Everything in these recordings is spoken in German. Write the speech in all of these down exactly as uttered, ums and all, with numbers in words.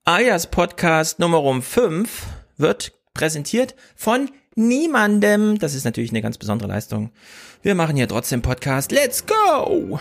Ayers Podcast Nummer fünf wird präsentiert von niemandem. Das ist natürlich eine ganz besondere Leistung. Wir machen hier trotzdem Podcast. Let's go!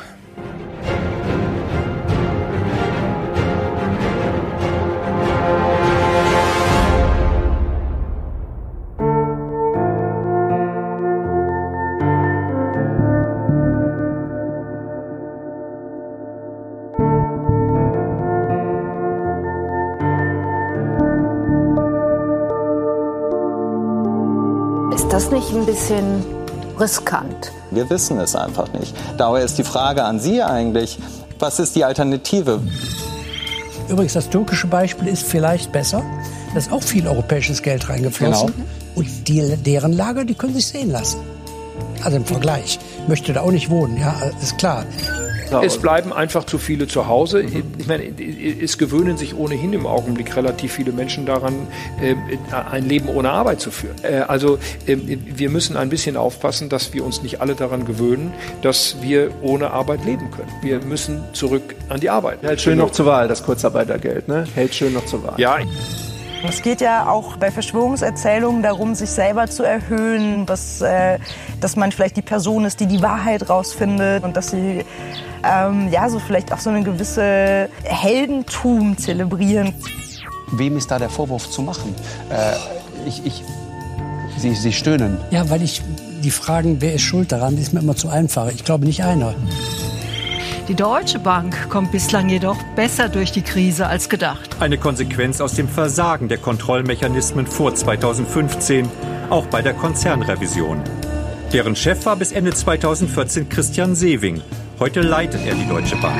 Ist das nicht ein bisschen riskant? Wir wissen es einfach nicht. Daher ist die Frage an Sie eigentlich, was ist die Alternative? Übrigens, das türkische Beispiel ist vielleicht besser. Da ist auch viel europäisches Geld reingeflossen. Genau. Und die, deren Lager, die können sich sehen lassen. Also im Vergleich. Ich möchte da auch nicht wohnen, ja, ist klar. Es bleiben einfach zu viele zu Hause. Ich meine, es gewöhnen sich ohnehin im Augenblick relativ viele Menschen daran, ein Leben ohne Arbeit zu führen. Also wir müssen ein bisschen aufpassen, dass wir uns nicht alle daran gewöhnen, dass wir ohne Arbeit leben können. Wir müssen zurück an die Arbeit. Hält schön noch zur Wahl, das Kurzarbeitergeld, ne? Hält schön noch zur Wahl. Ja. Es geht ja auch bei Verschwörungserzählungen darum, sich selber zu erhöhen, dass, äh, dass man vielleicht die Person ist, die die Wahrheit rausfindet und dass sie ähm, ja, so vielleicht auch so eine gewisse Heldentum zelebrieren. Wem ist da der Vorwurf zu machen? Äh, ich, ich, Sie, Sie stöhnen. Ja, weil ich die Fragen, wer ist schuld daran, die ist mir immer zu einfach. Ich glaube nicht einer. Die Deutsche Bank kommt bislang jedoch besser durch die Krise als gedacht. Eine Konsequenz aus dem Versagen der Kontrollmechanismen vor zweitausendfünfzehn, auch bei der Konzernrevision. Deren Chef war bis Ende zweitausendvierzehn Christian Sewing. Heute leitet er die Deutsche Bank.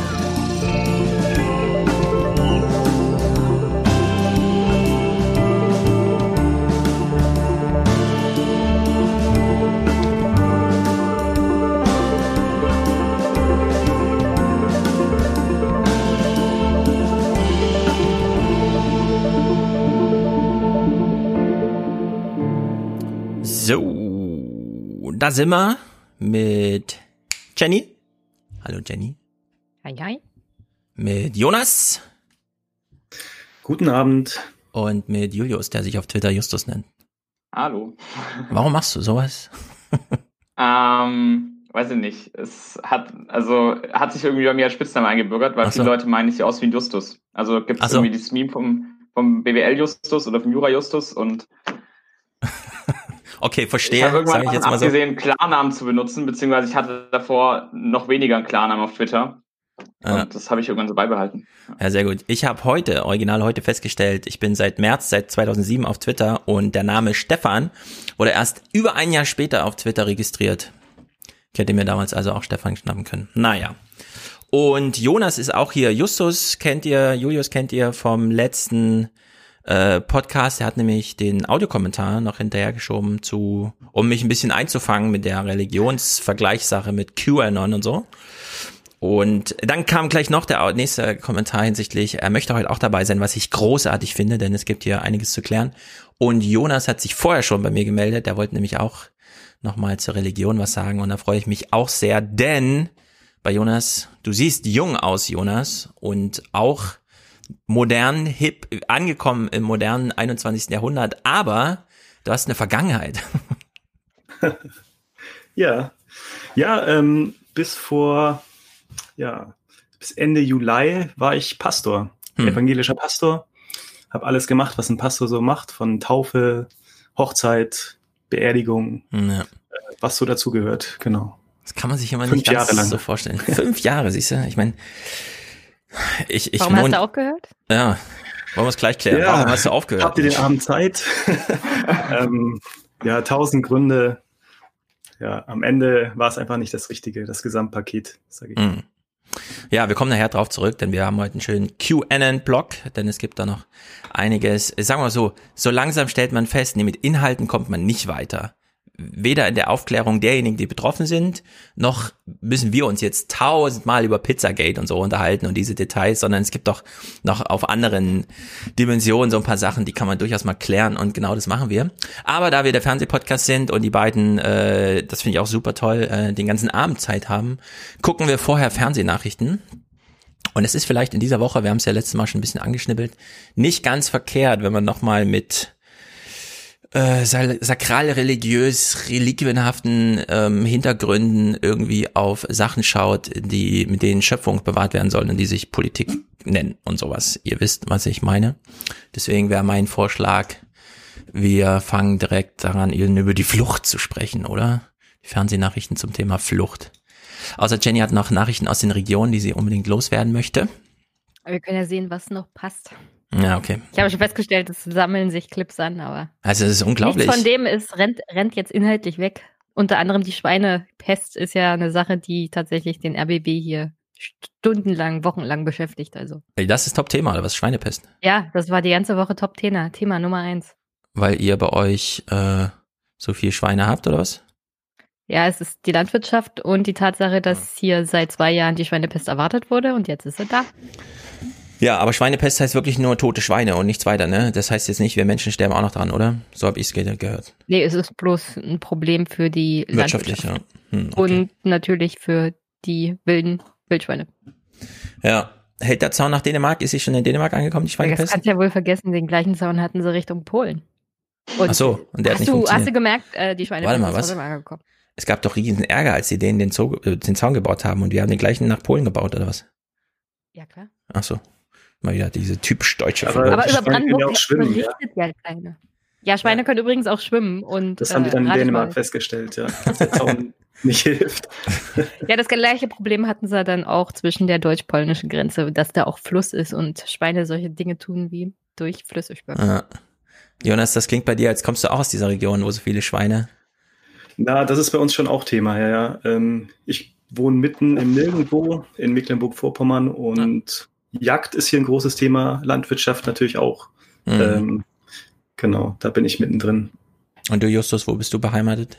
So, da sind wir mit Jenny. Hallo Jenny. Hi, hi. Mit Jonas. Guten Abend. Und mit Julius, der sich auf Twitter Justus nennt. Hallo. Warum machst du sowas? ähm, weiß ich nicht. Es hat, also, hat sich irgendwie bei mir als Spitzname eingebürgert, weil Ach so. viele Leute meinen, ich sehe aus wie ein Justus. Also gibt es so. irgendwie dieses Meme vom, vom B W L-Justus oder vom Jura-Justus und okay, verstehe. Ich habe irgendwann ich jetzt mal abgesehen, so. Klarnamen zu benutzen, beziehungsweise ich hatte davor noch weniger einen Klarnamen auf Twitter. Und ah. das habe ich irgendwann so beibehalten. Ja, sehr gut. Ich habe heute, original heute festgestellt, ich bin seit März, seit zweitausendsieben auf Twitter und der Name Stefan wurde erst über ein Jahr später auf Twitter registriert. Ich hätte mir damals also auch Stefan schnappen können. Naja. Und Jonas ist auch hier. Justus kennt ihr, Julius kennt ihr vom letzten Äh, Podcast, der hat nämlich den Audiokommentar noch hinterhergeschoben zu, um mich ein bisschen einzufangen mit der Religionsvergleichssache mit QAnon und so. Und dann kam gleich noch der nächste Kommentar hinsichtlich, er möchte heute auch dabei sein, was ich großartig finde, denn es gibt hier einiges zu klären. Und Jonas hat sich vorher schon bei mir gemeldet, der wollte nämlich auch nochmal zur Religion was sagen und da freue ich mich auch sehr, denn bei Jonas, du siehst jung aus, Jonas, und auch modern, hip, angekommen im modernen einundzwanzigsten Jahrhundert, aber du hast eine Vergangenheit. ja, ja, ähm, bis vor, ja, bis Ende Juli war ich Pastor, hm. evangelischer Pastor, habe alles gemacht, was ein Pastor so macht, von Taufe, Hochzeit, Beerdigung, ja. äh, was so dazu gehört, genau. Das kann man sich immer Fünf nicht ganz Jahre lang. so vorstellen. Fünf Jahre, siehst du, ich meine, Ich, ich Warum hast du aufgehört? Ja, wollen wir es gleich klären. Ja, Warum hast du aufgehört? Habt ihr den Abend Zeit? ähm, ja, tausend Gründe. Ja, am Ende war es einfach nicht das Richtige, das Gesamtpaket, sage ich. Mm. Ja, wir kommen nachher drauf zurück, denn wir haben heute einen schönen QAnon-Blog, denn es gibt da noch einiges. Sagen wir mal so, so langsam stellt man fest, nee, mit Inhalten kommt man nicht weiter. Weder in der Aufklärung derjenigen, die betroffen sind, noch müssen wir uns jetzt tausendmal über Pizzagate und so unterhalten und diese Details, sondern es gibt doch noch auf anderen Dimensionen so ein paar Sachen, die kann man durchaus mal klären und genau das machen wir. Aber da wir der Fernsehpodcast sind und die beiden, äh, das finde ich auch super toll, äh, den ganzen Abend Zeit haben, gucken wir vorher Fernsehnachrichten. Und es ist vielleicht in dieser Woche, wir haben es ja letztes Mal schon ein bisschen angeschnippelt, nicht ganz verkehrt, wenn man nochmal mit äh, sakral-religiös, reliquienhaften ähm, Hintergründen irgendwie auf Sachen schaut, die mit denen Schöpfung bewahrt werden sollen und die sich Politik nennen und sowas. Ihr wisst, was ich meine. Deswegen wäre mein Vorschlag, wir fangen direkt daran, über die Flucht zu sprechen, oder? Die Fernsehnachrichten zum Thema Flucht. Außer Jenny hat noch Nachrichten aus den Regionen, die sie unbedingt loswerden möchte. Aber wir können ja sehen, was noch passt. Ja, okay. Ich habe schon festgestellt, es sammeln sich Clips an, aber also es ist unglaublich. Nichts von dem ist, rennt, rennt jetzt inhaltlich weg. Unter anderem die Schweinepest ist ja eine Sache, die tatsächlich den R B B hier stundenlang, wochenlang beschäftigt. Also. Das ist Top-Thema, oder was? Schweinepest? Ja, das war die ganze Woche Top-Thema, Thema Nummer eins. Weil ihr bei euch äh, so viel Schweine habt, oder was? Ja, es ist die Landwirtschaft und die Tatsache, dass hier seit zwei Jahren die Schweinepest erwartet wurde und jetzt ist sie da. Ja, aber Schweinepest heißt wirklich nur tote Schweine und nichts weiter, ne? Das heißt jetzt nicht, wir Menschen sterben auch noch dran, oder? So habe ich es gehört. Nee, es ist bloß ein Problem für die wirtschaftlich, Landwirtschaft. Ja. Hm, okay. Und natürlich für die wilden Wildschweine. Ja. Hält der Zaun nach Dänemark? Ist sie schon in Dänemark angekommen, die Schweinepest? Das kannst du ja wohl vergessen, den gleichen Zaun hatten sie Richtung Polen. Und Ach so, und der hat hast nicht du, funktioniert. Hast du gemerkt, äh, die Schweinepest Warte mal, ist was? trotzdem angekommen. Es gab doch riesen Ärger, als sie denen den, Zoo, äh, den Zaun gebaut haben und wir haben den gleichen nach Polen gebaut, oder was? Ja, klar. Ach so. Mal wieder diese typisch deutsche Aber, aber über Brandenburg berichtet ja, ja keiner. Ja, Schweine ja. können übrigens auch schwimmen. Und, das haben die dann äh, in Dänemark mal. festgestellt, ja, dass der Zaun nicht hilft. Ja, das gleiche Problem hatten sie dann auch zwischen der deutsch-polnischen Grenze, dass da auch Fluss ist und Schweine solche Dinge tun wie durch Flüsse schwimmen. Ja. Jonas, das klingt bei dir, als kommst du auch aus dieser Region, wo so viele Schweine... Na, das ist bei uns schon auch Thema, ja, ja. Ähm, ich wohne mitten im Nirgendwo in Mecklenburg-Vorpommern und ja. Jagd ist hier ein großes Thema, Landwirtschaft natürlich auch. Mhm. Ähm, genau, da bin ich mittendrin. Und du, Justus, wo bist du beheimatet?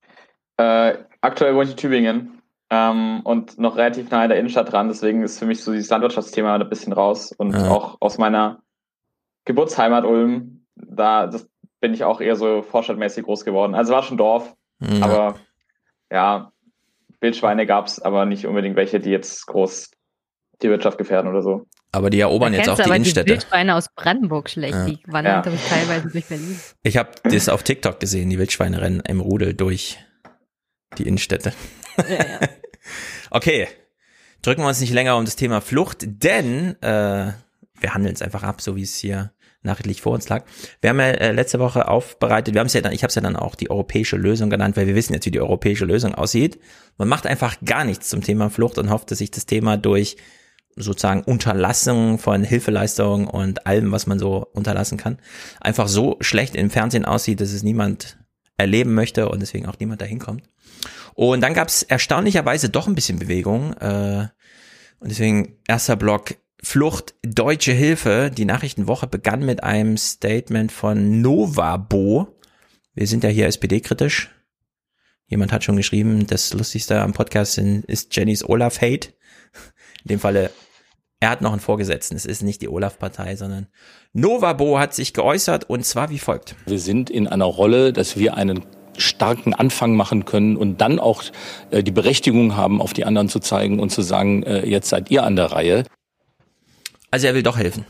Äh, aktuell wohne ich in Tübingen ähm, und noch relativ nah in der Innenstadt dran, deswegen ist für mich so dieses Landwirtschaftsthema ein bisschen raus und ja. auch aus meiner Geburtsheimat Ulm, da das bin ich auch eher so vorstadtmäßig groß geworden. Also war schon Dorf, ja. aber ja, Wildschweine gab es, aber nicht unbedingt welche, die jetzt groß die Wirtschaft gefährden oder so. Aber die erobern da jetzt auch die aber Innenstädte. Die Wildschweine aus Brandenburg schlecht, ja. die wandern ja. teilweise durch Berlin. Ich habe das auf TikTok gesehen, die Wildschweine rennen im Rudel durch die Innenstädte. Ja, ja. Okay, drücken wir uns nicht länger um das Thema Flucht, denn äh, wir handeln es einfach ab, so wie es hier nachrichtlich vor uns lag. Wir haben ja äh, letzte Woche aufbereitet, wir haben es ja dann, ich habe es ja dann auch die europäische Lösung genannt, weil wir wissen jetzt, wie die europäische Lösung aussieht. Man macht einfach gar nichts zum Thema Flucht und hofft, dass sich das Thema durch sozusagen Unterlassung von Hilfeleistungen und allem, was man so unterlassen kann, einfach so schlecht im Fernsehen aussieht, dass es niemand erleben möchte und deswegen auch niemand dahin kommt. Und dann gab es erstaunlicherweise doch ein bisschen Bewegung äh, und deswegen erster Block Flucht, deutsche Hilfe. Die Nachrichtenwoche begann mit einem Statement von Novabo. Wir sind ja hier S P D-kritisch. Jemand hat schon geschrieben, das Lustigste am Podcast ist Jennys Olaf-Hate. In dem Falle, er hat noch einen Vorgesetzten. Es ist nicht die Olaf-Partei, sondern Novabo hat sich geäußert und zwar wie folgt. Wir sind in einer Rolle, dass wir einen starken Anfang machen können und dann auch äh, die Berechtigung haben, auf die anderen zu zeigen und zu sagen, äh, jetzt seid ihr an der Reihe. Also er will doch helfen.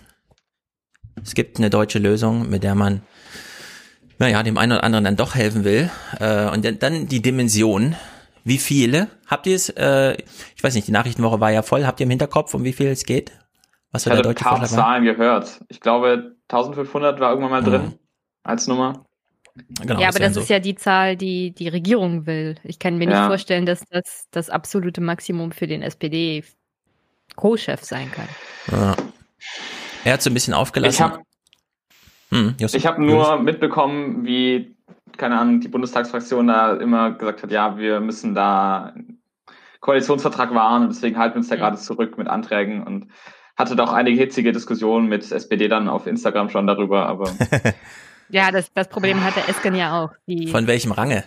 Es gibt eine deutsche Lösung, mit der man, naja, dem einen oder anderen dann doch helfen will. Äh, und dann die Dimension. Wie viele? Habt ihr es, äh, ich weiß nicht, die Nachrichtenwoche war ja voll. Habt ihr im Hinterkopf, um wie viel es geht? Was ich hatte ein paar Zahlen gehört. Ich glaube, eintausendfünfhundert war irgendwann mal drin mhm. als Nummer. Genau, ja, aber das so. ist ja die Zahl, die die Regierung will. Ich kann mir ja. nicht vorstellen, dass das das absolute Maximum für den S P D-Co-Chef sein kann. Ja. Er hat so ein bisschen aufgelassen. Ich habe hm, hab nur Just. mitbekommen, wie, keine Ahnung, die Bundestagsfraktion da immer gesagt hat, ja, wir müssen da einen Koalitionsvertrag wahren und deswegen halten wir uns da mhm. gerade zurück mit Anträgen und hatte doch einige hitzige Diskussionen mit S P D dann auf Instagram schon darüber, aber ja, das, das Problem hat der Esken ja auch. Die Von welchem Range?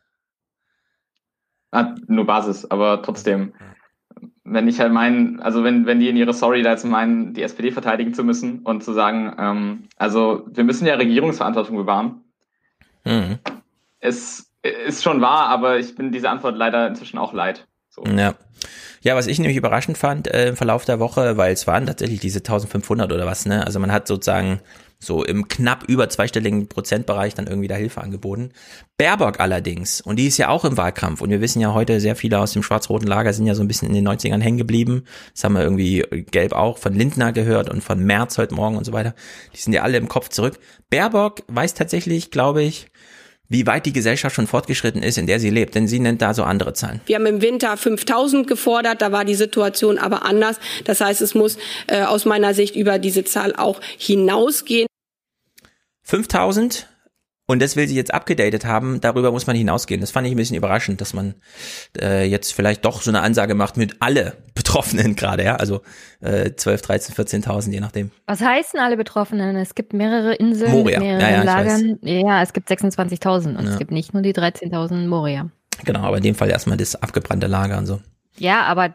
Ah, nur Basis, aber trotzdem. Wenn ich halt meinen, also wenn, wenn die in ihrer Story da jetzt meinen, die S P D verteidigen zu müssen und zu sagen, ähm, also wir müssen ja Regierungsverantwortung bewahren. Mhm. Es ist schon wahr, aber ich bin diese Antwort leider inzwischen auch leid. So. Ja. Ja, was ich nämlich überraschend fand äh, im Verlauf der Woche, weil es waren tatsächlich diese eintausendfünfhundert oder was, ne? Also man hat sozusagen so im knapp über zweistelligen Prozentbereich dann irgendwie da Hilfe angeboten. Baerbock allerdings, und die ist ja auch im Wahlkampf, und wir wissen ja heute, sehr viele aus dem schwarz-roten Lager sind ja so ein bisschen in den neunzigern hängen geblieben. Das haben wir irgendwie gelb auch von Lindner gehört und von Merz heute Morgen und so weiter. Die sind ja alle im Kopf zurück. Baerbock weiß tatsächlich, glaube ich, wie weit die Gesellschaft schon fortgeschritten ist, in der sie lebt, denn sie nennt da so andere Zahlen. Wir haben im Winter fünftausend gefordert, da war die Situation aber anders. Das heißt, es muss äh, aus meiner Sicht über diese Zahl auch hinausgehen. fünftausend, und das will sie jetzt abgedatet haben, darüber muss man hinausgehen. Das fand ich ein bisschen überraschend, dass man äh, jetzt vielleicht doch so eine Ansage macht mit alle Betroffenen gerade, ja, also äh, zwölf, dreizehn, vierzehntausend, je nachdem. Was heißen alle Betroffenen? Es gibt mehrere Inseln Moria. mit mehreren Ja, ja, Lagern. Ja, es gibt sechsundzwanzigtausend und Ja. es gibt nicht nur die dreizehntausend Moria. Genau, aber in dem Fall erstmal das abgebrannte Lager und so. Ja, aber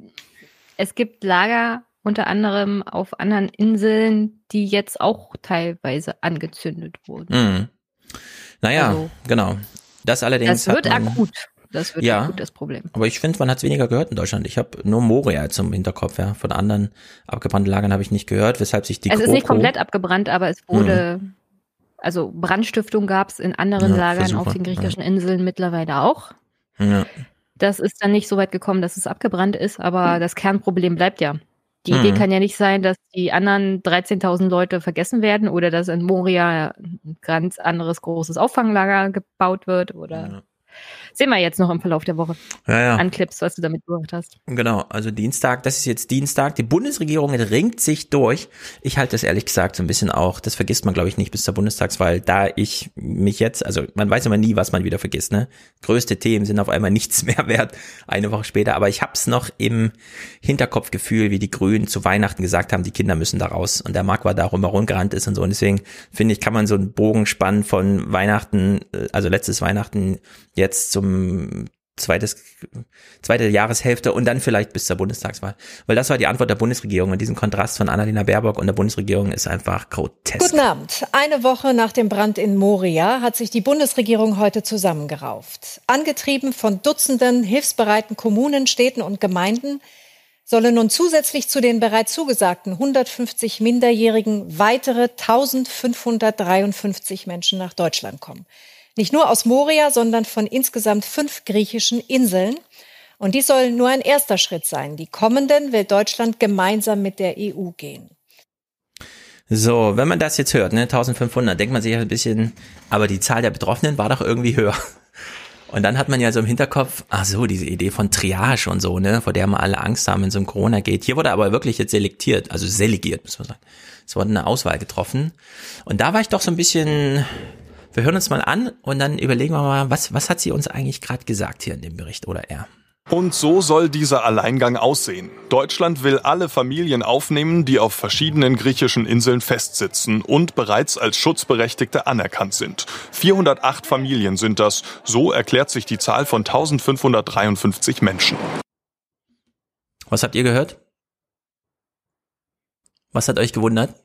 es gibt Lager unter anderem auf anderen Inseln, die jetzt auch teilweise angezündet wurden. Mhm. Naja, Also, genau. Das allerdings Das wird hat man, akut. Das wird Ja. akut, das Problem. Aber ich finde, man hat es weniger gehört in Deutschland. Ich habe nur Moria zum Hinterkopf, ja. Von anderen abgebrannten Lagern habe ich nicht gehört, weshalb sich die Es ist nicht GroKo- komplett abgebrannt, aber es wurde, also Brandstiftung gab es in anderen Ja, Lagern Versuche, auf den griechischen Inseln mittlerweile auch. Ja. Das ist dann nicht so weit gekommen, dass es abgebrannt ist, aber das Kernproblem bleibt ja. Die Mhm. Idee kann ja nicht sein, dass die anderen dreizehntausend Leute vergessen werden oder dass in Moria ein ganz anderes großes Auffanglager gebaut wird oder sehen wir jetzt noch im Verlauf der Woche Ja, ja. an Clips, was du damit gemacht hast. Genau, also Dienstag, das ist jetzt Dienstag. Die Bundesregierung ringt sich durch. Ich halte das ehrlich gesagt so ein bisschen auch, das vergisst man glaube ich nicht bis zur Bundestagswahl, da ich mich jetzt, also man weiß immer nie, was man wieder vergisst, ne? Größte Themen sind auf einmal nichts mehr wert, eine Woche später, aber ich hab's noch im Hinterkopfgefühl, wie die Grünen zu Weihnachten gesagt haben, die Kinder müssen da raus, und der Marc war da rumgerannt ist und so, und deswegen finde ich, kann man so einen Bogen spannen von Weihnachten, also letztes Weihnachten jetzt zum zweites, zweite Jahreshälfte und dann vielleicht bis zur Bundestagswahl. Weil das war die Antwort der Bundesregierung, und diesen Kontrast von Annalena Baerbock und der Bundesregierung ist einfach grotesk. Guten Abend. Eine Woche nach dem Brand in Moria hat sich die Bundesregierung heute zusammengerauft. Angetrieben von Dutzenden hilfsbereiten Kommunen, Städten und Gemeinden sollen nun zusätzlich zu den bereits zugesagten hundertfünfzig Minderjährigen weitere eintausendfünfhundertdreiundfünfzig Menschen nach Deutschland kommen. Nicht nur aus Moria, sondern von insgesamt fünf griechischen Inseln. Und dies soll nur ein erster Schritt sein. Die kommenden will Deutschland gemeinsam mit der E U gehen. So, wenn man das jetzt hört, ne, eintausendfünfhundert, denkt man sich ein bisschen, aber die Zahl der Betroffenen war doch irgendwie höher. Und dann hat man ja so im Hinterkopf, ach so, diese Idee von Triage und so, ne, vor der wir alle Angst haben, wenn es um Corona geht. Hier wurde aber wirklich jetzt selektiert, also selegiert, muss man sagen. Es wurde eine Auswahl getroffen. Und da war ich doch so ein bisschen, wir hören uns mal an und dann überlegen wir mal, was, was hat sie uns eigentlich gerade gesagt hier in dem Bericht, oder er? Und so soll dieser Alleingang aussehen. Deutschland will alle Familien aufnehmen, die auf verschiedenen griechischen Inseln festsitzen und bereits als Schutzberechtigte anerkannt sind. vierhundertacht Familien sind das. So erklärt sich die Zahl von eintausendfünfhundertdreiundfünfzig Menschen. Was habt ihr gehört? Was hat euch gewundert?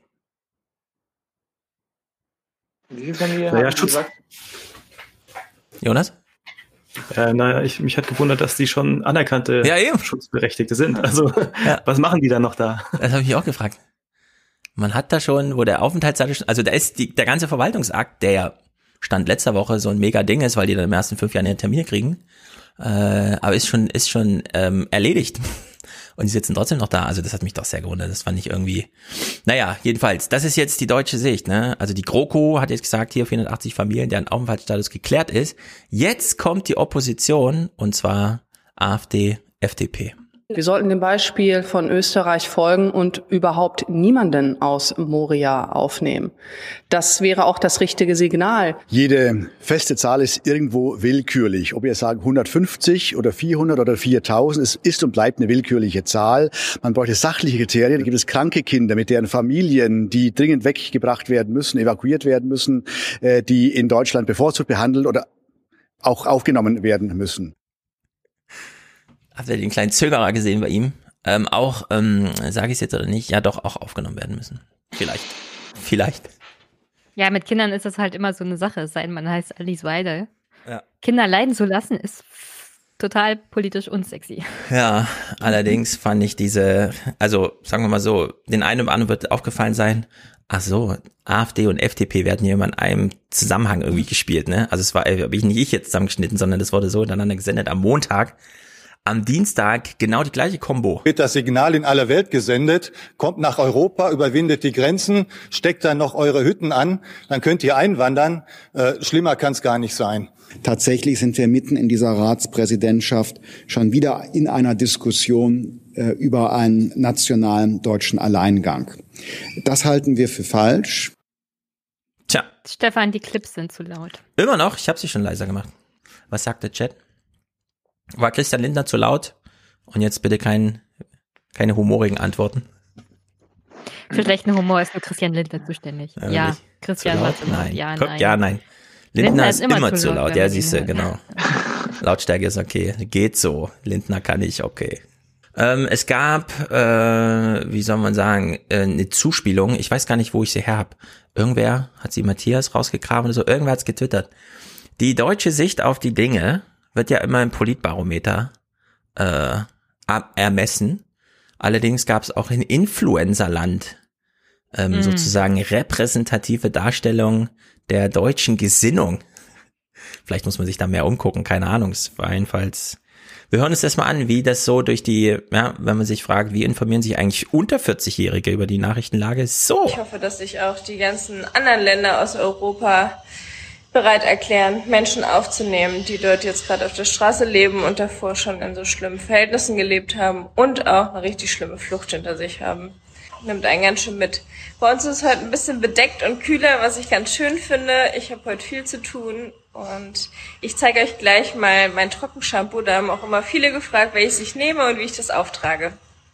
Wie viele Familien Naja, haben Sie Schutz. gesagt? Jonas? Äh, naja, ich, mich hat gewundert, dass die schon anerkannte ja, eben. Schutzberechtigte sind. Also, ja. Was machen die dann noch da? Das habe ich auch gefragt. Man hat da schon, wo der Aufenthaltsstatus, also da ist die, der ganze Verwaltungsakt, der ja Stand letzter Woche so ein mega Ding ist, weil die dann im ersten fünf Jahren ihre Termine kriegen, äh, aber ist schon, ist schon ähm, erledigt. Und die sitzen trotzdem noch da. Also das hat mich doch sehr gewundert. Das fand ich irgendwie, naja, jedenfalls, das ist jetzt die deutsche Sicht, ne? Also die GroKo hat jetzt gesagt, hier vierhundertachtzig Familien, deren Aufenthaltsstatus geklärt ist. Jetzt kommt die Opposition, und zwar AfD, F D P. Wir sollten dem Beispiel von Österreich folgen und überhaupt niemanden aus Moria aufnehmen. Das wäre auch das richtige Signal. Jede feste Zahl ist irgendwo willkürlich. Ob wir sagen hundertfünfzig oder vierhundert oder viertausend, es ist und bleibt eine willkürliche Zahl. Man bräuchte sachliche Kriterien. Da gibt es kranke Kinder mit deren Familien, die dringend weggebracht werden müssen, evakuiert werden müssen, die in Deutschland bevorzugt behandelt oder auch aufgenommen werden müssen. Habt ihr den kleinen Zögerer gesehen bei ihm? Ähm, auch, ähm, sage ich es jetzt oder nicht, ja doch auch aufgenommen werden müssen. Vielleicht. Vielleicht. Ja, mit Kindern ist das halt immer so eine Sache, es sei denn, man heißt Alice Weidel. Ja. Kinder leiden zu lassen ist total politisch unsexy. Ja, allerdings fand ich diese, also sagen wir mal so, den einen oder anderen wird aufgefallen sein, ach so, AfD und F D P werden hier immer in einem Zusammenhang irgendwie gespielt, ne? Also es war, habe ich nicht ich jetzt zusammengeschnitten, sondern das wurde so hintereinander gesendet am Montag. Am Dienstag genau die gleiche Kombo. Wird das Signal in aller Welt gesendet, kommt nach Europa, überwindet die Grenzen, steckt dann noch eure Hütten an, dann könnt ihr einwandern. Äh, schlimmer kann es gar nicht sein. Tatsächlich sind wir mitten in dieser Ratspräsidentschaft schon wieder in einer Diskussion äh, über einen nationalen deutschen Alleingang. Das halten wir für falsch. Tja. Stefan, die Clips sind zu laut. Immer noch? Ich habe sie schon leiser gemacht. Was sagt der Chat? War Christian Lindner zu laut? Und jetzt bitte kein, keine humorigen Antworten. Für schlechten Humor ist nur Christian Lindner zuständig. Ja, ja Christian war zu laut. Nein. Ja, Guck, nein. Ja, nein. Lindner, Lindner ist immer, immer zu laut. laut. Ja, siehst du, genau. Lautstärke ist okay. Geht so. Lindner kann ich, okay. Ähm, es gab, äh, wie soll man sagen, äh, eine Zuspielung. Ich weiß gar nicht, wo ich sie her habe. Irgendwer hat sie Matthias rausgegraben oder so. Irgendwer hat's getwittert. Die deutsche Sicht auf die Dinge wird ja immer im Politbarometer äh, ermessen. Allerdings gab es auch in Influencerland ähm, mm. sozusagen repräsentative Darstellung der deutschen Gesinnung. Vielleicht muss man sich da mehr umgucken, keine Ahnung. Es war jedenfalls. Wir hören uns das mal an, wie das so durch die, ja, wenn man sich fragt, wie informieren sich eigentlich unter vierzig-Jährige über die Nachrichtenlage? So. Ich hoffe, dass sich auch die ganzen anderen Länder aus Europa bereit erklären, Menschen aufzunehmen, die dort jetzt gerade auf der Straße leben und davor schon in so schlimmen Verhältnissen gelebt haben und auch eine richtig schlimme Flucht hinter sich haben. Nimmt einen ganz schön mit. Bei uns ist es heute ein bisschen bedeckt und kühler, was ich ganz schön finde. Ich habe heute viel zu tun und ich zeige euch gleich mal mein Trockenshampoo. Da haben auch immer viele gefragt, welches ich nehme und wie ich das auftrage.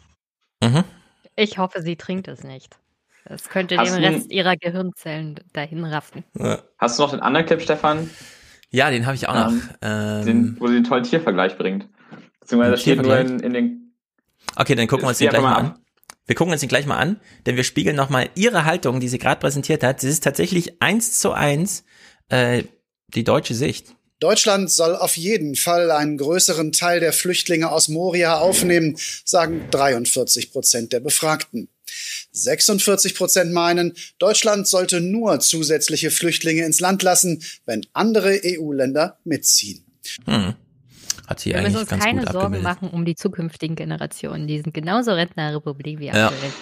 Mhm. Ich hoffe, sie trinkt es nicht. Das könnte Hast den du- Rest ihrer Gehirnzellen dahin raffen. Ja, Hast du noch den anderen Clip, Stefan? ja den habe ich auch noch. Ähm, Ähm, Den, wo sie den tollen Tiervergleich bringt. Beziehungsweise Ein das steht nur Tiervergleich? in, in den... Okay, dann gucken wir uns den Spiel gleich mal einfach an. Wir gucken uns den gleich mal an, denn wir spiegeln nochmal ihre Haltung, die sie gerade präsentiert hat. Das ist tatsächlich eins zu eins äh, die deutsche Sicht. Deutschland soll auf jeden Fall einen größeren Teil der Flüchtlinge aus Moria aufnehmen, sagen dreiundvierzig Prozent der Befragten. sechsundvierzig Prozent meinen, Deutschland sollte nur zusätzliche Flüchtlinge ins Land lassen, wenn andere E U-Länder mitziehen. Hm. Hat sie Wir müssen eigentlich uns ganz keine gut Sorgen abgebildet. machen um die zukünftigen Generationen. Die sind genauso Rentnerrepublik wie Ja. aktuell.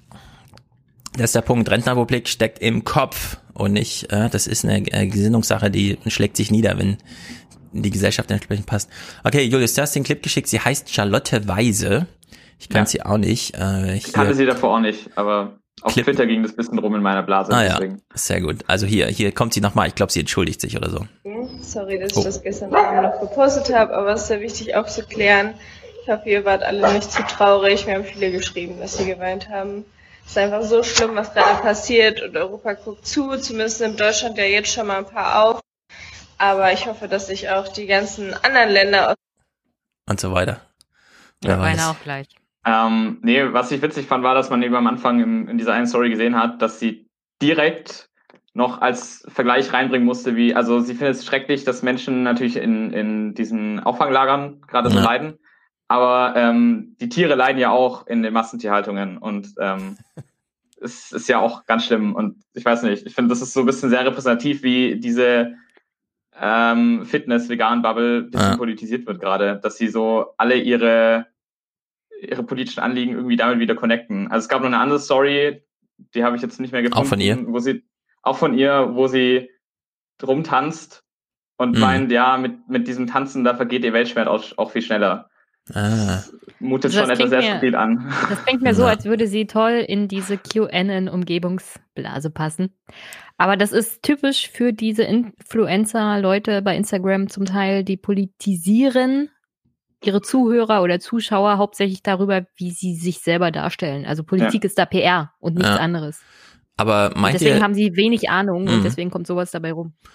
Das ist der Punkt. Rentnerrepublik steckt im Kopf und nicht, äh, das ist eine äh, Gesinnungssache, die schlägt sich nieder, wenn die Gesellschaft entsprechend passt. Okay, Julius, du hast den Clip geschickt. Sie heißt Charlotte Weise. Ich kann Ja. sie auch nicht. Äh, Ich kannte hier. sie davor auch nicht, aber auf Clip. Twitter ging das ein bisschen rum in meiner Blase. Ah ja, deswegen. sehr gut. Also hier, hier kommt sie nochmal. Ich glaube, sie entschuldigt sich oder so. Sorry, dass Oh. ich das gestern Abend noch gepostet habe, aber es ist sehr wichtig aufzuklären. Ich hoffe, ihr wart alle nicht zu traurig. Wir haben viele geschrieben, dass sie geweint haben. Es ist einfach so schlimm, was gerade passiert und Europa guckt zu. Zumindest nimmt Deutschland ja jetzt schon mal ein paar auf. Aber ich hoffe, dass sich auch die ganzen anderen Länder aus Und so weiter. Ja, Wer meine weiß. auch gleich. Ähm, nee, was ich witzig fand, war, dass man eben am Anfang in, in dieser einen Story gesehen hat, dass sie direkt noch als Vergleich reinbringen musste, wie, also sie findet es schrecklich, dass Menschen natürlich in, in diesen Auffanglagern gerade so Ja. leiden, aber ähm, die Tiere leiden ja auch in den Massentierhaltungen und ähm, es ist ja auch ganz schlimm und ich weiß nicht, ich finde, das ist so ein bisschen sehr repräsentativ, wie diese ähm, Fitness-Vegan-Bubble ein bisschen Ja. politisiert wird gerade, dass sie so alle ihre ihre politischen Anliegen irgendwie damit wieder connecten. Also es gab noch eine andere Story, die habe ich jetzt nicht mehr gefunden. Auch von ihr? Wo sie, auch von ihr, wo sie rumtanzt und Mhm. meint, ja, mit, mit diesem Tanzen, da vergeht ihr Weltschmerz auch, auch viel schneller. Ah. Mutet Also schon das etwas sehr klingt mir- skurril an. Das klingt mir so, Ja. als würde sie toll in diese QAnon-Umgebungsblase passen. Aber das ist typisch für diese Influencer-Leute bei Instagram zum Teil, die politisieren ihre Zuhörer oder Zuschauer hauptsächlich darüber, wie sie sich selber darstellen. Also Politik Ja. ist da P R und nichts Ja. anderes. Aber Und meint deswegen ihr, haben sie wenig Ahnung und Mhm. deswegen kommt sowas dabei rum.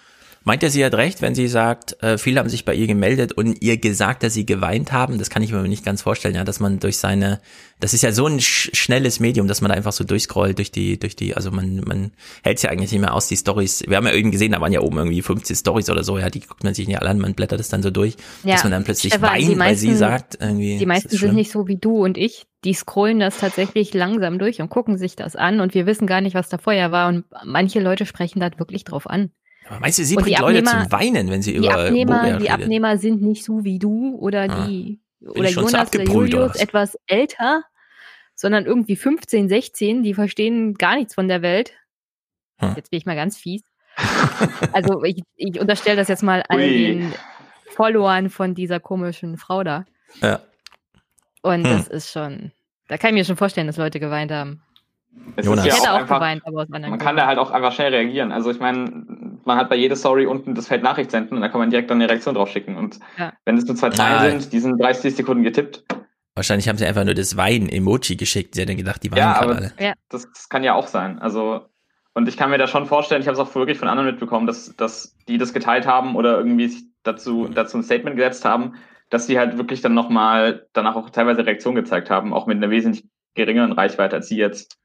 Meint ihr, sie hat recht, wenn sie sagt, äh, viele haben sich bei ihr gemeldet und ihr gesagt, dass sie geweint haben? Das kann ich mir nicht ganz vorstellen, ja, dass man durch seine, das ist ja so ein sch- schnelles Medium, dass man da einfach so durchscrollt durch die, durch die, also man, man hält es ja eigentlich nicht mehr aus, die Stories. Wir haben ja eben gesehen, da waren ja oben irgendwie fünfzig Stories oder so, ja, die guckt man sich nicht alle an, man blättert es dann so durch, ja, dass man dann plötzlich Stefan, weint, meisten, weil sie sagt, irgendwie. Die meisten sind nicht so wie du und ich, die scrollen das tatsächlich langsam durch und gucken sich das an und wir wissen gar nicht, was da vorher war und manche Leute sprechen da wirklich drauf an. Aber meinst du, sie bringt Leute zum Weinen, wenn sie die über Abnehmer, Moria Die redet? Abnehmer sind nicht so wie du oder Ah. die Bin oder ich schon zu Jonas oder abgebrüht, oder Julius was? etwas älter, sondern irgendwie fünfzehn, sechzehn, die verstehen gar nichts von der Welt. Hm. Jetzt bin ich mal ganz fies. Also ich, ich unterstelle das jetzt mal all Ui. den Followern von dieser komischen Frau da. Ja. Und Hm. das ist schon, da kann ich mir schon vorstellen, dass Leute geweint haben. Es Jonas. ist ja Ich hätte auch auch einfach, geweint, aber aus anderen man kann da halt auch einfach schnell reagieren. Also ich meine, man hat bei jeder Story unten das Feld Nachricht senden und da kann man direkt dann eine Reaktion drauf schicken. Und Ja. wenn es nur zwei Zeilen Nein. sind, die sind dreißig Sekunden getippt. Wahrscheinlich haben sie einfach nur das Wein-Emoji geschickt. Sie hat dann gedacht, die weinen Ja, gerade aber alle. Ja. das, das kann ja auch sein. Also, und ich kann mir da schon vorstellen, ich habe es auch wirklich von anderen mitbekommen, dass, dass die das geteilt haben oder irgendwie sich dazu, dazu ein Statement gesetzt haben, dass sie halt wirklich dann nochmal danach auch teilweise Reaktion gezeigt haben, auch mit einer wesentlich geringeren Reichweite als sie jetzt.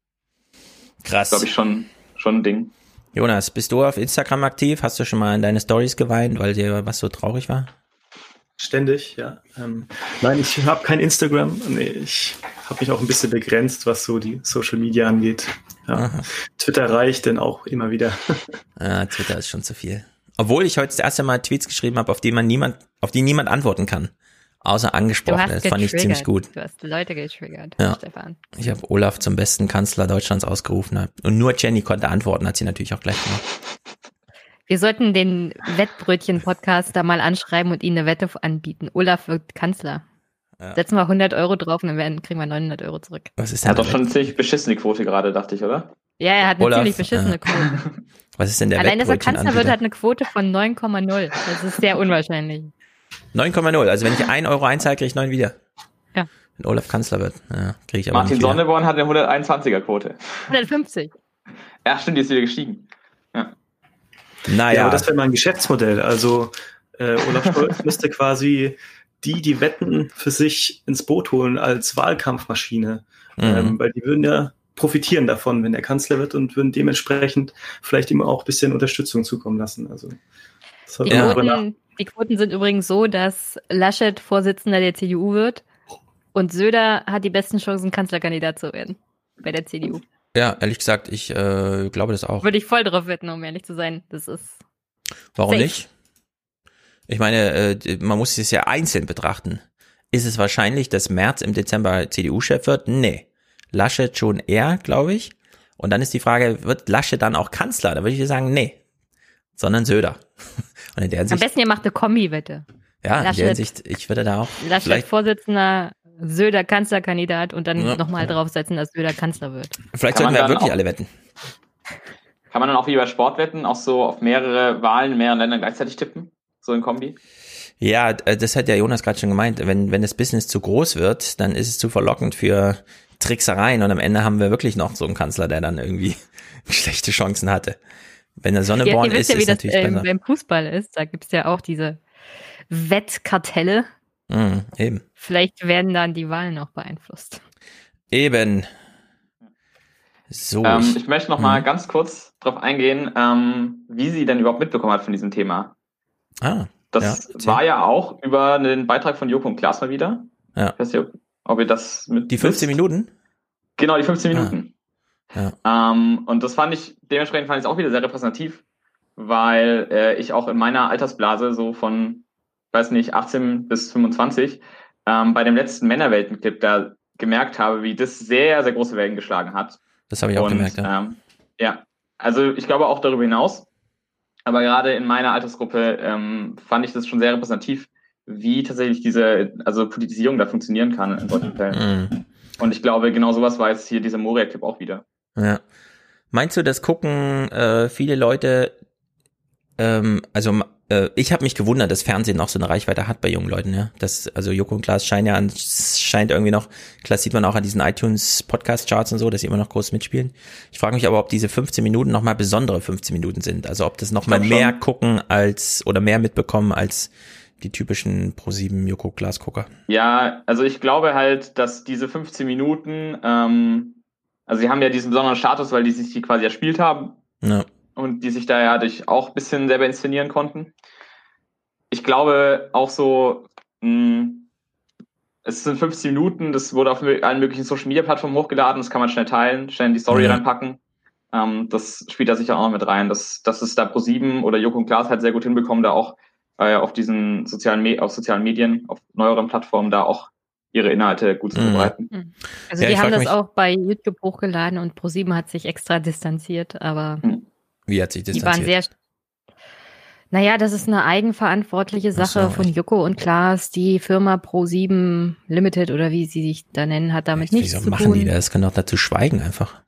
Krass. Glaube ich schon, schon ein Ding. Jonas, bist du auf Instagram aktiv? Hast du schon mal in deine Stories geweint, weil dir was so traurig war? Ständig, ja. Ähm, nein, ich habe kein Instagram. Nee, ich habe mich auch ein bisschen begrenzt, was so die Social Media angeht. Ja. Twitter reicht denn auch immer wieder. Ah, Twitter ist schon zu viel. Obwohl ich heute das erste Mal Tweets geschrieben habe, auf die man niemand, auf die niemand antworten kann. Außer angesprochen. Das fand ich ziemlich gut. Du hast Leute getriggert, Ja. Stefan. Ich habe Olaf zum besten Kanzler Deutschlands ausgerufen. Und nur Jenny konnte antworten, hat sie natürlich auch gleich gemacht. Wir sollten den Wettbrötchen-Podcast da mal anschreiben und ihnen eine Wette anbieten. Olaf wird Kanzler. Ja. Setzen wir hundert Euro drauf und dann werden, kriegen wir neunhundert Euro zurück. Was ist Er denn hat doch schon eine ziemlich beschissene Quote gerade, dachte ich, oder? Ja, er hat eine Olaf, ziemlich beschissene äh, Quote. Was ist denn der Allein, dass er Kanzler wird, Wettbrötchenanbieter? hat eine Quote von neun Komma null. Das ist sehr unwahrscheinlich. neun Komma null. Also wenn ich ein Euro einzahle, kriege ich neun wieder. Ja. Wenn Olaf Kanzler wird, ja, kriege ich aber Martin nicht wieder. Sonneborn hat eine hunderteinundzwanziger Quote. hundertfünfzig. Ja, stimmt, die ist wieder gestiegen. Ja. Naja. Ja, aber das wäre mal ein Geschäftsmodell. Also äh, Olaf Scholz müsste quasi die, die Wetten für sich ins Boot holen als Wahlkampfmaschine. Mhm. Ähm, weil die würden ja profitieren davon, wenn er Kanzler wird und würden dementsprechend vielleicht ihm auch ein bisschen Unterstützung zukommen lassen. Also das Die, sollte man darüber Quoten, die Quoten sind übrigens so, dass Laschet Vorsitzender der C D U wird und Söder hat die besten Chancen, Kanzlerkandidat zu werden bei der C D U. Ja, ehrlich gesagt, ich äh, glaube das auch. Würde ich voll drauf wetten, um ehrlich zu sein. Das ist Warum safe. nicht? Ich meine, äh, man muss es ja einzeln betrachten. Ist es wahrscheinlich, dass Merz im Dezember C D U-Chef wird? Nee. Laschet schon eher, glaube ich. Und dann ist die Frage, wird Laschet dann auch Kanzler? Da würde ich sagen, nee. Sondern Söder. Und in der Am Hinsicht, besten ihr macht eine Kombi-Wette. ja, in Laschet- der Hinsicht, ich würde da auch Laschet vielleicht, Vorsitzender, Söder Kanzlerkandidat und dann Ja. nochmal draufsetzen, dass Söder Kanzler wird. vielleicht Kann sollten man wir dann wirklich auch- alle wetten. Kann man dann auch wie bei Sportwetten auch so auf mehrere Wahlen in mehreren Ländern gleichzeitig tippen? So in Kombi? Ja, äh, das hat ja Jonas gerade schon gemeint. Wenn, wenn das Business zu groß wird, dann ist es zu verlockend für Tricksereien und am Ende haben wir wirklich noch so einen Kanzler, der dann irgendwie schlechte Chancen hatte. Wenn er Ja, Sonneborn ihr wisst ist, ja, wie ist das natürlich ähm, besser. beim Fußball ist. Da gibt es ja auch diese Wettkartelle. Mhm, eben. Vielleicht werden dann die Wahlen auch beeinflusst. Eben. So. Ähm, ich, ich möchte noch mal Mhm. ganz kurz darauf eingehen, ähm, wie sie denn überhaupt mitbekommen hat von diesem Thema. ah, Das ja, erzähl. war ja auch über den Beitrag von Joko und Klaas mal wieder. Ja. Ich weiß nicht, ob, ob ihr das mit Die fünfzehn Minuten? Genau, die fünfzehn Minuten. Ja. Ähm, und das fand ich, dementsprechend fand ich es auch wieder sehr repräsentativ, weil äh, ich auch in meiner Altersblase so von, weiß nicht, achtzehn bis fünfundzwanzig ähm, bei dem letzten Männerweltenclip da gemerkt habe, wie das sehr, sehr große Wellen geschlagen hat. Das habe ich auch Und, gemerkt, ja. Ähm, ja, also ich glaube auch darüber hinaus, aber gerade in meiner Altersgruppe ähm, fand ich das schon sehr repräsentativ, wie tatsächlich diese, also Politisierung da funktionieren kann in solchen Fällen. Mhm. Und ich glaube, genau sowas war jetzt hier dieser Moria-Clip auch wieder. Ja. Meinst du, das gucken äh, viele Leute, ähm, also äh, ich habe mich gewundert, dass Fernsehen noch so eine Reichweite hat bei jungen Leuten, ja. Das, also Joko und Klaas scheinen ja an, scheint irgendwie noch, Klaas sieht man auch an diesen iTunes Podcast Charts und so, dass sie immer noch groß mitspielen. Ich frage mich aber, ob diese fünfzehn Minuten nochmal besondere fünfzehn Minuten sind. Also ob das nochmal mehr gucken als, oder mehr mitbekommen als die typischen ProSieben Joko Klaas Gucker. Ja, also ich glaube halt, dass diese fünfzehn Minuten, ähm, also sie haben ja diesen besonderen Status, weil die sich die quasi erspielt haben. Ja. Und die sich da ja durch auch ein bisschen selber inszenieren konnten. Ich glaube auch so, mh, es sind fünfzehn Minuten, das wurde auf allen möglichen Social-Media-Plattformen hochgeladen, das kann man schnell teilen, schnell in die Story ja. reinpacken. Ähm, das spielt da sicher auch noch mit rein. Das, das ist da ProSieben oder Joko und Klaas halt sehr gut hinbekommen, da auch äh, auf diesen sozialen, Me- auf sozialen Medien, auf neueren Plattformen da auch ihre Inhalte gut zu verbreiten. Mhm. Also Ja, die ich haben frag das mich- auch bei YouTube hochgeladen und ProSieben hat sich extra distanziert, aber Mhm. Wie hat sich die waren distanziert? sehr. Naja, das ist eine eigenverantwortliche Sache so, von Joko und Klaas. Die Firma ProSieben Limited oder wie sie sich da nennen, hat damit nichts Wieso zu machen tun. die das? Können doch dazu schweigen einfach.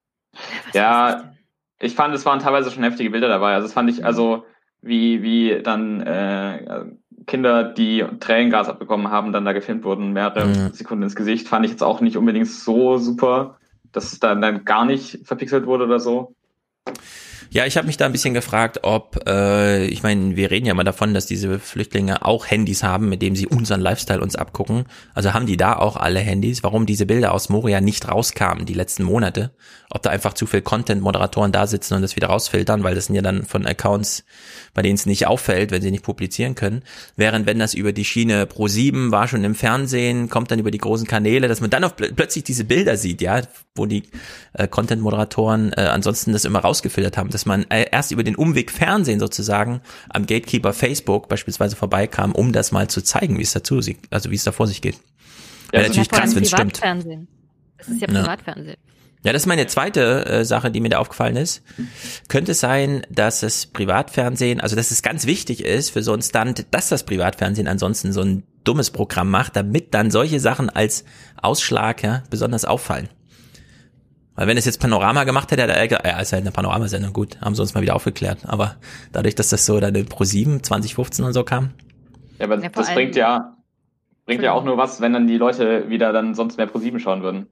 Ja, ich fand, es waren teilweise schon heftige Bilder dabei. Also das fand ich, also wie, wie dann äh, Kinder, die Tränengas abbekommen haben, dann da gefilmt wurden, mehrere Mhm. Sekunden ins Gesicht, fand ich jetzt auch nicht unbedingt so super, dass es dann, dann gar nicht verpixelt wurde oder so. Ja, ich habe mich da ein bisschen gefragt, ob, äh, ich meine, wir reden ja mal davon, dass diese Flüchtlinge auch Handys haben, mit denen sie unseren Lifestyle uns abgucken. Also haben die da auch alle Handys? Warum diese Bilder aus Moria nicht rauskamen die letzten Monate? Ob da einfach zu viel Content-Moderatoren da sitzen und das wieder rausfiltern, weil das sind ja dann von Accounts, bei denen es nicht auffällt, wenn sie nicht publizieren können. Während wenn das über die Schiene ProSieben war, schon im Fernsehen, kommt dann über die großen Kanäle, dass man dann auf pl- plötzlich diese Bilder sieht, ja, wo die äh, Content-Moderatoren äh, ansonsten das immer rausgefiltert haben, dass man äh, erst über den Umweg Fernsehen sozusagen am Gatekeeper Facebook beispielsweise vorbeikam, um das mal zu zeigen, wie es dazu sieht, also wie es da vor sich geht. Ja, Also natürlich vor allem krass, wenn es stimmt. Privatfernsehen. Das ist ja Ja. Privatfernsehen. Ja, das ist meine zweite äh, Sache, die mir da aufgefallen ist. Könnte es sein, dass das Privatfernsehen, also dass es ganz wichtig ist für so einen Stunt, dass das Privatfernsehen ansonsten so ein dummes Programm macht, damit dann solche Sachen als Ausschlag ja, besonders auffallen. Weil wenn es jetzt Panorama gemacht hätte, hätte er gesagt, ja, ist halt eine Panoramasendung, gut, haben sie uns mal wieder aufgeklärt. Aber dadurch, dass das so dann in ProSieben zwanzig fünfzehn und so kam. Ja, aber Ja, vor das allem- bringt ja, bringt ja auch nur was, wenn dann die Leute wieder dann sonst mehr ProSieben schauen würden.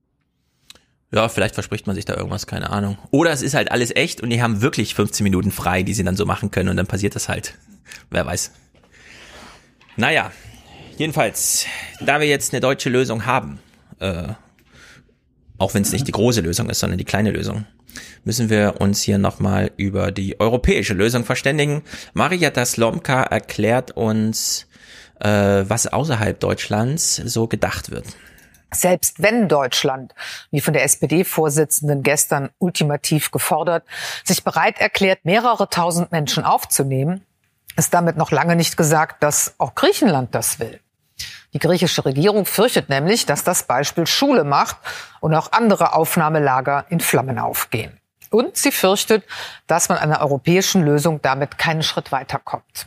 Ja, vielleicht verspricht man sich da irgendwas, keine Ahnung. Oder es ist halt alles echt und die haben wirklich fünfzehn Minuten frei, die sie dann so machen können und dann passiert das halt. Wer weiß. Naja, jedenfalls, da wir jetzt eine deutsche Lösung haben, äh, auch wenn es nicht die große Lösung ist, sondern die kleine Lösung, müssen wir uns hier nochmal über die europäische Lösung verständigen. Marietta Slomka erklärt uns, äh, was außerhalb Deutschlands so gedacht wird. Selbst wenn Deutschland, wie von der S P D-Vorsitzenden gestern ultimativ gefordert, sich bereit erklärt, mehrere tausend Menschen aufzunehmen, ist damit noch lange nicht gesagt, dass auch Griechenland das will. Die griechische Regierung fürchtet nämlich, dass das Beispiel Schule macht und auch andere Aufnahmelager in Flammen aufgehen. Und sie fürchtet, dass man einer europäischen Lösung damit keinen Schritt weiterkommt.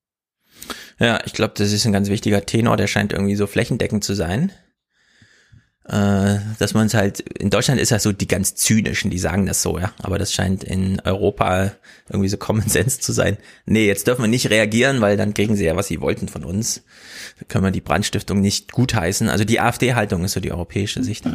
Ja, ich glaube, das ist ein ganz wichtiger Tenor, der scheint irgendwie so flächendeckend zu sein. Äh, dass man es halt, in Deutschland ist das so die ganz Zynischen, die sagen das so, ja, aber das scheint in Europa irgendwie so Common Sense zu sein. Nee, jetzt dürfen wir nicht reagieren, weil dann kriegen sie ja, was sie wollten von uns. Da können wir die Brandstiftung nicht gutheißen. Also die AfD-Haltung ist so die europäische Sicht.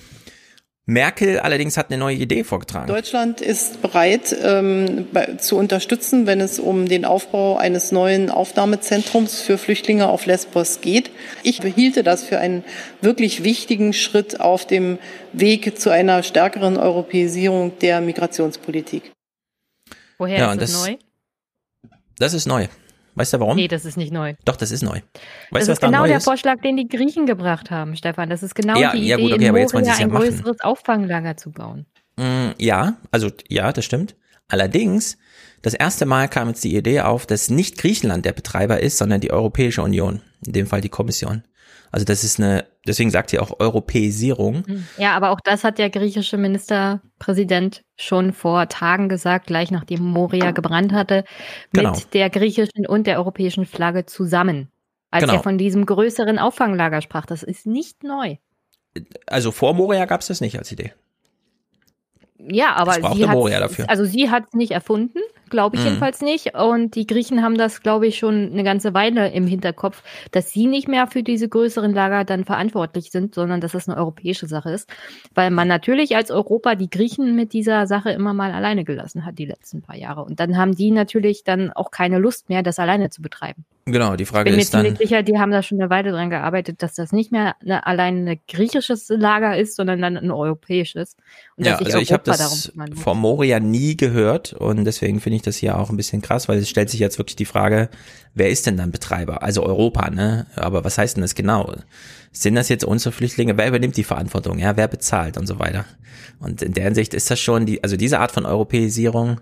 Merkel allerdings hat eine neue Idee vorgetragen. Deutschland ist bereit ähm, bei, zu unterstützen, wenn es um den Aufbau eines neuen Aufnahmezentrums für Flüchtlinge auf Lesbos geht. Ich hielte das für einen wirklich wichtigen Schritt auf dem Weg zu einer stärkeren Europäisierung der Migrationspolitik. Woher Ja, ist und das, das- neu? Das ist neu. Weißt du warum? Nee, das ist nicht neu. Doch, das ist neu. Weißt Das du, was ist da genau neu der ist? Vorschlag, den die Griechen gebracht haben, Stefan. Das ist genau Ja, die ja, Idee, gut, okay, in aber jetzt wollen sie Moria es ja ein machen. größeres Auffanglager zu bauen. Mm, Ja, also ja, das stimmt. Allerdings, das erste Mal kam jetzt die Idee auf, dass nicht Griechenland der Betreiber ist, sondern die Europäische Union, in dem Fall die Kommission. Also das ist eine, deswegen sagt sie auch Europäisierung. Ja, aber auch das hat der griechische Ministerpräsident schon vor Tagen gesagt, gleich nachdem Moria gebrannt hatte, mit Genau. der griechischen und der europäischen Flagge zusammen. Als Genau. er von diesem größeren Auffanglager sprach. Das ist nicht neu. Also vor Moria gab es das nicht als Idee. Ja, aber Es brauchte sie hat Moria dafür. also sie hat es nicht erfunden. glaube ich Mhm. jedenfalls nicht. Und die Griechen haben das, glaube ich, schon eine ganze Weile im Hinterkopf, dass sie nicht mehr für diese größeren Lager dann verantwortlich sind, sondern dass das eine europäische Sache ist. Weil man natürlich als Europa die Griechen mit dieser Sache immer mal alleine gelassen hat, die letzten paar Jahre. Und dann haben die natürlich dann auch keine Lust mehr, das alleine zu betreiben. Genau, die Frage Ich bin mir ist dann, ziemlich sicher, die haben da schon eine Weile dran gearbeitet, dass das nicht mehr eine, allein ein griechisches Lager ist, sondern dann ein europäisches. Und ja, dass sich also ich habe Europa darum das kümmern muss. vor Moria nie gehört und deswegen finde ich das hier auch ein bisschen krass, weil es stellt sich jetzt wirklich die Frage, wer ist denn dann Betreiber? Also Europa, ne? Aber was heißt denn das genau? Sind das jetzt unsere Flüchtlinge? Wer übernimmt die Verantwortung? Ja, wer bezahlt und so weiter? Und in der Hinsicht ist das schon die, also diese Art von Europäisierung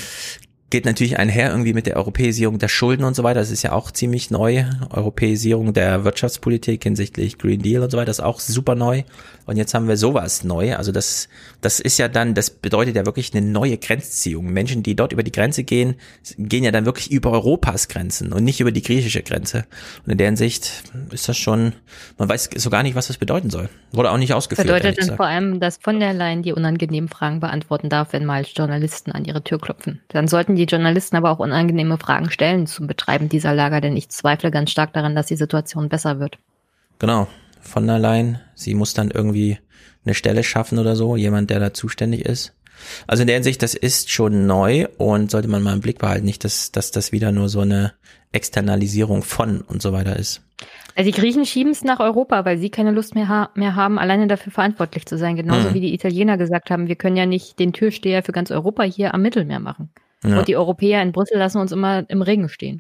geht natürlich einher irgendwie mit der Europäisierung der Schulden und so weiter. Das ist ja auch ziemlich neu. Europäisierung der Wirtschaftspolitik hinsichtlich Green Deal und so weiter ist auch super neu. Und jetzt haben wir sowas neu. Also das, das ist ja dann, das bedeutet ja wirklich eine neue Grenzziehung. Menschen, die dort über die Grenze gehen, gehen ja dann wirklich über Europas Grenzen und nicht über die griechische Grenze. Und in der Hinsicht ist das schon, man weiß so gar nicht, was das bedeuten soll. Wurde auch nicht ausgeführt. Bedeutet ehrlich dann gesagt. vor allem, dass von der Leyen die unangenehmen Fragen beantworten darf, wenn mal Journalisten an ihre Tür klopfen. Dann sollten die Journalisten aber auch unangenehme Fragen stellen zum Betreiben dieser Lager, denn ich zweifle ganz stark daran, dass die Situation besser wird. Genau, von der Leyen. Sie muss dann irgendwie eine Stelle schaffen oder so, jemand, der da zuständig ist. Also in der Hinsicht, das ist schon neu und sollte man mal im Blick behalten, nicht, dass, dass das wieder nur so eine Externalisierung von und so weiter ist. Also die Griechen schieben es nach Europa, weil sie keine Lust mehr, ha- mehr haben, alleine dafür verantwortlich zu sein. Genauso Mhm. wie die Italiener gesagt haben, wir können ja nicht den Türsteher für ganz Europa hier am Mittelmeer machen. Ja. Und die Europäer in Brüssel lassen uns immer im Regen stehen.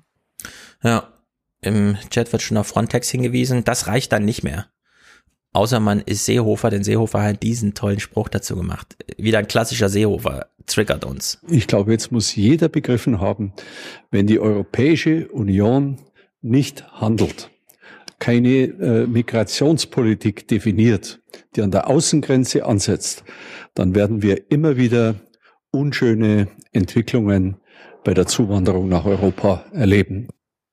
Ja, im Chat wird schon auf Frontex hingewiesen, das reicht dann nicht mehr. Außer man ist Seehofer, denn Seehofer hat diesen tollen Spruch dazu gemacht. Wieder ein klassischer Seehofer, triggert uns. Ich glaube, jetzt muss jeder begriffen haben, wenn die Europäische Union nicht handelt, keine äh, Migrationspolitik definiert, die an der Außengrenze ansetzt, dann werden wir immer wieder unschöne Entwicklungen bei der Zuwanderung nach Europa erleben.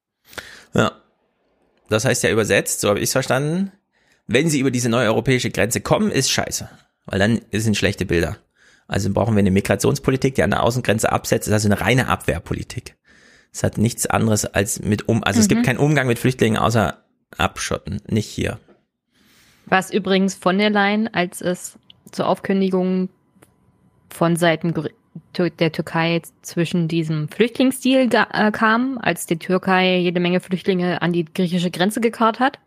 Ja, das heißt ja übersetzt, so habe ich es verstanden, wenn sie über diese neue europäische Grenze kommen, ist scheiße, weil dann sind schlechte Bilder. Also brauchen wir eine Migrationspolitik, die an der Außengrenze absetzt, das ist also eine reine Abwehrpolitik. Es hat nichts anderes als mit um, also Mhm. es gibt keinen Umgang mit Flüchtlingen außer abschotten, nicht hier. Was übrigens von der Leyen, als es zur Aufkündigung von Seiten Gr- Tür- der Türkei zwischen diesem Flüchtlingsdeal ga- äh, kam, als die Türkei jede Menge Flüchtlinge an die griechische Grenze gekarrt hat.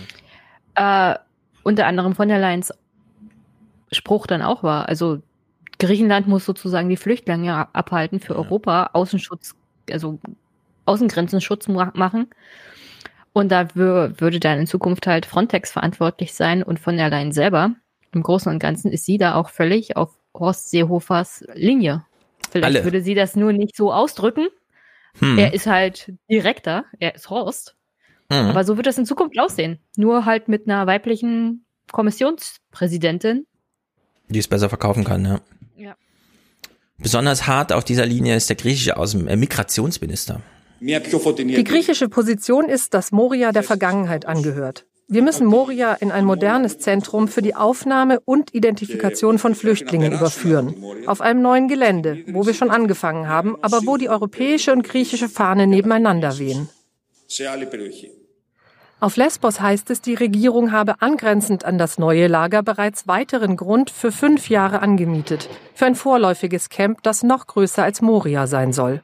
Äh, unter anderem von der Leyens Spruch dann auch war. Also Griechenland muss sozusagen die Flüchtlinge abhalten für Europa, Außenschutz, also Außengrenzenschutz ma- machen. Und da wür- würde dann in Zukunft halt Frontex verantwortlich sein und von der Leyen selber. Im Großen und Ganzen ist sie da auch völlig auf Horst Seehofers Linie. Vielleicht Alle. würde sie das nur nicht so ausdrücken. Hm. Er ist halt direkter, er ist Horst. Mhm. Aber so wird das in Zukunft aussehen. Nur halt mit einer weiblichen Kommissionspräsidentin. Die es besser verkaufen kann, ja. Ja. Besonders hart auf dieser Linie ist der griechische Außen äh, Migrationsminister. Die griechische Position ist, dass Moria der Vergangenheit angehört. Wir müssen Moria in ein modernes Zentrum für die Aufnahme und Identifikation von Flüchtlingen überführen. Auf einem neuen Gelände, wo wir schon angefangen haben, aber wo die europäische und griechische Fahne nebeneinander wehen. Auf Lesbos heißt es, die Regierung habe angrenzend an das neue Lager bereits weiteren Grund für fünf Jahre angemietet. Für ein vorläufiges Camp, das noch größer als Moria sein soll.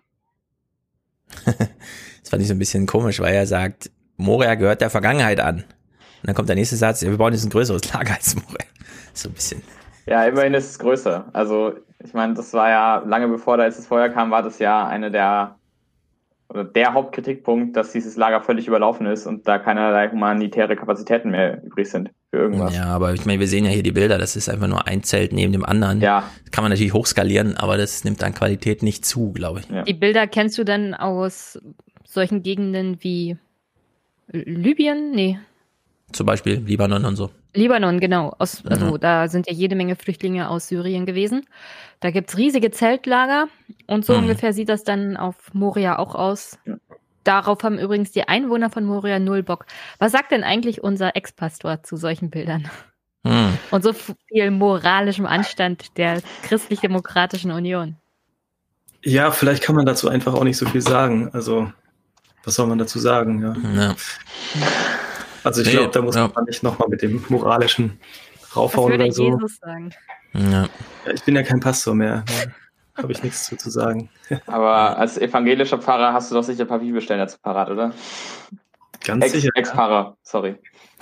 Das fand ich so ein bisschen komisch, weil er sagt, Moria gehört der Vergangenheit an. Und dann kommt der nächste Satz, ja, wir bauen jetzt ein größeres Lager als Moria. So ein bisschen. Ja, immerhin ist es größer. Also ich meine, das war ja lange bevor da jetzt das Feuer kam, war das ja eine der oder der Hauptkritikpunkt, dass dieses Lager völlig überlaufen ist und da keinerlei humanitäre Kapazitäten mehr übrig sind für irgendwas. Ja, aber ich meine, wir sehen ja hier die Bilder, das ist einfach nur ein Zelt neben dem anderen. Ja. Das kann man natürlich hochskalieren, aber das nimmt an Qualität nicht zu, glaube ich. Ja. Die Bilder kennst du dann aus solchen Gegenden wie Libyen? Nee. Zum Beispiel Libanon und so. Libanon, genau. Aus, also Mhm. da sind ja jede Menge Flüchtlinge aus Syrien gewesen. Da gibt's riesige Zeltlager und so Mhm. ungefähr sieht das dann auf Moria auch aus. Darauf haben übrigens die Einwohner von Moria null Bock. Was sagt denn eigentlich unser Ex-Pastor zu solchen Bildern? Mhm. Und so viel moralischem Anstand der Christlich-Demokratischen Union. Ja, vielleicht kann man dazu einfach auch nicht so viel sagen. Also, was soll man dazu sagen? Ja. ja. Also ich nee, glaube, da muss ja. man nicht nochmal mit dem moralischen raufhauen oder so. Jesus sagen? Ja. Ja, ich bin ja kein Pastor mehr. Da habe ich nichts zu, zu sagen. Aber als evangelischer Pfarrer hast du doch sicher ein paar Bibelstellen dazu parat, oder? Ganz Ex, sicher. Ex-Pfarrer, sorry.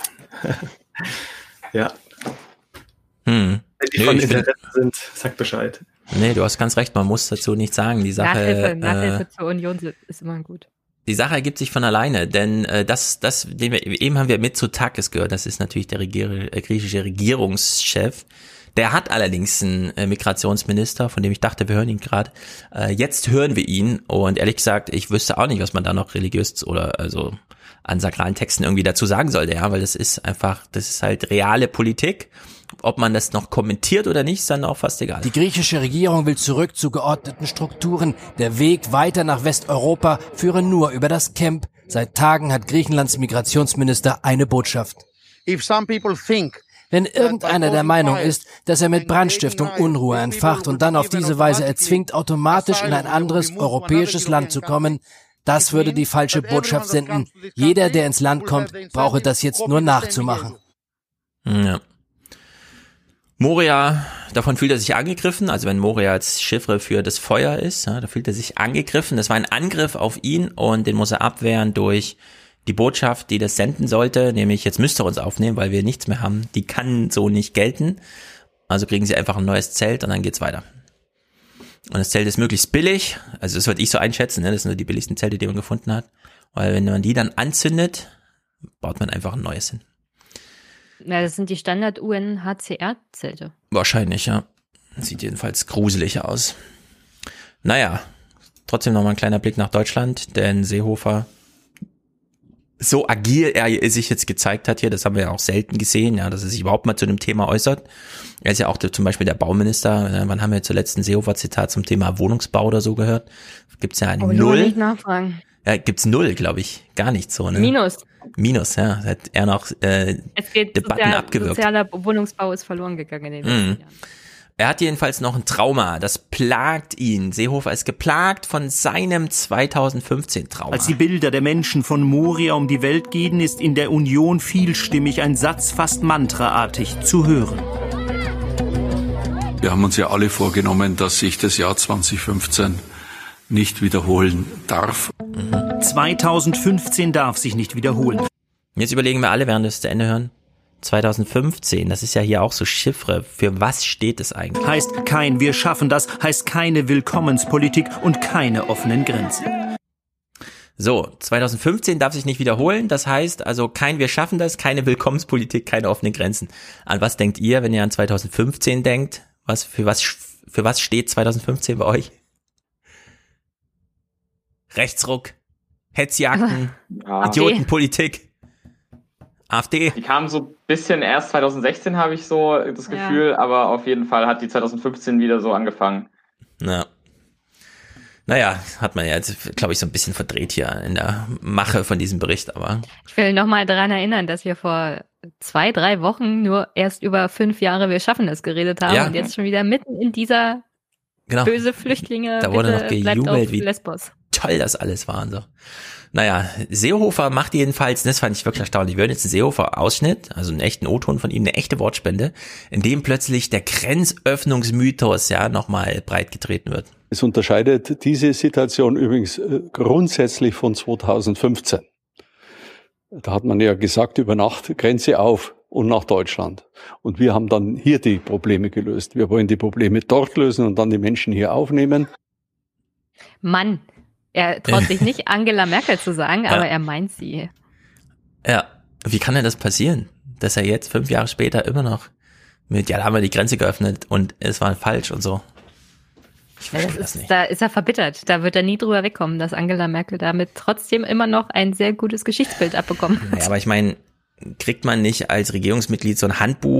ja. Hm. Wenn die nee, von ich Interesse find, sind, sag Bescheid. Nee, du hast ganz recht, man muss dazu nichts sagen. Die Sache, Nachhilfe, Nachhilfe äh, zur Union ist immer gut. Die Sache ergibt sich von alleine, denn äh, das, das, den wir, eben haben wir Mitsotakis gehört, das ist natürlich der Regier- äh, griechische Regierungschef. Der hat allerdings einen äh, Migrationsminister, von dem ich dachte, wir hören ihn gerade. Äh, jetzt hören wir ihn und ehrlich gesagt, ich wüsste auch nicht, was man da noch religiös oder also an sakralen Texten irgendwie dazu sagen sollte, ja, weil das ist einfach, das ist halt reale Politik. Ob man das noch kommentiert oder nicht, ist dann auch fast egal. Die griechische Regierung will zurück zu geordneten Strukturen. Der Weg weiter nach Westeuropa führe nur über das Camp. Seit Tagen hat Griechenlands Migrationsminister eine Botschaft. If some people think Wenn irgendeiner der Meinung ist, dass er mit Brandstiftung Unruhe entfacht und dann auf diese Weise erzwingt, automatisch in ein anderes europäisches Land zu kommen, das würde die falsche Botschaft senden. Jeder, der ins Land kommt, brauche das jetzt nur nachzumachen. Ja. Moria, davon fühlt er sich angegriffen, also wenn Moria als Chiffre für das Feuer ist, ja, da fühlt er sich angegriffen. Das war ein Angriff auf ihn und den muss er abwehren durch die Botschaft, die das senden sollte, nämlich jetzt müsst ihr uns aufnehmen, weil wir nichts mehr haben. Die kann so nicht gelten. Also kriegen sie einfach ein neues Zelt und dann geht's weiter. Und das Zelt ist möglichst billig, also das würde ich so einschätzen, ne? Das sind nur die billigsten Zelte, die man gefunden hat. Weil wenn man die dann anzündet, baut man einfach ein neues hin. Ja, das sind die Standard-U N H C R-Zelte. Wahrscheinlich, ja. Sieht jedenfalls gruselig aus. Naja, trotzdem nochmal ein kleiner Blick nach Deutschland, denn Seehofer, so agil er sich jetzt gezeigt hat hier, das haben wir ja auch selten gesehen, ja, dass er sich überhaupt mal zu dem Thema äußert. Er ist ja auch der, zum Beispiel der Bauminister. Wann haben wir zuletzt ein Seehofer-Zitat zum Thema Wohnungsbau oder so gehört? Gibt's ja Oh, null. nicht nachfragen. Ja, gibt's null, glaube ich. Gar nicht so, ne? Minus. Minus, ja. Hat er noch äh, Es geht Debatten sozial, abgewirkt. Sozialer Wohnungsbau ist verloren gegangen in den letzten Mhm. Jahren. Er hat jedenfalls noch ein Trauma, das plagt ihn. Seehofer ist geplagt von seinem zweitausendfünfzehn Trauma. Als die Bilder der Menschen von Moria um die Welt gehen, ist in der Union vielstimmig ein Satz fast mantraartig zu hören. Wir haben uns ja alle vorgenommen, dass sich das Jahr zweitausendfünfzehn nicht wiederholen darf. Mhm. zweitausendfünfzehn darf sich nicht wiederholen. Jetzt überlegen wir alle, während wir es zu Ende hören. zweitausendfünfzehn, das ist ja hier auch so Chiffre. Für was steht es eigentlich? Heißt kein Wir schaffen das, heißt keine Willkommenspolitik und keine offenen Grenzen. So, zweitausendfünfzehn darf sich nicht wiederholen. Das heißt also kein Wir schaffen das, keine Willkommenspolitik, keine offenen Grenzen. An was denkt ihr, wenn ihr an zweitausendfünfzehn denkt? Was, für was, für was steht zweitausendfünfzehn bei euch? Rechtsruck, Hetzjagden, Ja. Idiotenpolitik, AfD. Die kamen so ein bisschen erst zweitausendsechzehn, habe ich so das Gefühl, ja. Aber auf jeden Fall hat die zweitausendfünfzehn wieder so angefangen. Ja. Naja, hat man ja jetzt, glaube ich, so ein bisschen verdreht hier in der Mache von diesem Bericht, aber. Ich will nochmal daran erinnern, dass wir vor zwei, drei Wochen nur erst über fünf Jahre Wir schaffen das geredet haben Ja. und jetzt schon wieder mitten in dieser Genau. böse Flüchtlinge, Da wurde bitte noch bleibt gejubelt, auf wie Lesbos. toll das alles war und so. Naja, Seehofer macht jedenfalls, das fand ich wirklich erstaunlich, wir hören jetzt einen Seehofer-Ausschnitt, also einen echten O-Ton von ihm, eine echte Wortspende, in dem plötzlich der Grenzöffnungsmythos ja nochmal breit getreten wird. Es unterscheidet diese Situation übrigens äh, grundsätzlich von zweitausendfünfzehn. Da hat man ja gesagt, über Nacht Grenze auf und nach Deutschland. Und wir haben dann hier die Probleme gelöst. Wir wollen die Probleme dort lösen und dann die Menschen hier aufnehmen. Mann, er traut sich nicht Angela Merkel zu sagen, Ja. aber er meint sie. Ja, wie kann denn das passieren, dass er jetzt fünf Jahre später immer noch mit, ja, da haben wir die Grenze geöffnet und es war falsch und so. Ich Ja, verstehe das das ist, nicht. da ist er verbittert. Da wird er nie drüber wegkommen, dass Angela Merkel damit trotzdem immer noch ein sehr gutes Geschichtsbild abbekommen hat. Ja, aber ich meine, kriegt man nicht als Regierungsmitglied so ein Handbuch,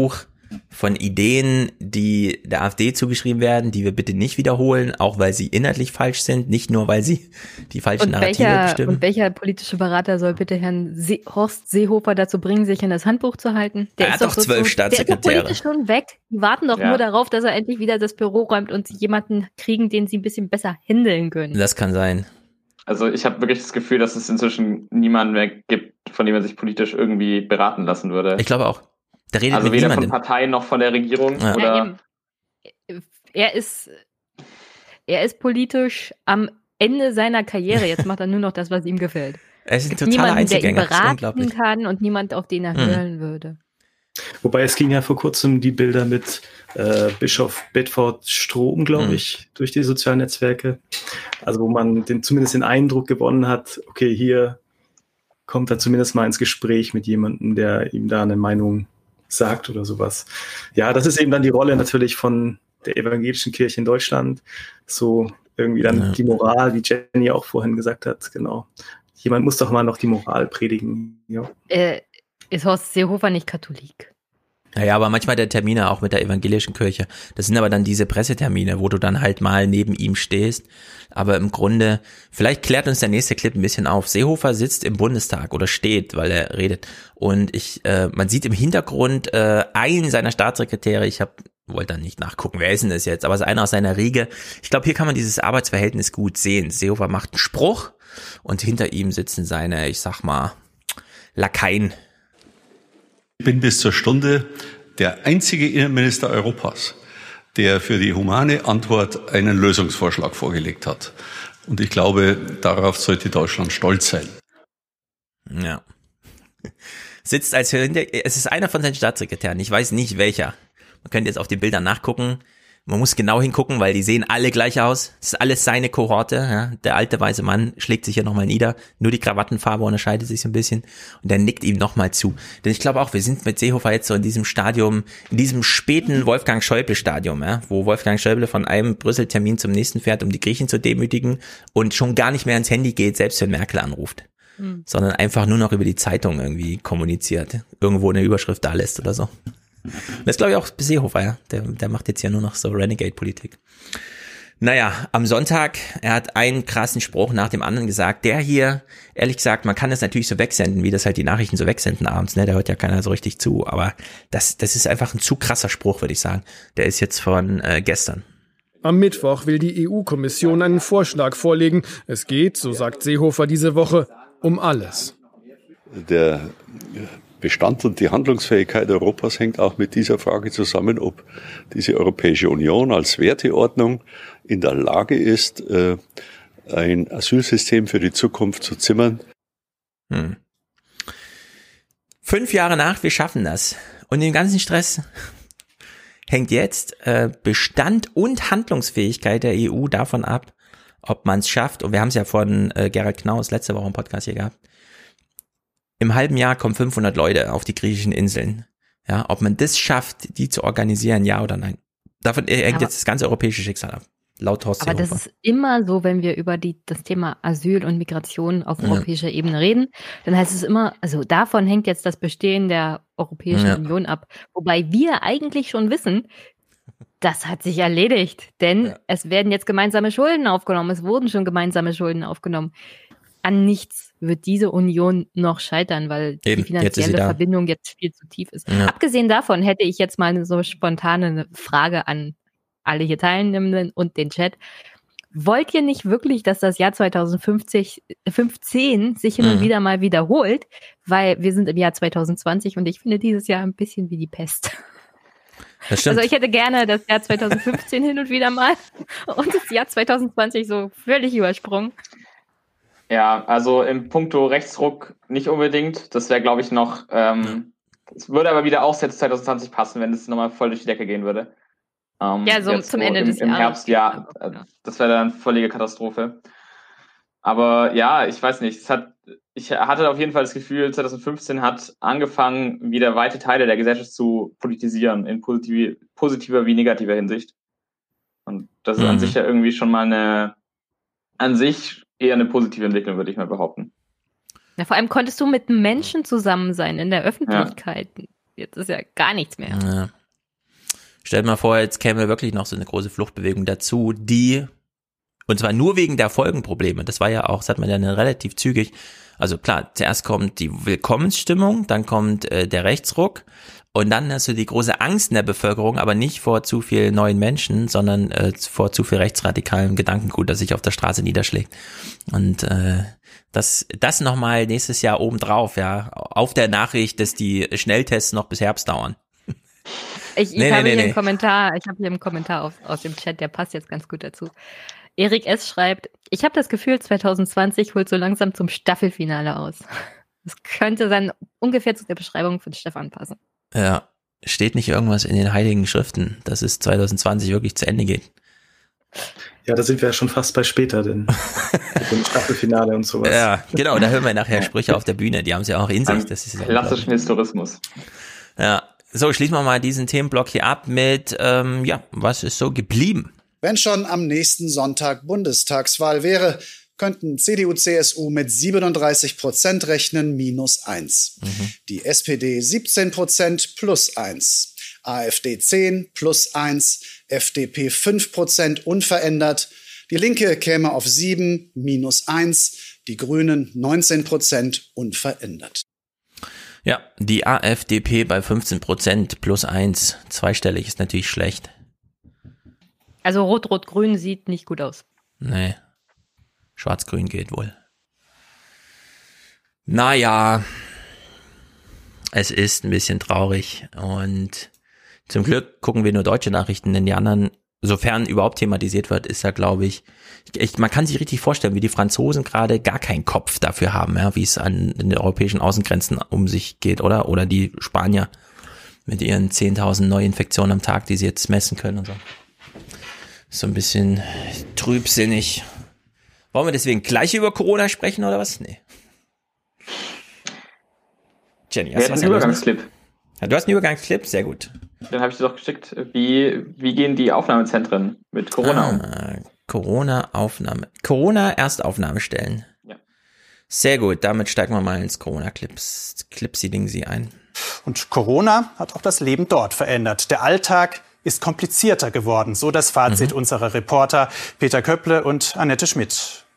von Ideen, die der AfD zugeschrieben werden, die wir bitte nicht wiederholen, auch weil sie inhaltlich falsch sind, nicht nur, weil sie die falschen und Narrative welcher, bestimmen. Und welcher politische Berater soll bitte Herrn See- Horst Seehofer dazu bringen, sich an das Handbuch zu halten? Der er ist hat doch zwölf so, Staatssekretäre. Der ist doch politisch schon weg. Die warten doch Ja. nur darauf, dass er endlich wieder das Büro räumt und sie jemanden kriegen, den sie ein bisschen besser handeln können. Das kann sein. Also ich habe wirklich das Gefühl, dass es inzwischen niemanden mehr gibt, von dem man sich politisch irgendwie beraten lassen würde. Ich glaube auch. Der redet also mit weder niemandem. von Parteien noch von der Regierung. Ja. Oder Ja, eben. Er ist, er ist politisch am Ende seiner Karriere. Jetzt macht er nur noch das, was ihm gefällt. Er ist ein Es gibt totaler niemanden, der ihn Einzelgänger. Das ist beraten unglaublich. kann und niemand, auf den er Hm. hören würde. Wobei es ging ja vor kurzem die Bilder mit äh, Bischof Bedford Strom, glaube Mhm. ich, durch die sozialen Netzwerke. Also wo man den, zumindest den Eindruck gewonnen hat, okay, hier kommt er zumindest mal ins Gespräch mit jemandem, der ihm da eine Meinung sagt oder sowas. Ja, das ist eben dann die Rolle natürlich von der evangelischen Kirche in Deutschland. So irgendwie dann Ja. die Moral, wie Jenny auch vorhin gesagt hat, genau. Jemand muss doch mal noch die Moral predigen. Ja. Äh, ist Horst Seehofer nicht Katholik? Naja, aber manchmal der Termine auch mit der evangelischen Kirche. Das sind aber dann diese Pressetermine, wo du dann halt mal neben ihm stehst. Aber im Grunde, vielleicht klärt uns der nächste Clip ein bisschen auf. Seehofer sitzt im Bundestag oder steht, weil er redet. Und ich, äh, man sieht im Hintergrund äh, einen seiner Staatssekretäre, ich habe wollte dann nicht nachgucken, wer ist denn das jetzt, aber es ist einer aus seiner Riege. Ich glaube, hier kann man dieses Arbeitsverhältnis gut sehen. Seehofer macht einen Spruch und hinter ihm sitzen seine, ich sag mal, Lakaien. Ich bin bis zur Stunde der einzige Innenminister Europas, der für die humane Antwort einen Lösungsvorschlag vorgelegt hat. Und ich glaube, darauf sollte Deutschland stolz sein. Ja. Sitzt als hinter, es ist einer von seinen Staatssekretären, ich weiß nicht welcher. Man könnte jetzt auf den Bildern nachgucken. Man muss genau hingucken, weil die sehen alle gleich aus. Das ist alles seine Kohorte. Ja. Der alte weiße Mann schlägt sich hier nochmal nieder. Nur die Krawattenfarbe unterscheidet sich so ein bisschen. Und der nickt ihm nochmal zu. Denn ich glaube auch, wir sind mit Seehofer jetzt so in diesem Stadium, in diesem späten Wolfgang Schäuble-Stadium, ja, wo Wolfgang Schäuble von einem Brüssel-Termin zum nächsten fährt, um die Griechen zu demütigen und schon gar nicht mehr ins Handy geht, selbst wenn Merkel anruft. Mhm. Sondern einfach nur noch über die Zeitung irgendwie kommuniziert. Irgendwo eine Überschrift da lässt oder so. Das ist, glaube ich, auch Seehofer, ja. Der, der macht jetzt ja nur noch so Renegade-Politik. Naja, am Sonntag, er hat einen krassen Spruch nach dem anderen gesagt. Der hier, ehrlich gesagt, man kann das natürlich so wegsenden, wie das halt die Nachrichten so wegsenden abends, ne? Da hört ja keiner so richtig zu. Aber das, das ist einfach ein zu krasser Spruch, würde ich sagen. Der ist jetzt von äh, gestern. Am Mittwoch will die E U-Kommission einen Vorschlag vorlegen. Es geht, so sagt Seehofer diese Woche, um alles. Der Bestand und die Handlungsfähigkeit Europas hängt auch mit dieser Frage zusammen, ob diese Europäische Union als Werteordnung in der Lage ist, ein Asylsystem für die Zukunft zu zimmern. Hm. Fünf Jahre nach, wir schaffen das. Und den ganzen Stress hängt jetzt äh, Bestand und Handlungsfähigkeit der E U davon ab, ob man es schafft. Und wir haben es ja von äh, Gerald Knaus letzte Woche im Podcast hier gehabt. Im halben Jahr kommen fünfhundert Leute auf die griechischen Inseln. Ja, ob man das schafft, die zu organisieren, ja oder nein. Davon hängt aber, jetzt das ganze europäische Schicksal ab. Laut Horst Aber Seehofer. das ist immer so, wenn wir über die, das Thema Asyl und Migration auf Ja. europäischer Ebene reden, dann heißt es immer, also davon hängt jetzt das Bestehen der Europäischen Ja. Union ab. Wobei wir eigentlich schon wissen, das hat sich erledigt, denn Ja. es werden jetzt gemeinsame Schulden aufgenommen, es wurden schon gemeinsame Schulden aufgenommen. An nichts wird diese Union noch scheitern, weil Eben, die jetzt ist sie finanzielle da. Verbindung jetzt viel zu tief ist. Ja. Abgesehen davon hätte ich jetzt mal eine so spontane Frage an alle hier Teilnehmenden und den Chat. Wollt ihr nicht wirklich, dass das Jahr zwanzig fünfzehn sich hin und Mhm. wieder mal wiederholt? Weil wir sind im Jahr zwanzig zwanzig und ich finde dieses Jahr ein bisschen wie die Pest. Das stimmt. Also ich hätte gerne das Jahr zwanzig fünfzehn hin und wieder mal und das Jahr zwanzig zwanzig so völlig übersprungen. Ja, also im Punkto Rechtsruck nicht unbedingt. Das wäre, glaube ich, noch, ähm, es würde aber wieder auch jetzt zwanzig zwanzig passen, wenn es nochmal voll durch die Decke gehen würde. Ähm, Ja, so jetzt zum Ende im, des im Jahres. Herbst, ja, äh, das wäre dann völlige Katastrophe. Aber ja, ich weiß nicht, es hat, ich hatte auf jeden Fall das Gefühl, zwanzig fünfzehn hat angefangen, wieder weite Teile der Gesellschaft zu politisieren, in positiv, positiver wie negativer Hinsicht. Und das ist Mhm. an sich ja irgendwie schon mal eine, an sich eher eine positive Entwicklung, würde ich mal behaupten. Ja, vor allem konntest du mit Menschen zusammen sein in der Öffentlichkeit. Jetzt ist ja gar nichts mehr. Ja. Stell dir mal vor, jetzt käme wirklich noch so eine große Fluchtbewegung dazu, die, und zwar nur wegen der Folgenprobleme, das war ja auch, das hat man ja relativ zügig, also klar, zuerst kommt die Willkommensstimmung, dann kommt äh, der Rechtsruck und dann hast du die große Angst in der Bevölkerung, aber nicht vor zu viel neuen Menschen, sondern äh, vor zu viel rechtsradikalem Gedankengut, das sich auf der Straße niederschlägt. Und äh, das das nochmal nächstes Jahr obendrauf, ja, auf der Nachricht, dass die Schnelltests noch bis Herbst dauern. Ich, ich nee, habe nee, hier nee, einen nee. Kommentar, ich habe hier einen Kommentar auf, aus dem Chat, der passt jetzt ganz gut dazu. Erik S. schreibt, ich habe das Gefühl, zwanzig zwanzig holt so langsam zum Staffelfinale aus. Das könnte dann ungefähr zu der Beschreibung von Stefan passen. Ja, steht nicht irgendwas in den heiligen Schriften, dass es zwanzig zwanzig wirklich zu Ende geht? Ja, da sind wir ja schon fast bei später, denn mit dem Staffelfinale und sowas. Ja, genau, da hören wir nachher Sprüche auf der Bühne, die haben es ja auch in sich. Das ist ja klassischen Historismus. Ja, so, schließen wir mal diesen Themenblock hier ab mit, ähm, ja, was ist so geblieben? Wenn schon am nächsten Sonntag Bundestagswahl wäre, könnten C D U, C S U mit siebenunddreißig Prozent rechnen, minus eins. Mhm. Die S P D siebzehn Prozent plus eins. AfD zehn plus eins. F D P fünf Prozent unverändert. Die Linke käme auf sieben minus eins. Die Grünen neunzehn Prozent unverändert. Ja, die A F D P bei fünfzehn Prozent plus eins. Zweistellig ist natürlich schlecht. Also Rot-Rot-Grün sieht nicht gut aus. Nee. Schwarz-Grün geht wohl. Naja, es ist ein bisschen traurig und zum Glück gucken wir nur deutsche Nachrichten, denn die anderen, sofern überhaupt thematisiert wird, ist ja, glaube ich, ich, man kann sich richtig vorstellen, wie die Franzosen gerade gar keinen Kopf dafür haben, ja, wie es an den europäischen Außengrenzen um sich geht, oder? Oder die Spanier mit ihren zehntausend Neuinfektionen am Tag, die sie jetzt messen können und so. So ein bisschen trübsinnig. Wollen wir deswegen gleich über Corona sprechen oder was? Nee. Jenny, hast du was? einen Übergangsclip. Ja, du hast einen Übergangsclip, sehr gut. Den habe ich dir doch geschickt. Wie, wie gehen die Aufnahmezentren mit Corona um? Ah, Corona-Aufnahme. Corona-Erstaufnahmestellen. Ja. Sehr gut, damit steigen wir mal ins Corona-Clips, Clipsy-Dingsy ein. Und Corona hat auch das Leben dort verändert. Der Alltag ist komplizierter geworden. So das Fazit mhm. unserer Reporter Peter Köpple und Annette Schmidt.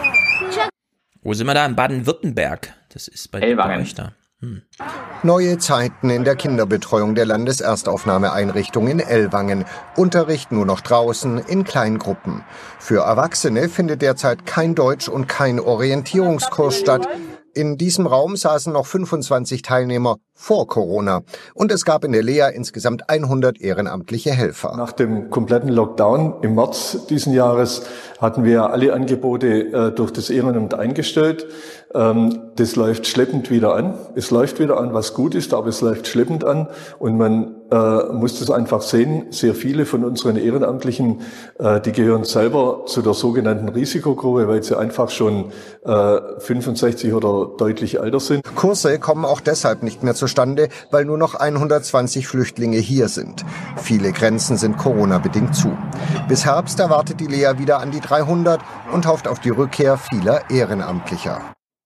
Wo sind wir da? In Baden-Württemberg. Das ist bei, bei euch da. Hm. Neue Zeiten in der Kinderbetreuung der Landeserstaufnahmeeinrichtung in Ellwangen. Unterricht nur noch draußen in Kleingruppen. Für Erwachsene findet derzeit kein Deutsch- und kein Orientierungskurs statt. In diesem Raum saßen noch fünfundzwanzig Teilnehmer vor Corona. Und es gab in der Lea insgesamt hundert ehrenamtliche Helfer. Nach dem kompletten Lockdown im März diesen Jahres hatten wir alle Angebote äh, durch das Ehrenamt eingestellt. Ähm, das läuft schleppend wieder an. Es läuft wieder an, was gut ist, aber es läuft schleppend an. Und man äh, muss das einfach sehen. Sehr viele von unseren Ehrenamtlichen, äh, die gehören selber zu der sogenannten Risikogruppe, weil sie einfach schon äh, fünfundsechzig oder deutlich älter sind. Kurse kommen auch deshalb nicht mehr zustande, weil nur noch hundertzwanzig Flüchtlinge hier sind. Viele Grenzen sind Corona-bedingt zu. Bis Herbst erwartet die Lea wieder an die dreihundert und hofft auf die Rückkehr vieler Ehrenamtlicher.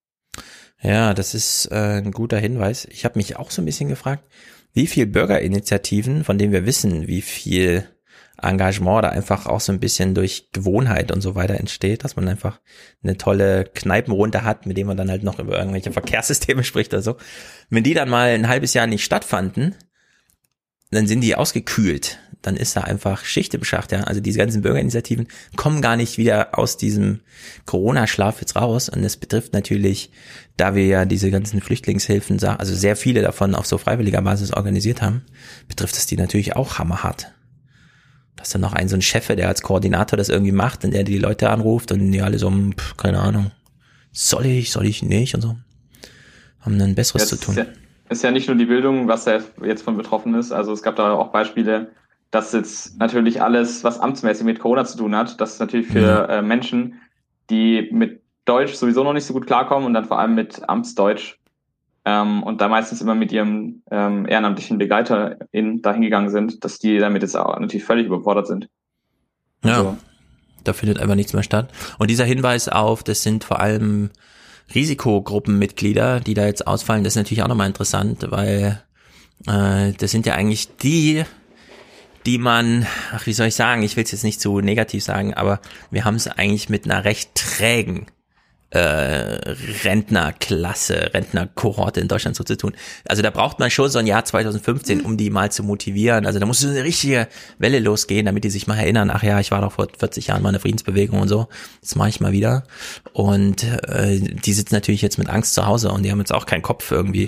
Ja, das ist äh, ein guter Hinweis. Ich habe mich auch so ein bisschen gefragt, wie viel Bürgerinitiativen, von denen wir wissen, wie viel Engagement da einfach auch so ein bisschen durch Gewohnheit und so weiter entsteht, dass man einfach eine tolle Kneipenrunde hat, mit dem man dann halt noch über irgendwelche Verkehrssysteme spricht oder so. Wenn die dann mal ein halbes Jahr nicht stattfanden, dann sind die ausgekühlt. Dann ist da einfach Schicht im Schacht, ja. Also diese ganzen Bürgerinitiativen kommen gar nicht wieder aus diesem Corona-Schlaf jetzt raus. Und das betrifft natürlich, da wir ja diese ganzen Flüchtlingshilfen, also sehr viele davon auf so freiwilliger Basis organisiert haben, betrifft es die natürlich auch hammerhart. Da ist dann noch ein so ein Chef, der als Koordinator das irgendwie macht und der die Leute anruft und die alle so, pff, keine Ahnung, soll ich, soll ich nicht und so. Haben dann Besseres Jetzt zu tun. Ist ja, ist ja nicht nur die Bildung, was da jetzt von betroffen ist. Also es gab da auch Beispiele, dass jetzt natürlich alles, was amtsmäßig mit Corona zu tun hat, das ist natürlich für äh, Menschen, die mit Deutsch sowieso noch nicht so gut klarkommen und dann vor allem mit Amtsdeutsch ähm, und da meistens immer mit ihrem ähm, ehrenamtlichen BegleiterInnen dahin gegangen sind, dass die damit jetzt auch natürlich völlig überfordert sind. Ja, also, da findet einfach nichts mehr statt. Und dieser Hinweis auf, das sind vor allem Risikogruppenmitglieder, die da jetzt ausfallen, das ist natürlich auch nochmal interessant, weil äh, das sind ja eigentlich die, die man, ach, wie soll ich sagen, ich will es jetzt nicht zu negativ sagen, aber wir haben es eigentlich mit einer recht trägen äh, Rentnerklasse, Rentnerkohorte in Deutschland so zu tun. Also da braucht man schon so ein Jahr zwanzig fünfzehn, um die mal zu motivieren. Also da muss so eine richtige Welle losgehen, damit die sich mal erinnern, ach ja, ich war doch vor vierzig Jahren mal in der Friedensbewegung und so. Das mache ich mal wieder. Und äh, die sitzen natürlich jetzt mit Angst zu Hause und die haben jetzt auch keinen Kopf irgendwie,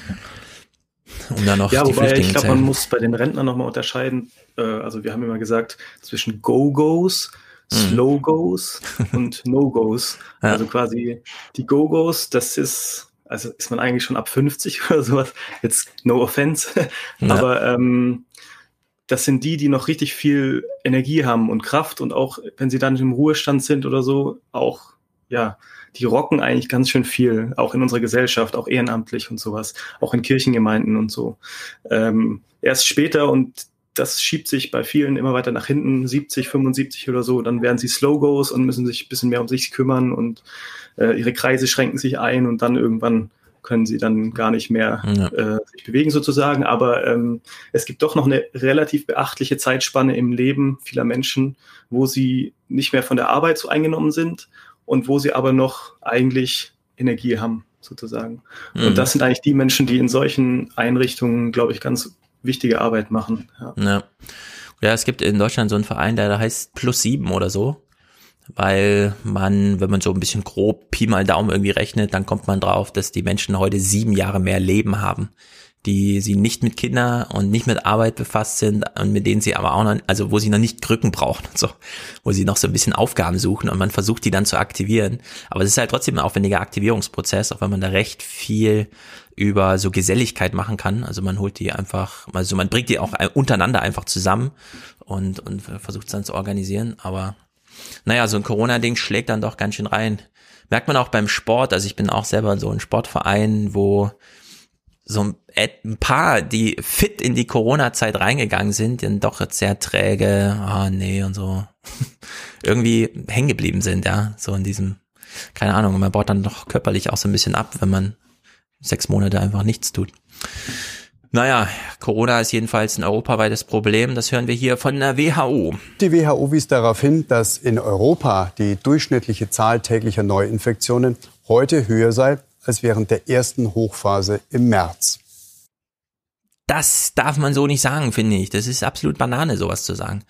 um da noch ja, die wobei Flüchtlinge ich zu glaube, man helfen. muss bei den Rentnern nochmal unterscheiden. Äh, also wir haben immer gesagt, zwischen Go-Go's, Slow-Go's und No-Go's. Ja. Also quasi die Go-Go's, das ist, also ist man eigentlich schon ab fünfzig oder sowas. Jetzt no offense. Ja. Aber ähm, das sind die, die noch richtig viel Energie haben und Kraft und auch, wenn sie dann im Ruhestand sind oder so, auch, ja, die rocken eigentlich ganz schön viel, auch in unserer Gesellschaft, auch ehrenamtlich und sowas, auch in Kirchengemeinden und so. Ähm, erst später, und das schiebt sich bei vielen immer weiter nach hinten, siebzig, fünfundsiebzig oder so, dann werden sie Slow-Go's und müssen sich ein bisschen mehr um sich kümmern und äh, ihre Kreise schränken sich ein und dann irgendwann können sie dann gar nicht mehr Ja. äh, sich bewegen sozusagen. Aber ähm, es gibt doch noch eine relativ beachtliche Zeitspanne im Leben vieler Menschen, wo sie nicht mehr von der Arbeit so eingenommen sind und wo sie aber noch eigentlich Energie haben sozusagen. Mhm. Und das sind eigentlich die Menschen, die in solchen Einrichtungen, glaube ich, ganz wichtige Arbeit machen. Ja. Ja. Ja, es gibt in Deutschland so einen Verein, der da heißt Plus sieben oder so, weil man, wenn man so ein bisschen grob Pi mal Daumen irgendwie rechnet, dann kommt man drauf, dass die Menschen heute sieben Jahre mehr Leben haben, die sie nicht mit Kindern und nicht mit Arbeit befasst sind und mit denen sie aber auch noch, also wo sie noch nicht Krücken brauchen und so, wo sie noch so ein bisschen Aufgaben suchen und man versucht, die dann zu aktivieren. Aber es ist halt trotzdem ein aufwendiger Aktivierungsprozess, auch wenn man da recht viel über so Geselligkeit machen kann. Also man holt die einfach, also man bringt die auch untereinander einfach zusammen und, und versucht es dann zu organisieren. Aber naja, so ein Corona-Ding schlägt dann doch ganz schön rein. Merkt man auch beim Sport. Also ich bin auch selber in so einem Sportverein, wo so ein paar, die fit in die Corona-Zeit reingegangen sind, dann doch jetzt sehr träge, ah nee und so irgendwie hängen geblieben sind, ja, so in diesem, keine Ahnung, man baut dann doch körperlich auch so ein bisschen ab, wenn man sechs Monate einfach nichts tut. Naja, Corona ist jedenfalls ein europaweites Problem, das hören wir hier von der W H O. Die W H O wies darauf hin, dass in Europa die durchschnittliche Zahl täglicher Neuinfektionen heute höher sei als während der ersten Hochphase im März. Das darf man so nicht sagen, finde ich. Das ist absolut Banane, sowas zu sagen.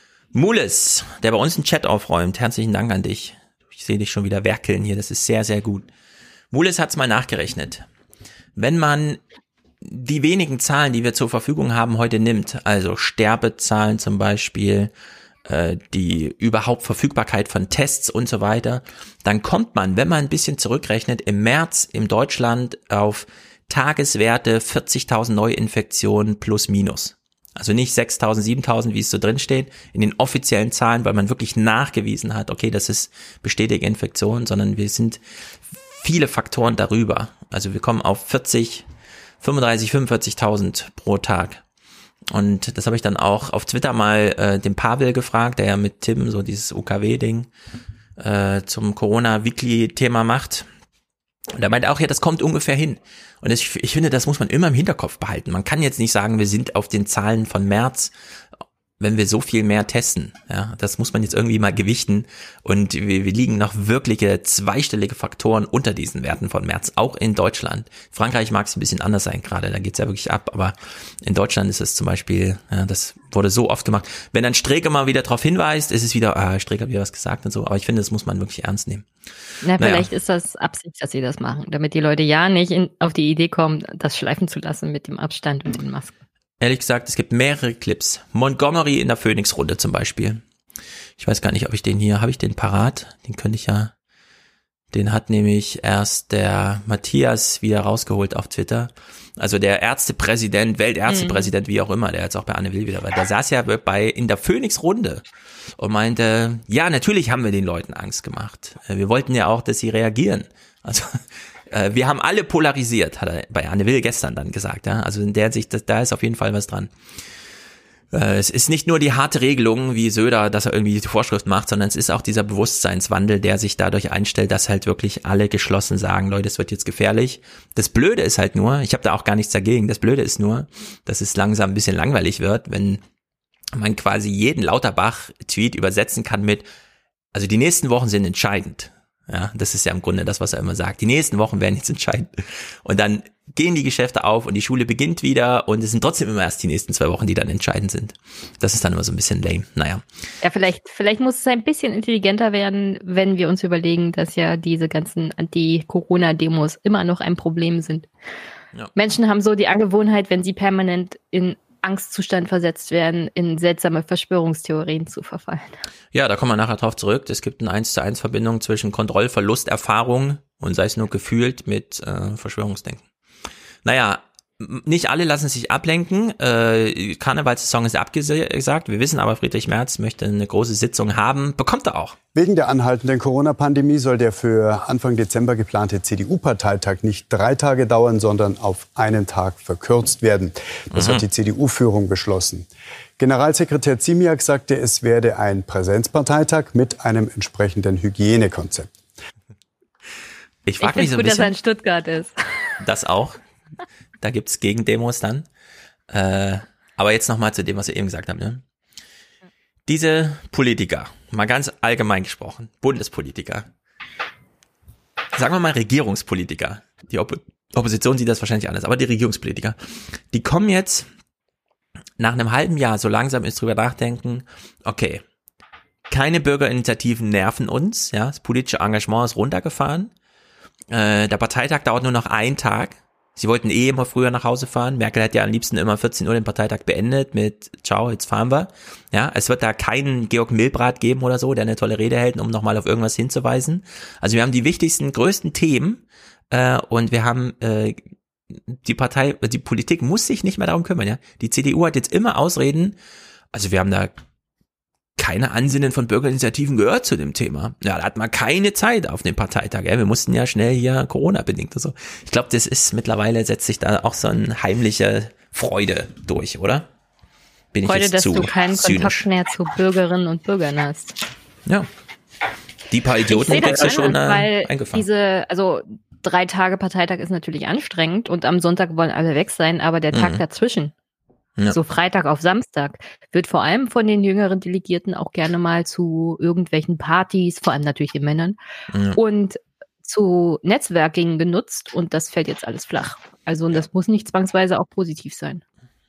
Mules, der bei uns einen Chat aufräumt, herzlichen Dank an dich. Ich sehe dich schon wieder werkeln hier, das ist sehr, sehr gut. Mules hat's mal nachgerechnet. Wenn man die wenigen Zahlen, die wir zur Verfügung haben, heute nimmt, also Sterbezahlen zum Beispiel, äh, die überhaupt Verfügbarkeit von Tests und so weiter, dann kommt man, wenn man ein bisschen zurückrechnet, im März in Deutschland auf Tageswerte vierzigtausend Neuinfektionen plus minus. Also nicht sechstausend, siebentausend, wie es so drin steht, in den offiziellen Zahlen, weil man wirklich nachgewiesen hat, okay, das ist bestätigte Infektion, sondern wir sind viele Faktoren darüber. Also wir kommen auf vierzig, fünfunddreißig, fünfundvierzigtausend pro Tag. Und das habe ich dann auch auf Twitter mal äh, dem Pavel gefragt, der ja mit Tim so dieses U K W-Ding äh, zum Corona-Weekly-Thema macht. Und er meinte auch, ja, das kommt ungefähr hin. Und das, ich finde, das muss man immer im Hinterkopf behalten. Man kann jetzt nicht sagen, wir sind auf den Zahlen von März, wenn wir so viel mehr testen. Ja, das muss man jetzt irgendwie mal gewichten. Und wir, wir liegen noch wirkliche zweistellige Faktoren unter diesen Werten von März, auch in Deutschland. Frankreich mag es ein bisschen anders sein gerade, da geht's ja wirklich ab. Aber in Deutschland ist es zum Beispiel, ja, das wurde so oft gemacht. Wenn dann Streecker mal wieder darauf hinweist, ist es wieder, ah, Streecker hat wieder was gesagt und so. Aber ich finde, das muss man wirklich ernst nehmen. Na, vielleicht naja. ist das Absicht, dass sie das machen, damit die Leute ja nicht in, auf die Idee kommen, das schleifen zu lassen mit dem Abstand und den Masken. Ehrlich gesagt, es gibt mehrere Clips. Montgomery in der Phoenix-Runde zum Beispiel. Ich weiß gar nicht, ob ich den hier, habe ich den parat? Den könnte ich ja, den hat nämlich erst der Matthias wieder rausgeholt auf Twitter. Also der Ärztepräsident, Weltärztepräsident, mhm. wie auch immer, der jetzt auch bei Anne Will wieder war. Der saß ja bei in der Phoenix-Runde und meinte, ja, natürlich haben wir den Leuten Angst gemacht. Wir wollten ja auch, dass sie reagieren. Also wir haben alle polarisiert, hat er bei Anne Will gestern dann gesagt. Ja? Also in der Sicht, da ist auf jeden Fall was dran. Es ist nicht nur die harte Regelung, wie Söder, dass er irgendwie die Vorschrift macht, sondern es ist auch dieser Bewusstseinswandel, der sich dadurch einstellt, dass halt wirklich alle geschlossen sagen, Leute, es wird jetzt gefährlich. Das Blöde ist halt nur, ich habe da auch gar nichts dagegen, das Blöde ist nur, dass es langsam ein bisschen langweilig wird, wenn man quasi jeden Lauterbach-Tweet übersetzen kann mit, also die nächsten Wochen sind entscheidend. Ja, das ist ja im Grunde das, was er immer sagt. Die nächsten Wochen werden jetzt entscheidend. Und dann gehen die Geschäfte auf und die Schule beginnt wieder und es sind trotzdem immer erst die nächsten zwei Wochen, die dann entscheidend sind. Das ist dann immer so ein bisschen lame. Naja. Ja, vielleicht, vielleicht muss es ein bisschen intelligenter werden, wenn wir uns überlegen, dass ja diese ganzen Anti-Corona-Demos immer noch ein Problem sind. Ja. Menschen haben so die Angewohnheit, wenn sie permanent in Angstzustand versetzt werden, in seltsame Verschwörungstheorien zu verfallen. Ja, da kommen wir nachher drauf zurück. Es gibt eine eins zu eins Verbindung zwischen Kontrollverlusterfahrung und sei es nur gefühlt mit äh, Verschwörungsdenken. Naja, nicht alle lassen sich ablenken. Äh, Karnevalssaison ist abgesagt. Wir wissen aber, Friedrich Merz möchte eine große Sitzung haben. Bekommt er auch. Wegen der anhaltenden Corona-Pandemie soll der für Anfang Dezember geplante C D U-Parteitag nicht drei Tage dauern, sondern auf einen Tag verkürzt werden. Das mhm. hat die C D U-Führung beschlossen. Generalsekretär Ziemiak sagte, es werde ein Präsenzparteitag mit einem entsprechenden Hygienekonzept. Ich frage mich so ein gut, bisschen, dass er in Stuttgart ist. Das auch. Da gibt's Gegendemos dann. Äh, aber jetzt nochmal zu dem, was ihr eben gesagt habt. Ne? Diese Politiker, mal ganz allgemein gesprochen, Bundespolitiker, sagen wir mal Regierungspolitiker, die Oppo- Opposition sieht das wahrscheinlich anders, aber die Regierungspolitiker, die kommen jetzt nach einem halben Jahr so langsam ins drüber nachdenken, okay, keine Bürgerinitiativen nerven uns, ja, das politische Engagement ist runtergefahren, äh, der Parteitag dauert nur noch einen Tag. Sie wollten eh immer früher nach Hause fahren. Merkel hat ja am liebsten immer vierzehn Uhr den Parteitag beendet mit Ciao, jetzt fahren wir. Ja, es wird da keinen Georg Milbrat geben oder so, der eine tolle Rede hält, um nochmal auf irgendwas hinzuweisen. Also wir haben die wichtigsten, größten Themen äh, und wir haben äh, die Partei, die Politik muss sich nicht mehr darum kümmern. Ja, die C D U hat jetzt immer Ausreden. Also wir haben da keine Ansinnen von Bürgerinitiativen gehört zu dem Thema. Ja, da hat man keine Zeit auf dem Parteitag. Ja, wir mussten ja schnell hier Corona-bedingt und so. Ich glaube, das ist mittlerweile, setzt sich da auch so eine heimliche Freude durch, oder? Bin Freude, ich jetzt dass zu du keinen zynisch? Kontakt mehr zu Bürgerinnen und Bürgern hast. Ja. Die paar Idioten kriegst du schon äh, eingefangen. Diese, also drei Tage Parteitag ist natürlich anstrengend und am Sonntag wollen alle weg sein, aber der Tag Mhm. dazwischen, Ja. so Freitag auf Samstag, wird vor allem von den jüngeren Delegierten auch gerne mal zu irgendwelchen Partys, vor allem natürlich den Männern, Ja. und zu Netzwerking genutzt und das fällt jetzt alles flach. Also und das muss nicht zwangsweise auch positiv sein.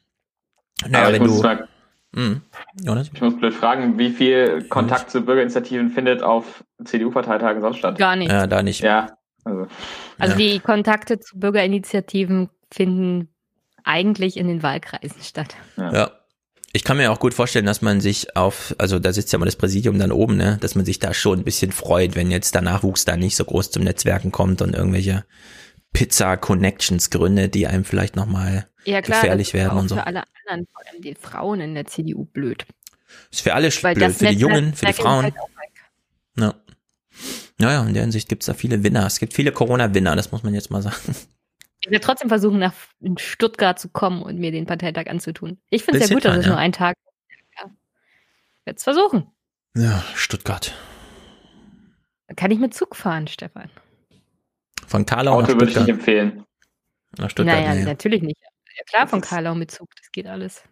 Naja, Aber ich wenn muss du. mal- Mhm. Jonas? Ich muss blöd fragen, wie viel Kontakt zu Bürgerinitiativen findet auf C D U-Parteitagen sonst statt? Gar nicht. Ja, da nicht. Ja, also. Also Ja. die Kontakte zu Bürgerinitiativen finden eigentlich in den Wahlkreisen statt. Ja. Ich kann mir auch gut vorstellen, dass man sich auf, also da sitzt ja mal das Präsidium dann oben, ne, dass man sich da schon ein bisschen freut, wenn jetzt der Nachwuchs da nicht so groß zum Netzwerken kommt und irgendwelche Pizza-Connections gründet, die einem vielleicht nochmal Ja klar, gefährlich das ist werden auch und so. für alle anderen, vor allem die Frauen in der C D U, blöd. Ist für alle Weil blöd, das für die Netzwerk- Jungen, für die Netzwerk ist Frauen. halt auch weg. Ja. Naja, in der Hinsicht gibt's da viele Winner. Es gibt viele Corona-Winner, das muss man jetzt mal sagen. Ich werde trotzdem versuchen, nach in Stuttgart zu kommen und mir den Parteitag anzutun. Ich finde es Willst ja gut, dass hinfahren, es ja? nur ein Tag ist. Ja. Werde es versuchen. Ja, Stuttgart. Dann kann ich mit Zug fahren, Stefan. Von Karlau nach Auto würde ich nicht Stuttgart. empfehlen. Nach Stuttgart, naja, nee. natürlich nicht. Ja klar, von Karlau mit Zug, das geht alles.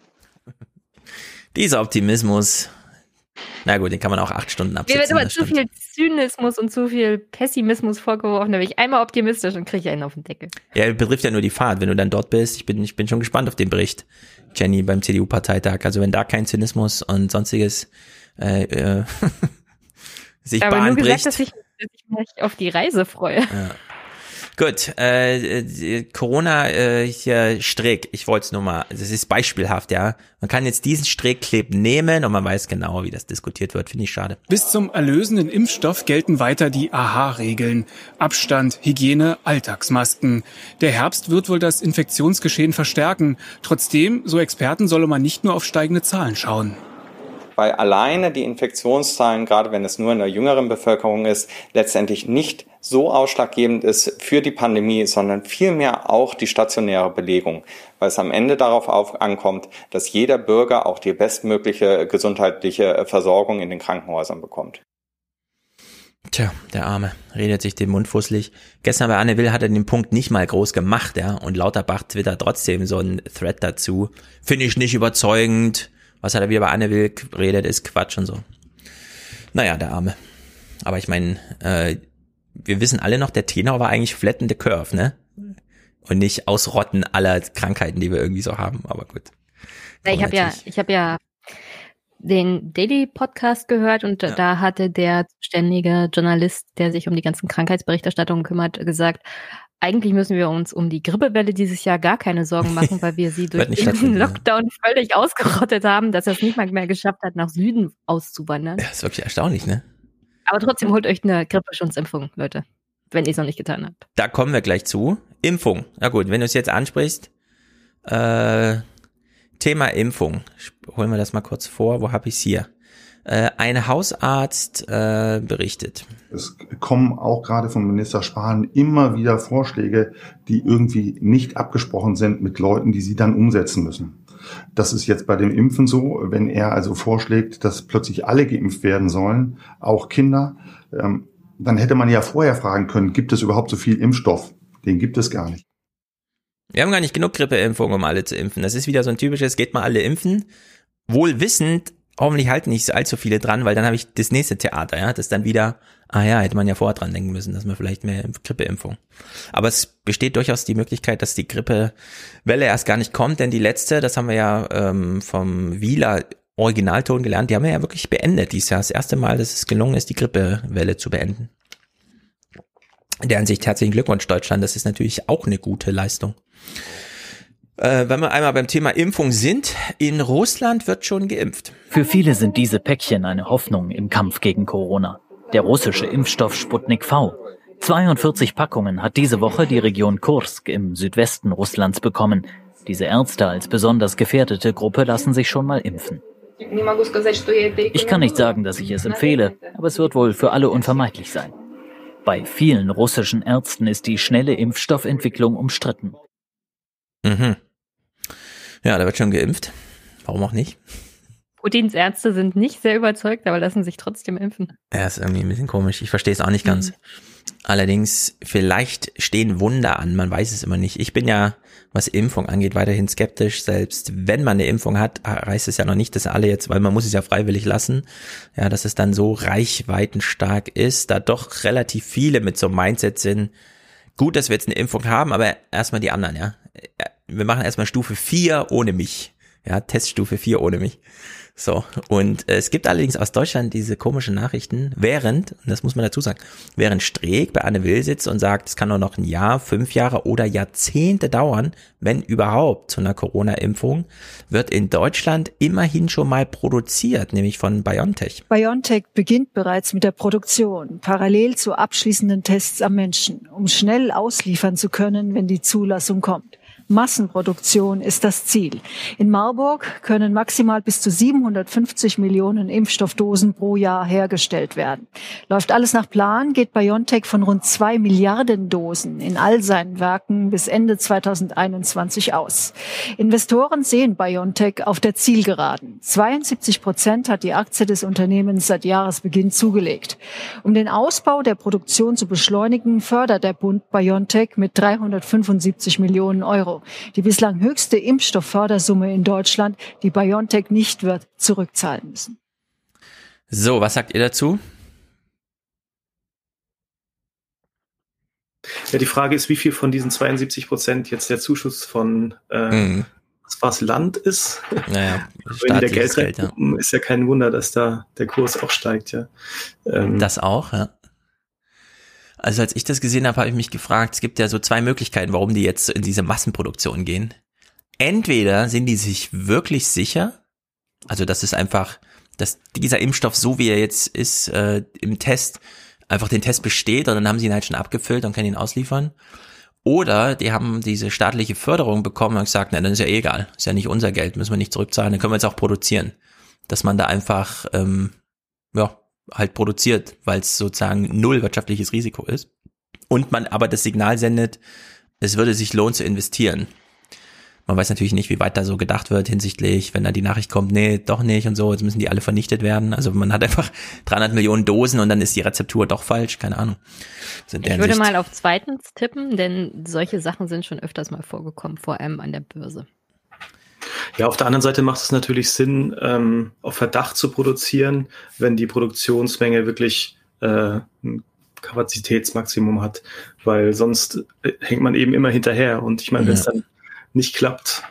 Dieser Optimismus. Na gut, den kann man auch acht Stunden Mir absitzen. wird immer das zu stimmt. viel Zynismus und zu viel Pessimismus vorgeworfen. Da bin ich einmal optimistisch und kriege ich einen auf den Deckel. Ja, betrifft ja nur die Fahrt, wenn du dann dort bist. Ich bin, ich bin schon gespannt auf den Bericht, Jenny, beim C D U-Parteitag. Also wenn da kein Zynismus und sonstiges äh, äh, sich Ich habe Bahn nur gesagt, bricht. dass ich, dass ich mich auf die Reise freue. Ja. Gut, äh, äh, Corona äh, hier Strick, ich wollte es nur mal, das ist beispielhaft, ja. Man kann jetzt diesen Strickclip nehmen und man weiß genau, wie das diskutiert wird, finde ich schade. Bis zum erlösenden Impfstoff gelten weiter die A H-Regeln. Abstand, Hygiene, Alltagsmasken. Der Herbst wird wohl das Infektionsgeschehen verstärken. Trotzdem, so Experten, solle man nicht nur auf steigende Zahlen schauen. Weil alleine die Infektionszahlen, gerade wenn es nur in der jüngeren Bevölkerung ist, letztendlich nicht so ausschlaggebend ist für die Pandemie, sondern vielmehr auch die stationäre Belegung, weil es am Ende darauf auf, ankommt, dass jeder Bürger auch die bestmögliche gesundheitliche Versorgung in den Krankenhäusern bekommt. Tja, der Arme redet sich den Mund fusselig. Gestern bei Anne Will hat er den Punkt nicht mal groß gemacht, ja, und Lauterbach twittert trotzdem so einen Thread dazu. Finde ich nicht überzeugend. Was er da wieder bei Anne Will redet, ist Quatsch und so. Naja, der Arme. Aber ich meine, äh, wir wissen alle noch, der Tenor war eigentlich flatten the curve, ne? Und nicht ausrotten aller Krankheiten, die wir irgendwie so haben, aber gut. Ja, ich habe ja, ich habe ja den Daily Podcast gehört und ja. da hatte der zuständige Journalist, der sich um die ganzen Krankheitsberichterstattungen kümmert, gesagt, eigentlich müssen wir uns um die Grippewelle dieses Jahr gar keine Sorgen machen, weil wir sie durch den Lockdown ja. völlig ausgerottet haben, dass er es nicht mal mehr geschafft hat, nach Süden auszuwandern. Ja, ist wirklich erstaunlich, ne? Aber trotzdem holt euch eine Grippeschutzimpfung, Leute, wenn ihr es noch nicht getan habt. Da kommen wir gleich zu. Impfung. Na gut, wenn du es jetzt ansprichst, äh, Thema Impfung. Holen wir das mal kurz vor. Wo habe ich es hier? Äh, ein Hausarzt äh, berichtet. Es kommen auch gerade von Minister Spahn immer wieder Vorschläge, die irgendwie nicht abgesprochen sind mit Leuten, die sie dann umsetzen müssen. Das ist jetzt bei dem Impfen so, wenn er also vorschlägt, dass plötzlich alle geimpft werden sollen, auch Kinder, ähm, dann hätte man ja vorher fragen können, gibt es überhaupt so viel Impfstoff? Den gibt es gar nicht. Wir haben gar nicht genug Grippeimpfung, um alle zu impfen. Das ist wieder so ein typisches, geht mal alle impfen, wohl wissend, hoffentlich halten nicht allzu viele dran, weil dann habe ich das nächste Theater, ja, das dann wieder, ah ja, hätte man ja vorher dran denken müssen, dass man vielleicht mehr Grippeimpfung. Aber es besteht durchaus die Möglichkeit, dass die Grippewelle erst gar nicht kommt, denn die letzte, das haben wir ja ähm, vom Wieler Originalton gelernt, die haben wir ja wirklich beendet dieses Jahr. Das erste Mal, dass es gelungen ist, die Grippewelle zu beenden. In der Hinsicht herzlichen Glückwunsch, Deutschland, das ist natürlich auch eine gute Leistung. Äh, wenn wir einmal beim Thema Impfung sind, in Russland wird schon geimpft. Für viele sind diese Päckchen eine Hoffnung im Kampf gegen Corona. Der russische Impfstoff Sputnik V. zweiundvierzig Packungen hat diese Woche die Region Kursk im Südwesten Russlands bekommen. Diese Ärzte als besonders gefährdete Gruppe lassen sich schon mal impfen. Ich kann nicht sagen, dass ich es empfehle, aber es wird wohl für alle unvermeidlich sein. Bei vielen russischen Ärzten ist die schnelle Impfstoffentwicklung umstritten. Mhm. Ja, da wird schon geimpft. Warum auch nicht? Putins Ärzte sind nicht sehr überzeugt, aber lassen sich trotzdem impfen. Ja, ist irgendwie ein bisschen komisch. Ich verstehe es auch nicht ganz. Mhm. Allerdings, vielleicht stehen Wunder an. Man weiß es immer nicht. Ich bin ja, was Impfung angeht, weiterhin skeptisch. Selbst wenn man eine Impfung hat, heißt es ja noch nicht, dass alle jetzt, weil man muss es ja freiwillig lassen, ja, dass es dann so reichweitenstark ist, da doch relativ viele mit so einem Mindset sind. Gut, dass wir jetzt eine Impfung haben, aber erstmal die anderen, ja. Wir machen erstmal Stufe vier ohne mich. Ja, Teststufe vier ohne mich. So, und äh, es gibt allerdings aus Deutschland diese komischen Nachrichten, während, und das muss man dazu sagen, während Streeck bei Anne Will sitzt und sagt, es kann nur noch ein Jahr, fünf Jahre oder Jahrzehnte dauern, wenn überhaupt, zu einer Corona-Impfung, wird in Deutschland immerhin schon mal produziert, nämlich von BioNTech. BioNTech beginnt bereits mit der Produktion, parallel zu abschließenden Tests am Menschen, um schnell ausliefern zu können, wenn die Zulassung kommt. Massenproduktion ist das Ziel. In Marburg können maximal bis zu siebenhundertfünfzig Millionen Impfstoffdosen pro Jahr hergestellt werden. Läuft alles nach Plan, geht BioNTech von rund zwei Milliarden Dosen in all seinen Werken bis Ende zweitausendeinundzwanzig aus. Investoren sehen BioNTech auf der Zielgeraden. zweiundsiebzig Prozent hat die Aktie des Unternehmens seit Jahresbeginn zugelegt. Um den Ausbau der Produktion zu beschleunigen, fördert der Bund BioNTech mit dreihundertfünfundsiebzig Millionen Euro. Die bislang höchste Impfstofffördersumme in Deutschland, die BioNTech nicht wird zurückzahlen müssen. So, was sagt ihr dazu? Ja, die Frage ist, wie viel von diesen zweiundsiebzig Prozent jetzt der Zuschuss von äh, mhm. was Land ist. Naja, wenn der Geld Geld, ja. Ist ja kein Wunder, dass da der Kurs auch steigt. Ja. Ähm, das auch, ja. Also als ich das gesehen habe, habe ich mich gefragt, es gibt ja so zwei Möglichkeiten, warum die jetzt in diese Massenproduktion gehen. Entweder sind die sich wirklich sicher, also das ist einfach, dass dieser Impfstoff, so wie er jetzt ist, äh, im Test, einfach den Test besteht und dann haben sie ihn halt schon abgefüllt und können ihn ausliefern. Oder die haben diese staatliche Förderung bekommen und gesagt, na, dann ist ja eh egal, ist ja nicht unser Geld, müssen wir nicht zurückzahlen, dann können wir jetzt auch produzieren. Dass man da einfach, ähm, ja, halt produziert, weil es sozusagen null wirtschaftliches Risiko ist. Und man aber das Signal sendet, es würde sich lohnen zu investieren. Man weiß natürlich nicht, wie weit da so gedacht wird hinsichtlich, wenn da die Nachricht kommt, nee, doch nicht und so, jetzt müssen die alle vernichtet werden. Also man hat einfach dreihundert Millionen Dosen und dann ist die Rezeptur doch falsch, keine Ahnung. Also ich würde mal auf zweitens tippen, denn solche Sachen sind schon öfters mal vorgekommen, vor allem an der Börse. Ja, auf der anderen Seite macht es natürlich Sinn, ähm, auf Verdacht zu produzieren, wenn die Produktionsmenge wirklich äh, ein Kapazitätsmaximum hat, weil sonst äh, hängt man eben immer hinterher. Und ich meine, wenn es Ja. dann nicht klappt,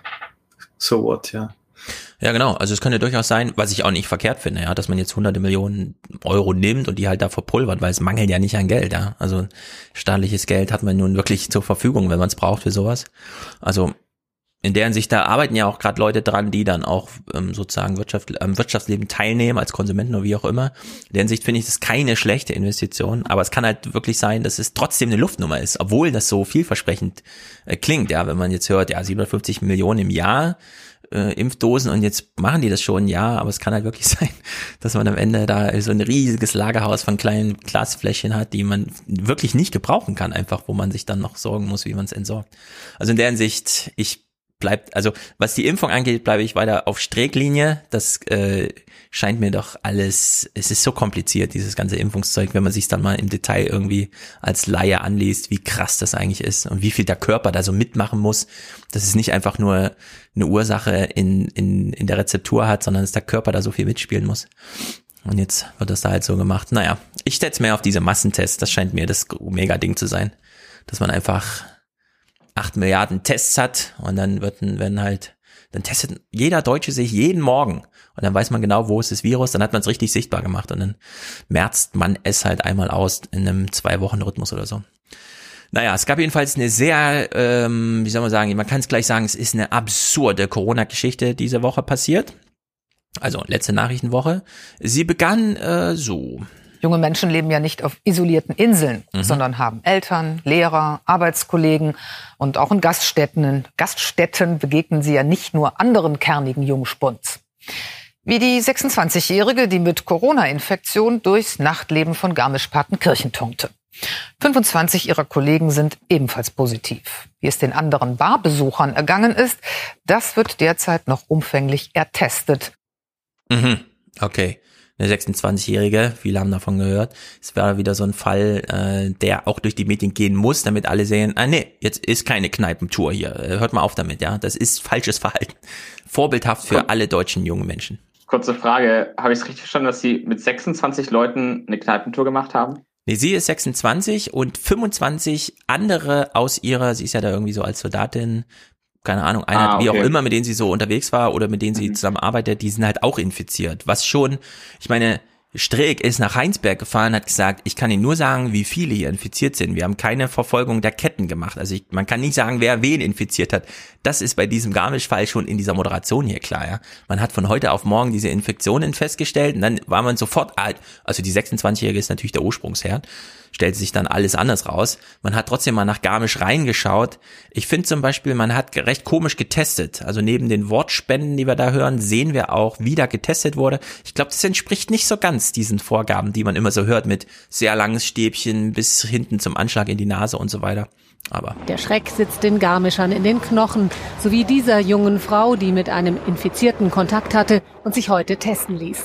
so what, ja. Ja, genau. Also es könnte durchaus sein, was ich auch nicht verkehrt finde, ja, dass man jetzt hunderte Millionen Euro nimmt und die halt da verpulvert, weil es mangelt ja nicht an Geld, ja. Also staatliches Geld hat man nun wirklich zur Verfügung, wenn man es braucht für sowas. Also in der Hinsicht, da arbeiten ja auch gerade Leute dran, die dann auch ähm, sozusagen Wirtschaft, am Wirtschaftsleben teilnehmen, als Konsumenten oder wie auch immer. In der Hinsicht finde ich das keine schlechte Investition, aber es kann halt wirklich sein, dass es trotzdem eine Luftnummer ist, obwohl das so vielversprechend äh, klingt, ja, wenn man jetzt hört, ja, siebenhundertfünfzig Millionen im Jahr äh, Impfdosen und jetzt machen die das schon, ja, aber es kann halt wirklich sein, dass man am Ende da so ein riesiges Lagerhaus von kleinen Glasfläschchen hat, die man wirklich nicht gebrauchen kann, einfach, wo man sich dann noch sorgen muss, wie man es entsorgt. Also in der Hinsicht, ich bleibt, also was die Impfung angeht, bleibe ich weiter auf Strecklinie. Das äh, scheint mir doch alles, es ist so kompliziert, dieses ganze Impfungszeug, wenn man sich dann mal im Detail irgendwie als Laie anliest, wie krass das eigentlich ist und wie viel der Körper da so mitmachen muss, dass es nicht einfach nur eine Ursache in, in, in der Rezeptur hat, sondern dass der Körper da so viel mitspielen muss. Und jetzt wird das da halt so gemacht. Naja, ich setze mehr auf diese Massentests, das scheint mir das Mega-Ding zu sein, dass man einfach acht Milliarden Tests hat und dann wird, werden halt, dann testet jeder Deutsche sich jeden Morgen und dann weiß man genau, wo ist das Virus, dann hat man es richtig sichtbar gemacht und dann merzt man es halt einmal aus in einem Zwei-Wochen-Rhythmus oder so. Naja, es gab jedenfalls eine sehr, ähm, wie soll man sagen, man kann es gleich sagen, es ist eine absurde Corona-Geschichte diese Woche passiert. Also letzte Nachrichtenwoche. Sie begann äh, so. Junge Menschen leben ja nicht auf isolierten Inseln, Mhm. sondern haben Eltern, Lehrer, Arbeitskollegen und auch in Gaststätten. In Gaststätten begegnen sie ja nicht nur anderen kernigen Jungspunds. Wie die sechsundzwanzigjährige, die mit Corona-Infektion durchs Nachtleben von Garmisch-Partenkirchen turmte. fünfundzwanzig ihrer Kollegen sind ebenfalls positiv. Wie es den anderen Barbesuchern ergangen ist, das wird derzeit noch umfänglich ertestet. Mhm. Okay. Eine sechsundzwanzigjährige, viele haben davon gehört. Es war wieder so ein Fall, äh, der auch durch die Medien gehen muss, damit alle sehen, ah nee, jetzt ist keine Kneipentour hier. Hört mal auf damit, ja. Das ist falsches Verhalten. Vorbildhaft für alle deutschen jungen Menschen. Kurze Frage, habe ich es richtig verstanden, dass Sie mit sechsundzwanzig Leuten eine Kneipentour gemacht haben? Nee, sie ist sechsundzwanzig und fünfundzwanzig andere aus ihrer, sie ist ja da irgendwie so als Soldatin, keine Ahnung, einer, Ah, wie auch okay. immer, mit denen sie so unterwegs war oder mit denen sie zusammenarbeitet, die sind halt auch infiziert. Was schon, ich meine, Streeck ist nach Heinsberg gefahren, hat gesagt, ich kann Ihnen nur sagen, wie viele hier infiziert sind. Wir haben keine Verfolgung der Ketten gemacht. Also ich, man kann nicht sagen, wer wen infiziert hat. Das ist bei diesem Garmisch-Fall schon in dieser Moderation hier klar. Ja? Man hat von heute auf morgen diese Infektionen festgestellt und dann war man sofort, also die sechsundzwanzigjährige ist natürlich der Ursprungsherd, stellte sich dann alles anders raus. Man hat trotzdem mal nach Garmisch reingeschaut. Ich finde zum Beispiel, man hat recht komisch getestet. Also neben den Wortspenden, die wir da hören, sehen wir auch, wie da getestet wurde. Ich glaube, das entspricht nicht so ganz diesen Vorgaben, die man immer so hört mit sehr langes Stäbchen bis hinten zum Anschlag in die Nase und so weiter. Aber Der Schreck sitzt den Garmischern in den Knochen, so wie dieser jungen Frau, die mit einem Infizierten Kontakt hatte und sich heute testen ließ.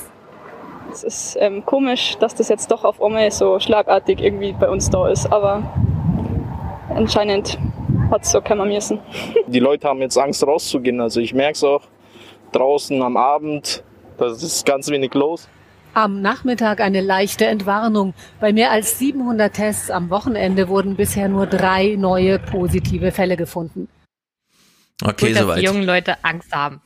Es ist ähm, komisch, dass das jetzt doch auf einmal so schlagartig irgendwie bei uns da ist, aber anscheinend hat es so kommen müssen. Die Leute haben jetzt Angst rauszugehen, also ich merke es auch draußen am Abend, da ist ganz wenig los. Am Nachmittag eine leichte Entwarnung. Bei mehr als siebenhundert Tests am Wochenende wurden bisher nur drei neue positive Fälle gefunden. okay, Gut, dass soweit. die jungen Leute Angst haben.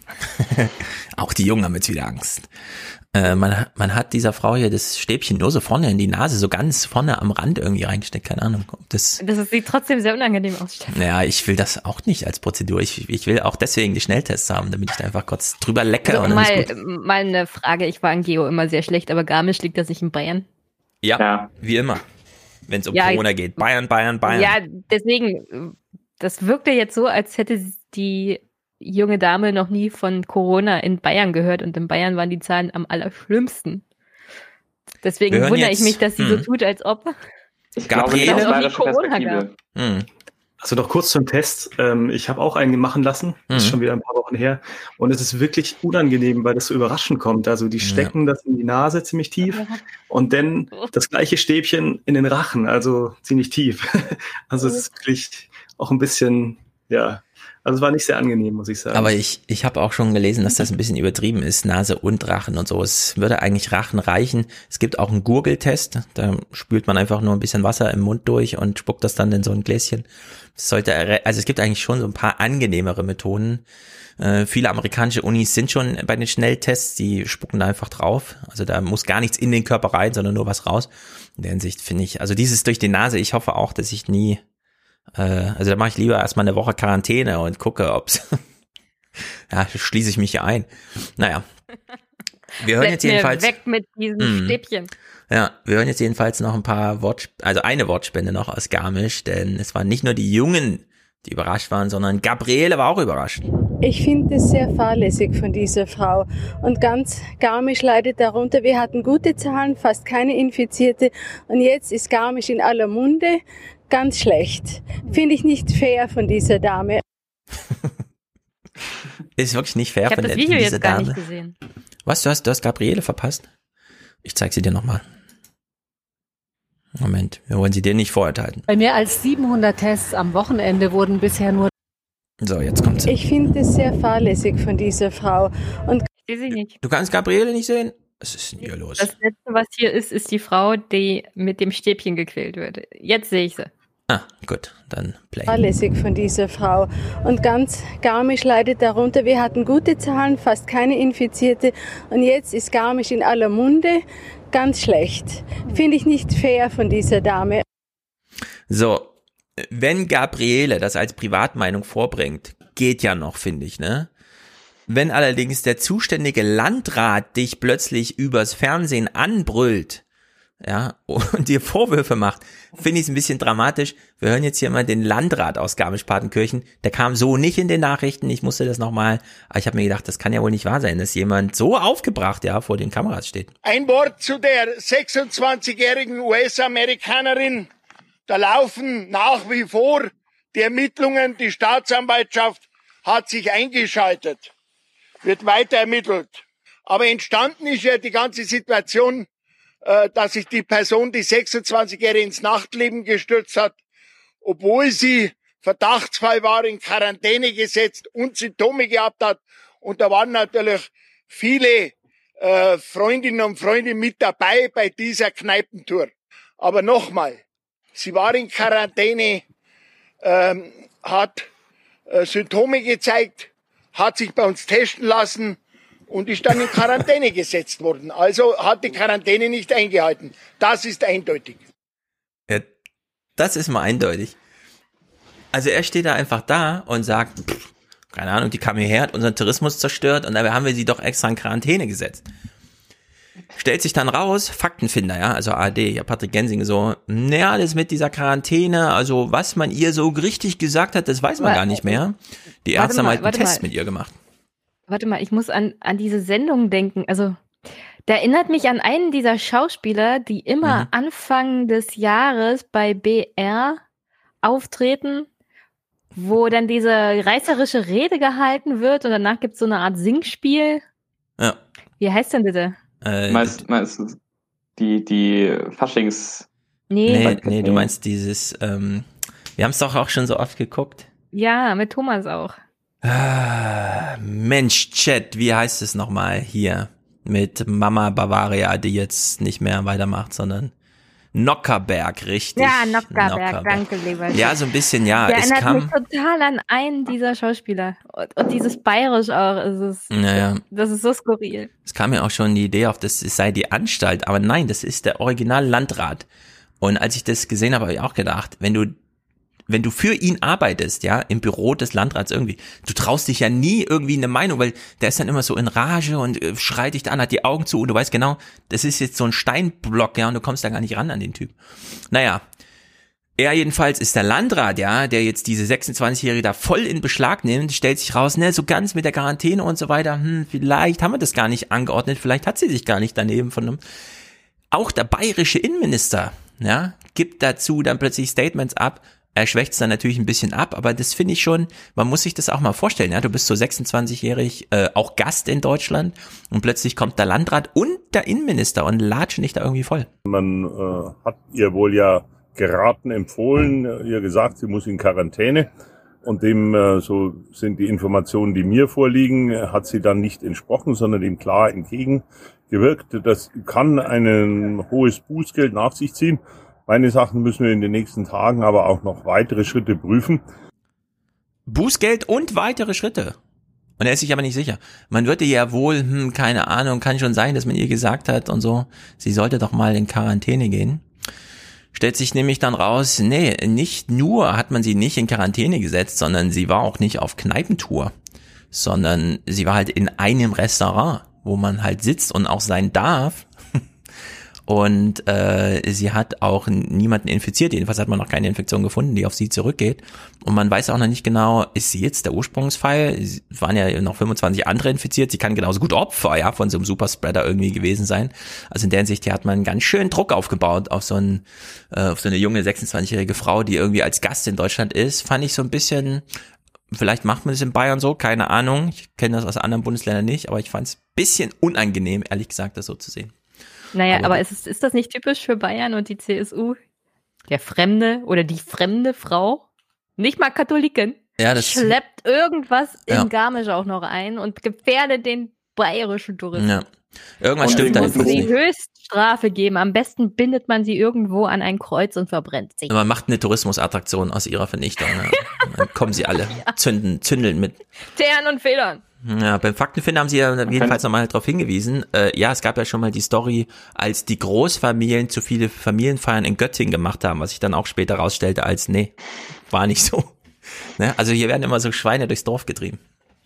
Auch die Jungen haben jetzt wieder Angst. Äh, man, man hat dieser Frau hier das Stäbchen nur so vorne in die Nase, so ganz vorne am Rand irgendwie reingesteckt. Keine Ahnung, ob das... Das sieht trotzdem sehr unangenehm aus, Stefan. Naja, ich will das auch nicht als Prozedur. Ich, ich will auch deswegen die Schnelltests haben, damit ich da einfach kurz drüber lecke. Also, und dann mal, ist gut. mal eine Frage, ich war in Geo immer sehr schlecht, aber Garmisch liegt das nicht in Bayern? Ja, wie immer, wenn es um Ja, Corona geht. Bayern, Bayern, Bayern. Ja, deswegen, das wirkte jetzt so, als hätte die junge Dame noch nie von Corona in Bayern gehört und in Bayern waren die Zahlen am allerschlimmsten. Deswegen Wir hören wundere jetzt- ich mich, dass sie so hm. tut, als ob Ich Gabriele? es noch nie Corona gab. Hm. Also noch kurz zum Test. Ähm, ich habe auch einen machen lassen. Das ist Mhm. schon wieder ein paar Wochen her. Und es ist wirklich unangenehm, weil das so überraschend kommt. Also die stecken das in die Nase ziemlich tief und dann das gleiche Stäbchen in den Rachen, also ziemlich tief. Also es ist wirklich auch ein bisschen, ja, Also es war nicht sehr angenehm, muss ich sagen. Aber ich, ich habe auch schon gelesen, dass das ein bisschen übertrieben ist, Nase und Rachen und so. Es würde eigentlich Rachen reichen. Es gibt auch einen Gurgeltest, da spült man einfach nur ein bisschen Wasser im Mund durch und spuckt das dann in so ein Gläschen. Das sollte, also es gibt eigentlich schon so ein paar angenehmere Methoden. Äh, viele amerikanische Unis sind schon bei den Schnelltests, die spucken da einfach drauf. Also da muss gar nichts in den Körper rein, sondern nur was raus. In der Hinsicht finde ich, also dieses durch die Nase, ich hoffe auch, dass ich nie, äh, also da mache ich lieber erstmal eine Woche Quarantäne und gucke, ob's, ja, schließe ich mich hier ein. Naja, wir hören jetzt jedenfalls. Weg mit diesen Stäbchen. Ja, wir hören jetzt jedenfalls noch ein paar Wort, also eine Wortspende noch aus Garmisch, denn es waren nicht nur die Jungen, die überrascht waren, sondern Gabriele war auch überrascht. Ich finde es sehr fahrlässig von dieser Frau und ganz Garmisch leidet darunter. Wir hatten gute Zahlen, fast keine Infizierte und jetzt ist Garmisch in aller Munde, ganz schlecht. Finde ich nicht fair von dieser Dame. Ist wirklich nicht fair ich von, das der, Video von dieser jetzt gar Dame. Nicht gesehen. Was, du hast, du hast Gabriele verpasst? Ich zeig sie dir nochmal. Moment, wir wollen sie dir nicht vorenthalten. Bei mehr als siebenhundert Tests am Wochenende wurden bisher nur... So, jetzt kommt's. Ich finde es sehr fahrlässig von dieser Frau. Und ich sehe sie nicht. Du kannst Gabriele nicht sehen? Was ist denn hier los? Das Letzte, was hier ist, ist die Frau, die mit dem Stäbchen gequält wird. Jetzt sehe ich sie. Ah, gut, dann play. Fahrlässig von dieser Frau. Und ganz Garmisch leidet darunter. Wir hatten gute Zahlen, fast keine Infizierte. Und jetzt ist Garmisch in aller Munde, ganz schlecht. Finde ich nicht fair von dieser Dame. So, wenn Gabriele das als Privatmeinung vorbringt, geht ja noch, finde ich, ne? Wenn allerdings der zuständige Landrat dich plötzlich übers Fernsehen anbrüllt, ja, und dir Vorwürfe macht, finde ich es ein bisschen dramatisch. Wir hören jetzt hier mal den Landrat aus Garmisch-Partenkirchen. Der kam so nicht in den Nachrichten. Ich musste das nochmal, aber ich habe mir gedacht, das kann ja wohl nicht wahr sein, dass jemand so aufgebracht, ja, vor den Kameras steht. Ein Wort zu der sechsundzwanzigjährigen U S-Amerikanerin. Da laufen nach wie vor die Ermittlungen. Die Staatsanwaltschaft hat sich eingeschaltet. Wird weiter ermittelt. Aber entstanden ist ja die ganze Situation, dass sich die Person, die sechsundzwanzigjährige, ins Nachtleben gestürzt hat, obwohl sie Verdachtsfall war, in Quarantäne gesetzt und Symptome gehabt hat. Und da waren natürlich viele äh, Freundinnen und Freunde mit dabei bei dieser Kneipentour. Aber nochmal, sie war in Quarantäne, ähm, hat äh, Symptome gezeigt, hat sich bei uns testen lassen und ist dann in Quarantäne gesetzt worden. Also hat die Quarantäne nicht eingehalten. Das ist eindeutig. Ja, das ist mal eindeutig. Also er steht da einfach da und sagt, pff, keine Ahnung, die kam hierher, hat unseren Tourismus zerstört und dabei haben wir sie doch extra in Quarantäne gesetzt. Stellt sich dann raus, Faktenfinder, ja, also A R D, ja, Patrick Gensing so, naja, das mit dieser Quarantäne, also was man ihr so richtig gesagt hat, das weiß man gar nicht mehr. Die Ärzte haben halt einen Test mit ihr gemacht. Warte mal, ich muss an, an diese Sendung denken. Also, der erinnert mich an einen dieser Schauspieler, die immer mhm. Anfang des Jahres bei B R auftreten, wo dann diese reißerische Rede gehalten wird und danach gibt es so eine Art Singspiel. Ja. Wie heißt denn bitte? Äh, meinst, meinst du die, die Faschings... Nee. Nee, nee, du meinst dieses, ähm, wir haben es doch auch schon so oft geguckt. Ja, mit Thomas auch. Ah, Mensch, Chat, wie heißt es nochmal hier mit Mama Bavaria, die jetzt nicht mehr weitermacht, sondern Nockerberg, richtig. Ja, Nockerberg, Nockerberg. Danke, lieber. Ja, so ein bisschen, ja. Der es erinnert kam, mich total an einen dieser Schauspieler. Und, und dieses Bayerisch auch. Es ist, naja. Das ist so skurril. Es kam mir auch schon die Idee auf, das sei die Anstalt, aber nein, das ist der Original-Landrat. Und als ich das gesehen habe, habe ich auch gedacht, wenn du wenn du für ihn arbeitest, ja, im Büro des Landrats irgendwie, du traust dich ja nie irgendwie eine Meinung, weil der ist dann immer so in Rage und äh, schreit dich da an, hat die Augen zu und du weißt genau, das ist jetzt so ein Steinblock, ja, und du kommst da gar nicht ran an den Typ. Naja, er jedenfalls ist der Landrat, ja, der jetzt diese sechsundzwanzigjährige da voll in Beschlag nimmt, stellt sich raus, ne, so ganz mit der Quarantäne und so weiter, hm, vielleicht haben wir das gar nicht angeordnet, vielleicht hat sie sich gar nicht daneben von einem. Auch der bayerische Innenminister, ja, gibt dazu dann plötzlich Statements ab. Er schwächt es dann natürlich ein bisschen ab, aber das finde ich schon, man muss sich das auch mal vorstellen, ja, du bist so sechsundzwanzigjährig, äh, auch Gast in Deutschland und plötzlich kommt der Landrat und der Innenminister und latschen dich da irgendwie voll. Man äh, hat ihr wohl ja geraten, empfohlen, ihr gesagt, sie muss in Quarantäne. Und dem, äh, so sind die Informationen, die mir vorliegen, hat sie dann nicht entsprochen, sondern dem klar entgegengewirkt. Das kann ein hohes Bußgeld nach sich ziehen. Meine Sachen müssen wir in den nächsten Tagen aber auch noch weitere Schritte prüfen. Bußgeld und weitere Schritte. Und er ist sich aber nicht sicher. Man würde ja wohl, hm, keine Ahnung, kann schon sein, dass man ihr gesagt hat und so, sie sollte doch mal in Quarantäne gehen. Stellt sich nämlich dann raus, nee, nicht nur hat man sie nicht in Quarantäne gesetzt, sondern sie war auch nicht auf Kneipentour, sondern sie war halt in einem Restaurant, wo man halt sitzt und auch sein darf. Und äh, sie hat auch niemanden infiziert. Jedenfalls hat man noch keine Infektion gefunden, die auf sie zurückgeht. Und man weiß auch noch nicht genau, ist sie jetzt der Ursprungsfall? Es waren ja noch fünfundzwanzig andere infiziert. Sie kann genauso gut Opfer ja von so einem Superspreader irgendwie gewesen sein. Also in der Hinsicht, hier hat man ganz schön Druck aufgebaut auf so, ein, äh, auf so eine junge sechsundzwanzigjährige Frau, die irgendwie als Gast in Deutschland ist. Fand ich so ein bisschen, vielleicht macht man das in Bayern so, keine Ahnung. Ich kenne das aus anderen Bundesländern nicht, aber ich fand es ein bisschen unangenehm, ehrlich gesagt, das so zu sehen. Naja, aber, aber ist, es, ist das nicht typisch für Bayern und die C S U? Der Fremde oder die fremde Frau, nicht mal Katholiken, ja, das schleppt irgendwas ja. in Garmisch auch noch ein und gefährdet den bayerischen Touristen. Ja. Irgendwas und stimmt da muss nicht. die Höchststrafe geben. Am besten bindet man sie irgendwo an ein Kreuz und verbrennt sie. Man macht eine Tourismusattraktion aus ihrer Vernichtung. Ja. Dann kommen sie alle, zünden, zündeln mit Teeren und Federn. Ja, beim Faktenfinder haben sie ja jedenfalls nochmal darauf hingewiesen. Äh, ja, es gab ja schon mal die Story, als die Großfamilien zu viele Familienfeiern in Göttingen gemacht haben, was sich dann auch später rausstellte als, nee, war nicht so. Ne? Also hier werden immer so Schweine durchs Dorf getrieben.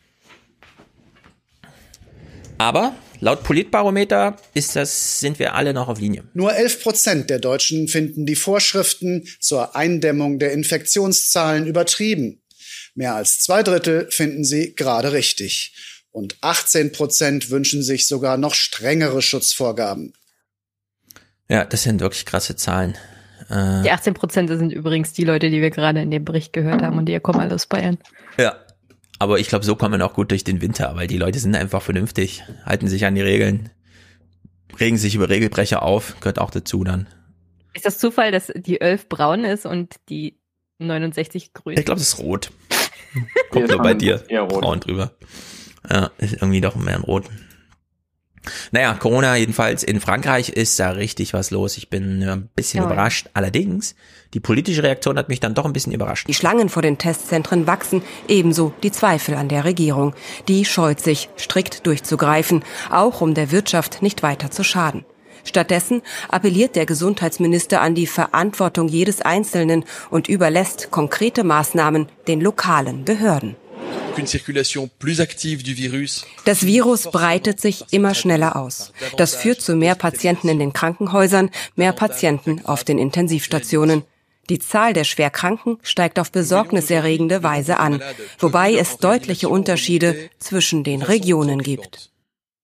Aber laut Politbarometer ist das, sind wir alle noch auf Linie. Nur elf Prozent der Deutschen finden die Vorschriften zur Eindämmung der Infektionszahlen übertrieben. Mehr als zwei Drittel finden sie gerade richtig. Und achtzehn Prozent wünschen sich sogar noch strengere Schutzvorgaben. Ja, das sind wirklich krasse Zahlen. Äh, Die achtzehn Prozent sind übrigens die Leute, die wir gerade in dem Bericht gehört haben und die kommen alle aus Bayern. Ja, aber ich glaube, so kommen wir auch gut durch den Winter, weil die Leute sind einfach vernünftig, halten sich an die Regeln, regen sich über Regelbrecher auf, gehört auch dazu dann. Ist das Zufall, dass die elf braun ist und die neunundsechzig grün? Ich glaube, es ist rot. Kommt nur bei dir braun drüber. Ja, ist irgendwie doch mehr ein Rot. Naja, Corona jedenfalls in Frankreich ist da richtig was los. Ich bin ein bisschen ja. überrascht. Allerdings, die politische Reaktion hat mich dann doch ein bisschen überrascht. Die Schlangen vor den Testzentren wachsen, ebenso die Zweifel an der Regierung. Die scheut sich, strikt durchzugreifen, auch um der Wirtschaft nicht weiter zu schaden. Stattdessen appelliert der Gesundheitsminister an die Verantwortung jedes Einzelnen und überlässt konkrete Maßnahmen den lokalen Behörden. Das Virus breitet sich immer schneller aus. Das führt zu mehr Patienten in den Krankenhäusern, mehr Patienten auf den Intensivstationen. Die Zahl der Schwerkranken steigt auf besorgniserregende Weise an, wobei es deutliche Unterschiede zwischen den Regionen gibt.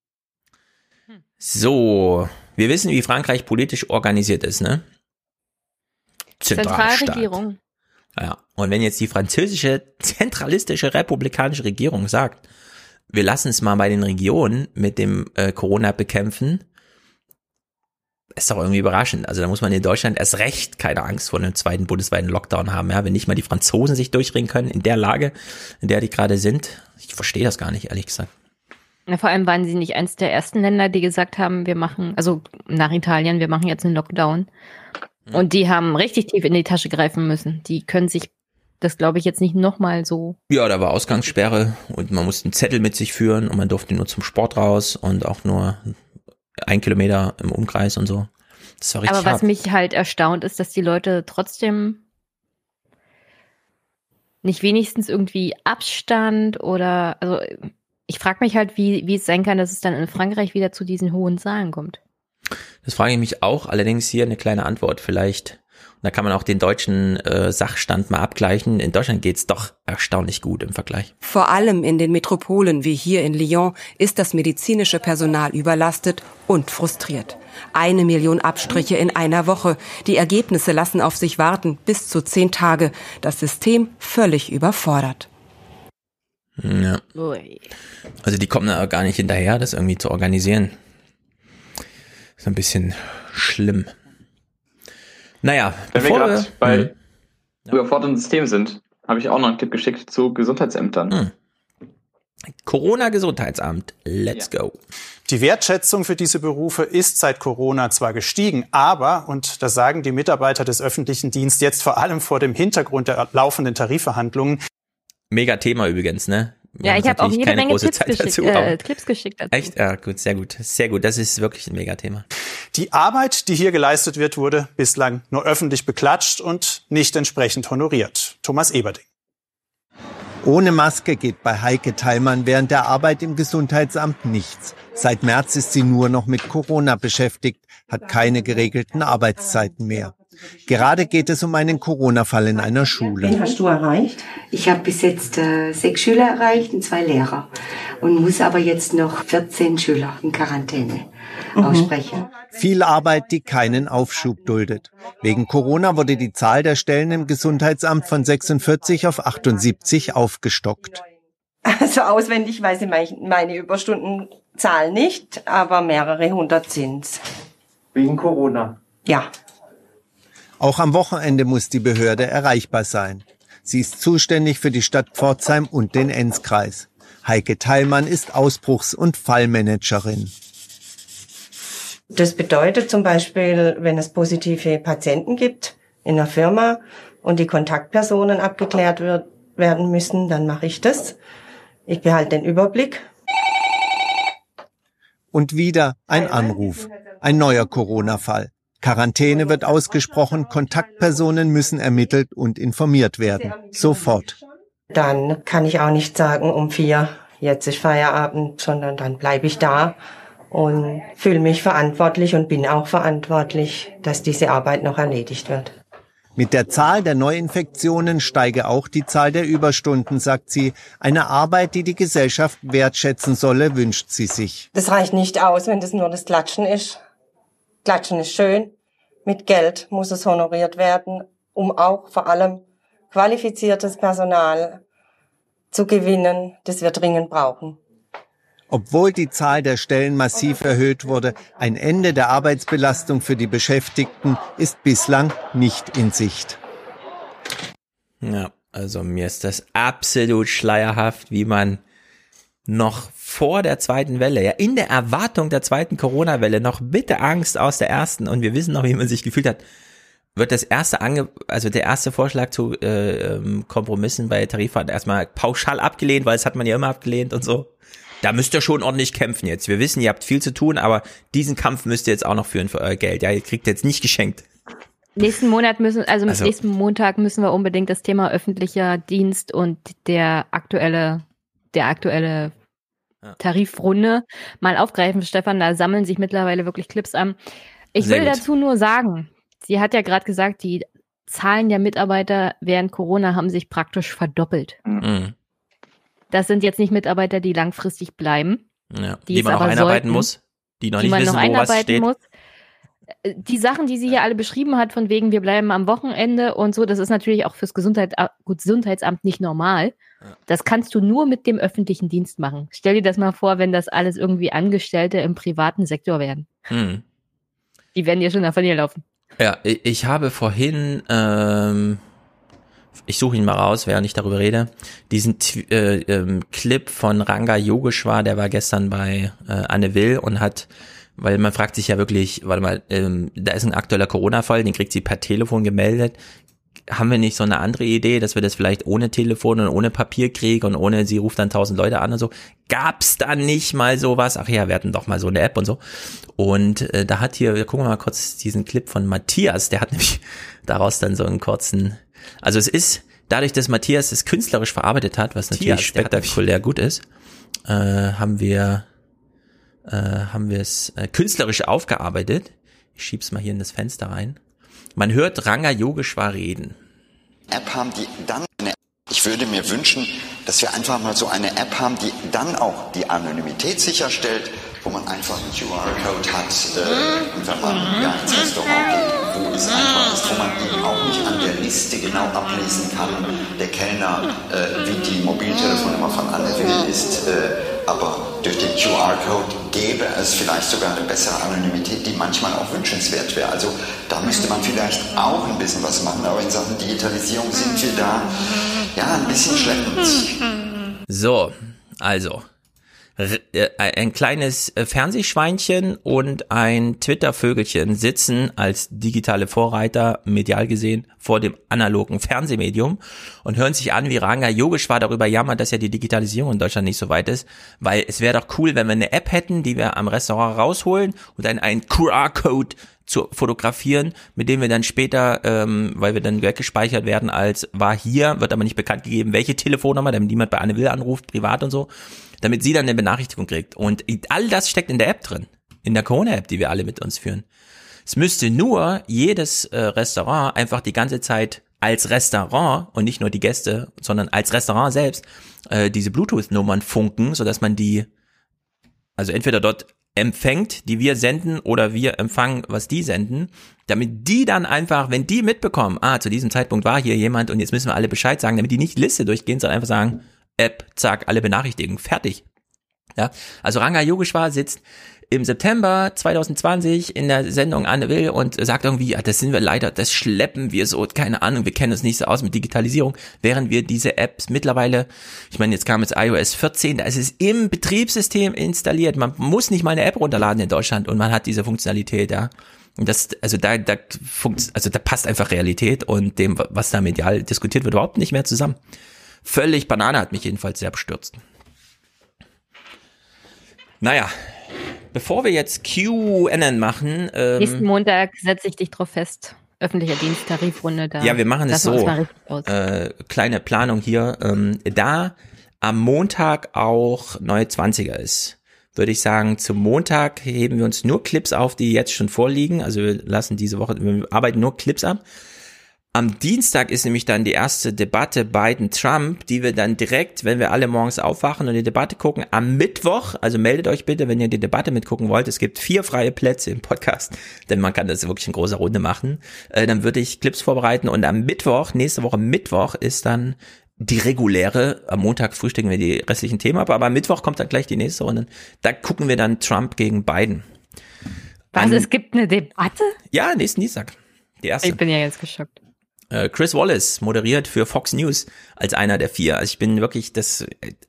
So, wir wissen, wie Frankreich politisch organisiert ist, ne? Zentralregierung. Ja, und wenn jetzt die französische zentralistische republikanische Regierung sagt, wir lassen es mal bei den Regionen mit dem äh, Corona bekämpfen, ist doch irgendwie überraschend. Also da muss man in Deutschland erst recht keine Angst vor einem zweiten bundesweiten Lockdown haben, ja, wenn nicht mal die Franzosen sich durchringen können in der Lage, in der die gerade sind. Ich verstehe das gar nicht, ehrlich gesagt. Ja, vor allem waren sie nicht eins der ersten Länder, die gesagt haben, wir machen, also nach Italien, wir machen jetzt einen Lockdown. Hm. Und die haben richtig tief in die Tasche greifen müssen. Die können sich das, glaube ich, jetzt nicht nochmal so. Ja, da war Ausgangssperre und man musste einen Zettel mit sich führen und man durfte nur zum Sport raus und auch nur ein Kilometer im Umkreis und so. Das war richtig Aber was hart. mich halt erstaunt ist, dass die Leute trotzdem nicht wenigstens irgendwie Abstand oder, also ich frage mich halt, wie, wie es sein kann, dass es dann in Frankreich wieder zu diesen hohen Zahlen kommt. Das frage ich mich auch, allerdings hier eine kleine Antwort vielleicht. Und da kann man auch den deutschen äh, Sachstand mal abgleichen. In Deutschland geht's doch erstaunlich gut im Vergleich. Vor allem in den Metropolen wie hier in Lyon ist das medizinische Personal überlastet und frustriert. Eine Million Abstriche in einer Woche. Die Ergebnisse lassen auf sich warten, bis zu zehn Tage. Das System völlig überfordert. Ja. Also die kommen da gar nicht hinterher, das irgendwie zu organisieren. Ist ein bisschen schlimm. Naja, wenn wir gerade wir, bei hm. überfordernden Systemen sind, habe ich auch noch einen Tipp geschickt zu Gesundheitsämtern. Hm. Corona-Gesundheitsamt, let's go. Die Wertschätzung für diese Berufe ist seit Corona zwar gestiegen, aber, und das sagen die Mitarbeiter des öffentlichen Dienstes jetzt vor allem vor dem Hintergrund der laufenden Tarifverhandlungen. Mega Thema übrigens, ne? Wir ja, ich habe auch jede Menge Tipps geschickt, dazu, äh, Clips geschickt dazu. Echt? Ja, gut, sehr gut. Sehr gut, das ist wirklich ein Megathema. Die Arbeit, die hier geleistet wird, wurde bislang nur öffentlich beklatscht und nicht entsprechend honoriert. Thomas Eberding. Ohne Maske geht bei Heike Theilmann während der Arbeit im Gesundheitsamt nichts. Seit März ist sie nur noch mit Corona beschäftigt, hat keine geregelten Arbeitszeiten mehr. Gerade geht es um einen Corona-Fall in einer Schule. Wen hast du erreicht? Ich habe bis jetzt äh, sechs Schüler erreicht und zwei Lehrer und muss aber jetzt noch vierzehn Schüler in Quarantäne mhm. aussprechen. Viel Arbeit, die keinen Aufschub duldet. Wegen Corona wurde die Zahl der Stellen im Gesundheitsamt von sechsundvierzig auf achtundsiebzig aufgestockt. Also auswendig weiß ich meine Überstundenzahl nicht, aber mehrere hundert sind's. Wegen Corona? Ja. Auch am Wochenende muss die Behörde erreichbar sein. Sie ist zuständig für die Stadt Pforzheim und den Enzkreis. Heike Theilmann ist Ausbruchs- und Fallmanagerin. Das bedeutet zum Beispiel, wenn es positive Patienten gibt in der Firma und die Kontaktpersonen abgeklärt wird, werden müssen, dann mache ich das. Ich behalte den Überblick. Und wieder ein Anruf, ein neuer Corona-Fall. Quarantäne wird ausgesprochen, Kontaktpersonen müssen ermittelt und informiert werden. Sofort. Dann kann ich auch nicht sagen, um vier, jetzt ist Feierabend, sondern dann bleibe ich da und fühle mich verantwortlich und bin auch verantwortlich, dass diese Arbeit noch erledigt wird. Mit der Zahl der Neuinfektionen steige auch die Zahl der Überstunden, sagt sie. Eine Arbeit, die die Gesellschaft wertschätzen solle, wünscht sie sich. Das reicht nicht aus, wenn das nur das Klatschen ist. Klatschen ist schön. Mit Geld muss es honoriert werden, um auch vor allem qualifiziertes Personal zu gewinnen, das wir dringend brauchen. Obwohl die Zahl der Stellen massiv erhöht wurde, ein Ende der Arbeitsbelastung für die Beschäftigten ist bislang nicht in Sicht. Ja, also mir ist das absolut schleierhaft, wie man noch vor der zweiten Welle, ja in der Erwartung der zweiten Corona-Welle, noch bitte Angst aus der ersten, und wir wissen noch, wie man sich gefühlt hat, wird das erste Ange also der erste Vorschlag zu äh, Kompromissen bei Tarifverhandlungen erstmal pauschal abgelehnt, weil das hat man ja immer abgelehnt und so. Da müsst ihr schon ordentlich kämpfen jetzt. Wir wissen, ihr habt viel zu tun, aber diesen Kampf müsst ihr jetzt auch noch führen für euer Geld. Ja, ihr kriegt jetzt nicht geschenkt. Nächsten Monat müssen, also, Also- nächsten Montag müssen wir unbedingt das Thema öffentlicher Dienst und der aktuelle, der aktuelle Tarifrunde mal aufgreifen, Stefan. Da sammeln sich mittlerweile wirklich Clips an. Ich Sehr will gut. dazu nur sagen, sie hat ja gerade gesagt, die Zahlen der Mitarbeiter während Corona haben sich praktisch verdoppelt. Mhm. Das sind jetzt nicht Mitarbeiter, die langfristig bleiben. Ja, Die die, es man noch aber einarbeiten sollten, muss, die noch die nicht man wissen, noch wo was einarbeiten steht. muss. Äh, Die Sachen, die sie hier alle beschrieben hat, von wegen, wir bleiben am Wochenende und so, das ist natürlich auch fürs Gesundheit, Gesundheitsamt nicht normal. Das kannst du nur mit dem öffentlichen Dienst machen. Stell dir das mal vor, wenn das alles irgendwie Angestellte im privaten Sektor wären. Hm. Die werden dir schon davon hier laufen. Ja, ich ich habe vorhin, ähm, ich suche ihn mal raus, während ich darüber rede, diesen Tw- äh, ähm, Clip von Ranga Yogeshwar, der war gestern bei äh, Anne Will und hat, weil man fragt sich ja wirklich, warte mal, ähm, da ist ein aktueller Corona-Fall, den kriegt sie per Telefon gemeldet. Haben wir nicht so eine andere Idee, dass wir das vielleicht ohne Telefon und ohne Papier kriegen und ohne, sie ruft dann tausend Leute an und so? Gab's da nicht mal sowas? Ach ja, wir hatten doch mal so eine App und so. Und äh, da hat hier, wir gucken mal kurz diesen Clip von Matthias, der hat nämlich daraus dann so einen kurzen, also es ist, dadurch, dass Matthias es künstlerisch verarbeitet hat, was natürlich Matthias, der hat spektakulär gut ist, äh, haben wir, äh, haben wir es äh, künstlerisch aufgearbeitet. Ich schieb's mal hier in das Fenster rein. Man hört Ranga Yogeshwar reden. App haben, die dann eine, ich würde mir wünschen, dass wir einfach mal so eine App haben, die dann auch die Anonymität sicherstellt, wo man einfach einen Q R-Code hat, äh, und wenn man ja, ins Restaurant geht, wo es einfach ist, wo man eben auch nicht an der Liste genau ablesen kann, der Kellner, äh, wie die Mobiltelefonnummer von Anne Will ist, äh, aber durch den Q R-Code gäbe es vielleicht sogar eine bessere Anonymität, die manchmal auch wünschenswert wäre. Also da müsste man vielleicht auch ein bisschen was machen, aber in Sachen Digitalisierung sind wir da ja ein bisschen schleppend. So, also ein kleines Fernsehschweinchen und ein Twitter-Vögelchen sitzen als digitale Vorreiter, medial gesehen, vor dem analogen Fernsehmedium und hören sich an, wie Ranga Yogeshwar darüber jammert, dass ja die Digitalisierung in Deutschland nicht so weit ist, weil es wäre doch cool, wenn wir eine App hätten, die wir am Restaurant rausholen und dann einen Q R-Code zu fotografieren, mit dem wir dann später, ähm, weil wir dann weggespeichert werden als war hier, wird aber nicht bekannt gegeben, welche Telefonnummer, damit niemand bei Anne Will anruft, privat und so, damit sie dann eine Benachrichtigung kriegt. Und all das steckt in der App drin, in der Corona-App, die wir alle mit uns führen. Es müsste nur jedes äh, Restaurant einfach die ganze Zeit als Restaurant und nicht nur die Gäste, sondern als Restaurant selbst äh, diese Bluetooth-Nummern funken, sodass man die, also entweder dort empfängt, die wir senden, oder wir empfangen, was die senden, damit die dann einfach, wenn die mitbekommen, ah, zu diesem Zeitpunkt war hier jemand und jetzt müssen wir alle Bescheid sagen, damit die nicht Liste durchgehen, sondern einfach sagen, App, zack, alle Benachrichtigungen, fertig. Ja, also Ranga Yogeshwar sitzt im September zwanzig zwanzig in der Sendung Anne Will und sagt irgendwie, ja, das sind wir leider, das schleppen wir so, keine Ahnung, wir kennen uns nicht so aus mit Digitalisierung, während wir diese Apps mittlerweile, ich meine, jetzt kam jetzt i O S vierzehn, da ist es im Betriebssystem installiert, man muss nicht mal eine App runterladen in Deutschland und man hat diese Funktionalität, ja. Und das, also da, da funkt, also da passt einfach Realität und dem, was da medial diskutiert wird, überhaupt nicht mehr zusammen. Völlig Banane, hat mich jedenfalls sehr bestürzt. Naja, bevor wir jetzt Q and A machen. Ähm, Nächsten Montag setze ich dich drauf fest. Öffentlicher Dienst, Tarifrunde. Da ja, wir machen es so. Äh, kleine Planung hier. Ähm, da am Montag auch neue zwanziger ist, würde ich sagen, zum Montag heben wir uns nur Clips auf, die jetzt schon vorliegen. Also wir lassen diese Woche, wir arbeiten nur Clips ab. Am Dienstag ist nämlich dann die erste Debatte Biden-Trump, die wir dann direkt, wenn wir alle morgens aufwachen und die Debatte gucken, am Mittwoch, also meldet euch bitte, wenn ihr die Debatte mitgucken wollt, es gibt vier freie Plätze im Podcast, denn man kann das wirklich in großer Runde machen, äh, dann würde ich Clips vorbereiten und am Mittwoch, nächste Woche Mittwoch ist dann die reguläre, am Montag frühstücken wir die restlichen Themen ab, aber am Mittwoch kommt dann gleich die nächste Runde, da gucken wir dann Trump gegen Biden. Was, an, es gibt eine Debatte? Ja, nächsten Dienstag, die erste. Ich bin ja jetzt geschockt. Chris Wallace moderiert für Fox News als einer der vier. Also ich bin wirklich, das,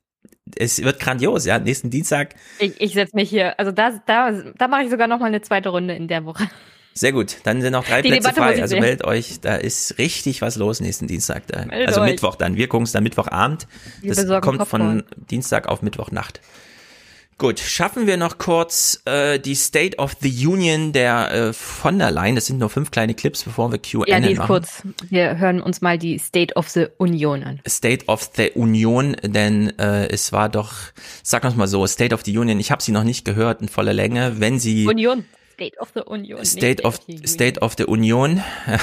es wird grandios, ja, nächsten Dienstag. Ich, ich setze mich hier, also da, da, da mache ich sogar noch mal eine zweite Runde in der Woche. Sehr gut, dann sind noch drei Die Plätze Debatte frei, also meldet euch, da ist richtig was los nächsten Dienstag. Da. Also euch. Mittwoch dann, wir gucken es dann Mittwochabend. Wir das kommt Popcorn. Von Dienstag auf Mittwochnacht. Gut, schaffen wir noch kurz äh, die State of the Union der äh, von der Leyen. Das sind nur fünf kleine Clips, bevor wir Q and A machen. Ja, die ist kurz. Wir hören uns mal die State of the Union an. State of the Union, denn äh, es war doch, sag uns mal so, State of the Union, ich habe sie noch nicht gehört in voller Länge. Wenn sie Union, State of the Union. State of, State of the Union,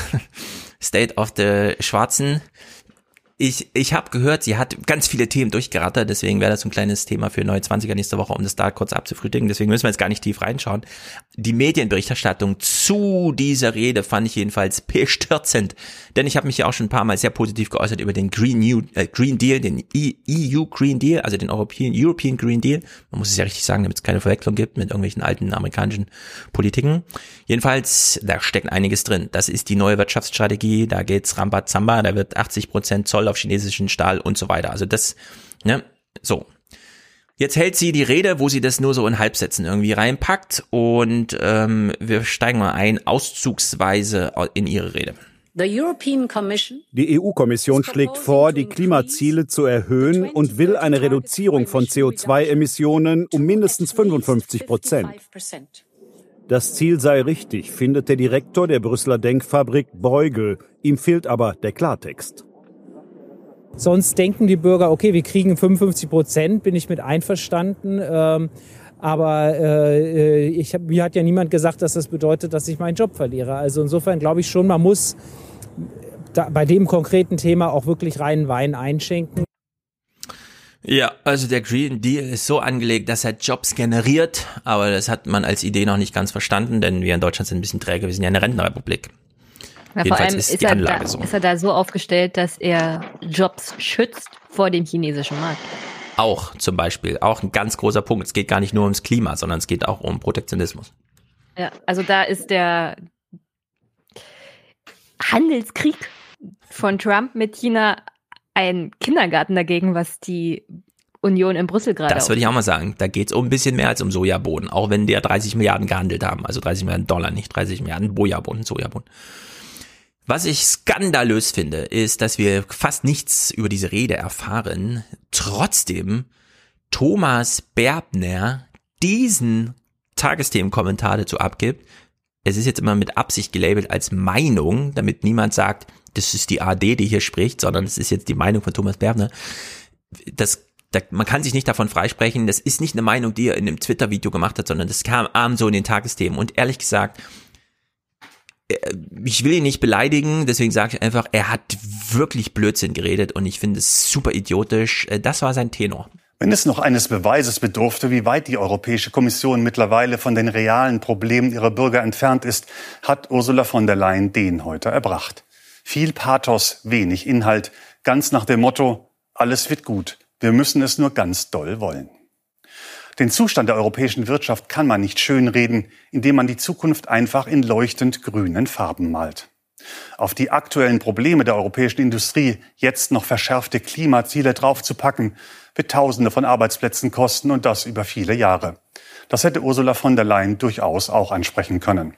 State of the Schwarzen. Ich, ich habe gehört, sie hat ganz viele Themen durchgerattert, deswegen wäre das so ein kleines Thema für neue zwanziger nächste Woche, um das da kurz abzufrühstücken. Deswegen müssen wir jetzt gar nicht tief reinschauen. Die Medienberichterstattung zu dieser Rede fand ich jedenfalls bestürzend, denn ich habe mich ja auch schon ein paar Mal sehr positiv geäußert über den Green New äh, Green Deal, den E U Green Deal, also den European European Green Deal. Man muss es ja richtig sagen, damit es keine Verwechslung gibt mit irgendwelchen alten amerikanischen Politiken. Jedenfalls, da steckt einiges drin. Das ist die neue Wirtschaftsstrategie, da geht's Rambazamba, da wird achtzig Prozent Zoll auf chinesischen Stahl und so weiter. Also das, ne, so. Jetzt hält sie die Rede, wo sie das nur so in Halbsätzen irgendwie reinpackt und ähm, wir steigen mal ein, auszugsweise in ihre Rede. Die E U-Kommission schlägt vor, die Klimaziele zu erhöhen und will eine Reduzierung von C O zwei Emissionen um mindestens fünfundfünfzig Prozent. Das Ziel sei richtig, findet der Direktor der Brüsseler Denkfabrik Bruegel. Ihm fehlt aber der Klartext. Sonst denken die Bürger, okay, wir kriegen fünfundfünfzig Prozent, bin ich mit einverstanden. Ähm, aber äh, ich hab, mir hat ja niemand gesagt, dass das bedeutet, dass ich meinen Job verliere. Also insofern glaube ich schon, man muss da, bei dem konkreten Thema auch wirklich reinen Wein einschenken. Ja, also der Green Deal ist so angelegt, dass er Jobs generiert, aber das hat man als Idee noch nicht ganz verstanden, denn wir in Deutschland sind ein bisschen träge, wir sind ja eine Rentenrepublik. Na, vor allem ist, ist, er da, so. ist er da so aufgestellt, dass er Jobs schützt vor dem chinesischen Markt. Auch zum Beispiel, auch ein ganz großer Punkt. Es geht gar nicht nur ums Klima, sondern es geht auch um Protektionismus. Ja, also da ist der Handelskrieg von Trump mit China ein Kindergarten dagegen, was die Union in Brüssel gerade. Das würde ich auch mal sagen. Da geht es um ein bisschen mehr als um Sojabohnen, auch wenn die ja dreißig Milliarden gehandelt haben. Also dreißig Milliarden Dollar, nicht dreißig Milliarden Bojabohnen, Sojabohnen. Was ich skandalös finde, ist, dass wir fast nichts über diese Rede erfahren. Trotzdem Thomas Berbner diesen Tagesthemenkommentar dazu abgibt. Es ist jetzt immer mit Absicht gelabelt als Meinung, damit niemand sagt, das ist die A R D, die hier spricht, sondern es ist jetzt die Meinung von Thomas Berbner. Das Da, man kann sich nicht davon freisprechen, das ist nicht eine Meinung, die er in einem Twitter-Video gemacht hat, sondern das kam abends so in den Tagesthemen. Und ehrlich gesagt, ich will ihn nicht beleidigen, deswegen sage ich einfach, er hat wirklich Blödsinn geredet und ich finde es super idiotisch. Das war sein Tenor. Wenn es noch eines Beweises bedurfte, wie weit die Europäische Kommission mittlerweile von den realen Problemen ihrer Bürger entfernt ist, hat Ursula von der Leyen den heute erbracht. Viel Pathos, wenig Inhalt, ganz nach dem Motto, alles wird gut. Wir müssen es nur ganz doll wollen. Den Zustand der europäischen Wirtschaft kann man nicht schönreden, indem man die Zukunft einfach in leuchtend grünen Farben malt. Auf die aktuellen Probleme der europäischen Industrie jetzt noch verschärfte Klimaziele draufzupacken, wird Tausende von Arbeitsplätzen kosten und das über viele Jahre. Das hätte Ursula von der Leyen durchaus auch ansprechen können.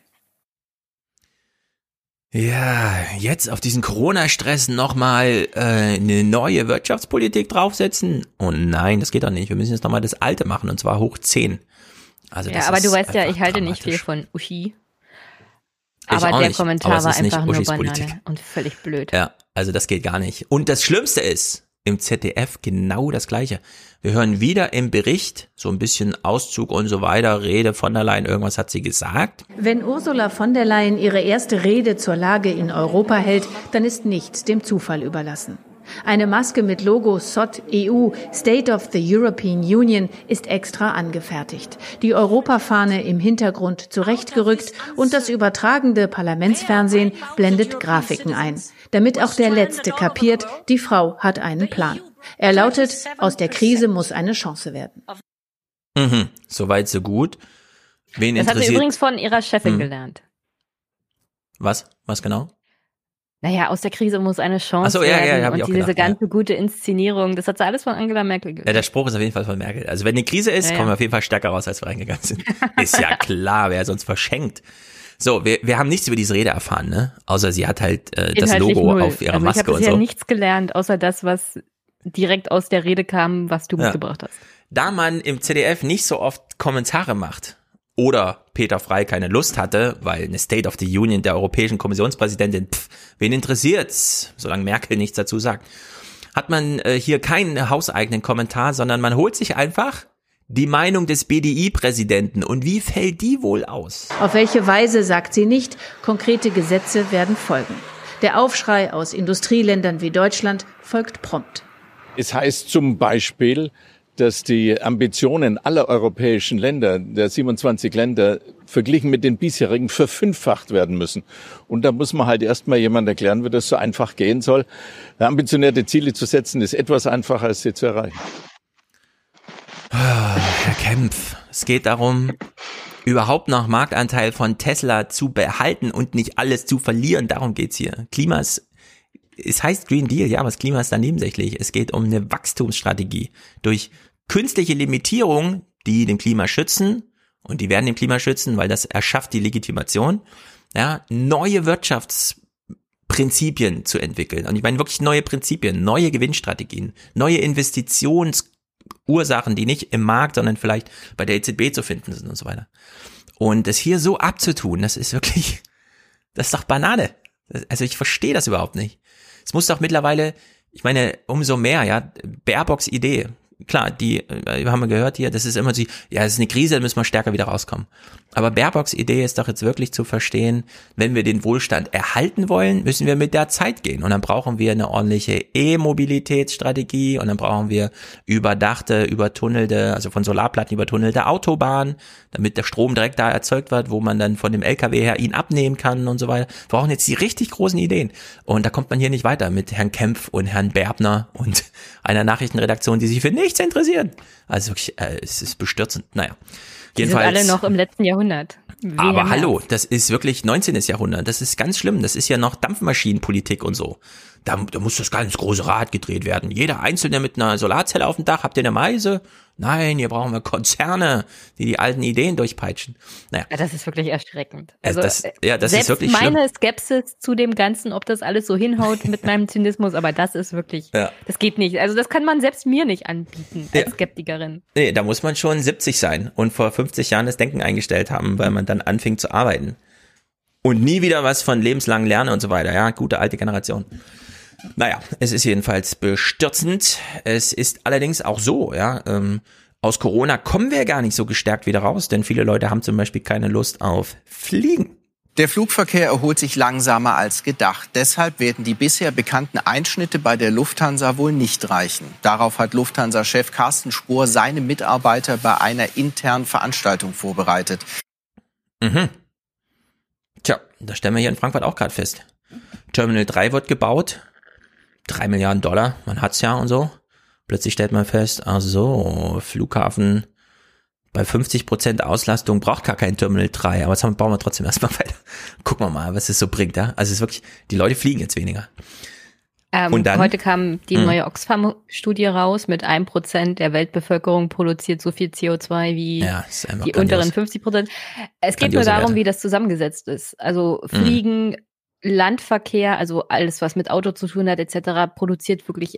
Ja, jetzt auf diesen Corona-Stress nochmal äh, eine neue Wirtschaftspolitik draufsetzen? Oh nein, das geht doch nicht. Wir müssen jetzt nochmal das Alte machen und zwar hoch zehn. Also ja, aber du weißt ja, ich halte nicht viel von Uschi. Aber der nicht, Kommentar aber war einfach nur Banane Politik. Und völlig blöd. Ja, also das geht gar nicht. Und das Schlimmste ist, im Z D F genau das Gleiche. Wir hören wieder im Bericht so ein bisschen Auszug und so weiter, Rede von der Leyen, irgendwas hat sie gesagt. Wenn Ursula von der Leyen ihre erste Rede zur Lage in Europa hält, dann ist nichts dem Zufall überlassen. Eine Maske mit Logo S O T E U, State of the European Union, ist extra angefertigt. Die Europafahne im Hintergrund zurechtgerückt und das übertragende Parlamentsfernsehen blendet Grafiken ein, damit auch der Letzte kapiert, die Frau hat einen Plan. Er lautet, aus der Krise muss eine Chance werden. Mhm, soweit so gut. Wen das interessiert? hat sie übrigens von ihrer Chefin hm. gelernt. Was? Was genau? Naja, aus der Krise muss eine Chance Ach so, ja, werden ja, hab und ich auch diese gedacht, ganze ja. gute Inszenierung, das hat sie alles von Angela Merkel gelernt. Ja, der Spruch ist auf jeden Fall von Merkel. Also wenn eine Krise ist, ja, kommen wir auf jeden Fall stärker raus, als wir reingegangen sind. Ist ja klar, wer sonst verschenkt. So, wir, wir haben nichts über diese Rede erfahren, ne? Außer sie hat halt äh, das Logo null. Auf ihrer also Maske und so. Ich habe ja nichts gelernt, außer das, was direkt aus der Rede kam, was du ja. mitgebracht hast. Da man im Z D F nicht so oft Kommentare macht oder Peter Frey keine Lust hatte, weil eine State of the Union der Europäischen Kommissionspräsidentin, pff, wen interessiert's, solange Merkel nichts dazu sagt, hat man äh, hier keinen hauseigenen Kommentar, sondern man holt sich einfach die Meinung des B D I-Präsidenten. Und wie fällt die wohl aus? Auf welche Weise, sagt sie nicht. Konkrete Gesetze werden folgen. Der Aufschrei aus Industrieländern wie Deutschland folgt prompt. Es heißt zum Beispiel, dass die Ambitionen aller europäischen Länder, der siebenundzwanzig Länder, verglichen mit den bisherigen verfünffacht werden müssen. Und da muss man halt erstmal jemand erklären, wie das so einfach gehen soll. Ambitionierte Ziele zu setzen, ist etwas einfacher, als sie zu erreichen. Herr Kempf, es geht darum, überhaupt noch Marktanteil von Tesla zu behalten und nicht alles zu verlieren. Darum geht's hier. Klima ist, es heißt Green Deal, ja, aber das Klima ist da nebensächlich. Es geht um eine Wachstumsstrategie durch künstliche Limitierung, die dem Klima schützen, und die werden dem Klima schützen, weil das erschafft die Legitimation, ja, neue Wirtschaftsprinzipien zu entwickeln. Und ich meine wirklich neue Prinzipien, neue Gewinnstrategien, neue Investitionsursachen, die nicht im Markt, sondern vielleicht bei der E Z B zu finden sind und so weiter. Und das hier so abzutun, das ist wirklich, das ist doch Banane. Also ich verstehe das überhaupt nicht. Es muss doch mittlerweile, ich meine, umso mehr, ja, Baerbocks Idee, klar, die, äh, haben wir gehört hier, das ist immer so, ja, es ist eine Krise, da müssen wir stärker wieder rauskommen. Aber Baerbocks Idee ist doch jetzt wirklich zu verstehen, wenn wir den Wohlstand erhalten wollen, müssen wir mit der Zeit gehen. Und dann brauchen wir eine ordentliche E-Mobilitätsstrategie und dann brauchen wir überdachte, übertunnelte, also von Solarplatten übertunnelte Autobahnen, damit der Strom direkt da erzeugt wird, wo man dann von dem L K W her ihn abnehmen kann und so weiter. Wir brauchen jetzt die richtig großen Ideen. Und da kommt man hier nicht weiter mit Herrn Kempf und Herrn Berbner und einer Nachrichtenredaktion, die sich für nichts interessieren. Also wirklich, äh, es ist bestürzend. Naja. Die sind alle noch im letzten Jahrhundert. Wie Aber hallo, das ist wirklich neunzehnten. Jahrhundert. Das ist ganz schlimm. Das ist ja noch Dampfmaschinenpolitik und so. Da, da muss das ganz große Rad gedreht werden. Jeder Einzelne mit einer Solarzelle auf dem Dach. Habt ihr eine Meise? Nein, hier brauchen wir Konzerne, die die alten Ideen durchpeitschen. Naja. Ja, das ist wirklich erschreckend. Also das, ja, das selbst ist wirklich meine schlimm. Skepsis zu dem Ganzen, ob das alles so hinhaut mit meinem Zynismus, aber das ist wirklich, ja. das geht nicht. Also das kann man selbst mir nicht anbieten als ja. Skeptikerin. Nee, da muss man schon siebzig sein und vor fünfzig Jahren das Denken eingestellt haben, weil man dann anfing zu arbeiten. Und nie wieder was von lebenslangen Lernen und so weiter. Ja, gute alte Generation. Naja, es ist jedenfalls bestürzend. Es ist allerdings auch so, ja, ähm, aus Corona kommen wir gar nicht so gestärkt wieder raus, denn viele Leute haben zum Beispiel keine Lust auf Fliegen. Der Flugverkehr erholt sich langsamer als gedacht. Deshalb werden die bisher bekannten Einschnitte bei der Lufthansa wohl nicht reichen. Darauf hat Lufthansa-Chef Carsten Spohr seine Mitarbeiter bei einer internen Veranstaltung vorbereitet. Mhm. Tja, das stellen wir hier in Frankfurt auch gerade fest. Terminal drei wird gebaut. Drei Milliarden Dollar, man hat's ja und so. Plötzlich stellt man fest, ach so, Flughafen bei fünfzig Prozent Auslastung braucht gar kein Terminal drei, aber jetzt haben, bauen wir trotzdem erstmal weiter. Gucken wir mal, was es so bringt, ja. Also es ist wirklich, die Leute fliegen jetzt weniger. Ähm, und dann, heute kam die mh. neue Oxfam-Studie raus, mit ein Prozent der Weltbevölkerung produziert so viel C O zwei wie ja, die unteren fünfzig Prozent. Es geht nur darum, Werte. wie das zusammengesetzt ist. Also Fliegen, mh. Landverkehr, also alles, was mit Auto zu tun hat, et cetera, produziert wirklich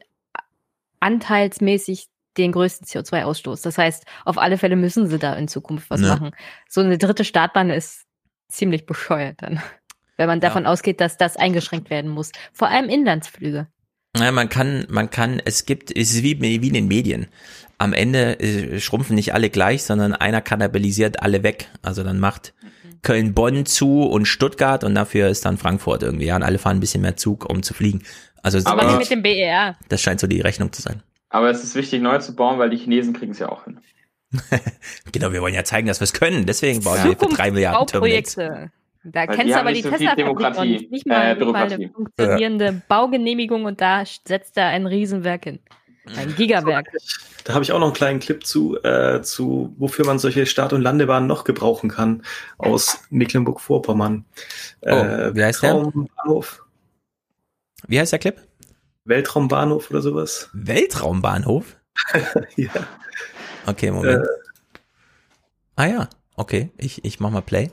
anteilsmäßig den größten C O zwei Ausstoß. Das heißt, auf alle Fälle müssen sie da in Zukunft was ja. machen. So eine dritte Startbahn ist ziemlich bescheuert dann, wenn man davon ja. ausgeht, dass das eingeschränkt werden muss. Vor allem Inlandsflüge. Ja, man kann, man kann, es gibt, es ist wie, wie in den Medien. Am Ende äh, schrumpfen nicht alle gleich, sondern einer kannibalisiert alle weg. Also dann macht Köln-Bonn zu und Stuttgart und dafür ist dann Frankfurt irgendwie. Ja, und alle fahren ein bisschen mehr Zug, um zu fliegen. Also aber nicht mit dem B E R. Das scheint so die Rechnung zu sein. Aber es ist wichtig, neu zu bauen, weil die Chinesen kriegen es ja auch hin. Genau, wir wollen ja zeigen, dass wir es können. Deswegen bauen wir für drei Milliarden Terminals. Da weil kennst du aber die so Tesla-Fabrik noch nicht. Nicht mal, äh, mal eine funktionierende ja. Baugenehmigung und da setzt er ein Riesenwerk hin. Ein Gigawerk. Da habe ich auch noch einen kleinen Clip zu, äh, zu wofür man solche Start- und Landebahnen noch gebrauchen kann aus Mecklenburg-Vorpommern. Oh, äh, wie heißt der? Wie heißt der Clip? Weltraumbahnhof oder sowas. Weltraumbahnhof? Ja. Okay, Moment. Äh, ah ja, okay, ich, ich mach mal Play.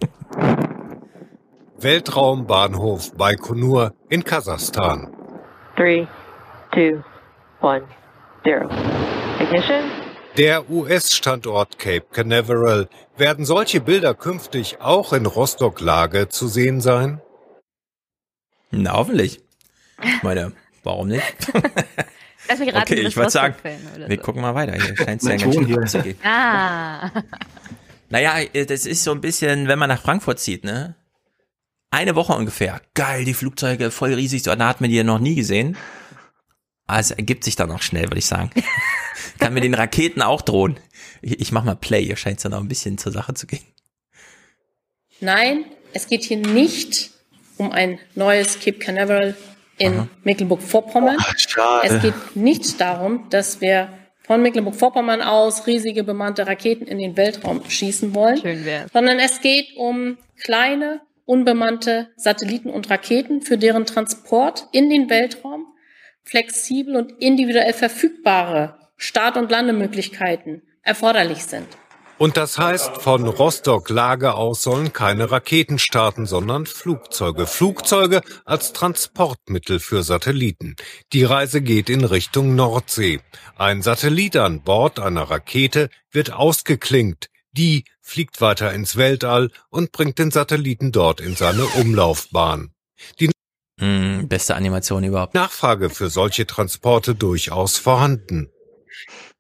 Weltraumbahnhof Baikonur in Kasachstan. Three, two, one, zero. Ignition. Der U S-Standort Cape Canaveral. Werden solche Bilder künftig auch in Rostock-Lage zu sehen sein? Na, hoffentlich. Ich meine, warum nicht? Lass mich raten, okay, ich würde sagen, so. wir gucken mal weiter. Hier scheint es ja ganz schön zu gehen. Ah. Naja, das ist so ein bisschen, wenn man nach Frankfurt zieht, ne? Eine Woche ungefähr. Geil, die Flugzeuge voll riesig, so hat man die ja noch nie gesehen. Aber es ergibt sich dann auch schnell, würde ich sagen. Kann mir den Raketen auch drohen. Ich, ich mach mal Play, hier scheint es dann auch ein bisschen zur Sache zu gehen. Nein, es geht hier nicht um ein neues Cape Canaveral in Aha. Mecklenburg-Vorpommern. Oh, es geht nicht darum, dass wir von Mecklenburg-Vorpommern aus riesige bemannte Raketen in den Weltraum schießen wollen, Schön wär's. sondern es geht um kleine, unbemannte Satelliten und Raketen, für deren Transport in den Weltraum flexibel und individuell verfügbare Start- und Landemöglichkeiten erforderlich sind. Und das heißt, von Rostock-Lage aus sollen keine Raketen starten, sondern Flugzeuge. Flugzeuge als Transportmittel für Satelliten. Die Reise geht in Richtung Nordsee. Ein Satellit an Bord einer Rakete wird ausgeklinkt. Die fliegt weiter ins Weltall und bringt den Satelliten dort in seine Umlaufbahn. Die mm, beste Animation überhaupt. Nachfrage für solche Transporte durchaus vorhanden.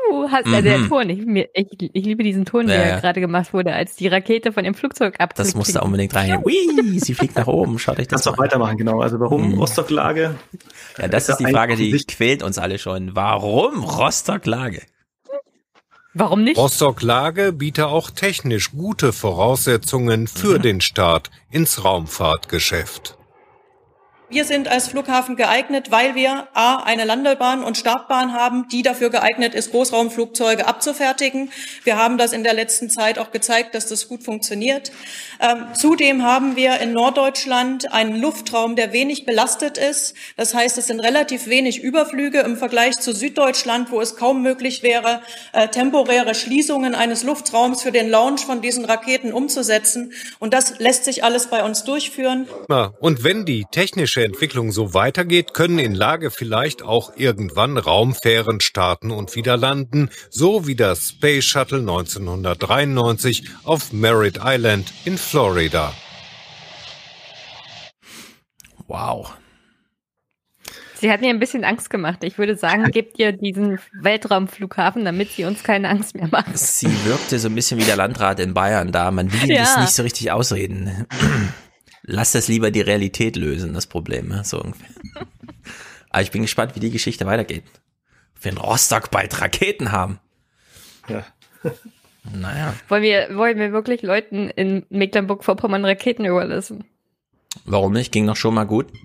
Wiu, hast ja mhm. der Ton. Ich, mir, ich, ich liebe diesen Ton, ja, der ja. gerade gemacht wurde, als die Rakete von dem Flugzeug abfliegt. Das musste unbedingt rein. Ui, sie fliegt nach oben. Schaut euch das Kannst an. Kannst auch weitermachen, genau. Also warum mhm. Rostock-Lage? Ja, das ist die Frage, die quält uns alle schon. Warum Rostock-Lage? Warum nicht? Rostock-Lage biete auch technisch gute Voraussetzungen für mhm. den Start ins Raumfahrtgeschäft. Wir sind als Flughafen geeignet, weil wir a. eine Landebahn und Startbahn haben, die dafür geeignet ist, Großraumflugzeuge abzufertigen. Wir haben das in der letzten Zeit auch gezeigt, dass das gut funktioniert. Ähm, zudem haben wir in Norddeutschland einen Luftraum, der wenig belastet ist. Das heißt, es sind relativ wenig Überflüge im Vergleich zu Süddeutschland, wo es kaum möglich wäre, äh, temporäre Schließungen eines Luftraums für den Launch von diesen Raketen umzusetzen. Und das lässt sich alles bei uns durchführen. Na, und wenn die technische Entwicklung so weitergeht, können in Lage vielleicht auch irgendwann Raumfähren starten und wieder landen, so wie das Space Shuttle neunzehnhundertdreiundneunzig auf Merritt Island in Florida. Wow. Sie hat mir ein bisschen Angst gemacht. Ich würde sagen, gebt ihr diesen Weltraumflughafen, damit sie uns keine Angst mehr macht. Sie wirkte so ein bisschen wie der Landrat in Bayern da. Man will ja. das nicht so richtig ausreden. Lass das lieber die Realität lösen, das Problem, so ungefähr. Aber ich bin gespannt, wie die Geschichte weitergeht. Ob wir in Rostock bald Raketen haben. Ja. Naja. Wollen wir, wollen wir wirklich Leuten in Mecklenburg-Vorpommern Raketen überlassen? Warum nicht? Ging doch schon mal gut.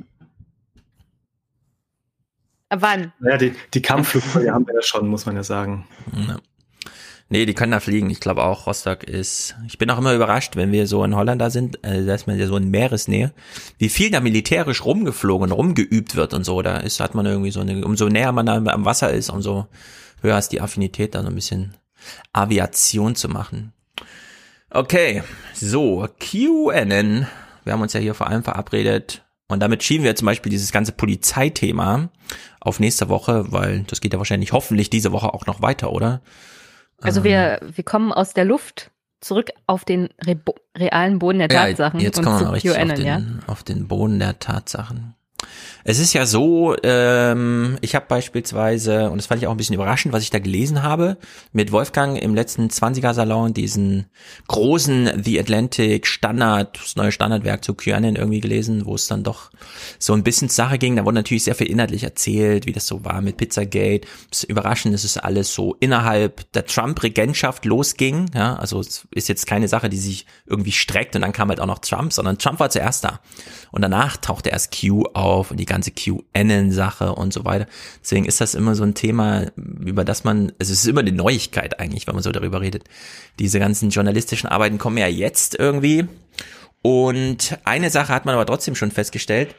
Wann? Naja, die, die Kampfflugzeuge haben wir ja schon, muss man ja sagen. Ja. Nee, die können da fliegen. Ich glaube auch, Rostock ist, ich bin auch immer überrascht, wenn wir so in Holland da sind, äh, da ist man ja so in Meeresnähe, wie viel da militärisch rumgeflogen, rumgeübt wird und so. Da ist, hat man irgendwie so eine, umso näher man da am Wasser ist, umso höher ist die Affinität, da so ein bisschen Aviation zu machen. Okay, so, Q N N. Wir haben uns ja hier vor allem verabredet und damit schieben wir zum Beispiel dieses ganze Polizeithema auf nächste Woche, weil das geht ja wahrscheinlich hoffentlich diese Woche auch noch weiter, oder? Also wir, wir kommen aus der Luft zurück auf den re- realen Boden der Tatsachen. Ja, jetzt und kommen wir richtig Q N N, auf, den, ja? auf den Boden der Tatsachen. Es ist ja so, ähm, ich habe beispielsweise, und das fand ich auch ein bisschen überraschend, was ich da gelesen habe, mit Wolfgang im letzten zwanziger-Salon diesen großen The Atlantic Standard, das neue Standardwerk zu Q N N irgendwie gelesen, wo es dann doch so ein bisschen zur Sache ging. Da wurde natürlich sehr viel inhaltlich erzählt, wie das so war mit Pizzagate. Das ist überraschend, dass es alles so innerhalb der Trump-Regentschaft losging. Ja, also es ist jetzt keine Sache, die sich irgendwie streckt und dann kam halt auch noch Trump, sondern Trump war zuerst da. Und danach tauchte erst Q auf und die ganze Q N N-Sache und so weiter. Deswegen ist das immer so ein Thema, über das man, also es ist immer eine Neuigkeit eigentlich, wenn man so darüber redet. Diese ganzen journalistischen Arbeiten kommen ja jetzt irgendwie. Und eine Sache hat man aber trotzdem schon festgestellt.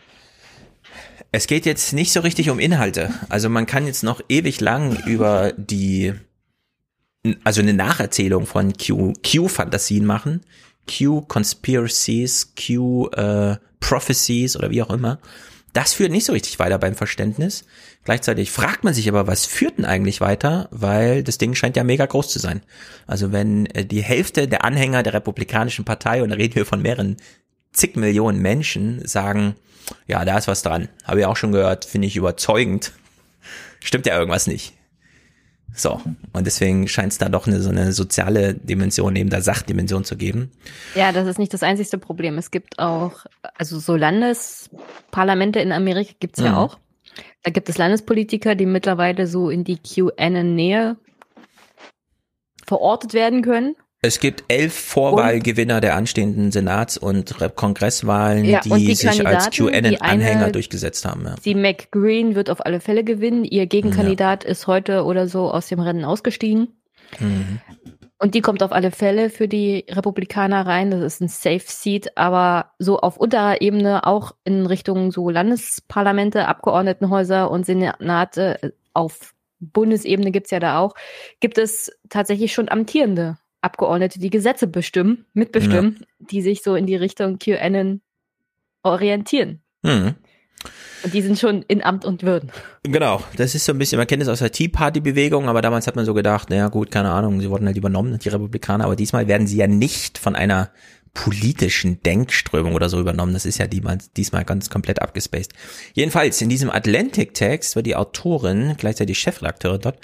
Es geht jetzt nicht so richtig um Inhalte. Also man kann jetzt noch ewig lang über die, also eine Nacherzählung von Q, Q-Fantasien machen. Q-Conspiracies, Q, äh, Prophecies oder wie auch immer. Das führt nicht so richtig weiter beim Verständnis. Gleichzeitig fragt man sich aber, was führt denn eigentlich weiter? Weil das Ding scheint ja mega groß zu sein. Also wenn die Hälfte der Anhänger der Republikanischen Partei, und da reden wir von mehreren zig Millionen Menschen, sagen, ja, da ist was dran. Habe ich auch schon gehört, finde ich überzeugend. Stimmt ja irgendwas nicht. So, und deswegen scheint es da doch eine, so eine soziale Dimension neben der Sachdimension zu geben. Ja, das ist nicht das einzigste Problem. Es gibt auch, also so Landesparlamente in Amerika gibt's ja mhm. auch. Da gibt es Landespolitiker, die mittlerweile so in die Q N N-Nähe verortet werden können. Es gibt elf Vorwahlgewinner und der anstehenden Senats- und Kongresswahlen, ja, die, und die sich als Q N N-Anhänger durchgesetzt haben. Ja. Die McGreen wird auf alle Fälle gewinnen. Ihr Gegenkandidat ja. ist heute oder so aus dem Rennen ausgestiegen. Mhm. Und die kommt auf alle Fälle für die Republikaner rein. Das ist ein Safe Seat, aber so auf unterer Ebene auch in Richtung so Landesparlamente, Abgeordnetenhäuser und Senate, auf Bundesebene gibt's ja da auch, gibt es tatsächlich schon amtierende Abgeordnete, die Gesetze bestimmen, mitbestimmen, ja. die sich so in die Richtung Q N N orientieren. Mhm. Und die sind schon in Amt und Würden. Genau, das ist so ein bisschen, man kennt es aus der Tea Party-Bewegung, aber damals hat man so gedacht, naja gut, keine Ahnung, sie wurden halt übernommen, die Republikaner, aber diesmal werden sie ja nicht von einer politischen Denkströmung oder so übernommen. Das ist ja die, diesmal ganz komplett abgespaced. Jedenfalls, in diesem Atlantic-Text wird die Autorin, gleichzeitig Chefredakteurin dort,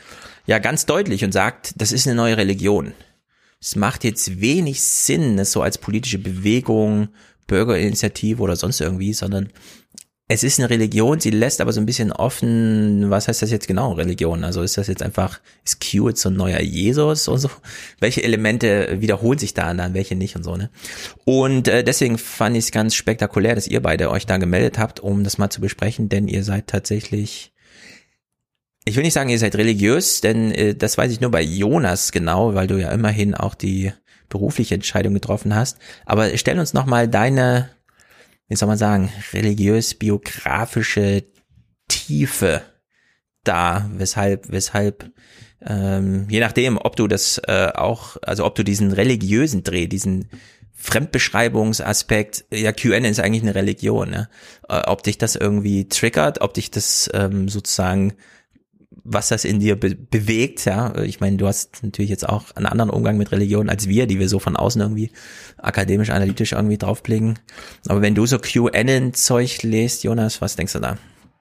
ja ganz deutlich und sagt, das ist eine neue Religion. Es macht jetzt wenig Sinn, das so als politische Bewegung, Bürgerinitiative oder sonst irgendwie, sondern es ist eine Religion, sie lässt aber so ein bisschen offen, was heißt das jetzt genau, Religion? Also ist das jetzt einfach, ist Q jetzt so ein neuer Jesus und so? Welche Elemente wiederholen sich da dann, welche nicht und so, ne? Und äh, deswegen fand ich es ganz spektakulär, dass ihr beide euch da gemeldet habt, um das mal zu besprechen, denn ihr seid tatsächlich, ich will nicht sagen, ihr seid religiös, denn äh, das weiß ich nur bei Jonas genau, weil du ja immerhin auch die berufliche Entscheidung getroffen hast. Aber stell uns nochmal deine, wie soll man sagen, religiös-biografische Tiefe da, weshalb, weshalb, ähm, je nachdem, ob du das äh, auch, also ob du diesen religiösen Dreh, diesen Fremdbeschreibungsaspekt, ja, Q N ist eigentlich eine Religion, ne? Äh, ob dich das irgendwie triggert, ob dich das ähm, sozusagen, was das in dir be- bewegt, ja, ich meine, du hast natürlich jetzt auch einen anderen Umgang mit Religion als wir, die wir so von außen irgendwie akademisch, analytisch irgendwie draufblicken, aber wenn du so Q N N-Zeug liest, Jonas, was denkst du da?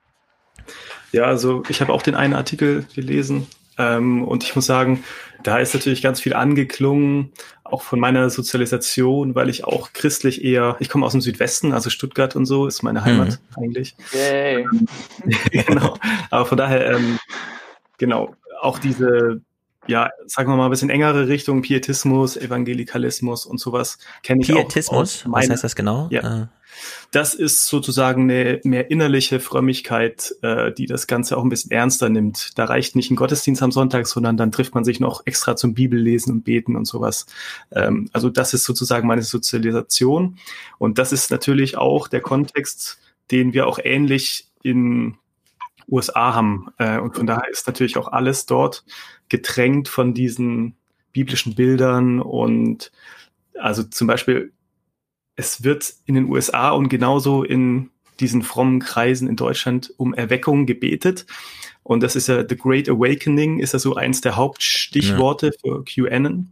Ja, also ich habe auch den einen Artikel gelesen ähm, und ich muss sagen, da ist natürlich ganz viel angeklungen, auch von meiner Sozialisation, weil ich auch christlich eher, ich komme aus dem Südwesten, also Stuttgart und so, ist meine Heimat mhm. eigentlich. Yay. Genau, aber von daher, ähm, genau, auch diese, ja, sagen wir mal ein bisschen engere Richtung, Pietismus, Evangelikalismus und sowas kenne ich Pietismus? auch. Pietismus? Was heißt das genau? Ja. Äh. Das ist sozusagen eine mehr innerliche Frömmigkeit, äh, die das Ganze auch ein bisschen ernster nimmt. Da reicht nicht ein Gottesdienst am Sonntag, sondern dann trifft man sich noch extra zum Bibellesen und Beten und sowas. Ähm, also das ist sozusagen meine Sozialisation. Und das ist natürlich auch der Kontext, den wir auch ähnlich in U S A haben. Äh, und von daher ist natürlich auch alles dort getränkt von diesen biblischen Bildern. Und also zum Beispiel, es wird in den U S A und genauso in diesen frommen Kreisen in Deutschland um Erweckung gebetet. Und das ist ja The Great Awakening, ist ja so eins der Hauptstichworte ja. für Q N N.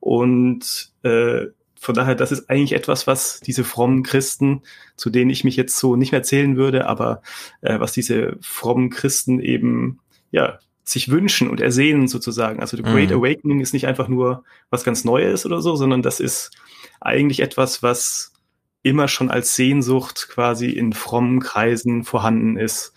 Und äh, von daher, das ist eigentlich etwas, was diese frommen Christen, zu denen ich mich jetzt so nicht mehr zählen würde, aber äh, was diese frommen Christen eben ja sich wünschen und ersehnen sozusagen. Also The Great mhm. Awakening ist nicht einfach nur was ganz Neues oder so, sondern das ist eigentlich etwas, was immer schon als Sehnsucht quasi in frommen Kreisen vorhanden ist.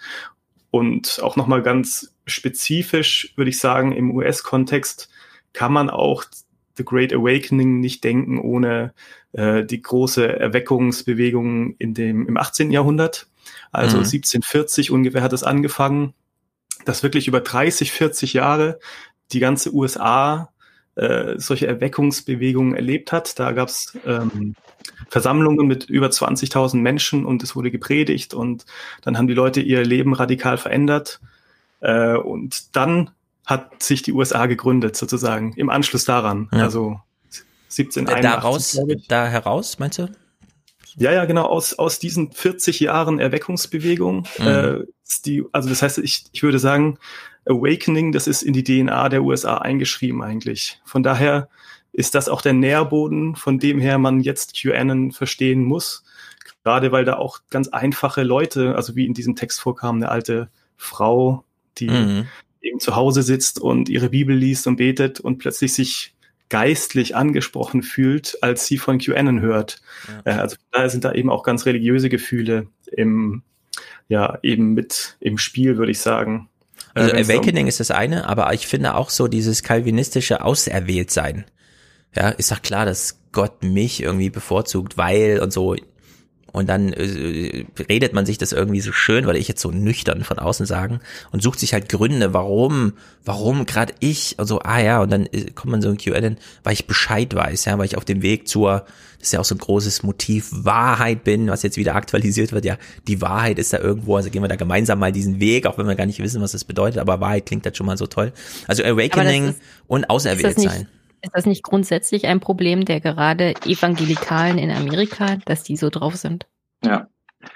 Und auch nochmal ganz spezifisch, würde ich sagen, im U S-Kontext kann man auch The Great Awakening nicht denken ohne äh, die große Erweckungsbewegung in dem, im achtzehnten Jahrhundert. Also mhm. siebzehnhundertvierzig ungefähr hat es angefangen, dass wirklich über dreißig, vierzig Jahre die ganze U S A äh, solche Erweckungsbewegungen erlebt hat. Da gab es ähm, Versammlungen mit über zwanzigtausend Menschen und es wurde gepredigt und dann haben die Leute ihr Leben radikal verändert. Äh, und dann hat sich die U S A gegründet, sozusagen, im Anschluss daran. Ja. Also siebzehnhunderteinundachtzig. Daraus, da heraus, meinst du? Ja, ja, genau, aus, aus diesen vierzig Jahren Erweckungsbewegung. Mhm. Äh, die, also das heißt, ich, ich würde sagen, Awakening, das ist in die D N A der U S A eingeschrieben eigentlich. Von daher ist das auch der Nährboden, von dem her man jetzt Q N N verstehen muss. Gerade weil da auch ganz einfache Leute, also wie in diesem Text vorkam, eine alte Frau, die mhm. eben zu Hause sitzt und ihre Bibel liest und betet und plötzlich sich geistlich angesprochen fühlt, als sie von Q N N hört. Ja. Also da sind da eben auch ganz religiöse Gefühle im, ja, eben mit im Spiel, würde ich sagen. Also äh, Awakening um ist das eine, aber ich finde auch so dieses kalvinistische Auserwähltsein. Ja, ist doch klar, dass Gott mich irgendwie bevorzugt, weil und so. Und dann äh, redet man sich das irgendwie so schön, weil ich jetzt so nüchtern von außen sagen und sucht sich halt Gründe, warum, warum gerade ich und so, ah ja, und dann äh, kommt man so in Q N N, weil ich Bescheid weiß, ja, weil ich auf dem Weg zur, das ist ja auch so ein großes Motiv, Wahrheit bin, was jetzt wieder aktualisiert wird, ja, die Wahrheit ist da irgendwo, also gehen wir da gemeinsam mal diesen Weg, auch wenn wir gar nicht wissen, was das bedeutet, aber Wahrheit klingt halt schon mal so toll. Also Awakening ist, und Auserwähltsein. Ist das nicht grundsätzlich ein Problem der gerade Evangelikalen in Amerika, dass die so drauf sind? Ja.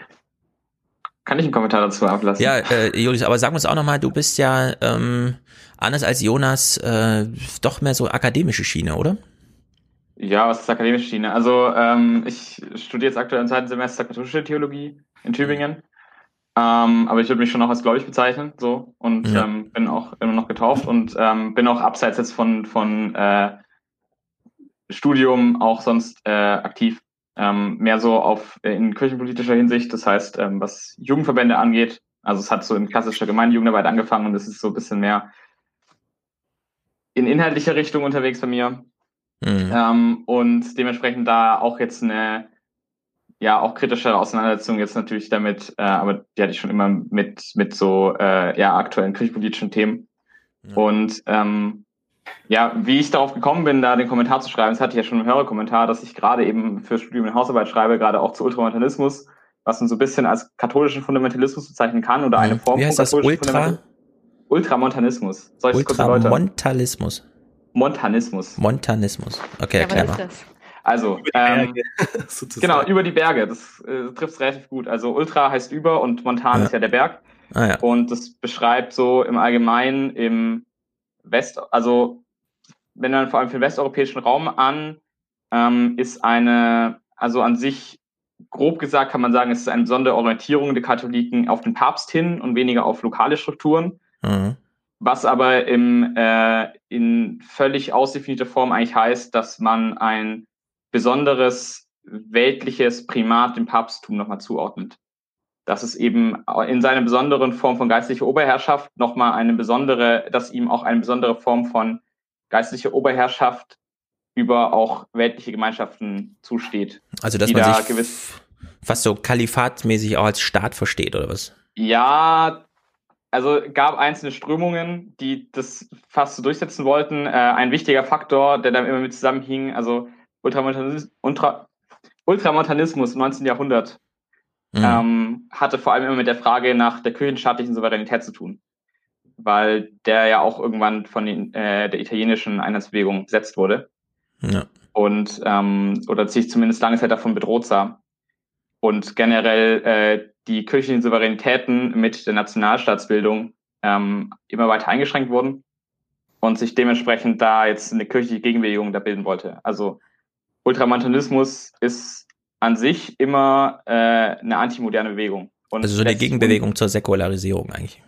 Kann ich einen Kommentar dazu ablassen? Ja, äh, Julius, aber sag uns auch nochmal, du bist ja ähm, anders als Jonas äh, doch mehr so akademische Schiene, oder? Ja, was ist akademische Schiene? Also ähm, ich studiere jetzt aktuell im zweiten Semester katholische Theologie in Tübingen. Ähm, aber ich würde mich schon noch als gläubig bezeichnen, so, und Ja. ähm, bin auch immer noch getauft und ähm, bin auch abseits jetzt von, von äh, Studium auch sonst äh, aktiv. Ähm, mehr so auf äh, in kirchenpolitischer Hinsicht, das heißt, ähm, was Jugendverbände angeht. Also es hat so in klassischer Gemeindejugendarbeit angefangen und es ist so ein bisschen mehr in inhaltlicher Richtung unterwegs bei mir. Mhm. Ähm, und dementsprechend da auch jetzt eine, ja, auch kritischere Auseinandersetzung jetzt natürlich damit, äh, aber die hatte ich schon immer mit, mit so, äh, ja, aktuellen kirchenpolitischen Themen. Ja. Und, ähm, ja, wie ich darauf gekommen bin, da den Kommentar zu schreiben, das hatte ich ja schon im Hörerkommentar, dass ich gerade eben für Studium in Hausarbeit schreibe, gerade auch zu Ultramontanismus, was man so ein bisschen als katholischen Fundamentalismus bezeichnen kann oder eine Form Wie heißt von das? katholischen Ultra? Fundamental- Ultramontanismus. Soll ich das kurz erläutern? Ultramontanismus. Montanismus. Montanismus. Okay, Ja, was erklär ist mal. das? Also, ähm, genau, über die Berge. Das äh, trifft es relativ gut. Also Ultra heißt über und Montan Ja. ist ja der Berg. Ah ja. Und das beschreibt so im Allgemeinen im West, also wenn man vor allem für den westeuropäischen Raum an, ähm, ist eine, also an sich, grob gesagt kann man sagen, es ist eine besondere Orientierung der Katholiken auf den Papst hin und weniger auf lokale Strukturen. Mhm. Was aber im, äh, in völlig ausdefinierter Form eigentlich heißt, dass man ein besonderes weltliches Primat dem Papsttum nochmal zuordnet. Dass es eben in seiner besonderen Form von geistlicher Oberherrschaft nochmal eine besondere, dass ihm auch eine besondere Form von geistlicher Oberherrschaft über auch weltliche Gemeinschaften zusteht. Also, dass die man da sich gewiss, fast so kalifatmäßig auch als Staat versteht, oder was? ja, also gab einzelne Strömungen, die das fast so durchsetzen wollten. Äh, ein wichtiger Faktor, der da immer mit zusammenhing, also Ultramontanismus, Ultra, Ultramontanismus im neunzehnten Jahrhundert Mhm. ähm, hatte vor allem immer mit der Frage nach der kirchenstaatlichen Souveränität zu tun, weil der ja auch irgendwann von den, äh, der italienischen Einheitsbewegung besetzt wurde Ja. und ähm, oder sich zumindest lange Zeit davon bedroht sah. Und generell äh, die kirchlichen Souveränitäten mit der Nationalstaatsbildung ähm, immer weiter eingeschränkt wurden und sich dementsprechend da jetzt eine kirchliche Gegenbewegung da bilden wollte. Also Ultramontanismus ist an sich immer äh, eine antimoderne Bewegung. Und Also so eine lässt sich Gegenbewegung zur Säkularisierung eigentlich.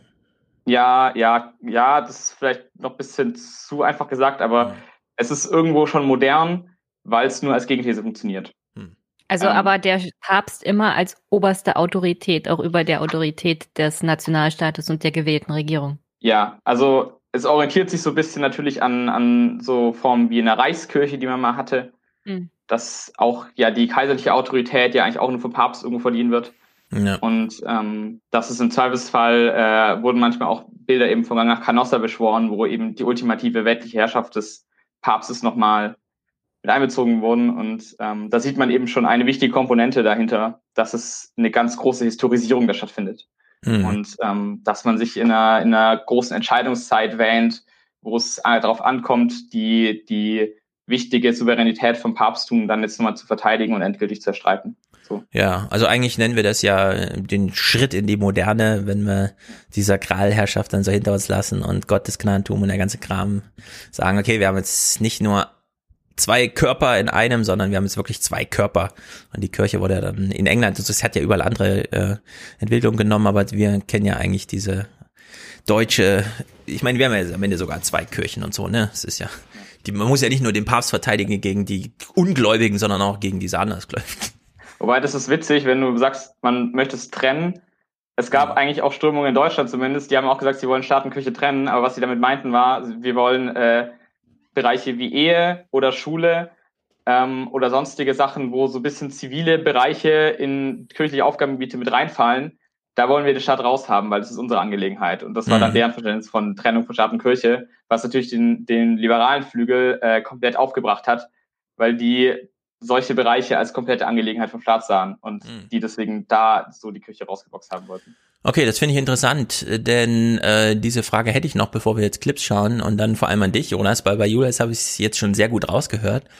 Ja, ja, ja, das ist vielleicht noch ein bisschen zu einfach gesagt, aber Mhm. es ist irgendwo schon modern, weil es nur als Gegenthese funktioniert. Also Ähm. aber der Papst immer als oberste Autorität, auch über der Autorität des Nationalstaates und der gewählten Regierung. Ja, also es orientiert sich so ein bisschen natürlich an, an so Formen wie in der Reichskirche, die man mal hatte, Mhm. dass auch ja die kaiserliche Autorität ja eigentlich auch nur vom Papst irgendwo verliehen wird. Ja. Und ähm, das ist im Zweifelsfall, äh, wurden manchmal auch Bilder eben von nach Canossa beschworen, wo eben die ultimative weltliche Herrschaft des Papstes nochmal mit einbezogen wurden. Und ähm, da sieht man eben schon eine wichtige Komponente dahinter, dass es eine ganz große Historisierung da stattfindet. Mhm. Und ähm, dass man sich in einer, in einer großen Entscheidungszeit wähnt, wo es äh, darauf ankommt, die, die wichtige Souveränität vom Papsttum dann jetzt nochmal zu verteidigen und endgültig zu erstreiten. So. Ja, also eigentlich nennen wir das ja den Schritt in die Moderne, wenn wir die Sakralherrschaft dann so hinter uns lassen und Gottesgnadentum und der ganze Kram sagen, okay, wir haben jetzt nicht nur zwei Körper in einem, sondern wir haben jetzt wirklich zwei Körper. Und die Kirche wurde ja dann in England, das hat ja überall andere äh, Entwicklungen genommen, aber wir kennen ja eigentlich diese deutsche, ich meine, wir haben ja jetzt am Ende sogar zwei Kirchen und so, ne? Es ist ja, die, man muss ja nicht nur den Papst verteidigen gegen die Ungläubigen, sondern auch gegen diese Andersgläubigen. Wobei, das ist witzig, wenn du sagst, man möchte es trennen. Es gab ja. eigentlich auch Strömungen in Deutschland zumindest, die haben auch gesagt, sie wollen Staat und Kirche trennen, aber was sie damit meinten war, wir wollen äh, Bereiche wie Ehe oder Schule ähm, oder sonstige Sachen, wo so ein bisschen zivile Bereiche in kirchliche Aufgabengebiete mit reinfallen, da wollen wir den Staat raushaben, weil das ist unsere Angelegenheit. Und das war dann Mhm. deren Verständnis von Trennung von Staat und Kirche, was natürlich den, den liberalen Flügel äh, komplett aufgebracht hat, weil die solche Bereiche als komplette Angelegenheit vom Staat sahen und Mhm. die deswegen da so die Kirche rausgeboxt haben wollten. Okay, das finde ich interessant, denn äh, diese Frage hätte ich noch, bevor wir jetzt Clips schauen und dann vor allem an dich, Jonas, weil bei Julius habe ich es jetzt schon sehr gut rausgehört.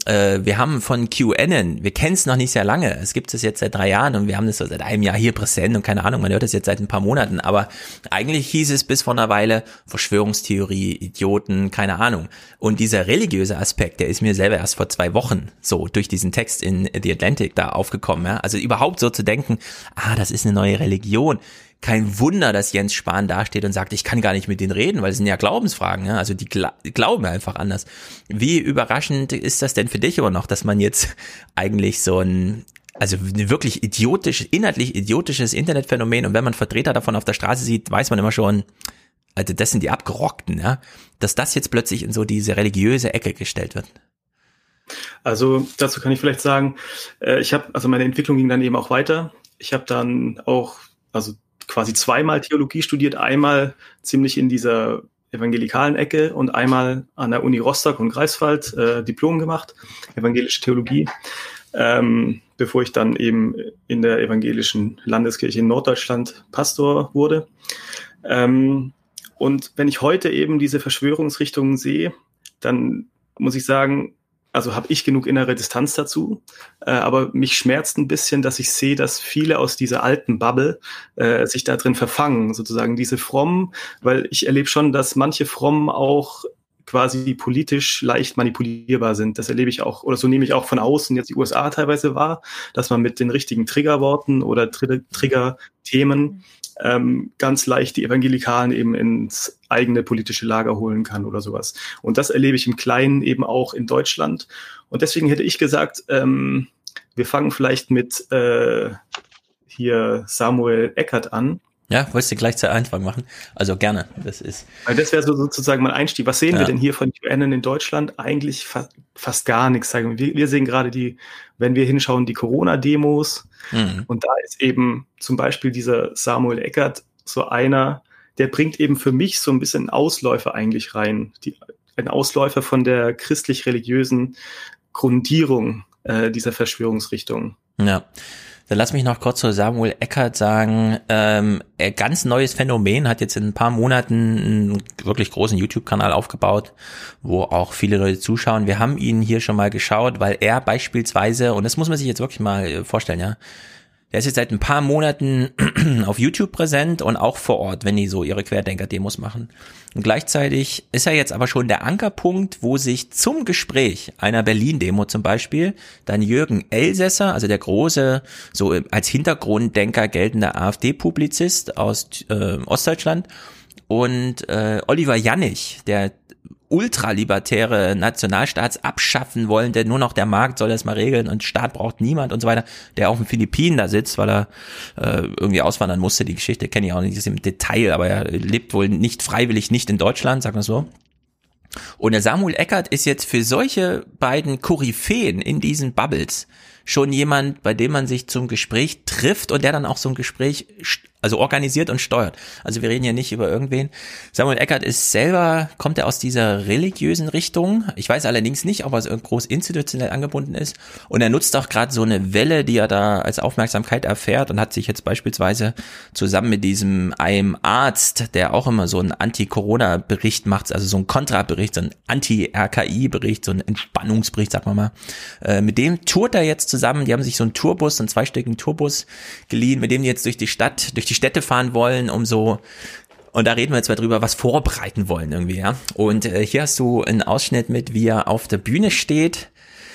äh, wir haben von QAnon, wir kennen es noch nicht sehr lange, es gibt es jetzt seit drei Jahren und wir haben das so seit einem Jahr hier präsent und keine Ahnung, man hört es jetzt seit ein paar Monaten, aber eigentlich hieß es bis vor einer Weile Verschwörungstheorie, Idioten, keine Ahnung. Und dieser religiöse Aspekt, der ist mir selber erst vor zwei Wochen so durch diesen Text in The Atlantic da aufgekommen. Ja? Also überhaupt so zu denken, ah, das ist eine neue Religion. Kein Wunder, dass Jens Spahn dasteht und sagt, ich kann gar nicht mit denen reden, weil es sind ja Glaubensfragen, ja? Also die gla- glauben einfach anders. Wie überraschend ist das denn für dich aber noch, dass man jetzt eigentlich so ein, also wirklich idiotisch, inhaltlich idiotisches Internetphänomen, und wenn man Vertreter davon auf der Straße sieht, weiß man immer schon, also das sind die Abgerockten, ja? Dass das jetzt plötzlich in so diese religiöse Ecke gestellt wird. Also dazu kann ich vielleicht sagen, äh, ich habe, also meine Entwicklung ging dann eben auch weiter. Ich habe dann auch, also quasi zweimal Theologie studiert, einmal ziemlich in dieser evangelikalen Ecke und einmal an der Uni Rostock und Greifswald äh, Diplom gemacht, evangelische Theologie, ähm, bevor ich dann eben in der evangelischen Landeskirche in Norddeutschland Pastor wurde. Ähm, und wenn ich heute eben diese Verschwörungsrichtungen sehe, dann muss ich sagen, also habe ich genug innere Distanz dazu, äh, aber mich schmerzt ein bisschen, dass ich sehe, dass viele aus dieser alten Bubble äh, sich da drin verfangen, sozusagen diese Frommen, weil ich erlebe schon, dass manche Frommen auch quasi politisch leicht manipulierbar sind. Das erlebe ich auch, oder so nehme ich auch von außen jetzt die U S A teilweise wahr, dass man mit den richtigen Triggerworten oder Tr- Triggerthemen ähm, ganz leicht die Evangelikalen eben ins eigene politische Lager holen kann oder sowas. Und das erlebe ich im Kleinen eben auch in Deutschland. Und deswegen hätte ich gesagt, ähm, wir fangen vielleicht mit äh, hier Samuel Eckert an. Ja, wolltest du gleich zu Anfang machen? Also gerne, das ist... Weil das wäre so sozusagen mein Einstieg. Was sehen ja. wir denn hier von QAnon in Deutschland? Eigentlich fa- fast gar nichts. Sagen wir. wir sehen gerade die, wenn wir hinschauen, die Corona-Demos. Mhm. Und da ist eben zum Beispiel dieser Samuel Eckert so einer, der bringt eben für mich so ein bisschen Ausläufer eigentlich rein. Die, ein Ausläufer von der christlich-religiösen Grundierung äh, dieser Verschwörungsrichtung. Ja. Dann lass mich noch kurz zu Samuel Eckert sagen, ähm, er ganz neues Phänomen, hat jetzt in ein paar Monaten einen wirklich großen YouTube-Kanal aufgebaut, wo auch viele Leute zuschauen. Wir haben ihn hier schon mal geschaut, weil er beispielsweise, und das muss man sich jetzt wirklich mal vorstellen, ja, der ist jetzt seit ein paar Monaten auf YouTube präsent und auch vor Ort, wenn die so ihre Querdenker-Demos machen. Und gleichzeitig ist er jetzt aber schon der Ankerpunkt, wo sich zum Gespräch einer Berlin-Demo zum Beispiel dann Jürgen Elsässer, also der große, so als Hintergrunddenker geltende AfD-Publizist aus äh, Ostdeutschland, und äh, Oliver Jannig, der ultralibertäre Nationalstaats abschaffen wollen, denn nur noch der Markt soll das mal regeln und Staat braucht niemand und so weiter, der auf den Philippinen da sitzt, weil er äh, irgendwie auswandern musste. Die Geschichte kenne ich auch nicht im Detail, aber er lebt wohl nicht freiwillig nicht in Deutschland, sagen wir so. Und der Samuel Eckert ist jetzt für solche beiden Koryphäen in diesen Bubbles schon jemand, bei dem man sich zum Gespräch trifft und der dann auch so ein Gespräch also organisiert und steuert. Also wir reden hier nicht über irgendwen. Samuel Eckert ist selber, kommt er aus dieser religiösen Richtung. Ich weiß allerdings nicht, ob er so groß institutionell angebunden ist. Und er nutzt auch gerade so eine Welle, die er da als Aufmerksamkeit erfährt, und hat sich jetzt beispielsweise zusammen mit diesem einem Arzt, der auch immer so einen Anti-Corona-Bericht macht, also so einen Kontrabericht, so einen Anti-R K I-Bericht, so einen Entspannungsbericht, sagen wir mal. Äh, mit dem tourt er jetzt zusammen. Die haben sich so einen Tourbus, so einen zweistöckigen Tourbus geliehen, mit dem die jetzt durch die Stadt, durch die Städte fahren wollen, um so, und da reden wir jetzt mal drüber, was vorbereiten wollen irgendwie, ja. Und äh, hier hast du einen Ausschnitt mit, wie er auf der Bühne steht,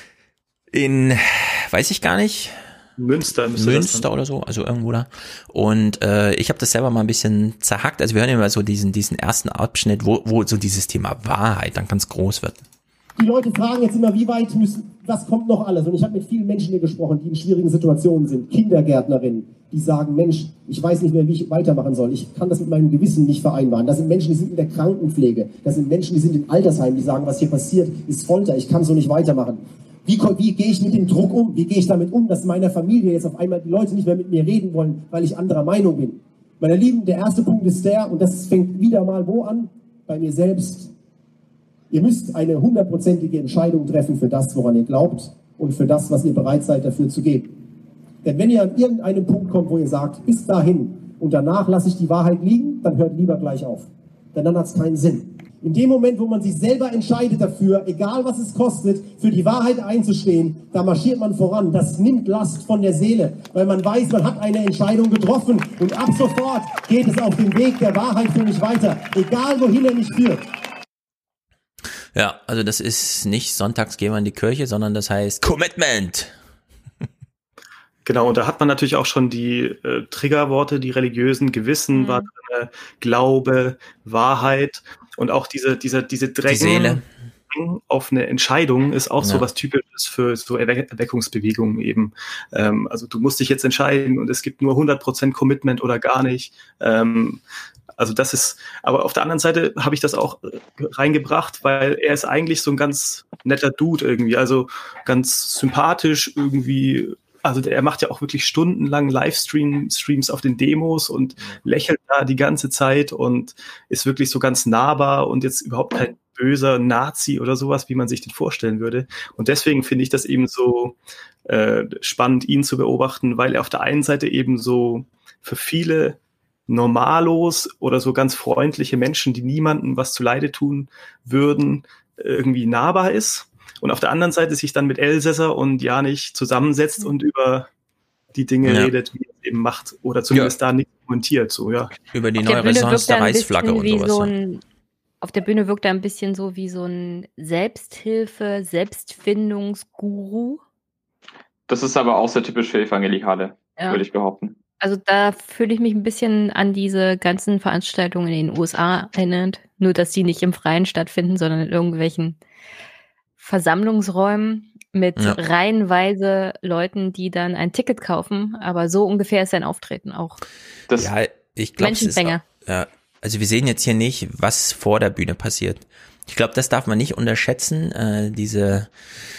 in, weiß ich gar nicht, Münster, Münster oder so, also irgendwo da. Und äh, ich habe das selber mal ein bisschen zerhackt, also wir hören immer so diesen, diesen ersten Abschnitt, wo, wo so dieses Thema Wahrheit dann ganz groß wird. Die Leute fragen jetzt immer, wie weit müssen, was kommt noch alles? Und ich habe mit vielen Menschen hier gesprochen, die in schwierigen Situationen sind, Kindergärtnerinnen, die sagen, Mensch, ich weiß nicht mehr, wie ich weitermachen soll. Ich kann das mit meinem Gewissen nicht vereinbaren. Das sind Menschen, die sind in der Krankenpflege. Das sind Menschen, die sind in Altersheimen, die sagen, was hier passiert, ist Folter. Ich kann so nicht weitermachen. Wie, wie gehe ich mit dem Druck um? Wie gehe ich damit um, dass in meiner Familie jetzt auf einmal die Leute nicht mehr mit mir reden wollen, weil ich anderer Meinung bin? Meine Lieben, der erste Punkt ist der, und das fängt wieder mal wo an? Bei mir selbst. Ihr müsst eine hundertprozentige Entscheidung treffen für das, woran ihr glaubt, und für das, was ihr bereit seid, dafür zu geben. Denn wenn ihr an irgendeinem Punkt kommt, wo ihr sagt, bis dahin und danach lasse ich die Wahrheit liegen, dann hört lieber gleich auf. Denn dann hat es keinen Sinn. In dem Moment, wo man sich selber entscheidet dafür, egal was es kostet, für die Wahrheit einzustehen, da marschiert man voran. Das nimmt Last von der Seele, weil man weiß, man hat eine Entscheidung getroffen und ab sofort geht es auf den Weg der Wahrheit für mich weiter, egal wohin er mich führt. Ja, also das ist nicht sonntags gehen wir in die Kirche, sondern das heißt Commitment. Genau, und da hat man natürlich auch schon die äh, Triggerworte, die religiösen, Gewissen, mhm. war drin, Glaube, Wahrheit und auch diese, diese, diese Drängen die auf eine Entscheidung ist auch ja. so was Typisches für so Erwe- Erweckungsbewegungen eben. Ähm, also du musst dich jetzt entscheiden und es gibt nur hundert Prozent Commitment oder gar nicht. Ähm, also das ist, aber auf der anderen Seite habe ich das auch reingebracht, weil er ist eigentlich so ein ganz netter Dude irgendwie, also ganz sympathisch irgendwie. Also er macht ja auch wirklich stundenlang Livestreams auf den Demos und lächelt da die ganze Zeit und ist wirklich so ganz nahbar und jetzt überhaupt kein böser Nazi oder sowas, wie man sich den vorstellen würde. Und deswegen finde ich das eben so äh, spannend, ihn zu beobachten, weil er auf der einen Seite eben so für viele Normalos oder so ganz freundliche Menschen, die niemandem was zuleide tun würden, irgendwie nahbar ist. Und auf der anderen Seite sich dann mit Elsässer und Janich zusammensetzt und über die Dinge ja. redet, wie er es eben macht. Oder zumindest ja. da nicht kommentiert. So, ja. Über die neue Renaissance der Reichsflagge und sowas. So ein, auf der Bühne wirkt er ein bisschen so wie so ein Selbsthilfe-, Selbstfindungsguru. Das ist aber auch sehr typisch für Evangelikale, ja. würde ich behaupten. Also da fühle ich mich ein bisschen an diese ganzen Veranstaltungen in den U S A erinnert. Nur, dass die nicht im Freien stattfinden, sondern in irgendwelchen Versammlungsräumen mit ja. reihenweise Leuten, die dann ein Ticket kaufen, aber so ungefähr ist sein Auftreten auch. Das ja, ich glaube, ja, also wir sehen jetzt hier nicht, was vor der Bühne passiert. Ich glaube, das darf man nicht unterschätzen, äh, diese,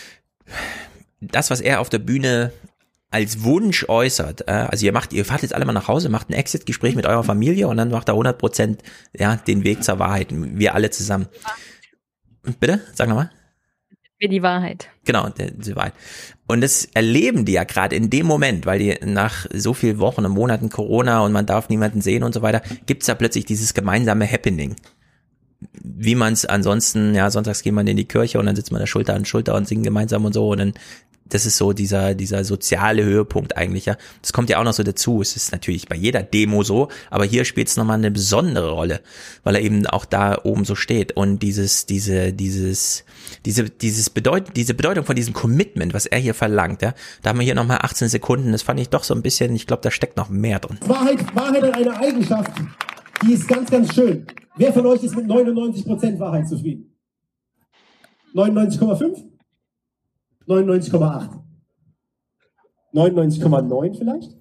das, was er auf der Bühne als Wunsch äußert, äh, also ihr macht, ihr fahrt jetzt alle mal nach Hause, macht ein Exit-Gespräch mit eurer Familie und dann macht er hundert Prozent, ja, den Weg zur Wahrheit, wir alle zusammen. Bitte? Sag nochmal. Für die Wahrheit. Genau, die Wahrheit. Und das erleben die ja gerade in dem Moment, weil die nach so vielen Wochen und Monaten Corona und man darf niemanden sehen und so weiter, gibt's da plötzlich dieses gemeinsame Happening. Wie man es ansonsten, ja, sonntags geht man in die Kirche und dann sitzt man da Schulter an Schulter und singen gemeinsam und so und dann, das ist so dieser, dieser soziale Höhepunkt eigentlich, ja. Das kommt ja auch noch so dazu. Es ist natürlich bei jeder Demo so, aber hier spielt es nochmal eine besondere Rolle, weil er eben auch da oben so steht und dieses, diese, dieses, diese, dieses Bedeut- diese Bedeutung von diesem Commitment, was er hier verlangt, ja. Da haben wir hier nochmal achtzehn Sekunden, das fand ich doch so ein bisschen, ich glaube, da steckt noch mehr drin. Wahrheit, Wahrheit hat eine Eigenschaft, die ist ganz, ganz schön. Wer von euch ist mit neunundneunzig Prozent Wahrheit zufrieden? neunundneunzig Komma fünf? neunundneunzig Komma acht. neunundneunzig Komma neun vielleicht?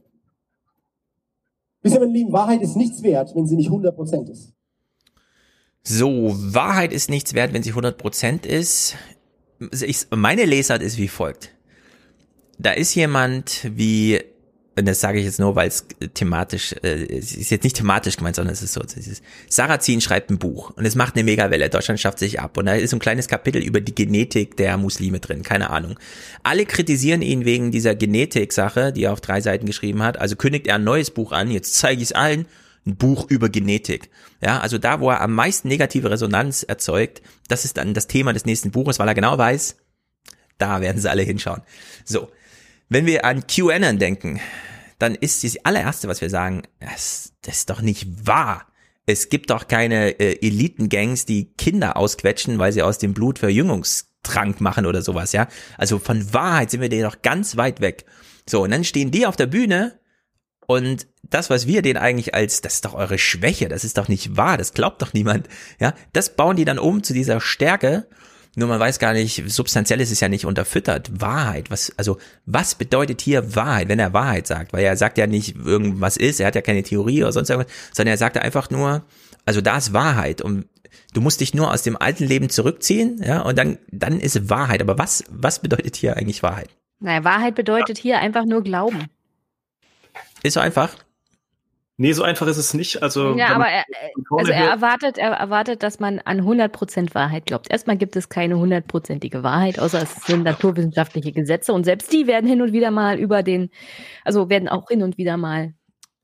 Wisst ihr, meine Lieben, Wahrheit ist nichts wert, wenn sie nicht hundert Prozent ist. So, Wahrheit ist nichts wert, wenn sie hundert Prozent ist. Ich, meine Lesart ist wie folgt. Da ist jemand wie, und das sage ich jetzt nur, weil es thematisch, äh, es ist jetzt nicht thematisch gemeint, sondern es ist so, es ist, Sarrazin schreibt ein Buch und es macht eine Megawelle, Deutschland schafft sich ab und da ist ein kleines Kapitel über die Genetik der Muslime drin, keine Ahnung. Alle kritisieren ihn wegen dieser Genetik-Sache, die er auf drei Seiten geschrieben hat, also kündigt er ein neues Buch an, jetzt zeige ich es allen, ein Buch über Genetik. Ja, also da, wo er am meisten negative Resonanz erzeugt, das ist dann das Thema des nächsten Buches, weil er genau weiß, da werden sie alle hinschauen. So, wenn wir an QAnon denken, dann ist das allererste, was wir sagen, das, das ist doch nicht wahr. Es gibt doch keine äh, Elitengangs, die Kinder ausquetschen, weil sie aus dem Blut Verjüngungstrank machen oder sowas, ja. Also von Wahrheit sind wir denen doch ganz weit weg. So, und dann stehen die auf der Bühne und das, was wir denen eigentlich als, das ist doch eure Schwäche, das ist doch nicht wahr, das glaubt doch niemand, ja. Das bauen die dann um zu dieser Stärke. Nur man weiß gar nicht, substanziell ist es ja nicht unterfüttert. Wahrheit, was, also, was bedeutet hier Wahrheit, wenn er Wahrheit sagt? Weil er sagt ja nicht, irgendwas ist, er hat ja keine Theorie oder sonst irgendwas, sondern er sagt einfach nur, also da ist Wahrheit und du musst dich nur aus dem alten Leben zurückziehen, ja, und dann, dann ist Wahrheit. Aber was, was bedeutet hier eigentlich Wahrheit? Naja, Wahrheit bedeutet hier einfach nur Glauben. Ist so einfach? Nee, so einfach ist es nicht. Also, ja, aber er, also er erwartet, er erwartet, dass man an hundert Prozent Wahrheit glaubt. Erstmal gibt es keine hundertprozentige Wahrheit, außer es sind naturwissenschaftliche Gesetze und selbst die werden hin und wieder mal über den, also werden auch hin und wieder mal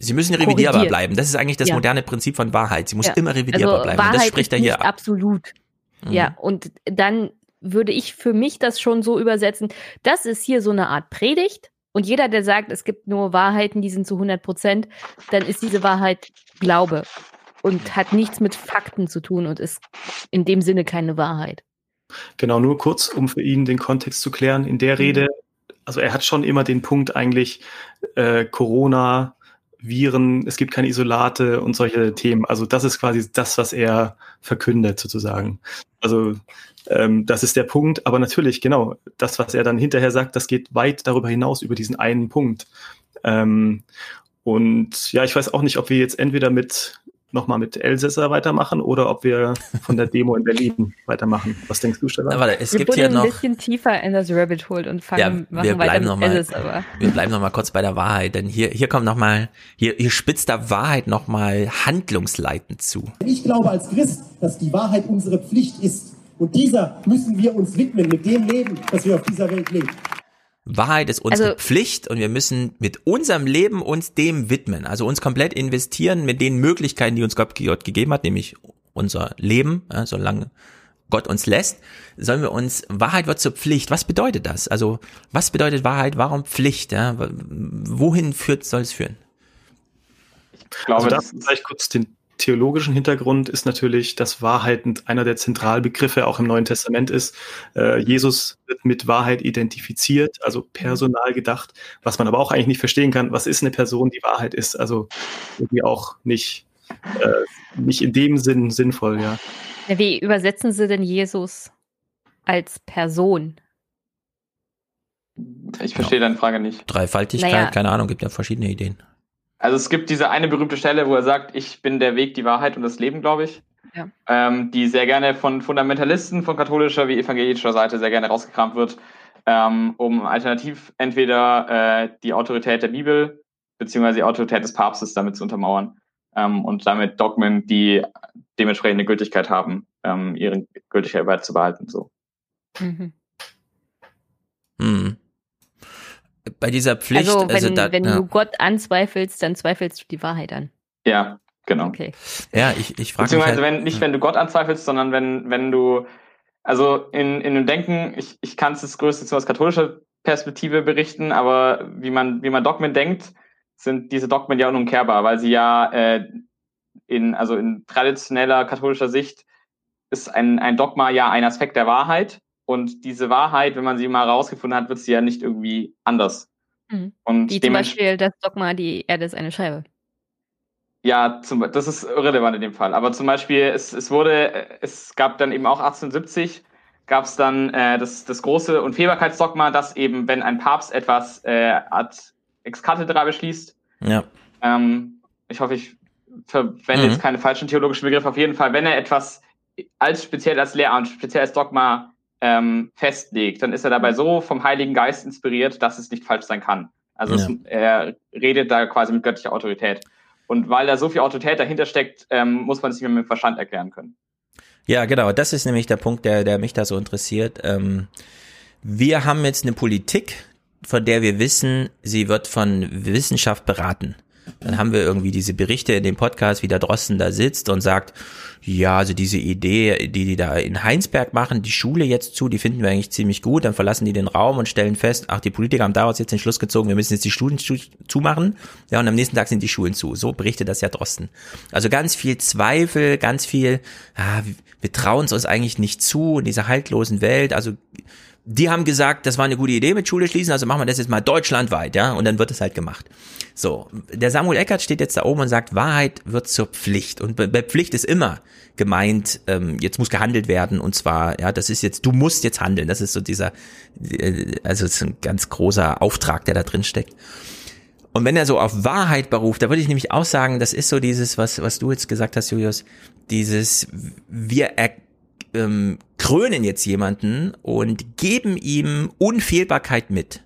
Sie müssen revidierbar bleiben. Das ist eigentlich das ja. moderne Prinzip von Wahrheit. Sie muss ja. immer revidierbar also, bleiben. Wahrheit und das spricht ist er hier nicht ab. Absolut. Mhm. Ja, und dann würde ich für mich das schon so übersetzen, das ist hier so eine Art Predigt. Und jeder, der sagt, es gibt nur Wahrheiten, die sind zu hundert Prozent, dann ist diese Wahrheit Glaube und hat nichts mit Fakten zu tun und ist in dem Sinne keine Wahrheit. Genau, nur kurz, um für ihn den Kontext zu klären. In der Rede, also er hat schon immer den Punkt eigentlich, äh, Corona, Viren, es gibt keine Isolate und solche Themen. Also das ist quasi das, was er verkündet sozusagen. Also ähm, das ist der Punkt. Aber natürlich, genau, das, was er dann hinterher sagt, das geht weit darüber hinaus, über diesen einen Punkt. Ähm, und ja, ich weiß auch nicht, ob wir jetzt entweder mit nochmal mit Elsässer weitermachen oder ob wir von der Demo in Berlin weitermachen. Was denkst du, Stefan? Aber es wir gibt hier noch ein bisschen tiefer in das Rabbit Hole und fangen ja, machen wir bleiben weiter noch mit mal, Elsässer. Wir bleiben noch mal kurz bei der Wahrheit, denn hier hier kommt noch mal hier hier spitzt da Wahrheit noch mal handlungsleitend zu. Ich glaube als Christ, dass die Wahrheit unsere Pflicht ist und dieser müssen wir uns widmen mit dem Leben, das wir auf dieser Welt leben. Wahrheit ist unsere Also- Pflicht und wir müssen mit unserem Leben uns dem widmen, also uns komplett investieren mit den Möglichkeiten, die uns Gott Gott gegeben hat, nämlich unser Leben, ja, solange Gott uns lässt, sollen wir uns, Wahrheit wird zur Pflicht. Was bedeutet das? Also, was bedeutet Wahrheit? Warum Pflicht? Ja? Wohin führt, soll es führen? Ich glaube, also das vielleicht kurz den theologischen Hintergrund ist natürlich, dass Wahrheit einer der Zentralbegriffe auch im Neuen Testament ist. Äh, Jesus wird mit Wahrheit identifiziert, also personal gedacht, was man aber auch eigentlich nicht verstehen kann. Was ist eine Person, die Wahrheit ist? Also irgendwie auch nicht, äh, nicht in dem Sinn sinnvoll, ja. Ja, wie übersetzen Sie denn Jesus als Person? Ich verstehe deine Frage nicht. Dreifaltigkeit, Naja. keine Ahnung, gibt ja verschiedene Ideen. Also es gibt diese eine berühmte Stelle, wo er sagt, ich bin der Weg, die Wahrheit und das Leben, glaube ich. Ja. Ähm, die sehr gerne von Fundamentalisten von katholischer wie evangelischer Seite sehr gerne rausgekramt wird, ähm, um alternativ entweder äh, die Autorität der Bibel beziehungsweise die Autorität des Papstes damit zu untermauern ähm, und damit Dogmen, die dementsprechende Gültigkeit haben, ähm, ihre Gültigkeit beizubehalten. So. Mhm. Hm. Bei dieser Pflicht, Also, wenn, also da, wenn ja. du Gott anzweifelst, dann zweifelst du die Wahrheit an. Ja, genau. Okay. Ja, ich, ich frage mich Beziehungsweise halt, wenn, nicht, wenn du Gott anzweifelst, sondern wenn, wenn du, also in, in dem Denken, ich, ich kann es das größte aus katholischer Perspektive berichten, aber wie man, wie man Dogmen denkt, sind diese Dogmen ja unumkehrbar, weil sie ja äh, in, also in traditioneller katholischer Sicht ist ein, ein Dogma ja ein Aspekt der Wahrheit. Und diese Wahrheit, wenn man sie mal rausgefunden hat, wird sie ja nicht irgendwie anders. Mhm. Und Wie zum dements- Beispiel das Dogma, die Erde ist eine Scheibe. Ja, zum, das ist irrelevant in dem Fall. Aber zum Beispiel, es, es wurde, es gab dann eben auch achtzehnhundertsiebzig, gab es dann äh, das, das große Unfehlbarkeitsdogma, dass eben, wenn ein Papst etwas äh, ad ex cathedra beschließt, ja. ähm, ich hoffe, ich verwende Mhm. jetzt keine falschen theologischen Begriffe, auf jeden Fall, wenn er etwas als speziell als Lehramt, speziell als Dogma ähm, festlegt, dann ist er dabei so vom Heiligen Geist inspiriert, dass es nicht falsch sein kann. Also Ja. es, er redet da quasi mit göttlicher Autorität. Und weil da so viel Autorität dahinter steckt, ähm, muss man es nicht mehr mit dem Verstand erklären können. Ja, genau, das ist nämlich der Punkt, der, der mich da so interessiert. Ähm, wir haben jetzt eine Politik, von der wir wissen, sie wird von Wissenschaft beraten. Dann haben wir irgendwie diese Berichte in dem Podcast, wie der Drosten da sitzt und sagt, ja, also diese Idee, die die da in Heinsberg machen, die Schule jetzt zu, die finden wir eigentlich ziemlich gut. Dann verlassen die den Raum und stellen fest, ach, die Politiker haben daraus jetzt den Schluss gezogen, wir müssen jetzt die Schulen zu, zumachen. Ja, und am nächsten Tag sind die Schulen zu. So berichtet das ja Drosten. Also ganz viel Zweifel, ganz viel, ah, wir trauen es uns eigentlich nicht zu in dieser haltlosen Welt. Also die haben gesagt, das war eine gute Idee mit Schule schließen, also machen wir das jetzt mal deutschlandweit, ja, und dann wird es halt gemacht. So, der Samuel Eckert steht jetzt da oben und sagt, Wahrheit wird zur Pflicht. Und bei Pflicht ist immer gemeint, ähm, jetzt muss gehandelt werden und zwar, ja, das ist jetzt, du musst jetzt handeln. Das ist so dieser, äh, also es ist ein ganz großer Auftrag, der da drin steckt. Und wenn er so auf Wahrheit beruft, da würde ich nämlich auch sagen, das ist so dieses, was was du jetzt gesagt hast, Julius, dieses, wir er, ähm, krönen jetzt jemanden und geben ihm Unfehlbarkeit mit.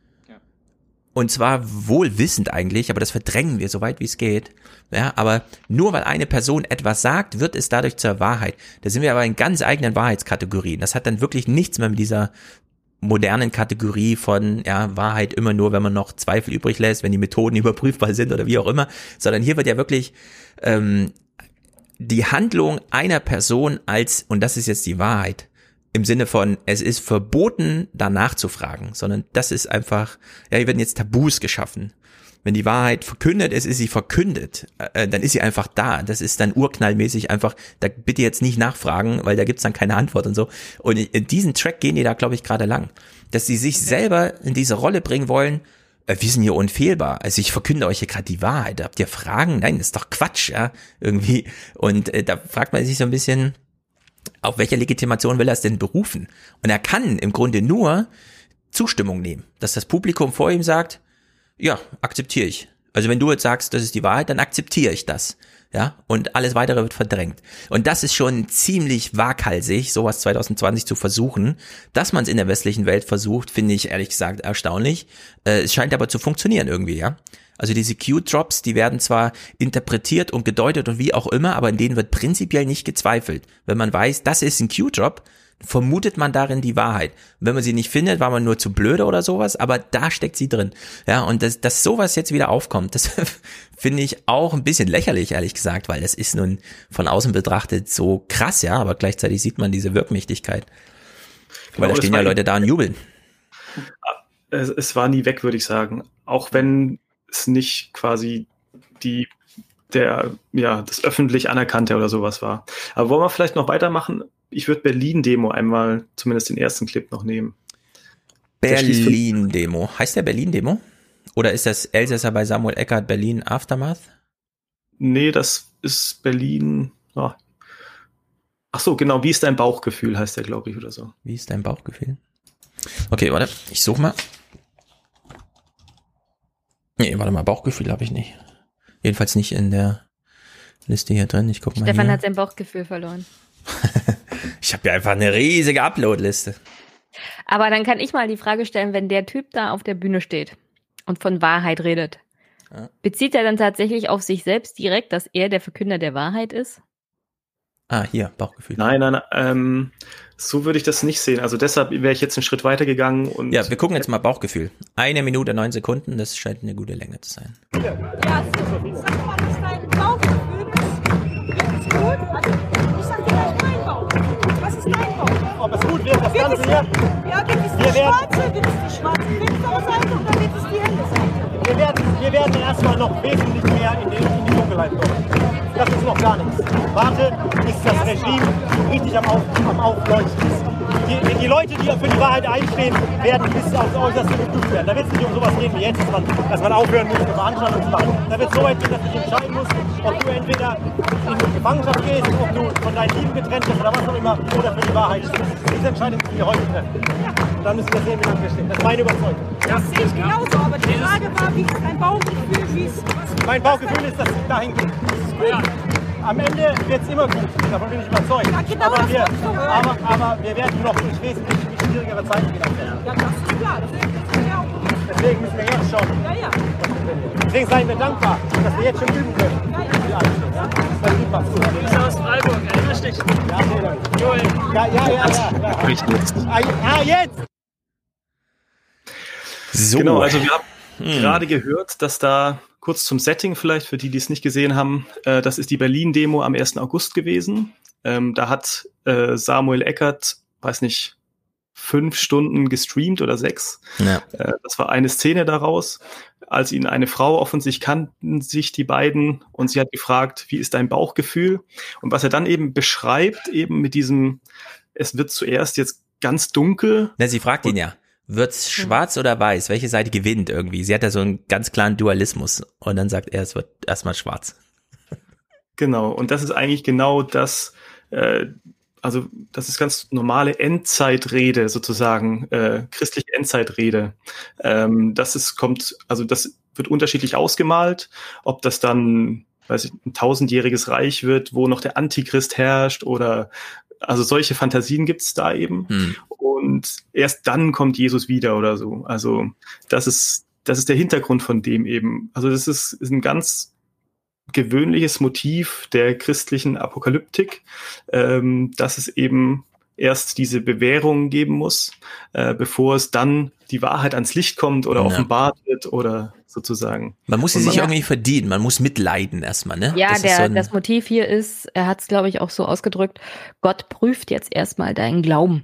Und zwar wohl wissend eigentlich, aber das verdrängen wir so weit wie es geht. Ja, aber nur weil eine Person etwas sagt, wird es dadurch zur Wahrheit. Da sind wir aber in ganz eigenen Wahrheitskategorien. Das hat dann wirklich nichts mehr mit dieser modernen Kategorie von ja Wahrheit immer nur, wenn man noch Zweifel übrig lässt, wenn die Methoden überprüfbar sind oder wie auch immer, sondern hier wird ja wirklich ähm, die Handlung einer Person als, und das ist jetzt die Wahrheit, im Sinne von, es ist verboten, danach zu fragen, sondern das ist einfach, ja, hier werden jetzt Tabus geschaffen. Wenn die Wahrheit verkündet ist, ist sie verkündet, äh, dann ist sie einfach da. Das ist dann urknallmäßig einfach, da bitte jetzt nicht nachfragen, weil da gibt's dann keine Antwort und so. Und in diesen Track gehen die da, glaube ich, gerade lang. Dass sie sich selber in diese Rolle bringen wollen, äh, wir sind hier unfehlbar. Also ich verkünde euch hier gerade die Wahrheit. Habt ihr Fragen? Nein, das ist doch Quatsch, ja, irgendwie. Und äh, da fragt man sich so ein bisschen, auf welche Legitimation will er es denn berufen? Und er kann im Grunde nur Zustimmung nehmen. Dass das Publikum vor ihm sagt, ja, akzeptiere ich. Also wenn du jetzt sagst, das ist die Wahrheit, dann akzeptiere ich das. Ja, und alles weitere wird verdrängt. Und das ist schon ziemlich waghalsig, sowas zwanzig zwanzig zu versuchen. Dass man es in der westlichen Welt versucht, finde ich ehrlich gesagt erstaunlich. Äh, es scheint aber zu funktionieren irgendwie, ja. Also diese Q-Drops, die werden zwar interpretiert und gedeutet und wie auch immer, aber in denen wird prinzipiell nicht gezweifelt. Wenn man weiß, das ist ein Q-Drop, vermutet man darin die Wahrheit. Wenn man sie nicht findet, war man nur zu blöde oder sowas, aber da steckt sie drin. Ja, und dass, dass sowas jetzt wieder aufkommt, das finde ich auch ein bisschen lächerlich, ehrlich gesagt, weil das ist nun von außen betrachtet so krass, ja, aber gleichzeitig sieht man diese Wirkmächtigkeit. Genau, weil da stehen ja Leute da und jubeln. Es, es war nie weg, würde ich sagen. Auch wenn es nicht quasi die der, ja, das öffentlich Anerkannte oder sowas war. Aber wollen wir vielleicht noch weitermachen? Ich würde Berlin-Demo einmal, zumindest den ersten Clip noch nehmen. Berlin-Demo. Heißt der Berlin-Demo? Oder ist das Elsässer bei Samuel Eckert Berlin Aftermath? Nee, das ist Berlin. Oh. Ach so, genau. Wie ist dein Bauchgefühl, heißt der, glaube ich, oder so. Wie ist dein Bauchgefühl? Okay, warte. Ich suche mal. Nee, warte mal. Bauchgefühl habe ich nicht. Jedenfalls nicht in der Liste hier drin. Ich guck mal. Stefan hier. hat sein Bauchgefühl verloren. Ich habe ja einfach eine riesige Upload-Liste. Aber dann kann ich mal die Frage stellen, wenn der Typ da auf der Bühne steht und von Wahrheit redet, ja. Bezieht er dann tatsächlich auf sich selbst direkt, dass er der Verkünder der Wahrheit ist? Ah, hier, Bauchgefühl. Nein, nein, ähm, so würde ich das nicht sehen. Also deshalb wäre ich jetzt einen Schritt weiter gegangen. Und ja, wir gucken jetzt mal Bauchgefühl. Eine Minute, neun Sekunden, das scheint eine gute Länge zu sein. Ja, sag mal, was dein Bauchgefühl ist. Gut? Ich sag dir gleich mein Bauch. Was ist dein Bauch? Ob es gut wird, das Ganze hier? Ja, wird es die schwarze, wird es die schwarze finstere Seite oder wird es die helle Seite? Wir werden, wir werden erstmal noch wesentlich mehr in die, in die Dunkelheit kommen. Das ist noch gar nichts. Warte, bis das Regime richtig am, Auf, am Aufleuchten ist. Die, die Leute, die für die Wahrheit einstehen, werden bis aufs Äußerste geprüft werden. Da wird es nicht um sowas gehen wie jetzt, dass man, dass man aufhören muss, eine Veranstaltung zu machen. Da wird es so weit gehen, dass du dich entscheiden musst, ob du entweder in Gefangenschaft gehst, ob du von deinen Lieben getrennt bist oder was auch immer, oder für die Wahrheit stehst. Diese Entscheidung müssen wir heute treffen. Und dann müssen wir sehen, wie lange wir stehen. Das ist meine Überzeugung. Das sehe ich genauso, aber die Frage war, wie ist dein Bauchgefühl? Wie ist, mein Bauchgefühl ist, dass es dahin geht. Ja. Am Ende wird es immer gut, davon bin ich überzeugt. Ja, genau, aber, wir, aber, aber wir werden noch durch wesentlich schwierigere Zeiten gehen. Ja, das ist klar. Das ist ja auch gut. Deswegen müssen wir jetzt schon. Ja, ja. Deswegen seien wir dankbar, dass wir jetzt schon üben können. Ja, ja. Ja, das ist super. Du bist aus Freiburg, erinnerst dich? Ja, Joel. Ja, ja, ja. ja, ja. Ah, jetzt! So. Genau, also wir haben hm. gerade gehört, dass da kurz zum Setting vielleicht, für die, die es nicht gesehen haben, äh, das ist die Berlin-Demo am ersten August gewesen. Ähm, da hat äh, Samuel Eckert, weiß nicht, fünf Stunden gestreamt oder sechs. Ja. Äh, das war eine Szene daraus, als ihn eine Frau offensichtlich kannten sich die beiden und sie hat gefragt, wie ist dein Bauchgefühl? Und was er dann eben beschreibt, eben mit diesem, es wird zuerst jetzt ganz dunkel. Na, sie fragt ihn ja. Wird's schwarz oder weiß? Welche Seite gewinnt irgendwie? Sie hat ja so einen ganz klaren Dualismus. Und dann sagt er, es wird erstmal schwarz. Genau. Und das ist eigentlich genau das, äh, also das ist ganz normale Endzeitrede sozusagen, äh, christliche Endzeitrede. Ähm, das ist, kommt, also das wird unterschiedlich ausgemalt, ob das dann, weiß ich, ein tausendjähriges Reich wird, wo noch der Antichrist herrscht oder also solche Fantasien gibt's da eben. Hm. Und erst dann kommt Jesus wieder oder so. Also das ist, das ist der Hintergrund von dem eben. Also das ist, ist ein ganz gewöhnliches Motiv der christlichen Apokalyptik, ähm, dass es eben erst diese Bewährung geben muss, äh, bevor es dann die Wahrheit ans Licht kommt oder ja. offenbart wird oder sozusagen. Man muss sie sich irgendwie verdienen, man muss mitleiden erstmal, ne? Ja, das, der, ist so ein das Motiv hier ist, er hat es, glaube ich, auch so ausgedrückt, Gott prüft jetzt erstmal deinen Glauben.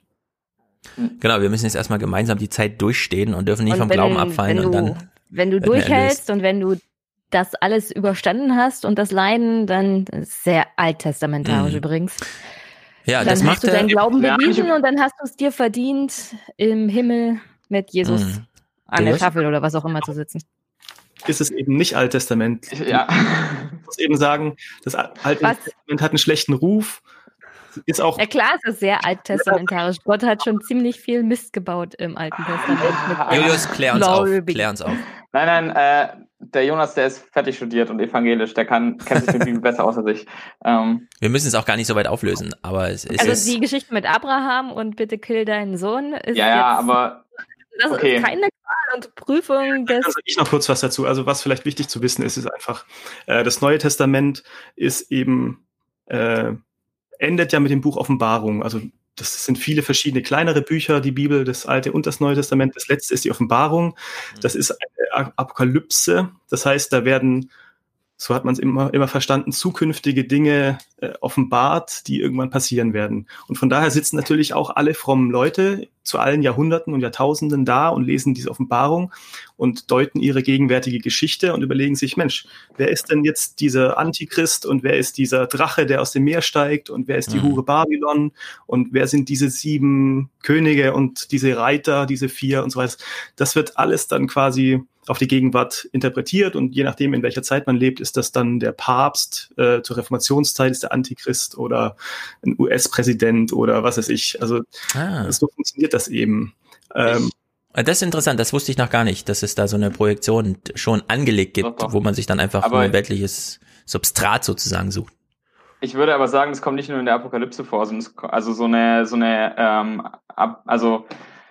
Genau, wir müssen jetzt erstmal gemeinsam die Zeit durchstehen und dürfen nicht Und vom wenn, Glauben abfallen wenn und du, dann. Wenn du durchhältst und wenn du das alles überstanden hast und das Leiden, dann sehr alttestamentarisch Mhm. übrigens. Ja, dann das hast macht du deinen er. Glauben Ja, bewiesen ich- und dann hast du es dir verdient, im Himmel mit Jesus Mhm. an der was? Tafel oder was auch immer zu sitzen. Ist es eben nicht Alttestament. Ja. Ich muss eben sagen, das Alte Was? Testament hat einen schlechten Ruf. Ist auch Ja klar, es ist sehr alttestamentarisch. Gott hat schon ziemlich viel Mist gebaut im Alten Testament. Mit Julius, klär uns auf. Gläubigen. Klär uns auf. Nein, nein, äh, der Jonas, der ist fertig studiert und evangelisch, der kann, kennt sich mit Bibel besser aus als ich. Ähm, Wir müssen es auch gar nicht so weit auflösen, aber es ist. Also es, die Geschichte mit Abraham und bitte kill deinen Sohn ist ja, ja, jetzt, aber das okay. ist keine Qual und Prüfung des... Dann sage ich noch kurz was dazu. Also was vielleicht wichtig zu wissen ist, ist einfach, äh, das Neue Testament ist eben, äh, endet ja mit dem Buch Offenbarung. Also das sind viele verschiedene kleinere Bücher, die Bibel, das Alte und das Neue Testament. Das letzte ist die Offenbarung. Das ist eine Apokalypse. Das heißt, da werden, so hat man es immer, immer verstanden, zukünftige Dinge äh, offenbart, die irgendwann passieren werden. Und von daher sitzen natürlich auch alle frommen Leute zu allen Jahrhunderten und Jahrtausenden da und lesen diese Offenbarung und deuten ihre gegenwärtige Geschichte und überlegen sich, Mensch, wer ist denn jetzt dieser Antichrist und wer ist dieser Drache, der aus dem Meer steigt und wer ist die Mhm. Hure Babylon und wer sind diese sieben Könige und diese Reiter, diese vier und so weiter. Das wird alles dann quasi auf die Gegenwart interpretiert und je nachdem, in welcher Zeit man lebt, ist das dann der Papst, äh, zur Reformationszeit ist der Antichrist oder ein U S-Präsident oder was weiß ich. Also Ah. so funktioniert das eben. Ähm, Das ist interessant, das wusste ich noch gar nicht, dass es da so eine Projektion schon angelegt gibt, Doch, doch. wo man sich dann einfach Aber- nur weltliches Substrat sozusagen sucht. Ich würde aber sagen, das kommt nicht nur in der Apokalypse vor, sondern es, also so eine, so eine, ähm, ab, also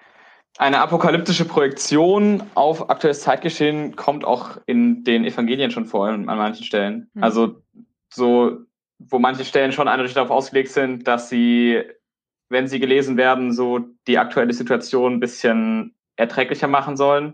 eine apokalyptische Projektion auf aktuelles Zeitgeschehen kommt auch in den Evangelien schon vor an manchen Stellen. Mhm. Also so, wo manche Stellen schon eindeutig darauf ausgelegt sind, dass sie, wenn sie gelesen werden, so die aktuelle Situation ein bisschen erträglicher machen sollen,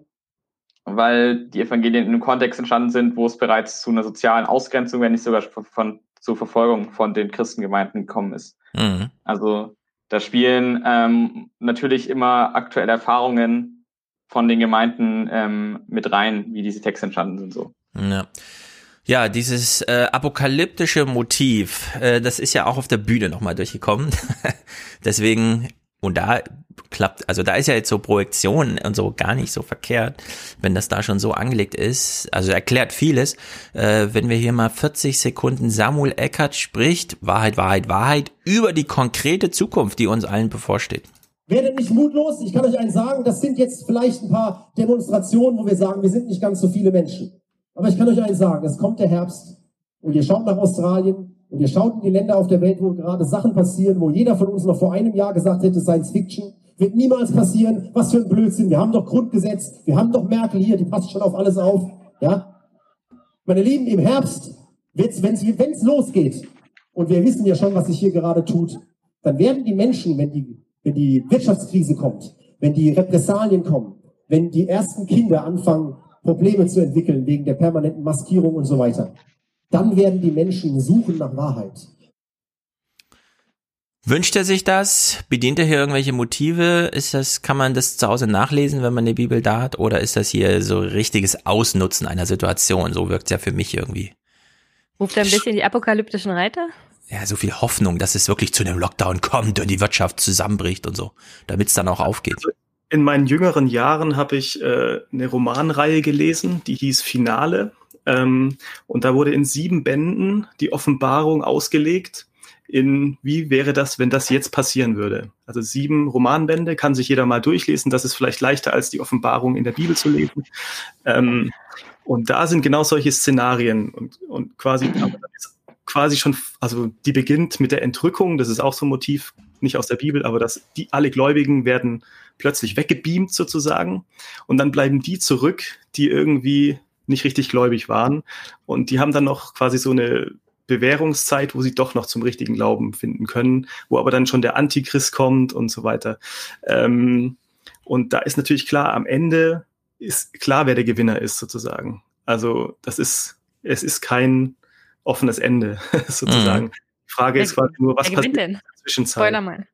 weil die Evangelien in einem Kontext entstanden sind, wo es bereits zu einer sozialen Ausgrenzung, wenn nicht sogar von, von zur Verfolgung von den Christengemeinden gekommen ist. Mhm. Also da spielen ähm, natürlich immer aktuelle Erfahrungen von den Gemeinden ähm, mit rein, wie diese Texte entstanden sind. So. Ja. Ja, dieses äh, apokalyptische Motiv, äh, das ist ja auch auf der Bühne nochmal durchgekommen. Deswegen, und da klappt, also da ist ja jetzt so Projektion und so gar nicht so verkehrt, wenn das da schon so angelegt ist. Also erklärt vieles. Äh, wenn wir hier mal vierzig Sekunden Samuel Eckert spricht, Wahrheit, Wahrheit, Wahrheit, über die konkrete Zukunft, die uns allen bevorsteht. Werdet nicht mutlos. Ich kann euch eins sagen, das sind jetzt vielleicht ein paar Demonstrationen, wo wir sagen, wir sind nicht ganz so viele Menschen. Aber ich kann euch eins sagen, es kommt der Herbst und ihr schaut nach Australien und ihr schaut in die Länder auf der Welt, wo gerade Sachen passieren, wo jeder von uns noch vor einem Jahr gesagt hätte, Science Fiction, wird niemals passieren, was für ein Blödsinn, wir haben doch Grundgesetz, wir haben doch Merkel hier, die passt schon auf alles auf. Ja? Meine Lieben, im Herbst, wenn es losgeht, und wir wissen ja schon, was sich hier gerade tut, dann werden die Menschen, wenn die, wenn die Wirtschaftskrise kommt, wenn die Repressalien kommen, wenn die ersten Kinder anfangen, Probleme zu entwickeln wegen der permanenten Maskierung und so weiter, dann werden die Menschen suchen nach Wahrheit. Wünscht er sich das? Bedient er hier irgendwelche Motive? Ist das, kann man das zu Hause nachlesen, wenn man eine Bibel da hat? Oder ist das hier so richtiges Ausnutzen einer Situation? So wirkt es ja für mich irgendwie. Ruft er ein bisschen die apokalyptischen Reiter? Ja, so viel Hoffnung, dass es wirklich zu einem Lockdown kommt und die Wirtschaft zusammenbricht und so, damit es dann auch aufgeht. In meinen jüngeren Jahren habe ich äh, eine Romanreihe gelesen, die hieß Finale. Ähm, und da wurde in sieben Bänden die Offenbarung ausgelegt, in wie wäre das, wenn das jetzt passieren würde. Also sieben Romanbände, kann sich jeder mal durchlesen. Das ist vielleicht leichter, als die Offenbarung in der Bibel zu lesen. Ähm, und da sind genau solche Szenarien. Und, und quasi, aber das ist quasi schon, also die beginnt mit der Entrückung, das ist auch so ein Motiv, nicht aus der Bibel, aber dass die alle Gläubigen werden plötzlich weggebeamt sozusagen und dann bleiben die zurück, die irgendwie nicht richtig gläubig waren und die haben dann noch quasi so eine Bewährungszeit, wo sie doch noch zum richtigen Glauben finden können, wo aber dann schon der Antichrist kommt und so weiter. Ähm, und da ist natürlich klar, am Ende ist klar, wer der Gewinner ist, sozusagen. Also das ist, es ist kein offenes Ende, sozusagen. Mhm. Die Frage ist quasi nur, was passiert in der Zwischenzeit. Spoiler mal.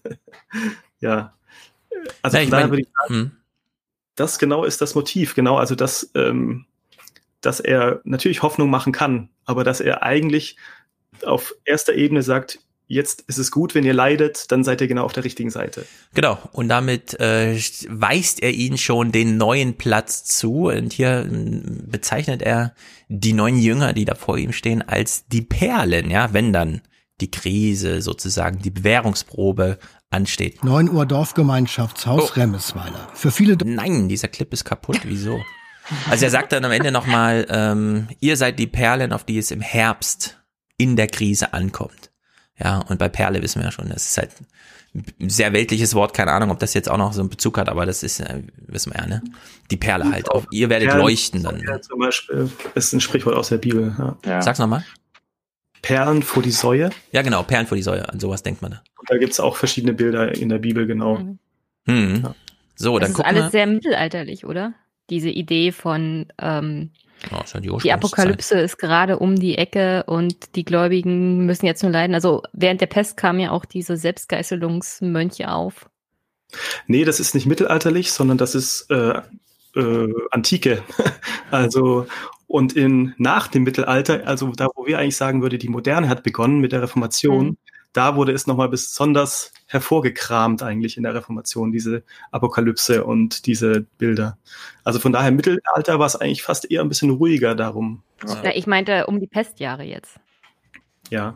Ja. Also ja, ich daher mein, würde ich sagen, hm. das genau ist das Motiv, genau, also dass, ähm, dass er natürlich Hoffnung machen kann, aber dass er eigentlich auf erster Ebene sagt, jetzt ist es gut, wenn ihr leidet, dann seid ihr genau auf der richtigen Seite. Genau, und damit äh, weist er ihnen schon den neuen Platz zu. Und hier äh, bezeichnet er die neuen Jünger, die da vor ihm stehen, als die Perlen, ja, wenn dann die Krise sozusagen, die Bewährungsprobe ansteht. neun Uhr Dorfgemeinschaftshaus oh. Remmesweiler. Für viele... Nein, dieser Clip ist kaputt, wieso? Also er sagt dann am Ende nochmal, ähm, ihr seid die Perlen, auf die es im Herbst in der Krise ankommt. Ja, und bei Perle wissen wir ja schon, das ist halt ein sehr weltliches Wort, keine Ahnung, ob das jetzt auch noch so einen Bezug hat, aber das ist, äh, wissen wir ja, ne? Die Perle halt, auf, ihr werdet Perlen, leuchten dann. Ja, zum Beispiel ist ein Sprichwort aus der Bibel. Ja. Ja. Sag's nochmal. Perlen vor die Säue. Ja, genau, Perlen vor die Säue, an sowas denkt man da. Und da gibt's auch verschiedene Bilder in der Bibel, genau. Mhm. Hm. Ja. So, dann das ist gucken alles wir. sehr mittelalterlich, oder? Diese Idee von ähm, oh, ist ja die, die Apokalypse ist gerade um die Ecke und die Gläubigen müssen jetzt nur leiden. Also während der Pest kamen ja auch diese Selbstgeißelungsmönche auf. Nee, das ist nicht mittelalterlich, sondern das ist äh, äh, Antike. Also und in nach dem Mittelalter, also da, wo wir eigentlich sagen würde, die Moderne hat begonnen mit der Reformation, mhm. da wurde es nochmal besonders hervorgekramt eigentlich in der Reformation, diese Apokalypse und diese Bilder. Also von daher im Mittelalter war es eigentlich fast eher ein bisschen ruhiger darum. Ja, ich meinte um die Pestjahre jetzt. Ja.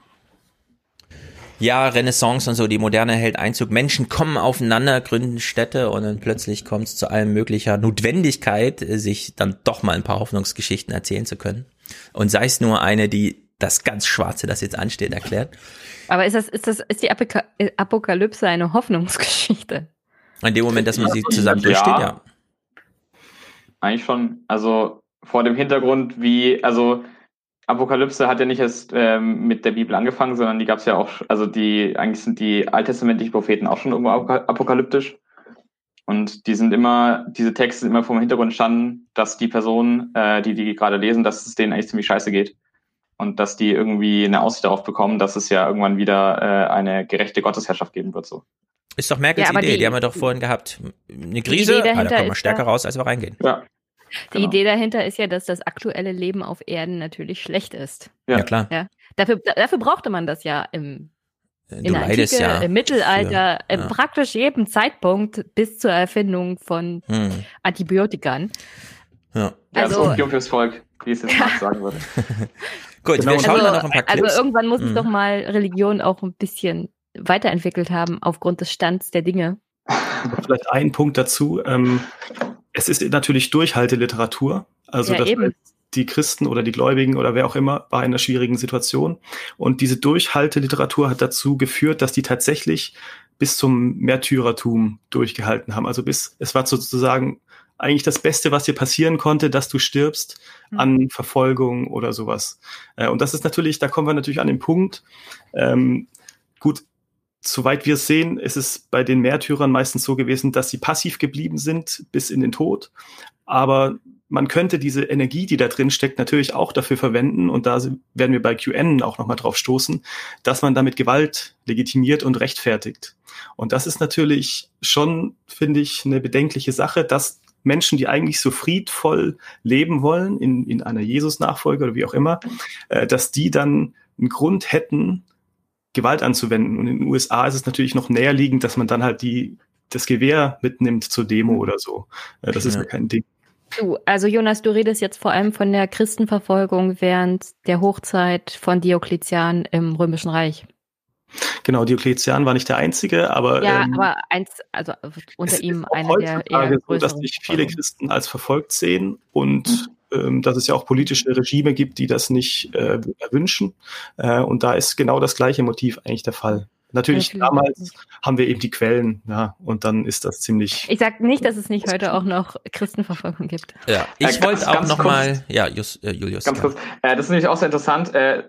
Ja, Renaissance und so, die Moderne hält Einzug. Menschen kommen aufeinander, gründen Städte und dann plötzlich kommt es zu allem möglicher Notwendigkeit, sich dann doch mal ein paar Hoffnungsgeschichten erzählen zu können. Und sei es nur eine, die das ganz Schwarze, das jetzt ansteht, erklärt. Aber ist das, ist das, ist die Apoka- Apokalypse eine Hoffnungsgeschichte? In dem Moment, dass man sie zusammen durchsteht, ja. ja. Eigentlich schon. Also vor dem Hintergrund, wie, also Apokalypse hat ja nicht erst ähm, mit der Bibel angefangen, sondern die gab es ja auch, also die, eigentlich sind die alttestamentlichen Propheten auch schon irgendwo apokalyptisch. Und die sind immer, diese Texte sind immer vom Hintergrund entstanden, dass die Personen, äh, die die gerade lesen, dass es denen eigentlich ziemlich scheiße geht. Und dass die irgendwie eine Aussicht darauf bekommen, dass es ja irgendwann wieder äh, eine gerechte Gottesherrschaft geben wird. So. Ist doch Merkels ja, Idee, die, die haben wir doch vorhin gehabt. Eine Krise, ah, da kommen wir stärker ja, raus, als wir reingehen. Ja. Die genau. Idee dahinter ist ja, dass das aktuelle Leben auf Erden natürlich schlecht ist. Ja, ja klar. Ja. Dafür, dafür brauchte man das ja im, du in der Antike, ja im Mittelalter, für, in ja. praktisch jedem Zeitpunkt bis zur Erfindung von hm. Antibiotikern. Ja, also, ja, Opium fürs Volk, wie es jetzt Marx sagen würde. Gut, genau. wir schauen also, mal noch ein paar Clips. Also irgendwann muss hm. es doch mal Religion auch ein bisschen weiterentwickelt haben aufgrund des Stands der Dinge. Vielleicht ein Punkt dazu. Ähm, es ist natürlich Durchhalteliteratur. Also ja, das eben. heißt, die Christen oder die Gläubigen oder wer auch immer war in einer schwierigen Situation. Und diese Durchhalteliteratur hat dazu geführt, dass die tatsächlich bis zum Märtyrertum durchgehalten haben. Also bis, es war sozusagen eigentlich das Beste, was dir passieren konnte, dass du stirbst mhm. an Verfolgung oder sowas. Äh, und das ist natürlich, da kommen wir natürlich an den Punkt, ähm, gut, soweit wir es sehen, ist es bei den Märtyrern meistens so gewesen, dass sie passiv geblieben sind bis in den Tod. Aber man könnte diese Energie, die da drin steckt, natürlich auch dafür verwenden, und da werden wir bei Q N auch nochmal drauf stoßen, dass man damit Gewalt legitimiert und rechtfertigt. Und das ist natürlich schon, finde ich, eine bedenkliche Sache, dass Menschen, die eigentlich so friedvoll leben wollen, in, in einer Jesus-Nachfolge oder wie auch immer, äh, dass die dann einen Grund hätten, Gewalt anzuwenden. Und in den U S A ist es natürlich noch näherliegend, dass man dann halt die, das Gewehr mitnimmt zur Demo oder so. Äh, das ist ja kein Ding. Du, also Jonas, du redest jetzt vor allem von der Christenverfolgung während der Hochzeit von Diokletian im Römischen Reich. Genau, Diokletian war nicht der Einzige, aber ja, ähm, aber eins, also unter ihm einer der eher größeren. So, dass sich viele Christen als verfolgt sehen und mhm. ähm, dass es ja auch politische Regime gibt, die das nicht äh, erwünschen. Äh, und da ist genau das gleiche Motiv eigentlich der Fall. Natürlich, Natürlich damals haben wir eben die Quellen, ja, und dann ist das ziemlich... Ich sag nicht, dass es nicht heute auch noch Christenverfolgung gibt. Ja, ich äh, wollte auch noch mal... Ja, Just, äh, Julius. Ganz kurz. Äh, das ist nämlich auch sehr interessant. Äh,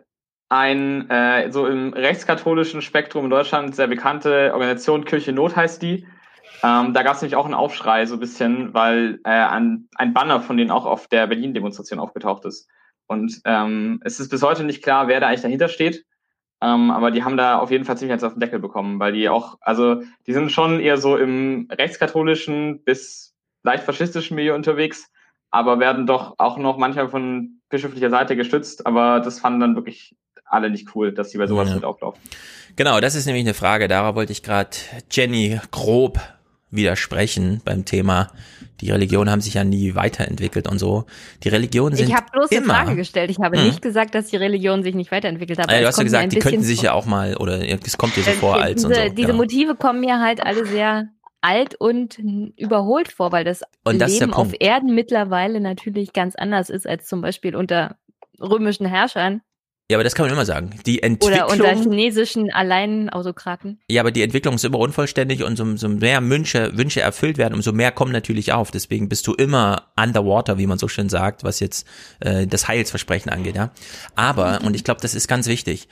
ein, äh, so im rechtskatholischen Spektrum in Deutschland sehr bekannte Organisation, Kirche Not heißt die. Ähm, da gab es nämlich auch einen Aufschrei so ein bisschen, weil äh, ein, ein Banner von denen auch auf der Berlin-Demonstration aufgetaucht ist. Und ähm, es ist bis heute nicht klar, wer da eigentlich dahinter steht. Ähm, aber die haben da auf jeden Fall ziemlich eins auf den Deckel bekommen, weil die auch, also die sind schon eher so im rechtskatholischen bis leicht faschistischen Milieu unterwegs, aber werden doch auch noch manchmal von bischöflicher Seite gestützt. Aber das fanden dann wirklich alle nicht cool, dass die bei sowas ja. mit auflaufen. Genau, das ist nämlich eine Frage, darauf wollte ich gerade Jenny grob widersprechen beim Thema, die Religionen haben sich ja nie weiterentwickelt und so. Die Religionen sind Ich habe bloß immer, eine Frage gestellt. Ich habe hm. nicht gesagt, dass die Religionen sich nicht weiterentwickelt haben. Also, du hast ja gesagt, die könnten sich ja auch mal, oder es kommt dir so vor als diese, und so. Diese genau. Motive kommen mir halt alle sehr alt und überholt vor, weil das, und das Leben auf Erden mittlerweile natürlich ganz anders ist als zum Beispiel unter römischen Herrschern. Ja, aber das kann man immer sagen. Die Entwicklung. Oder unter chinesischen Alleinautokraten. Ja, aber die Entwicklung ist immer unvollständig und so, so mehr Wünsche, Wünsche erfüllt werden, umso mehr kommen natürlich auf. Deswegen bist du immer underwater, wie man so schön sagt, was jetzt äh, das Heilsversprechen angeht. Ja. Aber, und ich glaube, das ist ganz wichtig,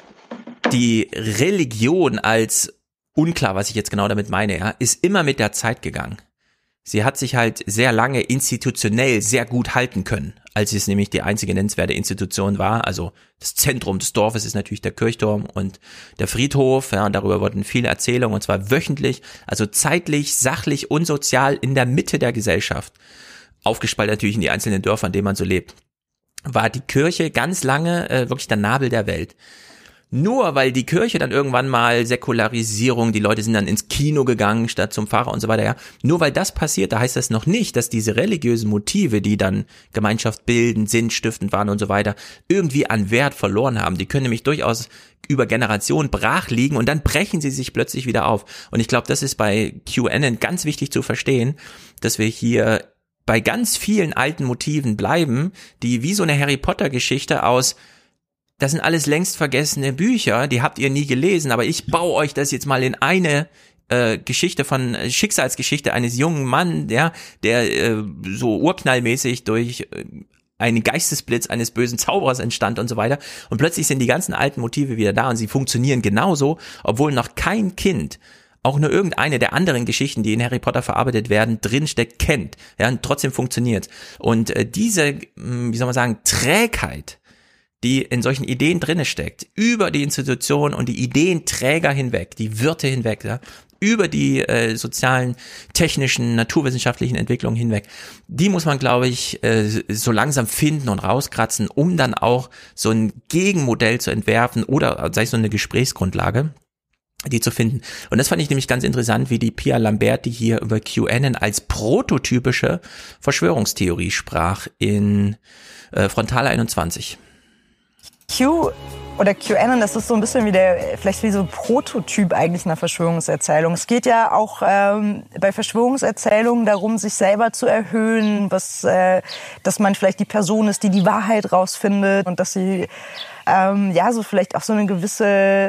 die Religion als, unklar, was ich jetzt genau damit meine, ja, ist immer mit der Zeit gegangen. Sie hat sich halt sehr lange institutionell sehr gut halten können, als es nämlich die einzige nennenswerte Institution war. Also das Zentrum des Dorfes ist natürlich der Kirchturm und der Friedhof. Ja, und darüber wurden viele Erzählungen, und zwar wöchentlich, also zeitlich, sachlich und sozial in der Mitte der Gesellschaft. Aufgespalten natürlich in die einzelnen Dörfer, in denen man so lebt. War die Kirche ganz lange äh, wirklich der Nabel der Welt. Nur weil die Kirche dann irgendwann mal Säkularisierung, die Leute sind dann ins Kino gegangen statt zum Pfarrer und so weiter, ja. Nur weil das passiert, da heißt das noch nicht, dass diese religiösen Motive, die dann Gemeinschaft bilden, sinnstiftend waren und so weiter, irgendwie an Wert verloren haben. Die können nämlich durchaus über Generationen brach liegen und dann brechen sie sich plötzlich wieder auf. Und ich glaube, das ist bei Q Anon ganz wichtig zu verstehen, dass wir hier bei ganz vielen alten Motiven bleiben, die wie so eine Harry Potter Geschichte aus, das sind alles längst vergessene Bücher, die habt ihr nie gelesen, aber ich baue euch das jetzt mal in eine äh, Geschichte von, äh, Schicksalsgeschichte eines jungen Mannes, ja, der äh, so urknallmäßig durch äh, einen Geistesblitz eines bösen Zauberers entstand und so weiter. Und plötzlich sind die ganzen alten Motive wieder da und sie funktionieren genauso, obwohl noch kein Kind auch nur irgendeine der anderen Geschichten, die in Harry Potter verarbeitet werden, drinsteckt, kennt. Ja, und trotzdem funktioniert. Und äh, diese, wie soll man sagen, Trägheit, die in solchen Ideen drinne steckt, über die Institution und die Ideenträger hinweg, die Wirte hinweg, ja, über die äh, sozialen, technischen, naturwissenschaftlichen Entwicklungen hinweg, die muss man, glaube ich, äh, so langsam finden und rauskratzen, um dann auch so ein Gegenmodell zu entwerfen oder sei es so eine Gesprächsgrundlage, die zu finden. Und das fand ich nämlich ganz interessant, wie die Pia Lamberti hier über Q A non als prototypische Verschwörungstheorie sprach in äh, Frontal einundzwanzig. Q oder Q A non, das ist so ein bisschen wie der, vielleicht wie so ein Prototyp eigentlich einer Verschwörungserzählung. Es geht ja auch ähm, bei Verschwörungserzählungen darum, sich selber zu erhöhen, was, äh, dass man vielleicht die Person ist, die die Wahrheit rausfindet und dass sie ähm, ja so vielleicht auch so eine gewisse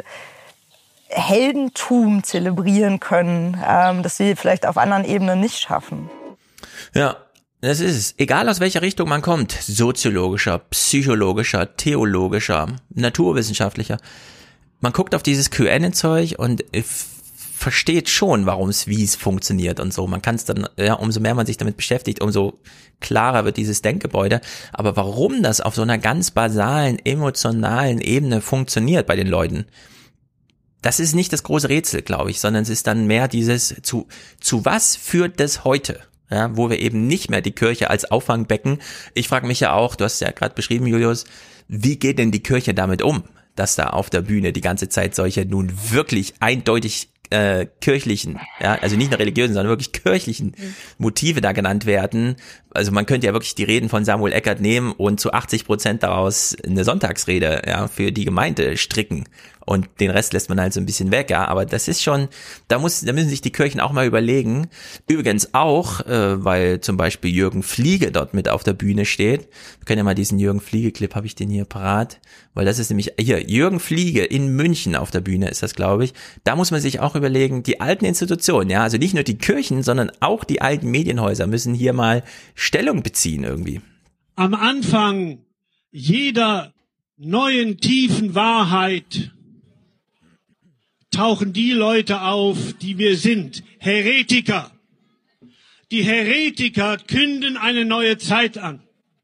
Heldentum zelebrieren können, ähm, dass sie vielleicht auf anderen Ebenen nicht schaffen. Ja. Das ist es. Egal aus welcher Richtung man kommt, soziologischer, psychologischer, theologischer, naturwissenschaftlicher. Man guckt auf dieses Q A non-Zeug und versteht schon, warum es, wie es funktioniert und so. Man kann es dann, ja, umso mehr man sich damit beschäftigt, umso klarer wird dieses Denkgebäude. Aber warum das auf so einer ganz basalen, emotionalen Ebene funktioniert bei den Leuten, das ist nicht das große Rätsel, glaube ich, sondern es ist dann mehr dieses, zu, zu was führt das heute? Ja, wo wir eben nicht mehr die Kirche als Auffangbecken. Ich frage mich ja auch, du hast es ja gerade beschrieben, Julius, wie geht denn die Kirche damit um, dass da auf der Bühne die ganze Zeit solche nun wirklich eindeutig äh, kirchlichen, ja, also nicht nur religiösen, sondern wirklich kirchlichen Motive da genannt werden. Also man könnte ja wirklich die Reden von Samuel Eckert nehmen und zu achtzig Prozent daraus eine Sonntagsrede, ja, für die Gemeinde stricken. Und den Rest lässt man halt so ein bisschen weg, ja. Aber das ist schon, da muss, da müssen sich die Kirchen auch mal überlegen. Übrigens auch, äh, weil zum Beispiel Jürgen Fliege dort mit auf der Bühne steht. Wir können ja mal diesen Jürgen Fliege-Clip, habe ich den hier parat? Weil das ist nämlich, hier, Jürgen Fliege in München auf der Bühne ist das, glaube ich. Da muss man sich auch überlegen, die alten Institutionen, ja, also nicht nur die Kirchen, sondern auch die alten Medienhäuser müssen hier mal Stellung beziehen irgendwie. Am Anfang jeder neuen tiefen Wahrheit tauchen die Leute auf, die wir sind, Heretiker. Die Heretiker künden eine neue Zeit an.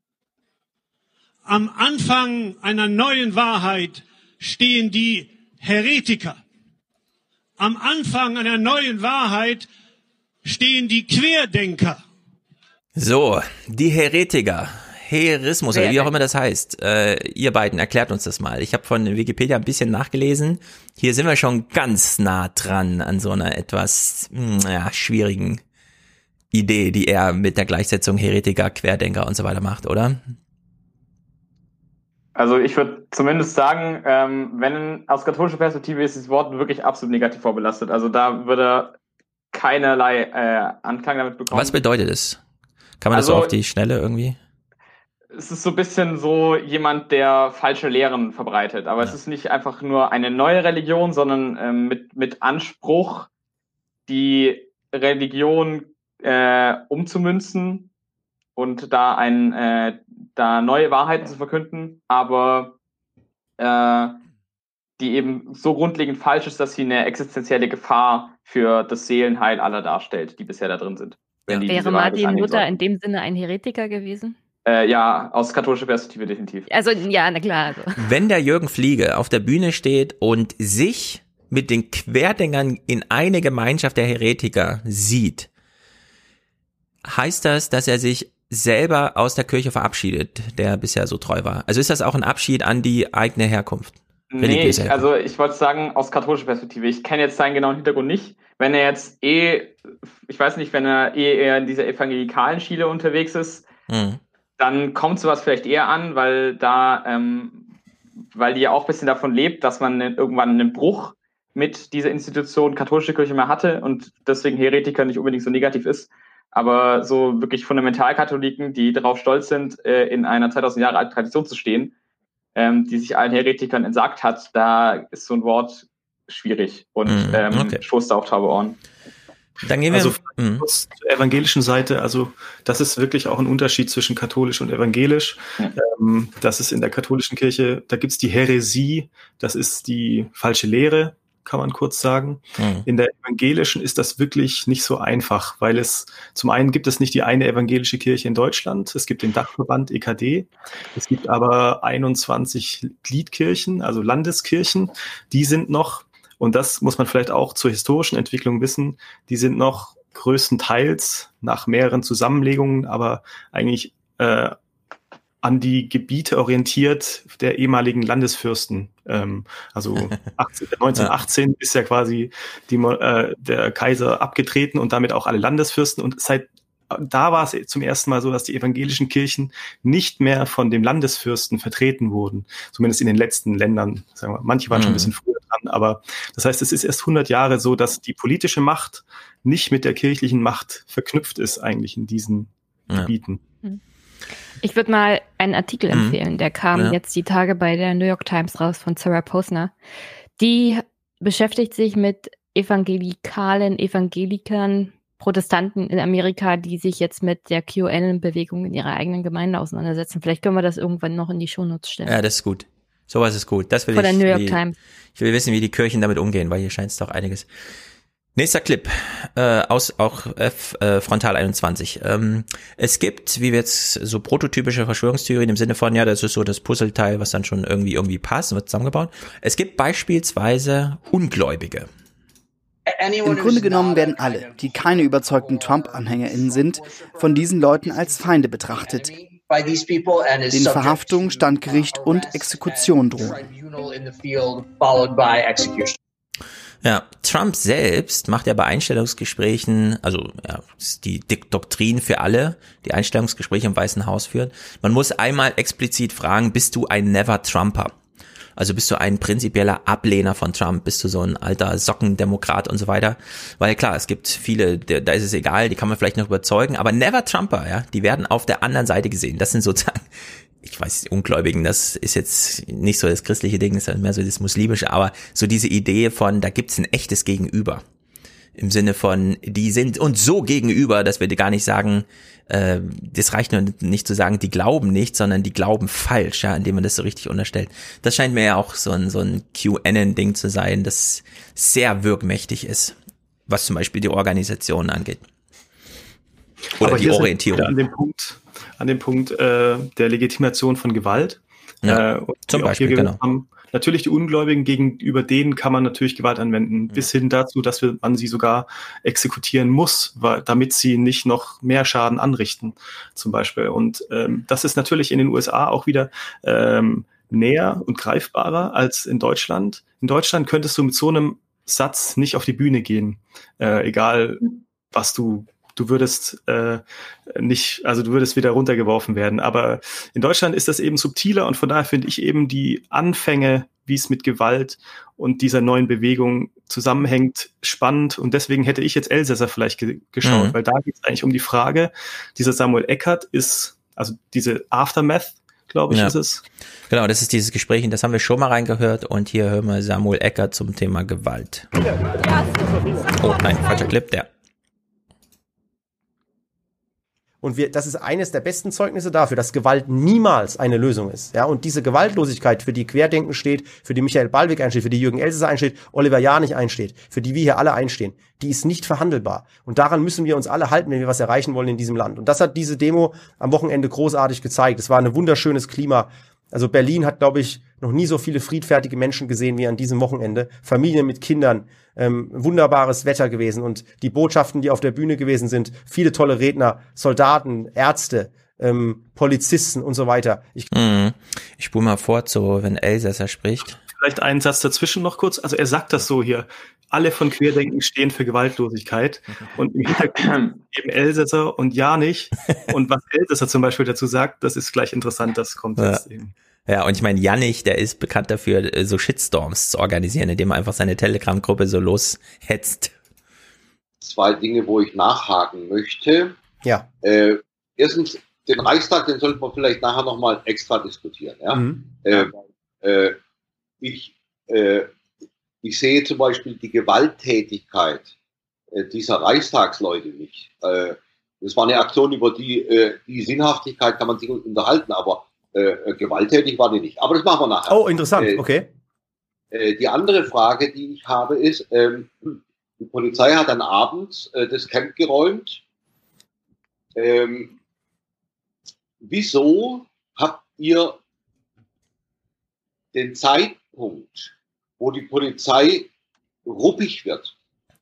Am Anfang einer neuen Wahrheit stehen die Heretiker. Am Anfang einer neuen Wahrheit stehen die Querdenker. So, die Heretiker. Herismus, oder wie auch immer das heißt. Äh, ihr beiden, erklärt uns das mal. Ich habe von Wikipedia ein bisschen nachgelesen. Hier sind wir schon ganz nah dran an so einer etwas ja, schwierigen Idee, die er mit der Gleichsetzung Heretiker, Querdenker und so weiter macht, oder? Also ich würde zumindest sagen, ähm, wenn aus katholischer Perspektive ist das Wort wirklich absolut negativ vorbelastet. Also da würde keinerlei äh, Anklang damit bekommen. Was bedeutet es? Kann man also, das so auf die Schnelle irgendwie? Es ist so ein bisschen so jemand, der falsche Lehren verbreitet. Aber ja. Es ist nicht einfach nur eine neue Religion, sondern ähm, mit, mit Anspruch, die Religion äh, umzumünzen und da ein äh, da neue Wahrheiten zu verkünden, aber äh, die eben so grundlegend falsch ist, dass sie eine existenzielle Gefahr für das Seelenheil aller darstellt, die bisher da drin sind. Wenn die Wäre Martin Luther in dem Sinne ein Heretiker gewesen? Äh, ja, aus katholischer Perspektive definitiv. Also ja, na klar. Also. Wenn der Jürgen Fliege auf der Bühne steht und sich mit den Querdenkern in eine Gemeinschaft der Heretiker sieht, heißt das, dass er sich selber aus der Kirche verabschiedet, der bisher so treu war? Also ist das auch ein Abschied an die eigene Herkunft? Nee, ich, also ich wollte sagen, aus katholischer Perspektive. Ich kenne jetzt seinen genauen Hintergrund nicht. Wenn er jetzt eh, ich weiß nicht, wenn er eh eher in dieser evangelikalen Schiene unterwegs ist, mhm. dann kommt sowas vielleicht eher an, weil da, ähm, weil die ja auch ein bisschen davon lebt, dass man irgendwann einen Bruch mit dieser Institution katholische Kirche mehr hatte und deswegen Heretiker nicht unbedingt so negativ ist. Aber so wirklich Fundamentalkatholiken, die darauf stolz sind, äh, in einer zweitausend Jahre alten Tradition zu stehen, ähm, die sich allen Heretikern entsagt hat, da ist so ein Wort schwierig und mm, ähm, okay. stoßt auf taube Ohren. Dann gehen wir also mm. kurz zur evangelischen Seite. Also das ist wirklich auch ein Unterschied zwischen katholisch und evangelisch. Ja. Ähm, das ist in der katholischen Kirche, da gibt's die Häresie, das ist die falsche Lehre, kann man kurz sagen. Mhm. In der evangelischen ist das wirklich nicht so einfach, weil es zum einen gibt es nicht die eine evangelische Kirche in Deutschland, es gibt den Dachverband E K D, es gibt aber einundzwanzig Gliedkirchen, also Landeskirchen, die sind noch, und das muss man vielleicht auch zur historischen Entwicklung wissen, die sind noch größtenteils nach mehreren Zusammenlegungen, aber eigentlich äh, an die Gebiete orientiert der ehemaligen Landesfürsten. Ähm, also neunzehnhundertachtzehn ist ja quasi die, äh, der Kaiser abgetreten und damit auch alle Landesfürsten. Und seit da war es zum ersten Mal so, dass die evangelischen Kirchen nicht mehr von dem Landesfürsten vertreten wurden. Zumindest in den letzten Ländern. Sagen wir. Manche waren mhm. schon ein bisschen früher dran. Aber das heißt, es ist erst hundert Jahre so, dass die politische Macht nicht mit der kirchlichen Macht verknüpft ist eigentlich in diesen ja. Gebieten. Mhm. Ich würde mal einen Artikel empfehlen, der kam ja. jetzt die Tage bei der New York Times raus von Sarah Posner. Die beschäftigt sich mit evangelikalen Evangelikern, Protestanten in Amerika, die sich jetzt mit der Q Anon-Bewegung in ihrer eigenen Gemeinde auseinandersetzen. Vielleicht können wir das irgendwann noch in die Shownotes stellen. Ja, das ist gut. Sowas ist gut. Das will Von ich. der New York wie, Times. Ich will wissen, wie die Kirchen damit umgehen, weil hier scheint es doch einiges. Nächster Clip, äh, aus auch F, äh, Frontal einundzwanzig. Ähm, es gibt, wie wir jetzt so prototypische Verschwörungstheorien im Sinne von, ja, das ist so das Puzzleteil, was dann schon irgendwie irgendwie passt und wird zusammengebaut. Es gibt beispielsweise Ungläubige. Im Grunde genommen werden alle, die keine überzeugten Trump-AnhängerInnen sind, von diesen Leuten als Feinde betrachtet. Den Verhaftung, Standgericht und Exekution drohen. Ja, Trump selbst macht ja bei Einstellungsgesprächen, also ja, die Doktrin für alle, die Einstellungsgespräche im Weißen Haus führen. Man muss einmal explizit fragen, bist du ein Never-Trumper? Also bist du ein prinzipieller Ablehner von Trump? Bist du so ein alter Sockendemokrat und so weiter? Weil klar, es gibt viele, da ist es egal, die kann man vielleicht noch überzeugen, aber Never-Trumper, ja, die werden auf der anderen Seite gesehen. Das sind sozusagen, ich weiß, die Ungläubigen, das ist jetzt nicht so das christliche Ding, das ist halt mehr so das muslimische, aber so diese Idee von, da gibt's ein echtes Gegenüber. Im Sinne von, die sind uns so gegenüber, dass wir gar nicht sagen, äh, das reicht nur nicht zu sagen, die glauben nicht, sondern die glauben falsch, ja, indem man das so richtig unterstellt. Das scheint mir ja auch so ein, so ein QAnon-Ding zu sein, das sehr wirkmächtig ist, was zum Beispiel die Organisation angeht. Oder Aber die hier Orientierung. Sind wir an dem Punkt, an dem Punkt äh, der Legitimation von Gewalt. Ja, äh, zum Beispiel, genau. Haben. Natürlich die Ungläubigen, gegenüber denen kann man natürlich Gewalt anwenden, ja. bis hin dazu, dass man sie sogar exekutieren muss, weil, damit sie nicht noch mehr Schaden anrichten, zum Beispiel. Und ähm, das ist natürlich in den U S A auch wieder ähm, näher und greifbarer als in Deutschland. In Deutschland könntest du mit so einem Satz nicht auf die Bühne gehen, äh, egal was du Du würdest äh, nicht, also du würdest wieder runtergeworfen werden. Aber in Deutschland ist das eben subtiler und von daher finde ich eben die Anfänge, wie es mit Gewalt und dieser neuen Bewegung zusammenhängt, spannend. Und deswegen hätte ich jetzt Elsässer vielleicht ge- geschaut, mhm. weil da geht es eigentlich um die Frage, dieser Samuel Eckert ist, also diese Aftermath, glaube ich, ja. ist es. Genau, das ist dieses Gespräch, in das haben wir schon mal reingehört und hier hören wir Samuel Eckert zum Thema Gewalt. Oh nein, falscher Clip, der. Und wir, das ist eines der besten Zeugnisse dafür, dass Gewalt niemals eine Lösung ist. Ja, und diese Gewaltlosigkeit, für die Querdenken steht, für die Michael Ballweg einsteht, für die Jürgen Elsässer einsteht, Oliver Janich einsteht, für die wir hier alle einstehen, die ist nicht verhandelbar. Und daran müssen wir uns alle halten, wenn wir was erreichen wollen in diesem Land. Und das hat diese Demo am Wochenende großartig gezeigt. Es war ein wunderschönes Klima. Also Berlin hat, glaube ich, noch nie so viele friedfertige Menschen gesehen wie an diesem Wochenende. Familien mit Kindern, ähm, wunderbares Wetter gewesen und die Botschaften, die auf der Bühne gewesen sind, viele tolle Redner, Soldaten, Ärzte, ähm, Polizisten und so weiter. Ich, mhm. ich spule mal vor, so wenn Elsässer spricht. Vielleicht einen Satz dazwischen noch kurz. Also er sagt das so hier. Alle von Querdenken stehen für Gewaltlosigkeit. Und im Hintergrund eben Elsässer und Janich. Und was Elsässer zum Beispiel dazu sagt, das ist gleich interessant, das kommt ja. jetzt eben. Ja, und ich meine, Janich, der ist bekannt dafür, so Shitstorms zu organisieren, indem er einfach seine Telegram-Gruppe so loshetzt. Zwei Dinge, wo ich nachhaken möchte. Ja. Äh, erstens, den Reichstag, den sollten wir vielleicht nachher nochmal extra diskutieren. Ja? Mhm. Äh, äh, ich, äh, ich sehe zum Beispiel die Gewalttätigkeit äh, dieser Reichstagsleute nicht. Äh, das war eine Aktion, über die, äh, die Sinnhaftigkeit kann man sich unterhalten, aber Äh, gewalttätig war die nicht. Aber das machen wir nachher. Oh, interessant, äh, okay. Äh, die andere Frage, die ich habe, ist, ähm, die Polizei hat dann abends äh, das Camp geräumt. Ähm, wieso habt ihr den Zeitpunkt, wo die Polizei ruppig wird,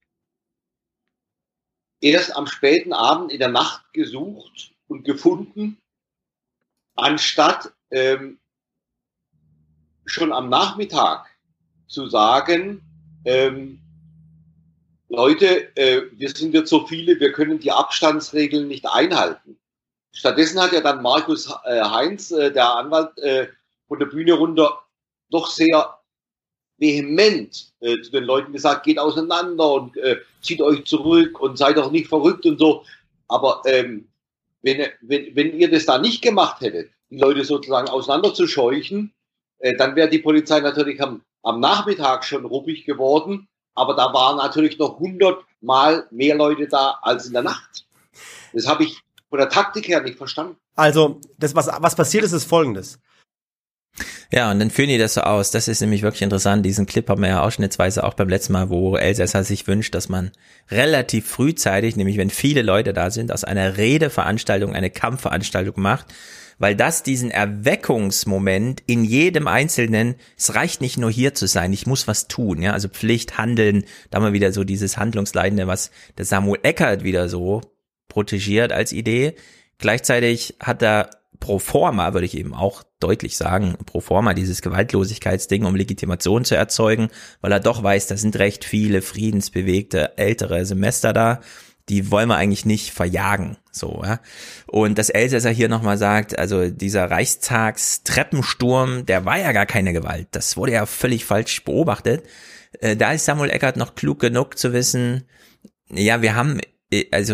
erst am späten Abend in der Nacht gesucht und gefunden, anstatt ähm, schon am Nachmittag zu sagen, ähm, Leute, äh, wir sind jetzt so viele, wir können die Abstandsregeln nicht einhalten. Stattdessen hat ja dann Markus äh, Heinz, äh, der Anwalt, äh, von der Bühne runter doch sehr vehement äh, zu den Leuten gesagt, geht auseinander und äh, zieht euch zurück und seid doch nicht verrückt und so. Aber ähm, Wenn, wenn, wenn ihr das da nicht gemacht hättet, die Leute sozusagen auseinanderzuscheuchen, äh, dann wäre die Polizei natürlich am, am Nachmittag schon ruppig geworden, aber da waren natürlich noch hundertmal mehr Leute da als in der Nacht. Das habe ich von der Taktik her nicht verstanden. Also, das, was, was passiert ist, ist Folgendes. Ja, und dann führen die das so aus. Das ist nämlich wirklich interessant. Diesen Clip haben wir ja ausschnittsweise auch beim letzten Mal, wo Elsässer sich wünscht, dass man relativ frühzeitig, nämlich wenn viele Leute da sind, aus einer Redeveranstaltung eine Kampfveranstaltung macht, weil das diesen Erweckungsmoment in jedem Einzelnen, es reicht nicht nur hier zu sein, ich muss was tun, ja, also Pflicht, Handeln, da haben wir wieder so dieses Handlungsleitende, was der Samuel Eckert wieder so protegiert als Idee. Gleichzeitig hat er pro forma, würde ich eben auch deutlich sagen, pro forma dieses Gewaltlosigkeitsding, um Legitimation zu erzeugen, weil er doch weiß, da sind recht viele friedensbewegte ältere Semester da, die wollen wir eigentlich nicht verjagen, so, ja. Und dass Elsässer hier nochmal sagt, also dieser Reichstagstreppensturm, der war ja gar keine Gewalt, das wurde ja völlig falsch beobachtet. Äh, da ist Samuel Eckert noch klug genug zu wissen, ja, wir haben, also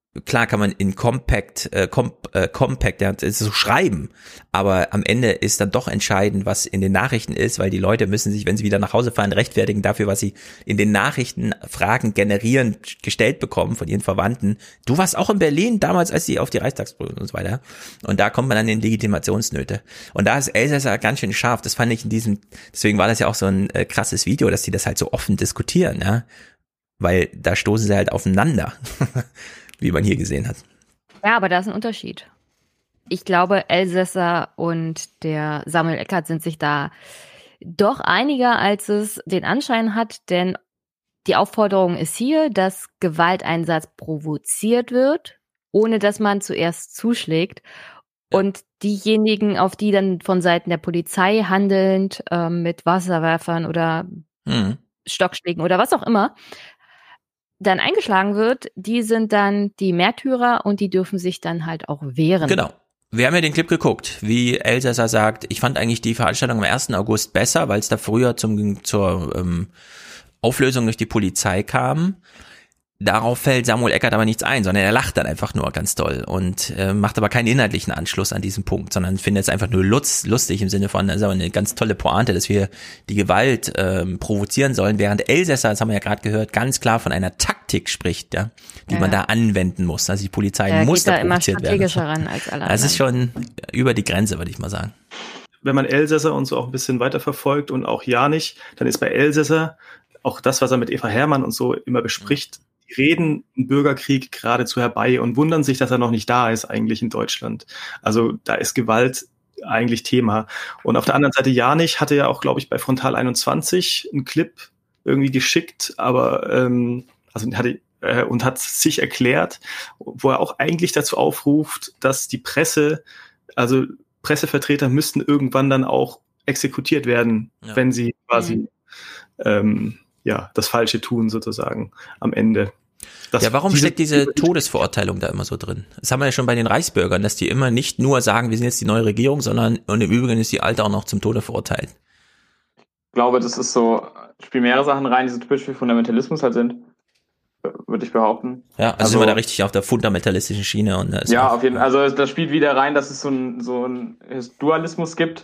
klar kann man in Compact, äh, Comp, äh, Compact, ja, das ist so schreiben, aber am Ende ist dann doch entscheidend, was in den Nachrichten ist, weil die Leute müssen sich, wenn sie wieder nach Hause fahren, rechtfertigen dafür, was sie in den Nachrichten Fragen generieren, gestellt bekommen von ihren Verwandten. Du warst auch in Berlin damals, als sie auf die Reichstagsbrücke und so weiter. Und da kommt man dann in Legitimationsnöte. Und da ist Elsässer ganz schön scharf. Das fand ich in diesem, deswegen war das ja auch so ein äh, krasses Video, dass die das halt so offen diskutieren, ja, weil da stoßen sie halt aufeinander. Wie man hier gesehen hat. Ja, aber da ist ein Unterschied. Ich glaube, Elsässer und der Samuel Eckert sind sich da doch einiger, als es den Anschein hat, denn die Aufforderung ist hier, dass Gewalteinsatz provoziert wird, ohne dass man zuerst zuschlägt. Ja. Und diejenigen, auf die dann von Seiten der Polizei handelnd äh, mit Wasserwerfern oder mhm. Stockschlägen oder was auch immer, dann eingeschlagen wird, die sind dann die Märtyrer und die dürfen sich dann halt auch wehren. Genau. Wir haben ja den Clip geguckt, wie Elsässer sagt, ich fand eigentlich die Veranstaltung am ersten August besser, weil es da früher zum, zur ähm, Auflösung durch die Polizei kam. Darauf fällt Samuel Eckert aber nichts ein, sondern er lacht dann einfach nur ganz doll und äh, macht aber keinen inhaltlichen Anschluss an diesem Punkt, sondern findet es einfach nur lutz, lustig im Sinne von, das ist aber eine ganz tolle Pointe, dass wir die Gewalt ähm, provozieren sollen, während Elsässer, das haben wir ja gerade gehört, ganz klar von einer Taktik spricht, ja, die ja, man da anwenden muss. Also die Polizei ja, muss da provoziert werden. Immer strategischer ran als alle Das ist schon über die Grenze, würde ich mal sagen. Wenn man Elsässer und so auch ein bisschen weiter verfolgt und auch Janich, dann ist bei Elsässer auch das, was er mit Eva Herrmann und so immer bespricht, die reden einen Bürgerkrieg geradezu herbei und wundern sich, dass er noch nicht da ist eigentlich in Deutschland. Also da ist Gewalt eigentlich Thema. Und auf der anderen Seite, Janich hatte ja auch, glaube ich, bei Frontal einundzwanzig einen Clip irgendwie geschickt, aber ähm, also hatte äh, und hat sich erklärt, wo er auch eigentlich dazu aufruft, dass die Presse, also Pressevertreter müssten irgendwann dann auch exekutiert werden, ja. wenn sie quasi mhm. ähm, ja das Falsche tun sozusagen am Ende. Das, ja, warum diese, steckt diese Todesverurteilung da immer so drin? Das haben wir ja schon bei den Reichsbürgern, dass die immer nicht nur sagen, wir sind jetzt die neue Regierung, sondern und im Übrigen ist die alte auch noch zum Tode verurteilt. Ich glaube, das ist so, spielen mehrere Sachen rein, die so typisch für Fundamentalismus halt sind, würde ich behaupten. Ja, also, also sind wir da richtig auf der fundamentalistischen Schiene. Und da ist ja, auf jeden Fall. Also das spielt wieder rein, dass es so ein, so ein Dualismus gibt.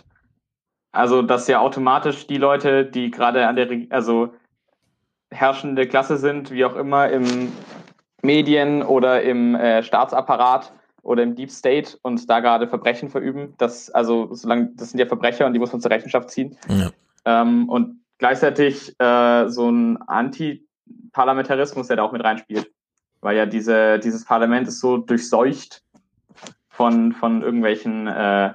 Also dass ja automatisch die Leute, die gerade an der, also herrschende Klasse sind, wie auch immer, im Medien oder im äh, Staatsapparat oder im Deep State und da gerade Verbrechen verüben. Das, also solange, das sind ja Verbrecher und die muss man zur Rechenschaft ziehen. Ja. Ähm, und gleichzeitig äh, so ein Anti-Parlamentarismus, der da auch mit reinspielt. Weil ja diese, dieses Parlament ist so durchseucht von, von irgendwelchen äh,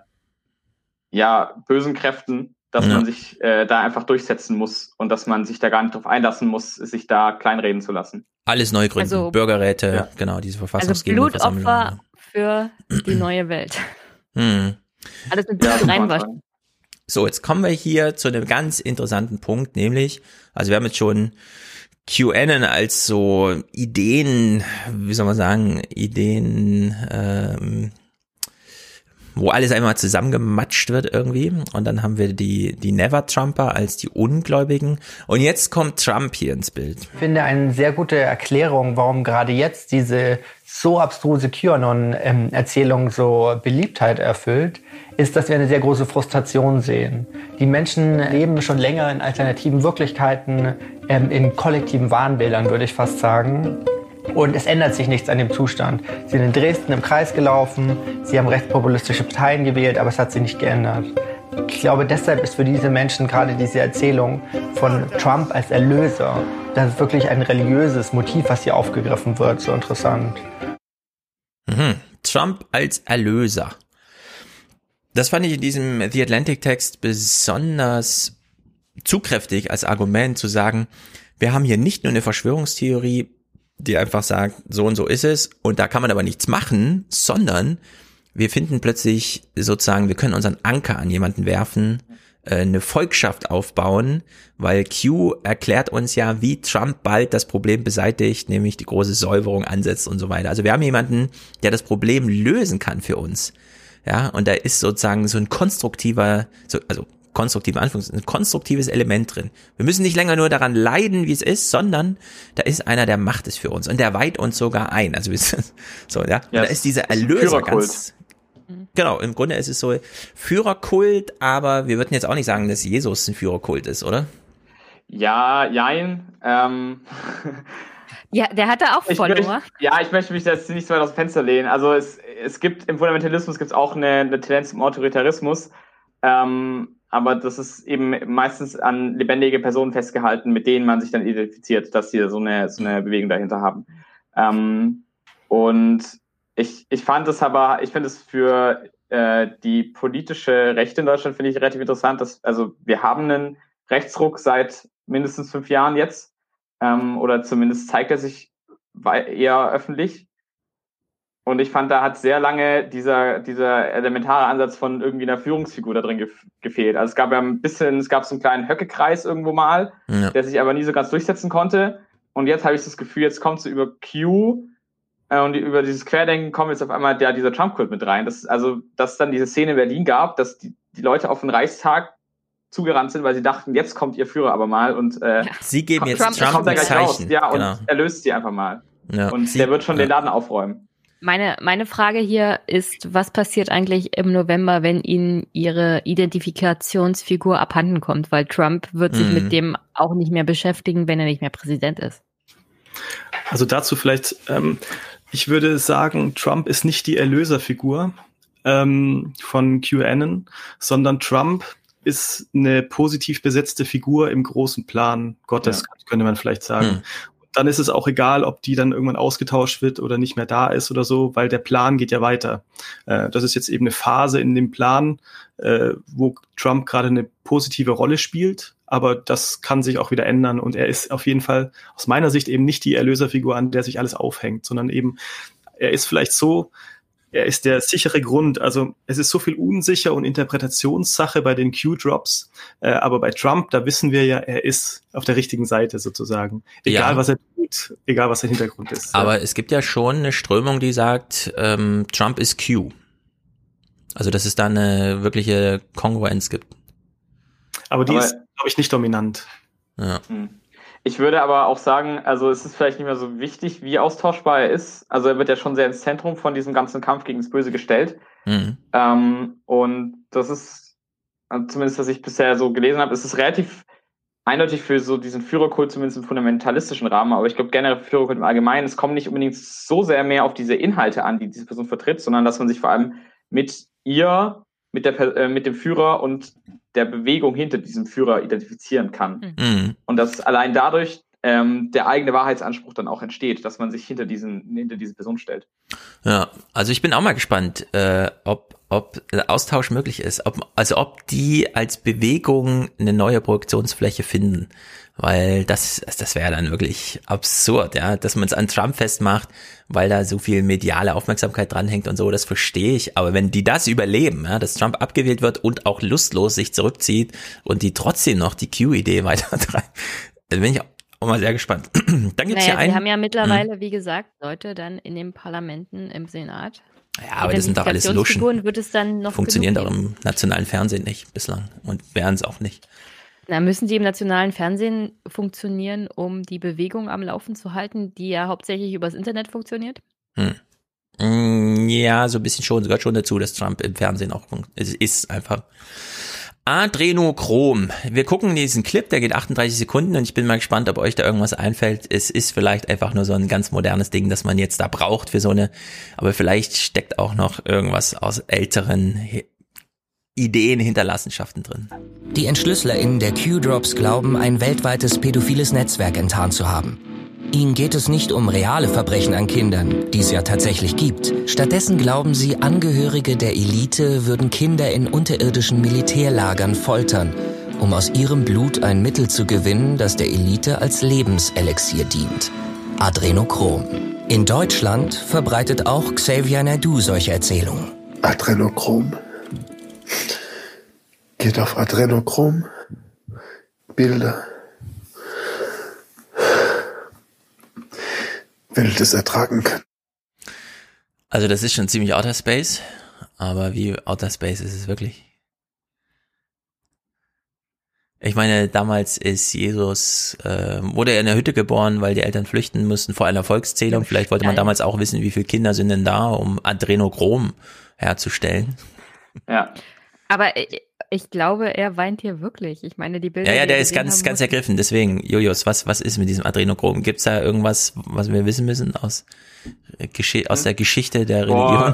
ja, bösen Kräften, dass ja. man sich äh, da einfach durchsetzen muss und dass man sich da gar nicht drauf einlassen muss, sich da kleinreden zu lassen. Alles neu gründen, also, Bürgerräte, ja. genau, diese verfassungsgebende Also Blutopfer für die neue Welt. Hm. Alles mit Blut reinwaschen. So, jetzt kommen wir hier zu einem ganz interessanten Punkt, nämlich, also wir haben jetzt schon QAnon als so Ideen, wie soll man sagen, Ideen, ähm, wo alles einmal zusammengematscht wird irgendwie. Und dann haben wir die, die Never-Trumper als die Ungläubigen. Und jetzt kommt Trump hier ins Bild. Ich finde eine sehr gute Erklärung, warum gerade jetzt diese so abstruse QAnon-Erzählung so Beliebtheit erfüllt, ist, dass wir eine sehr große Frustration sehen. Die Menschen leben schon länger in alternativen Wirklichkeiten, in kollektiven Wahnbildern, würde ich fast sagen. Und es ändert sich nichts an dem Zustand. Sie sind in Dresden im Kreis gelaufen, sie haben rechtspopulistische Parteien gewählt, aber es hat sich nicht geändert. Ich glaube, deshalb ist für diese Menschen gerade diese Erzählung von Trump als Erlöser, das ist wirklich ein religiöses Motiv, was hier aufgegriffen wird, so interessant. Mhm. Trump als Erlöser. Das fand ich in diesem The Atlantic-Text besonders zugkräftig als Argument zu sagen, wir haben hier nicht nur eine Verschwörungstheorie, die einfach sagt, so und so ist es und da kann man aber nichts machen, sondern wir finden plötzlich sozusagen, wir können unseren Anker an jemanden werfen, eine Volkschaft aufbauen, weil Q erklärt uns ja, wie Trump bald das Problem beseitigt, nämlich die große Säuberung ansetzt und so weiter. Also wir haben jemanden, der das Problem lösen kann für uns. Ja, und da ist sozusagen so ein konstruktiver, so, also konstruktive Anführungs, ein konstruktives Element drin. Wir müssen nicht länger nur daran leiden, wie es ist, sondern da ist einer, der macht es für uns und der weiht uns sogar ein. Also so, ja. Und ja, da ist dieser Erlöser ganz. Genau, im Grunde ist es so Führerkult, aber wir würden jetzt auch nicht sagen, dass Jesus ein Führerkult ist, oder? Ja, jein. Ähm. Ja, der hatte auch ich Follower. Möchte, ja, ich möchte mich jetzt nicht so weit aus dem Fenster lehnen. Also es, es gibt im Fundamentalismus gibt's auch eine, eine Tendenz zum Autoritarismus, ähm, aber das ist eben meistens an lebendige Personen festgehalten, mit denen man sich dann identifiziert, dass sie so eine, so eine Bewegung dahinter haben. Ähm, und ich, ich fand es aber, ich finde es für äh, die politische Rechte in Deutschland finde ich relativ interessant, dass, also wir haben einen Rechtsruck seit mindestens fünf Jahren jetzt. Ähm, oder zumindest zeigt er sich eher öffentlich. Und ich fand, da hat sehr lange dieser, dieser elementare Ansatz von irgendwie einer Führungsfigur da drin gef- gefehlt. Also es gab ja ein bisschen, es gab so einen kleinen Höckekreis irgendwo mal, ja. der sich aber nie so ganz durchsetzen konnte. Und jetzt habe ich das Gefühl, jetzt kommt so über Q äh, und die, über dieses Querdenken kommt jetzt auf einmal der, dieser Trump-Kult mit rein. Das, also, dass es dann diese Szene in Berlin gab, dass die, die Leute auf den Reichstag zugerannt sind, weil sie dachten, jetzt kommt ihr Führer aber mal und äh, sie geben jetzt Trump, Trump, Trump ein Zeichen. Raus, ja, genau. Und erlöst sie einfach mal. Ja. Und sie, der wird schon ja. den Laden aufräumen. Meine, meine Frage hier ist, was passiert eigentlich im November, wenn ihnen ihre Identifikationsfigur abhanden kommt? Weil Trump wird sich mhm. mit dem auch nicht mehr beschäftigen, wenn er nicht mehr Präsident ist. Also dazu vielleicht, ähm, ich würde sagen, Trump ist nicht die Erlöserfigur ähm, von QAnon, sondern Trump ist eine positiv besetzte Figur im großen Plan Gottes, ja. könnte man vielleicht sagen. Hm. Dann ist es auch egal, ob die dann irgendwann ausgetauscht wird oder nicht mehr da ist oder so, weil der Plan geht ja weiter. Äh, das ist jetzt eben eine Phase in dem Plan, äh, wo Trump gerade eine positive Rolle spielt, aber das kann sich auch wieder ändern und er ist auf jeden Fall aus meiner Sicht eben nicht die Erlöserfigur, an der sich alles aufhängt, sondern eben, er ist vielleicht so, er ist der sichere Grund. Also es ist so viel unsicher und Interpretationssache bei den Q-Drops. Äh, aber bei Trump, da wissen wir ja, er ist auf der richtigen Seite sozusagen. Egal, ja. was er tut, egal, was der Hintergrund ist. Aber ja. es gibt ja schon eine Strömung, die sagt, ähm, Trump ist Q. Also dass es da eine wirkliche Kongruenz gibt. Aber die aber, ist, glaube ich, nicht dominant. Ja. Hm. Ich würde aber auch sagen, also es ist vielleicht nicht mehr so wichtig, wie austauschbar er ist. Also er wird ja schon sehr ins Zentrum von diesem ganzen Kampf gegen das Böse gestellt. Mhm. Ähm, und das ist, zumindest was ich bisher so gelesen habe, ist es relativ eindeutig für so diesen Führerkult, zumindest im fundamentalistischen Rahmen. Aber ich glaube generell für Führerkult im Allgemeinen, es kommt nicht unbedingt so sehr mehr auf diese Inhalte an, die diese Person vertritt, sondern dass man sich vor allem mit ihr, mit der äh, mit dem Führer und der Bewegung hinter diesem Führer identifizieren kann. Mhm. Und dass allein dadurch ähm, der eigene Wahrheitsanspruch dann auch entsteht, dass man sich hinter diesen hinter diese Person stellt. Ja, also ich bin auch mal gespannt, äh, ob ob Austausch möglich ist, ob also ob die als Bewegung eine neue Projektionsfläche finden, weil das das wäre dann wirklich absurd, ja, dass man es an Trump festmacht, weil da so viel mediale Aufmerksamkeit dranhängt und so, das verstehe ich, aber wenn die das überleben, ja, dass Trump abgewählt wird und auch lustlos sich zurückzieht und die trotzdem noch die Q-Idee weitertreiben, dann bin ich auch mal sehr gespannt. Dann gibt's naja, hier einen. Wir haben ja mittlerweile, wie gesagt, Leute dann in den Parlamenten, im Senat. Ja, aber das sind doch alles Luschen. Wird es dann noch funktionieren doch im nationalen Fernsehen nicht bislang und wären es auch nicht. Na, müssen die im nationalen Fernsehen funktionieren, um die Bewegung am Laufen zu halten, die ja hauptsächlich übers Internet funktioniert? Hm. Ja, so ein bisschen schon. Es gehört schon dazu, dass Trump im Fernsehen auch es ist einfach. Adrenochrom. Wir gucken diesen Clip, der geht achtunddreißig Sekunden und ich bin mal gespannt, ob euch da irgendwas einfällt. Es ist vielleicht einfach nur so ein ganz modernes Ding, das man jetzt da braucht für so eine, aber vielleicht steckt auch noch irgendwas aus älteren Ideen, Hinterlassenschaften drin. Die EntschlüsselInnen der Q-Drops glauben, ein weltweites pädophiles Netzwerk enttarnt zu haben. Ihnen geht es nicht um reale Verbrechen an Kindern, die es ja tatsächlich gibt. Stattdessen glauben sie, Angehörige der Elite würden Kinder in unterirdischen Militärlagern foltern, um aus ihrem Blut ein Mittel zu gewinnen, das der Elite als Lebenselixier dient. Adrenochrom. In Deutschland verbreitet auch Xavier Naidoo solche Erzählungen. Adrenochrom. Geht auf Adrenochrom. Bilder. Welt es ertragen kann. Also das ist schon ziemlich Outer Space, aber wie Outer Space ist es wirklich? Ich meine, damals ist Jesus, äh, wurde er in der Hütte geboren, weil die Eltern flüchten mussten vor einer Volkszählung. Vielleicht wollte man damals auch wissen, wie viele Kinder sind denn da, um Adrenochrom herzustellen. Ja. Aber ich, ich glaube, er weint hier wirklich. Ich meine, die Bilder. Ja, ja, der die ist ganz, haben, ganz ergriffen. Deswegen, Julius, was, was ist mit diesem Adrenochrom? Gibt's da irgendwas, was wir wissen müssen aus, Gesch- aus der Geschichte der Religion? Boah.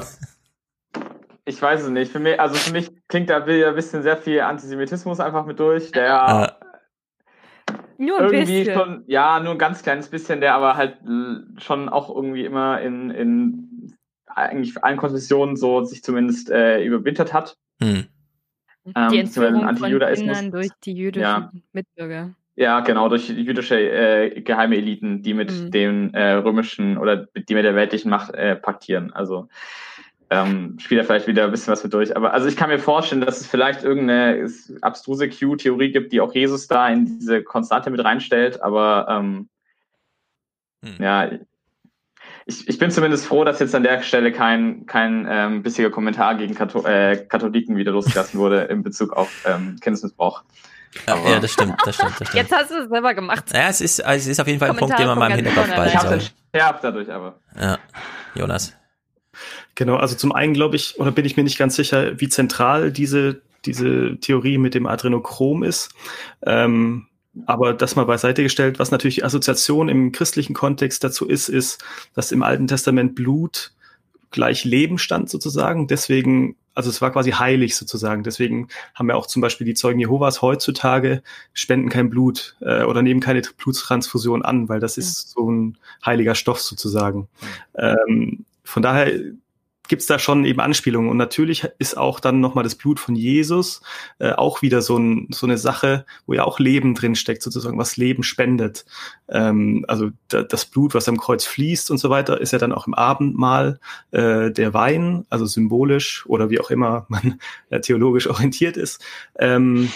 Ich weiß es nicht. Für mich, also für mich klingt da ein bisschen sehr viel Antisemitismus einfach mit durch, der äh. nur ein irgendwie bisschen. schon, ja, nur ein ganz kleines bisschen, der aber halt schon auch irgendwie immer in, in eigentlich allen Konfessionen so sich zumindest äh, überwintert hat. Hm. Ähm, Die Entführung von Antijudaismus. Kindern durch die jüdischen ja. Mitbürger. Ja, genau, durch jüdische äh, geheime Eliten, die mit Mhm. dem äh, römischen oder die mit der weltlichen Macht äh, paktieren. Also ähm, spielt da vielleicht wieder ein bisschen was mit durch. Aber also ich kann mir vorstellen, dass es vielleicht irgendeine abstruse Q-Theorie gibt, die auch Jesus da in diese Konstante mit reinstellt. Aber ähm, hm. ja, ich, ich bin zumindest froh, dass jetzt an der Stelle kein, kein ähm, bissiger Kommentar gegen Kathol- äh, Katholiken wieder losgelassen wurde in Bezug auf ähm, Kindesmissbrauch. Ja, ja, das stimmt, das stimmt, das stimmt. Jetzt hast du es selber gemacht. Ja, es ist, also es ist auf jeden Fall ein Punkt, den man mal im Hinterkopf behalten Ich habe soll. es entschärft dadurch, aber. Ja, Jonas. Genau, also zum einen glaube ich, oder bin ich mir nicht ganz sicher, wie zentral diese, diese Theorie mit dem Adrenochrom ist. Ähm, aber das mal beiseite gestellt, was natürlich die Assoziation im christlichen Kontext dazu ist, ist, dass im Alten Testament Blut gleich Leben stand sozusagen. Deswegen, also es war quasi heilig sozusagen. Deswegen haben wir auch zum Beispiel die Zeugen Jehovas heutzutage spenden kein Blut äh, oder nehmen keine Bluttransfusion an, weil das ist so ein heiliger Stoff sozusagen. Ähm, von daher gibt's da schon eben Anspielungen. Und natürlich ist auch dann nochmal das Blut von Jesus äh, auch wieder so, ein, so eine Sache, wo ja auch Leben drin steckt, sozusagen, was Leben spendet. Ähm, also da, das Blut, was am Kreuz fließt und so weiter, ist ja dann auch im Abendmahl äh, der Wein, also symbolisch oder wie auch immer man äh, theologisch orientiert ist. Ähm,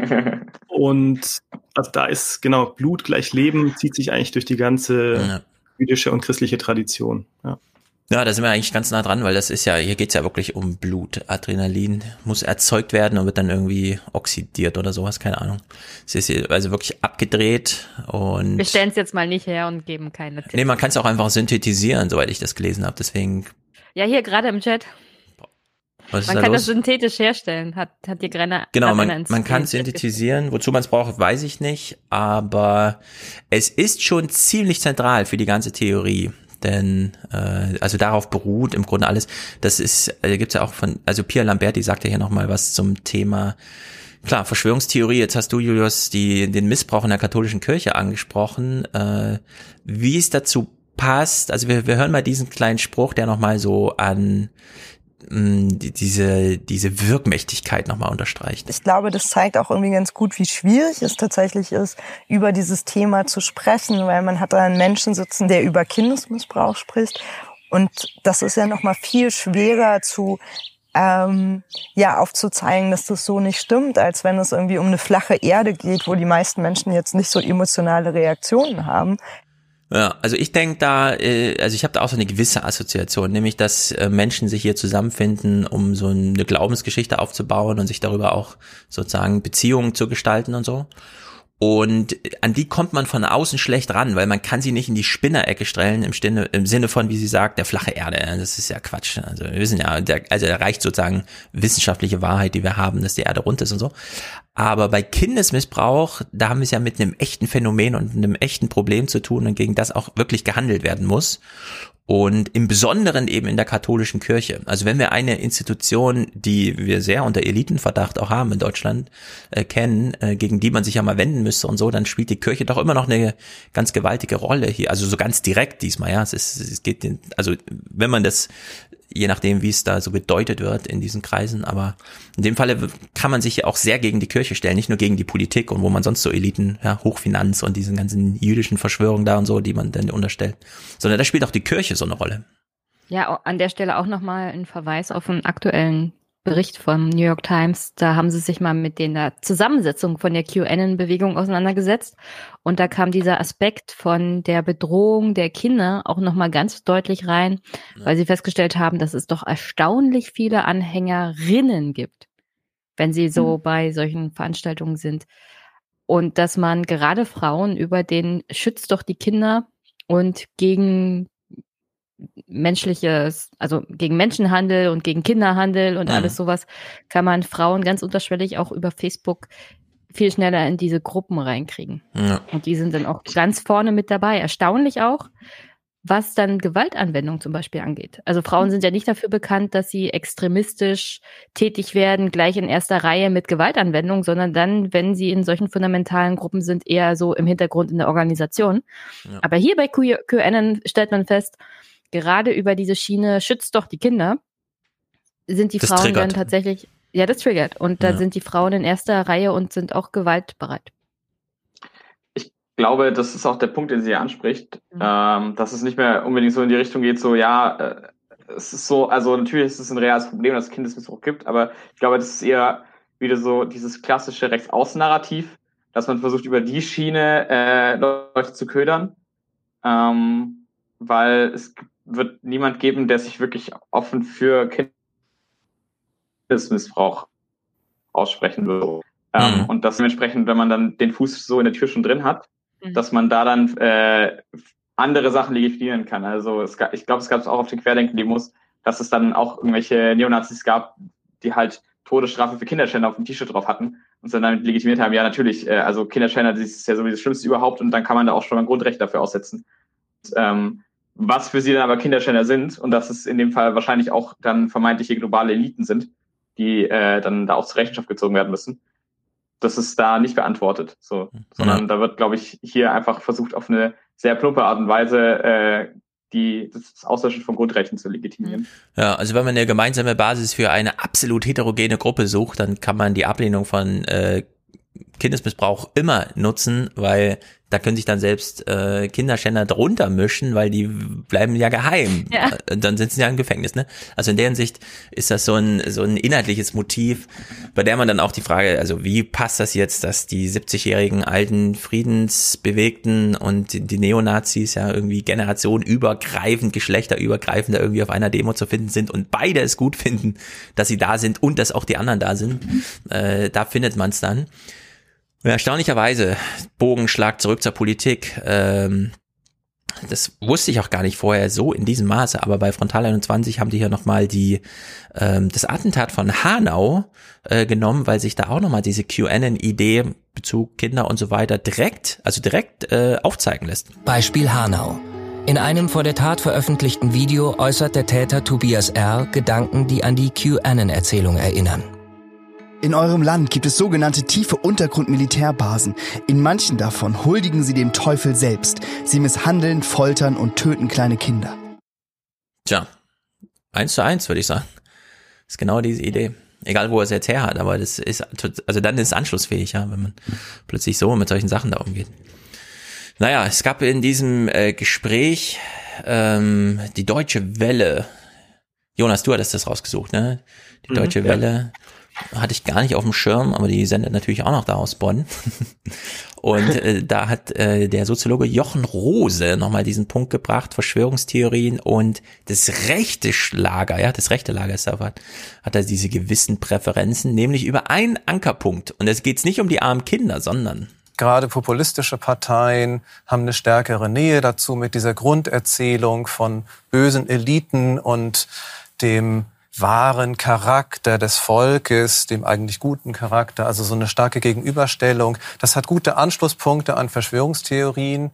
und also da ist genau Blut gleich Leben, zieht sich eigentlich durch die ganze ja. jüdische und christliche Tradition. Ja. Ja, da sind wir eigentlich ganz nah dran, weil das ist ja, hier geht's ja wirklich um Blut. Adrenalin muss erzeugt werden und wird dann irgendwie oxidiert oder sowas, keine Ahnung. Es ist hier also wirklich abgedreht und... Wir stellen es jetzt mal nicht her und geben keine Tipps. Nee, man kann es auch einfach synthetisieren, soweit ich das gelesen habe, deswegen... Ja, hier gerade im Chat. Was ist man da kann los? das synthetisch herstellen, hat, hat die Grenner... Genau, man, man kann synthetisieren, wozu man es braucht, weiß ich nicht, aber es ist schon ziemlich zentral für die ganze Theorie. Denn äh, also darauf beruht im Grunde alles. Das ist, also gibt's ja auch von, also Pierre Lamberti sagte hier nochmal was zum Thema, klar, Verschwörungstheorie. Jetzt hast du, Julius, die den Missbrauch in der katholischen Kirche angesprochen. Äh, wie es dazu passt, also wir, wir hören mal diesen kleinen Spruch, der nochmal so an Die, diese diese Wirkmächtigkeit nochmal unterstreicht. Ich glaube, das zeigt auch irgendwie ganz gut, wie schwierig es tatsächlich ist, über dieses Thema zu sprechen, weil man hat da einen Menschen sitzen, der über Kindesmissbrauch spricht und das ist ja nochmal viel schwerer zu ähm, ja aufzuzeigen, dass das so nicht stimmt, als wenn es irgendwie um eine flache Erde geht, wo die meisten Menschen jetzt nicht so emotionale Reaktionen haben. Ja, also ich denke da, äh, also ich habe da auch so eine gewisse Assoziation, nämlich dass äh, Menschen sich hier zusammenfinden, um so eine Glaubensgeschichte aufzubauen und sich darüber auch sozusagen Beziehungen zu gestalten und so. Und an die kommt man von außen schlecht ran, weil man kann sie nicht in die Spinnerecke stellen, im, Sinne, im Sinne von, wie sie sagt, der flache Erde. Das ist ja Quatsch. Also wir wissen ja, der, also da reicht sozusagen wissenschaftliche Wahrheit, die wir haben, dass die Erde rund ist und so. Aber bei Kindesmissbrauch, da haben wir es ja mit einem echten Phänomen und einem echten Problem zu tun und gegen das auch wirklich gehandelt werden muss. Und im Besonderen eben in der katholischen Kirche. Also wenn wir eine Institution, die wir sehr unter Elitenverdacht auch haben in Deutschland, äh, kennen, äh, gegen die man sich ja mal wenden müsste und so, dann spielt die Kirche doch immer noch eine ganz gewaltige Rolle hier. Also so ganz direkt diesmal, ja. Es ist, es geht, den, also wenn man das, je nachdem, wie es da so gedeutet wird in diesen Kreisen, aber in dem Falle kann man sich ja auch sehr gegen die Kirche stellen, nicht nur gegen die Politik und wo man sonst so Eliten, ja, Hochfinanz und diesen ganzen jüdischen Verschwörungen da und so, die man dann unterstellt, sondern da spielt auch die Kirche so eine Rolle. Ja, an der Stelle auch nochmal ein Verweis auf einen aktuellen Bericht vom New York Times. Da haben sie sich mal mit der Zusammensetzung von der QAnon-Bewegung auseinandergesetzt. Und da kam dieser Aspekt von der Bedrohung der Kinder auch nochmal ganz deutlich rein, ja. Weil sie festgestellt haben, dass es doch erstaunlich viele Anhängerinnen gibt, wenn sie so mhm. bei solchen Veranstaltungen sind. Und dass man gerade Frauen über den Schützt doch die Kinder und gegen menschliches, also gegen Menschenhandel und gegen Kinderhandel und mhm. alles sowas, kann man Frauen ganz unterschwellig auch über Facebook viel schneller in diese Gruppen reinkriegen. Ja. Und die sind dann auch ganz vorne mit dabei. Erstaunlich auch, was dann Gewaltanwendung zum Beispiel angeht. Also Frauen sind ja nicht dafür bekannt, dass sie extremistisch tätig werden, gleich in erster Reihe mit Gewaltanwendung, sondern dann, wenn sie in solchen fundamentalen Gruppen sind, eher so im Hintergrund in der Organisation. Ja. Aber hier bei QAnon stellt man fest, gerade über diese Schiene schützt doch die Kinder, sind die das Frauen triggert. dann tatsächlich, ja, das triggert. Und da ja. sind die Frauen in erster Reihe und sind auch gewaltbereit. Ich glaube, das ist auch der Punkt, den sie hier anspricht, mhm. ähm, dass es nicht mehr unbedingt so in die Richtung geht, so, ja, äh, es ist so, also natürlich ist es ein reales Problem, dass es Kindesmissbrauch gibt, aber ich glaube, das ist eher wieder so dieses klassische Rechtsaußen-Narrativ, dass man versucht, über die Schiene äh, Leute zu ködern, ähm, weil es wird niemand geben, der sich wirklich offen für Kindesmissbrauch aussprechen will. Mhm. Ähm, und das dementsprechend, wenn man dann den Fuß so in der Tür schon drin hat, mhm. dass man da dann äh, andere Sachen legitimieren kann. Also es gab, ich glaube, es gab es auch auf den Querdenken-Demos, dass es dann auch irgendwelche Neonazis gab, die halt Todesstrafe für Kinderschänder auf dem T-Shirt drauf hatten und dann damit legitimiert haben, ja natürlich, äh, also Kinderschänder, das ist ja sowieso das Schlimmste überhaupt und dann kann man da auch schon mal ein Grundrecht dafür aussetzen. Und, ähm, was für sie dann aber Kinderschänder sind und dass es in dem Fall wahrscheinlich auch dann vermeintliche globale Eliten sind, die äh, dann da auch zur Rechenschaft gezogen werden müssen. Das ist da nicht beantwortet, so, sondern ja. da wird, glaube ich, hier einfach versucht, auf eine sehr plumpe Art und Weise äh, die, das Auslöschen von Grundrechten zu legitimieren. Ja, also wenn man eine gemeinsame Basis für eine absolut heterogene Gruppe sucht, dann kann man die Ablehnung von äh, Kindesmissbrauch immer nutzen, weil da können sich dann selbst äh, Kinderschänder drunter mischen, weil die bleiben ja geheim. Ja. Dann sitzen sie ja im Gefängnis, ne? Also in der Hinsicht ist das so ein so ein inhaltliches Motiv, bei der man dann auch die Frage, also wie passt das jetzt, dass die siebzigjährigen alten Friedensbewegten und die Neonazis ja irgendwie generationenübergreifend, geschlechterübergreifend irgendwie auf einer Demo zu finden sind und beide es gut finden, dass sie da sind und dass auch die anderen da sind. Äh, da findet man es dann. Und erstaunlicherweise, Bogenschlag zurück zur Politik, ähm, das wusste ich auch gar nicht vorher so in diesem Maße, aber bei Frontal einundzwanzig haben die hier nochmal die ähm, das Attentat von Hanau äh, genommen, weil sich da auch nochmal diese QAnon-Idee, Bezug Kinder und so weiter direkt, also direkt äh, aufzeigen lässt. Beispiel Hanau. In einem vor der Tat veröffentlichten Video äußert der Täter Tobias R. Gedanken, die an die QAnon-Erzählung erinnern. In eurem Land gibt es sogenannte tiefe Untergrund-Militärbasen. In manchen davon huldigen sie dem Teufel selbst. Sie misshandeln, foltern und töten kleine Kinder. Tja, eins zu eins würde ich sagen. Das ist genau diese Idee. Egal, wo er es jetzt her hat, aber das ist, also dann ist es anschlussfähig, ja, wenn man plötzlich so mit solchen Sachen da umgeht. Naja, es gab in diesem äh, Gespräch ähm, die Deutsche Welle. Jonas, du hattest das rausgesucht, ne? Die mhm, Deutsche Welle. Ja. Hatte ich gar nicht auf dem Schirm, aber die sendet natürlich auch noch da aus Bonn. Und äh, da hat äh, der Soziologe Jochen Rose nochmal diesen Punkt gebracht, Verschwörungstheorien und das rechte Lager, ja, das rechte Lager ist da, hat er diese gewissen Präferenzen, nämlich über einen Ankerpunkt. Und es geht nicht um die armen Kinder, sondern gerade populistische Parteien haben eine stärkere Nähe dazu mit dieser Grunderzählung von bösen Eliten und dem wahren Charakter des Volkes, dem eigentlich guten Charakter, also so eine starke Gegenüberstellung. Das hat gute Anschlusspunkte an Verschwörungstheorien.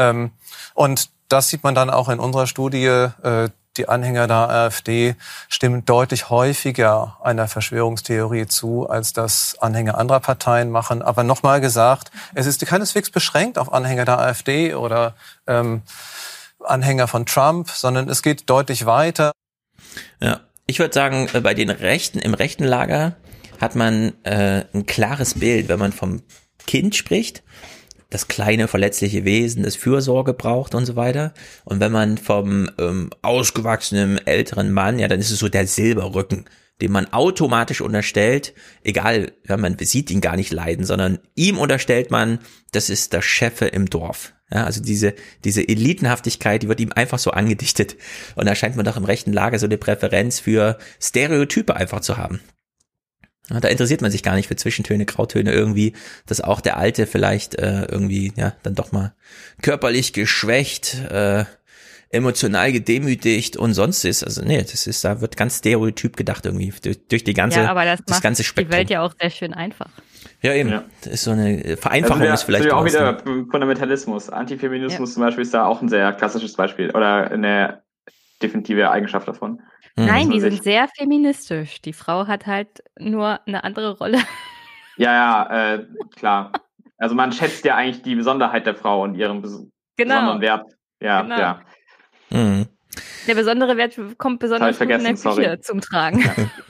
Und das sieht man dann auch in unserer Studie. Die Anhänger der AfD stimmen deutlich häufiger einer Verschwörungstheorie zu, als das Anhänger anderer Parteien machen. Aber nochmal gesagt, es ist keineswegs beschränkt auf Anhänger der AfD oder ähm, Anhänger von Trump, sondern es geht deutlich weiter. Ja. Ich würde sagen, bei den Rechten, im rechten Lager hat man äh, ein klares Bild, wenn man vom Kind spricht, das kleine verletzliche Wesen, das Fürsorge braucht und so weiter. Und wenn man vom ähm, ausgewachsenen älteren Mann, ja, dann ist es so der Silberrücken, dem man automatisch unterstellt, egal, ja, man sieht ihn gar nicht leiden, sondern ihm unterstellt man, das ist der Chef im Dorf. Ja, also diese diese Elitenhaftigkeit, die wird ihm einfach so angedichtet. Und da scheint man doch im rechten Lager so eine Präferenz für Stereotype einfach zu haben. Da interessiert man sich gar nicht für Zwischentöne, Grautöne irgendwie, dass auch der Alte vielleicht äh, irgendwie, ja, dann doch mal körperlich geschwächt, äh, emotional gedemütigt und sonst ist. Also nee, das ist, da wird ganz stereotyp gedacht irgendwie durch, durch die ganze, ja, aber das, das macht ganze Spektrum. Die Welt ja auch sehr schön einfach. Ja, eben. Ja. Das ist so eine Vereinfachung also ist vielleicht ja auch raus, wieder ne? Fundamentalismus. Antifeminismus Ja. zum Beispiel ist da auch ein sehr klassisches Beispiel oder eine definitive Eigenschaft davon. Nein, Dass die man sich- sind sehr feministisch. Die Frau hat halt nur eine andere Rolle. Ja, ja, äh, klar. Also man schätzt ja eigentlich die Besonderheit der Frau und ihren bes Genau. besonderen Wert. Ja, Genau. ja. Mhm. Der besondere Wert kommt besonders gut in der vergessen, Küche sorry. zum Tragen.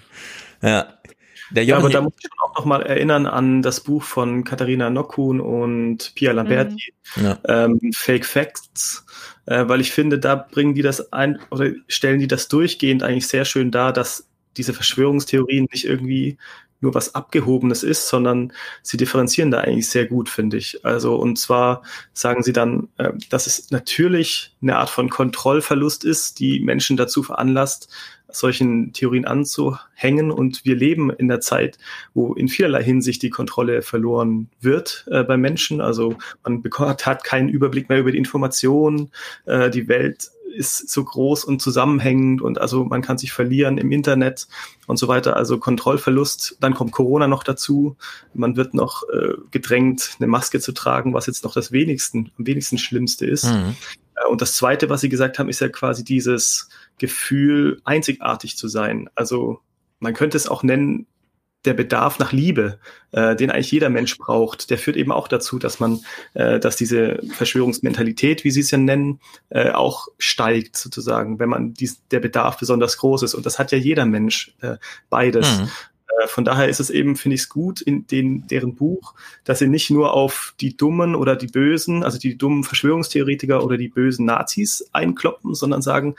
Ja. Der Ja, Jochen, aber da muss ich schon auch nochmal erinnern an das Buch von Katharina Nockhuhn und Pia Lamberti, ja. ähm, Fake Facts, äh, weil ich finde, da bringen die das ein oder stellen die das durchgehend eigentlich sehr schön dar, dass diese Verschwörungstheorien nicht irgendwie nur was Abgehobenes ist, sondern sie differenzieren da eigentlich sehr gut, finde ich. Also, und zwar sagen sie dann, äh, dass es natürlich eine Art von Kontrollverlust ist, die Menschen dazu veranlasst, solchen Theorien anzuhängen. Und wir leben in der Zeit, wo in vielerlei Hinsicht die Kontrolle verloren wird äh, bei Menschen. Also man bekommt, hat keinen Überblick mehr über die Informationen. Äh, die Welt ist so groß und zusammenhängend und also man kann sich verlieren im Internet und so weiter. Also Kontrollverlust. Dann kommt Corona noch dazu. Man wird noch äh, gedrängt, eine Maske zu tragen, was jetzt noch das wenigsten, am wenigsten Schlimmste ist. Mhm. Äh, und das Zweite, was Sie gesagt haben, ist ja quasi dieses Gefühl, einzigartig zu sein. Also man könnte es auch nennen, der Bedarf nach Liebe, äh, den eigentlich jeder Mensch braucht, der führt eben auch dazu, dass man, äh, dass diese Verschwörungsmentalität, wie Sie es ja nennen, äh, auch steigt sozusagen, wenn man dies, der Bedarf besonders groß ist. Und das hat ja jeder Mensch, äh, beides. Mhm. Äh, von daher ist es eben, finde ich es gut in den, deren Buch, dass sie nicht nur auf die Dummen oder die Bösen, also die dummen Verschwörungstheoretiker oder die bösen Nazis einkloppen, sondern sagen,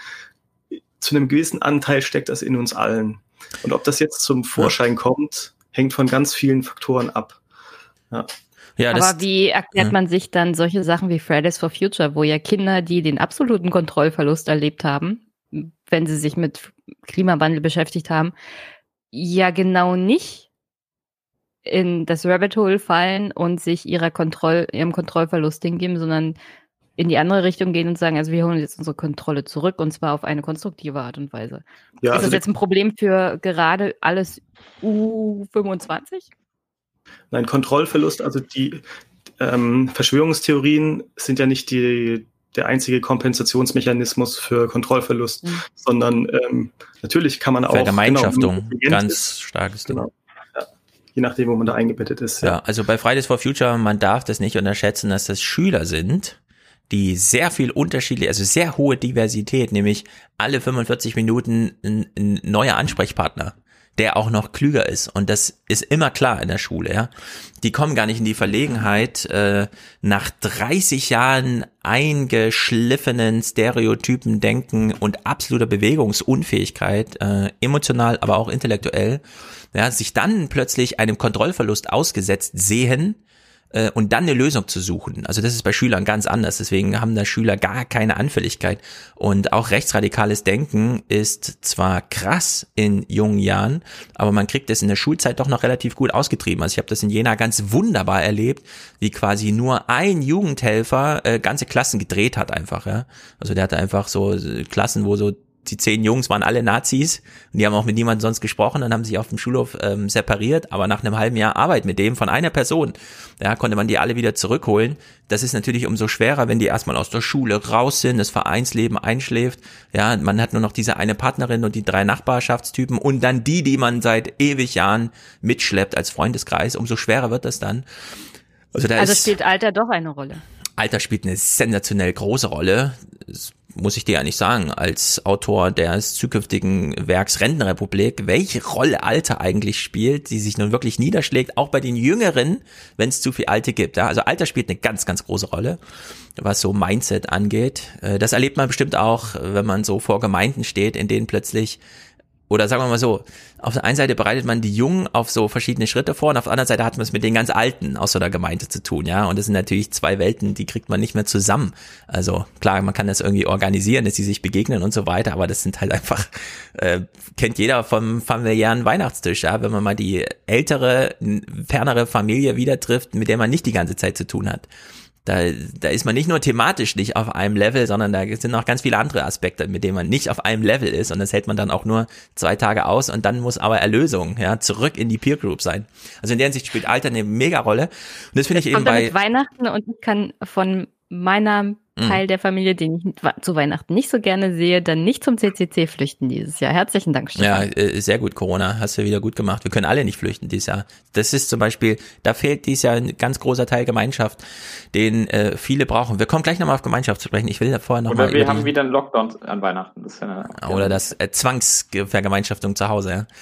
zu einem gewissen Anteil steckt das in uns allen. Und ob das jetzt zum Vorschein kommt, hängt von ganz vielen Faktoren ab. Ja. Ja, das, Aber wie erklärt ja. man sich dann solche Sachen wie Fridays for Future, wo ja Kinder, die den absoluten Kontrollverlust erlebt haben, wenn sie sich mit Klimawandel beschäftigt haben, ja genau nicht in das Rabbit Hole fallen und sich ihrer Kontroll, ihrem Kontrollverlust hingeben, sondern in die andere Richtung gehen und sagen, also wir holen jetzt unsere Kontrolle zurück und zwar auf eine konstruktive Art und Weise. Ja, ist also das jetzt ein Problem für gerade alles U fünfundzwanzig? Nein, Kontrollverlust, also die ähm, Verschwörungstheorien sind ja nicht die, der einzige Kompensationsmechanismus für Kontrollverlust, mhm. sondern ähm, natürlich kann man auch... Vergemeinschaftung, genau, ganz ist, starkes Ding. Genau. Je nachdem, wo man da eingebettet ist. Ja. Ja, ja, also bei Fridays for Future, man darf das nicht unterschätzen, dass das Schüler sind, die sehr viel unterschiedlich, also sehr hohe Diversität, nämlich alle fünfundvierzig Minuten ein, ein neuer Ansprechpartner, der auch noch klüger ist. Und das ist immer klar in der Schule, ja. Die kommen gar nicht in die Verlegenheit, äh, nach dreißig Jahren eingeschliffenen Stereotypen Denken und absoluter Bewegungsunfähigkeit, äh, emotional, aber auch intellektuell, ja, sich dann plötzlich einem Kontrollverlust ausgesetzt sehen, und dann eine Lösung zu suchen. Also das ist bei Schülern ganz anders. Deswegen haben da Schüler gar keine Anfälligkeit. Und auch rechtsradikales Denken ist zwar krass in jungen Jahren, aber man kriegt es in der Schulzeit doch noch relativ gut ausgetrieben. Also ich habe das in Jena ganz wunderbar erlebt, wie quasi nur ein Jugendhelfer äh, ganze Klassen gedreht hat einfach. Ja. Also der hatte einfach so Klassen, wo so die zehn Jungs waren alle Nazis und die haben auch mit niemandem sonst gesprochen, dann haben sie sich auf dem Schulhof ähm, separiert, aber nach einem halben Jahr Arbeit mit dem von einer Person, ja, konnte man die alle wieder zurückholen. Das ist natürlich umso schwerer, wenn die erstmal aus der Schule raus sind, das Vereinsleben einschläft, ja, man hat nur noch diese eine Partnerin und die drei Nachbarschaftstypen und dann die, die man seit ewig Jahren mitschleppt als Freundeskreis, umso schwerer wird das dann. Also, da also ist, spielt Alter doch eine Rolle. Alter spielt eine sensationell große Rolle. Das muss ich dir ja nicht sagen, als Autor des zukünftigen Werks Rentenrepublik, welche Rolle Alter eigentlich spielt, die sich nun wirklich niederschlägt, auch bei den Jüngeren, wenn es zu viel Alte gibt. Ja? Also Alter spielt eine ganz, ganz große Rolle, was so Mindset angeht. Das erlebt man bestimmt auch, wenn man so vor Gemeinden steht, in denen plötzlich oder sagen wir mal so, auf der einen Seite bereitet man die Jungen auf so verschiedene Schritte vor und auf der anderen Seite hat man es mit den ganz Alten aus so einer Gemeinde zu tun, ja. Und das sind natürlich zwei Welten, die kriegt man nicht mehr zusammen. Also klar, man kann das irgendwie organisieren, dass sie sich begegnen und so weiter, aber das sind halt einfach, äh, kennt jeder vom familiären Weihnachtstisch, ja. Wenn man mal die ältere, fernere Familie wieder trifft, mit der man nicht die ganze Zeit zu tun hat. Da, da ist man nicht nur thematisch nicht auf einem Level, sondern da sind noch ganz viele andere Aspekte, mit denen man nicht auf einem Level ist und das hält man dann auch nur zwei Tage aus und dann muss aber Erlösung, ja, zurück in die Peer Group sein. Also in der Hinsicht spielt Alter eine Mega-Rolle und das finde ich eben bei Weihnachten und ich kann von meiner Teil der Familie, den ich zu Weihnachten nicht so gerne sehe, dann nicht zum C C C flüchten dieses Jahr. Herzlichen Dank, Stefan. Ja, sehr gut, Corona. Hast du wieder gut gemacht. Wir können alle nicht flüchten dieses Jahr. Das ist zum Beispiel, da fehlt dieses Jahr ein ganz großer Teil Gemeinschaft, den äh, viele brauchen. Wir kommen gleich nochmal auf Gemeinschaft zu sprechen. Ich will da vorher nochmal Oder wir haben wieder einen Lockdown an Weihnachten. Das ist ja eine, oder das äh, Zwangsvergemeinschaftung zu Hause, ja.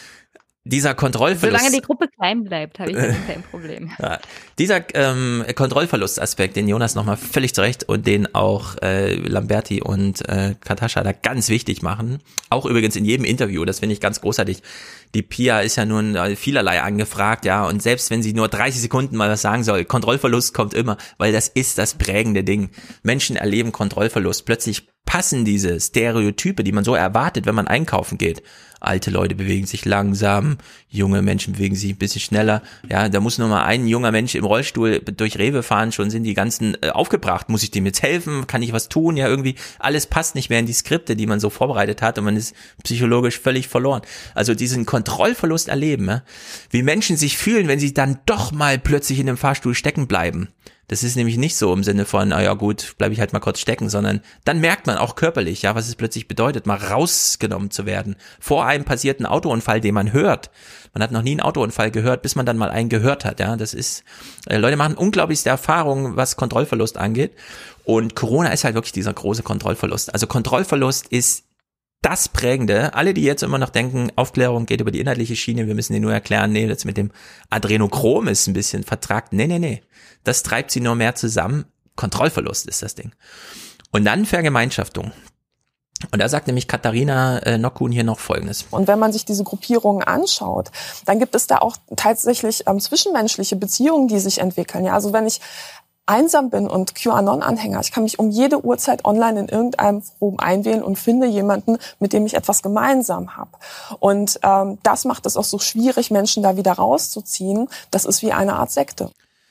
Dieser Kontrollverlust. Solange die Gruppe klein bleibt, habe ich kein Problem. Ja, dieser ähm, Kontrollverlustaspekt, den Jonas nochmal völlig zurecht und den auch äh, Lamberti und äh, Katascha da ganz wichtig machen. Auch übrigens in jedem Interview, das finde ich ganz großartig. Die Pia ist ja nun äh, vielerlei angefragt, ja, und selbst wenn sie nur dreißig Sekunden mal was sagen soll, Kontrollverlust kommt immer, weil das ist das prägende Ding. Menschen erleben Kontrollverlust. Plötzlich passen diese Stereotype, die man so erwartet, wenn man einkaufen geht. Alte Leute bewegen sich langsam, junge Menschen bewegen sich ein bisschen schneller. Ja, da muss nur mal ein junger Mensch im Rollstuhl durch Rewe fahren, schon sind die ganzen äh, aufgebracht. Muss ich dem jetzt helfen? Kann ich was tun? Ja, irgendwie alles passt nicht mehr in die Skripte, die man so vorbereitet hat und man ist psychologisch völlig verloren. Also diesen Kontrollverlust erleben, ja? Wie Menschen sich fühlen, wenn sie dann doch mal plötzlich in dem Fahrstuhl stecken bleiben. Das ist nämlich nicht so im Sinne von, na ja gut, bleibe ich halt mal kurz stecken, sondern dann merkt man auch körperlich, ja, was es plötzlich bedeutet, mal rausgenommen zu werden. Vor einem passierten Autounfall, den man hört. Man hat noch nie einen Autounfall gehört, bis man dann mal einen gehört hat, ja. Das ist, äh, Leute machen unglaublichste Erfahrungen, was Kontrollverlust angeht. Und Corona ist halt wirklich dieser große Kontrollverlust. Also Kontrollverlust ist das Prägende. Alle, die jetzt immer noch denken, Aufklärung geht über die inhaltliche Schiene, wir müssen dir nur erklären, nee, das mit dem Adrenochrom ist ein bisschen vertragt. Nee, nee, nee. Das treibt sie nur mehr zusammen. Kontrollverlust ist das Ding. Und dann Vergemeinschaftung. Und da sagt nämlich Katharina äh, Nockhuhn hier noch Folgendes. Und wenn man sich diese Gruppierungen anschaut, dann gibt es da auch tatsächlich ähm, zwischenmenschliche Beziehungen, die sich entwickeln. Ja, also wenn ich einsam bin und QAnon-Anhänger, ich kann mich um jede Uhrzeit online in irgendeinem Forum einwählen und finde jemanden, mit dem ich etwas gemeinsam habe. Und ähm, das macht es auch so schwierig, Menschen da wieder rauszuziehen. Das ist wie eine Art Sekte.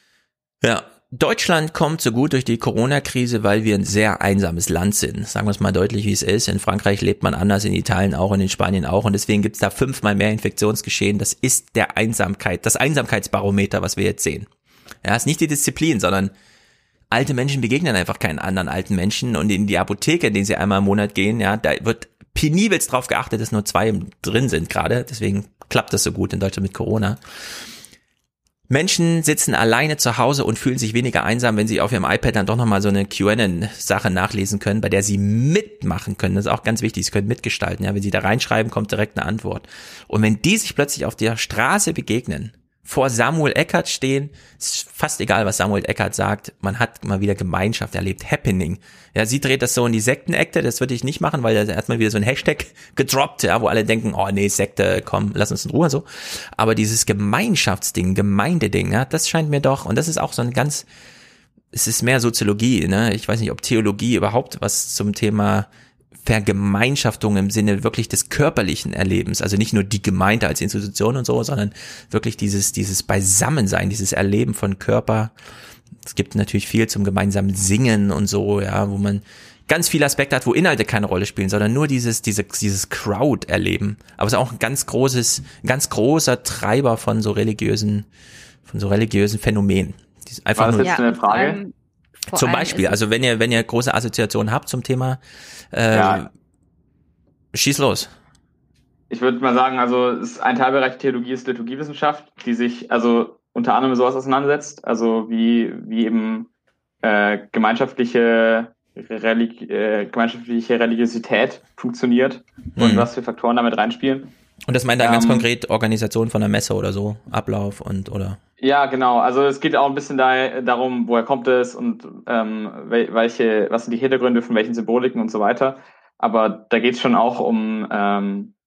Ja, Deutschland kommt so gut durch die Corona-Krise, weil wir ein sehr einsames Land sind. Sagen wir es mal deutlich, wie es ist. In Frankreich lebt man anders, in Italien auch und in Spanien auch. Und deswegen gibt es da fünfmal mehr Infektionsgeschehen. Das ist der Einsamkeit, das Einsamkeitsbarometer, was wir jetzt sehen. Ja, ist nicht die Disziplin, sondern alte Menschen begegnen einfach keinen anderen alten Menschen. Und in die Apotheke, in denen sie einmal im Monat gehen, ja, da wird penibelst drauf geachtet, dass nur zwei drin sind gerade. Deswegen klappt das so gut in Deutschland mit Corona. Menschen sitzen alleine zu Hause und fühlen sich weniger einsam, wenn sie auf ihrem iPad dann doch nochmal so eine QAnon-Sache nachlesen können, bei der sie mitmachen können. Das ist auch ganz wichtig, sie können mitgestalten. Ja, wenn sie da reinschreiben, kommt direkt eine Antwort. Und wenn die sich plötzlich auf der Straße begegnen, vor Samuel Eckert stehen, ist fast egal, was Samuel Eckert sagt, man hat mal wieder Gemeinschaft erlebt, Happening. Ja, sie dreht das so in die Sektenekte, das würde ich nicht machen, weil da hat man wieder so ein Hashtag gedroppt, ja, wo alle denken, oh nee, Sekte, komm, lass uns in Ruhe und so. Aber dieses Gemeinschaftsding, Gemeindeding, ja, das scheint mir doch, und das ist auch so ein ganz, es ist mehr Soziologie, ne, ich weiß nicht, ob Theologie überhaupt was zum Thema Vergemeinschaftung im Sinne wirklich des körperlichen Erlebens, also nicht nur die Gemeinde als Institution und so, sondern wirklich dieses dieses Beisammensein, dieses Erleben von Körper. Es gibt natürlich viel zum gemeinsamen Singen und so, ja, wo man ganz viele Aspekte hat, wo Inhalte keine Rolle spielen, sondern nur dieses diese, dieses Crowd-Erleben. Aber es ist auch ein ganz großes, ein ganz großer Treiber von so religiösen, von so religiösen Phänomenen. Einfach War das nur, jetzt eine Frage? Ähm, zum Beispiel, also wenn ihr wenn ihr große Assoziationen habt zum Thema, äh, ja. schieß los. Ich würde mal sagen, also es ist ein Teilbereich Theologie ist Liturgiewissenschaft, die sich also unter anderem mit sowas auseinandersetzt, also wie wie eben äh, gemeinschaftliche Religi- äh, gemeinschaftliche Religiosität funktioniert und Mhm. was für Faktoren damit reinspielen. Und das meint dann Ähm, ganz konkret Organisation von einer Messe oder so, Ablauf und oder. Ja, genau. Also es geht auch ein bisschen da, darum, woher kommt es und ähm, wel- welche, was sind die Hintergründe von welchen Symboliken und so weiter. Aber da geht es schon auch um, ähm,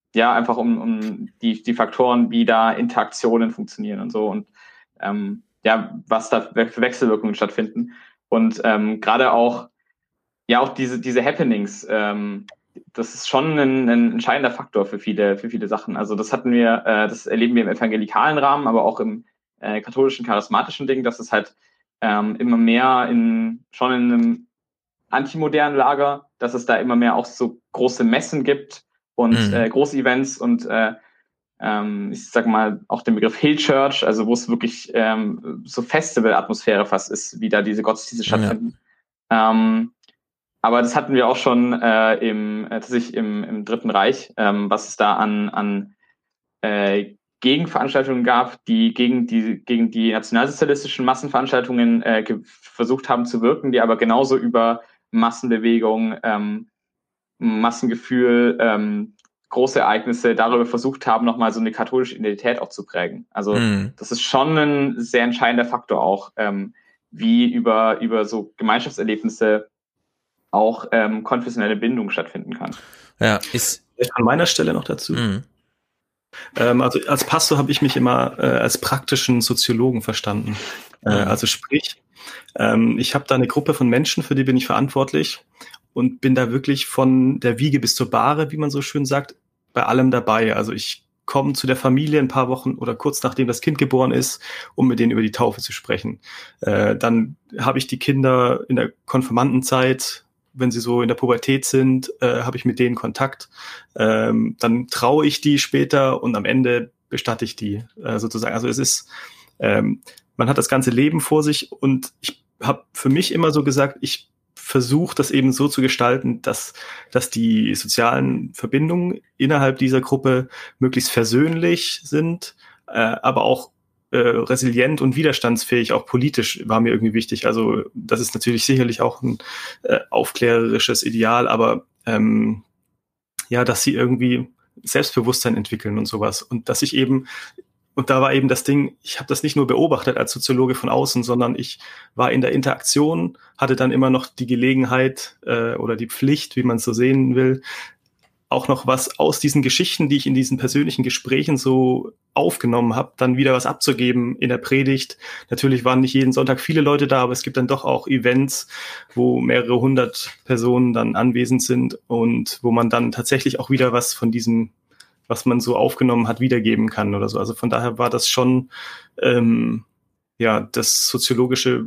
ja, einfach um, um die, die Faktoren, wie da Interaktionen funktionieren und so und ähm, ja, was da für Wechselwirkungen stattfinden. Und ähm, gerade auch, ja, auch diese, diese Happenings, ähm, das ist schon ein, ein entscheidender Faktor für viele, für viele Sachen. Also das hatten wir, äh, das erleben wir im evangelikalen Rahmen, aber auch im äh, katholischen, charismatischen Ding, dass es halt ähm, immer mehr in, schon in einem antimodernen Lager, dass es da immer mehr auch so große Messen gibt und mhm. äh, große Events und äh, ähm, ich sag mal auch den Begriff Hill Church, also wo es wirklich ähm, so Festival-Atmosphäre fast ist, wie da diese Gottesdienste stattfinden. Ja. Ähm, aber das hatten wir auch schon äh, im äh, tatsächlich im, im Dritten Reich, ähm, was es da an an äh, Gegenveranstaltungen gab, die gegen die gegen die nationalsozialistischen Massenveranstaltungen äh, ge- versucht haben zu wirken, die aber genauso über Massenbewegung, ähm, Massengefühl, ähm, große Ereignisse darüber versucht haben, nochmal so eine katholische Identität auch zu prägen. Also mhm. das ist schon ein sehr entscheidender Faktor auch, ähm, wie über über so Gemeinschaftserlebnisse auch ähm, konfessionelle Bindung stattfinden kann. Ja, ist an meiner Stelle noch dazu. Mhm. Ähm, also als Pastor habe ich mich immer äh, als praktischen Soziologen verstanden. Mhm. Äh, also sprich, ähm, ich habe da eine Gruppe von Menschen, für die bin ich verantwortlich und bin da wirklich von der Wiege bis zur Bahre, wie man so schön sagt, bei allem dabei. Also ich komme zu der Familie ein paar Wochen oder kurz nachdem das Kind geboren ist, um mit denen über die Taufe zu sprechen. Äh, dann habe ich die Kinder in der Konfirmandenzeit, wenn sie so in der Pubertät sind, äh, habe ich mit denen Kontakt. Ähm, dann traue ich die später und am Ende bestatte ich die äh, sozusagen. Also es ist, ähm, man hat das ganze Leben vor sich und ich habe für mich immer so gesagt, ich versuche das eben so zu gestalten, dass, dass die sozialen Verbindungen innerhalb dieser Gruppe möglichst versöhnlich sind, äh, aber auch äh, resilient und widerstandsfähig, auch politisch war mir irgendwie wichtig. Also das ist natürlich sicherlich auch ein äh, aufklärerisches Ideal, aber ähm, ja, dass sie irgendwie Selbstbewusstsein entwickeln und sowas. Und dass ich eben, und da war eben das Ding, ich habe das nicht nur beobachtet als Soziologe von außen, sondern ich war in der Interaktion, hatte dann immer noch die Gelegenheit äh, oder die Pflicht, wie man es so sehen will, auch noch was aus diesen Geschichten, die ich in diesen persönlichen Gesprächen so aufgenommen habe, dann wieder was abzugeben in der Predigt. Natürlich waren nicht jeden Sonntag viele Leute da, aber es gibt dann doch auch Events, wo mehrere hundert Personen dann anwesend sind und wo man dann tatsächlich auch wieder was von diesem, was man so aufgenommen hat, wiedergeben kann oder so. Also von daher war das schon ähm, ja das soziologische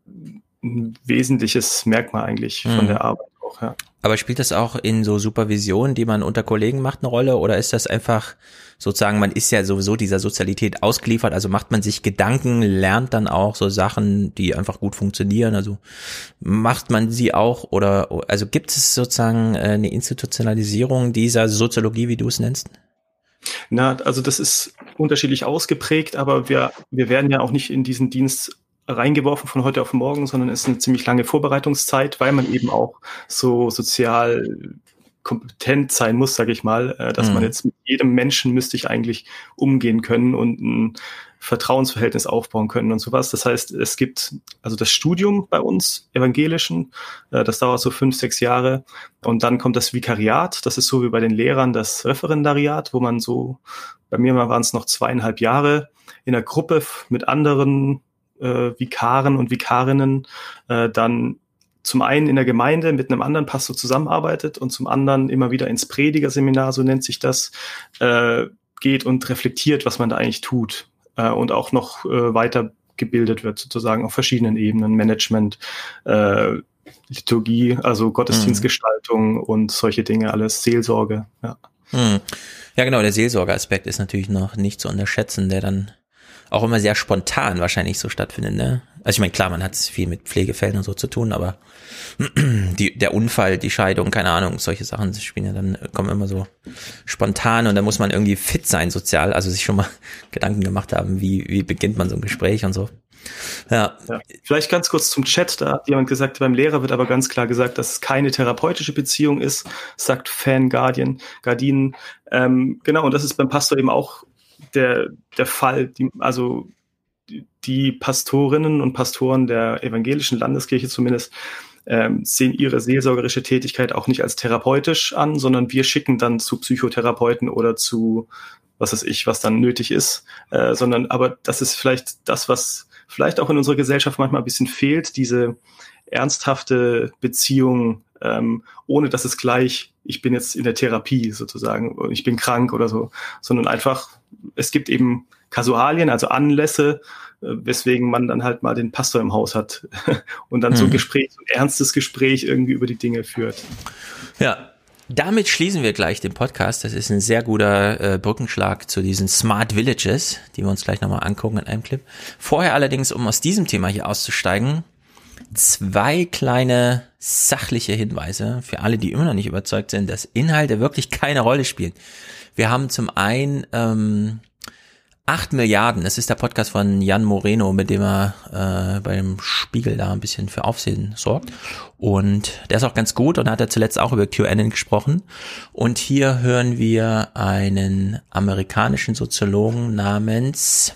ein wesentliches Merkmal eigentlich von mhm. der Arbeit auch, ja. Aber spielt das auch in so Supervision, die man unter Kollegen macht, eine Rolle? Oder ist das einfach sozusagen, man ist ja sowieso dieser Sozialität ausgeliefert, also macht man sich Gedanken, lernt dann auch so Sachen, die einfach gut funktionieren, also macht man sie auch oder, also gibt es sozusagen eine Institutionalisierung dieser Soziologie, wie du es nennst? Na, also das ist unterschiedlich ausgeprägt, aber wir, wir werden ja auch nicht in diesen Dienst reingeworfen von heute auf morgen, sondern es ist eine ziemlich lange Vorbereitungszeit, weil man eben auch so sozial kompetent sein muss, sage ich mal, dass mhm. man jetzt mit jedem Menschen müsste ich eigentlich umgehen können und ein Vertrauensverhältnis aufbauen können und sowas. Das heißt, es gibt also das Studium bei uns, Evangelischen, das dauert so fünf, sechs Jahre und dann kommt das Vikariat, das ist so wie bei den Lehrern das Referendariat, wo man so, bei mir waren es noch zweieinhalb Jahre in einer Gruppe mit anderen Äh, Vikaren und Vikarinnen äh, dann zum einen in der Gemeinde mit einem anderen Pastor zusammenarbeitet und zum anderen immer wieder ins Predigerseminar, so nennt sich das, äh, geht und reflektiert, was man da eigentlich tut äh, und auch noch äh, weitergebildet wird, sozusagen auf verschiedenen Ebenen, Management, äh, Liturgie, also Gottesdienstgestaltung mhm. und solche Dinge, alles, Seelsorge. Ja, mhm. Ja genau, der Seelsorgeaspekt ist natürlich noch nicht zu unterschätzen, der dann auch immer sehr spontan wahrscheinlich so stattfindet, ne? Also ich meine, klar, man hat viel mit Pflegefällen und so zu tun, aber die, der Unfall, die Scheidung, keine Ahnung, solche Sachen spielen ja dann, kommen immer so spontan und da muss man irgendwie fit sein sozial, also sich schon mal Gedanken gemacht haben, wie, wie beginnt man so ein Gespräch und so. Ja. ja. Vielleicht ganz kurz zum Chat, da hat jemand gesagt, beim Lehrer wird aber ganz klar gesagt, dass es keine therapeutische Beziehung ist, sagt Fan Guardian, Gardinen. Ähm, genau, und das ist beim Pastor eben auch der der Fall, die, also die, die Pastorinnen und Pastoren der evangelischen Landeskirche zumindest ähm, sehen ihre seelsorgerische Tätigkeit auch nicht als therapeutisch an, sondern wir schicken dann zu Psychotherapeuten oder zu was weiß ich, was dann nötig ist, äh, sondern aber das ist vielleicht das, was vielleicht auch in unserer Gesellschaft manchmal ein bisschen fehlt, diese ernsthafte Beziehung, ähm, ohne dass es gleich, ich bin jetzt in der Therapie sozusagen, ich bin krank oder so, sondern einfach, es gibt eben Kasualien, also Anlässe, äh, weswegen man dann halt mal den Pastor im Haus hat und dann mhm. so ein Gespräch, so ein ernstes Gespräch irgendwie über die Dinge führt. Ja. Damit schließen wir gleich den Podcast. Das ist ein sehr guter äh, Brückenschlag zu diesen Smart Villages, die wir uns gleich nochmal angucken in einem Clip. Vorher allerdings, um aus diesem Thema hier auszusteigen, zwei kleine sachliche Hinweise für alle, die immer noch nicht überzeugt sind, dass Inhalte wirklich keine Rolle spielen. Wir haben zum einen ähm, acht Milliarden, das ist der Podcast von Jan Moreno, mit dem er äh, beim Spiegel da ein bisschen für Aufsehen sorgt. Und der ist auch ganz gut und hat er zuletzt auch über Q Anon gesprochen. Und hier hören wir einen amerikanischen Soziologen namens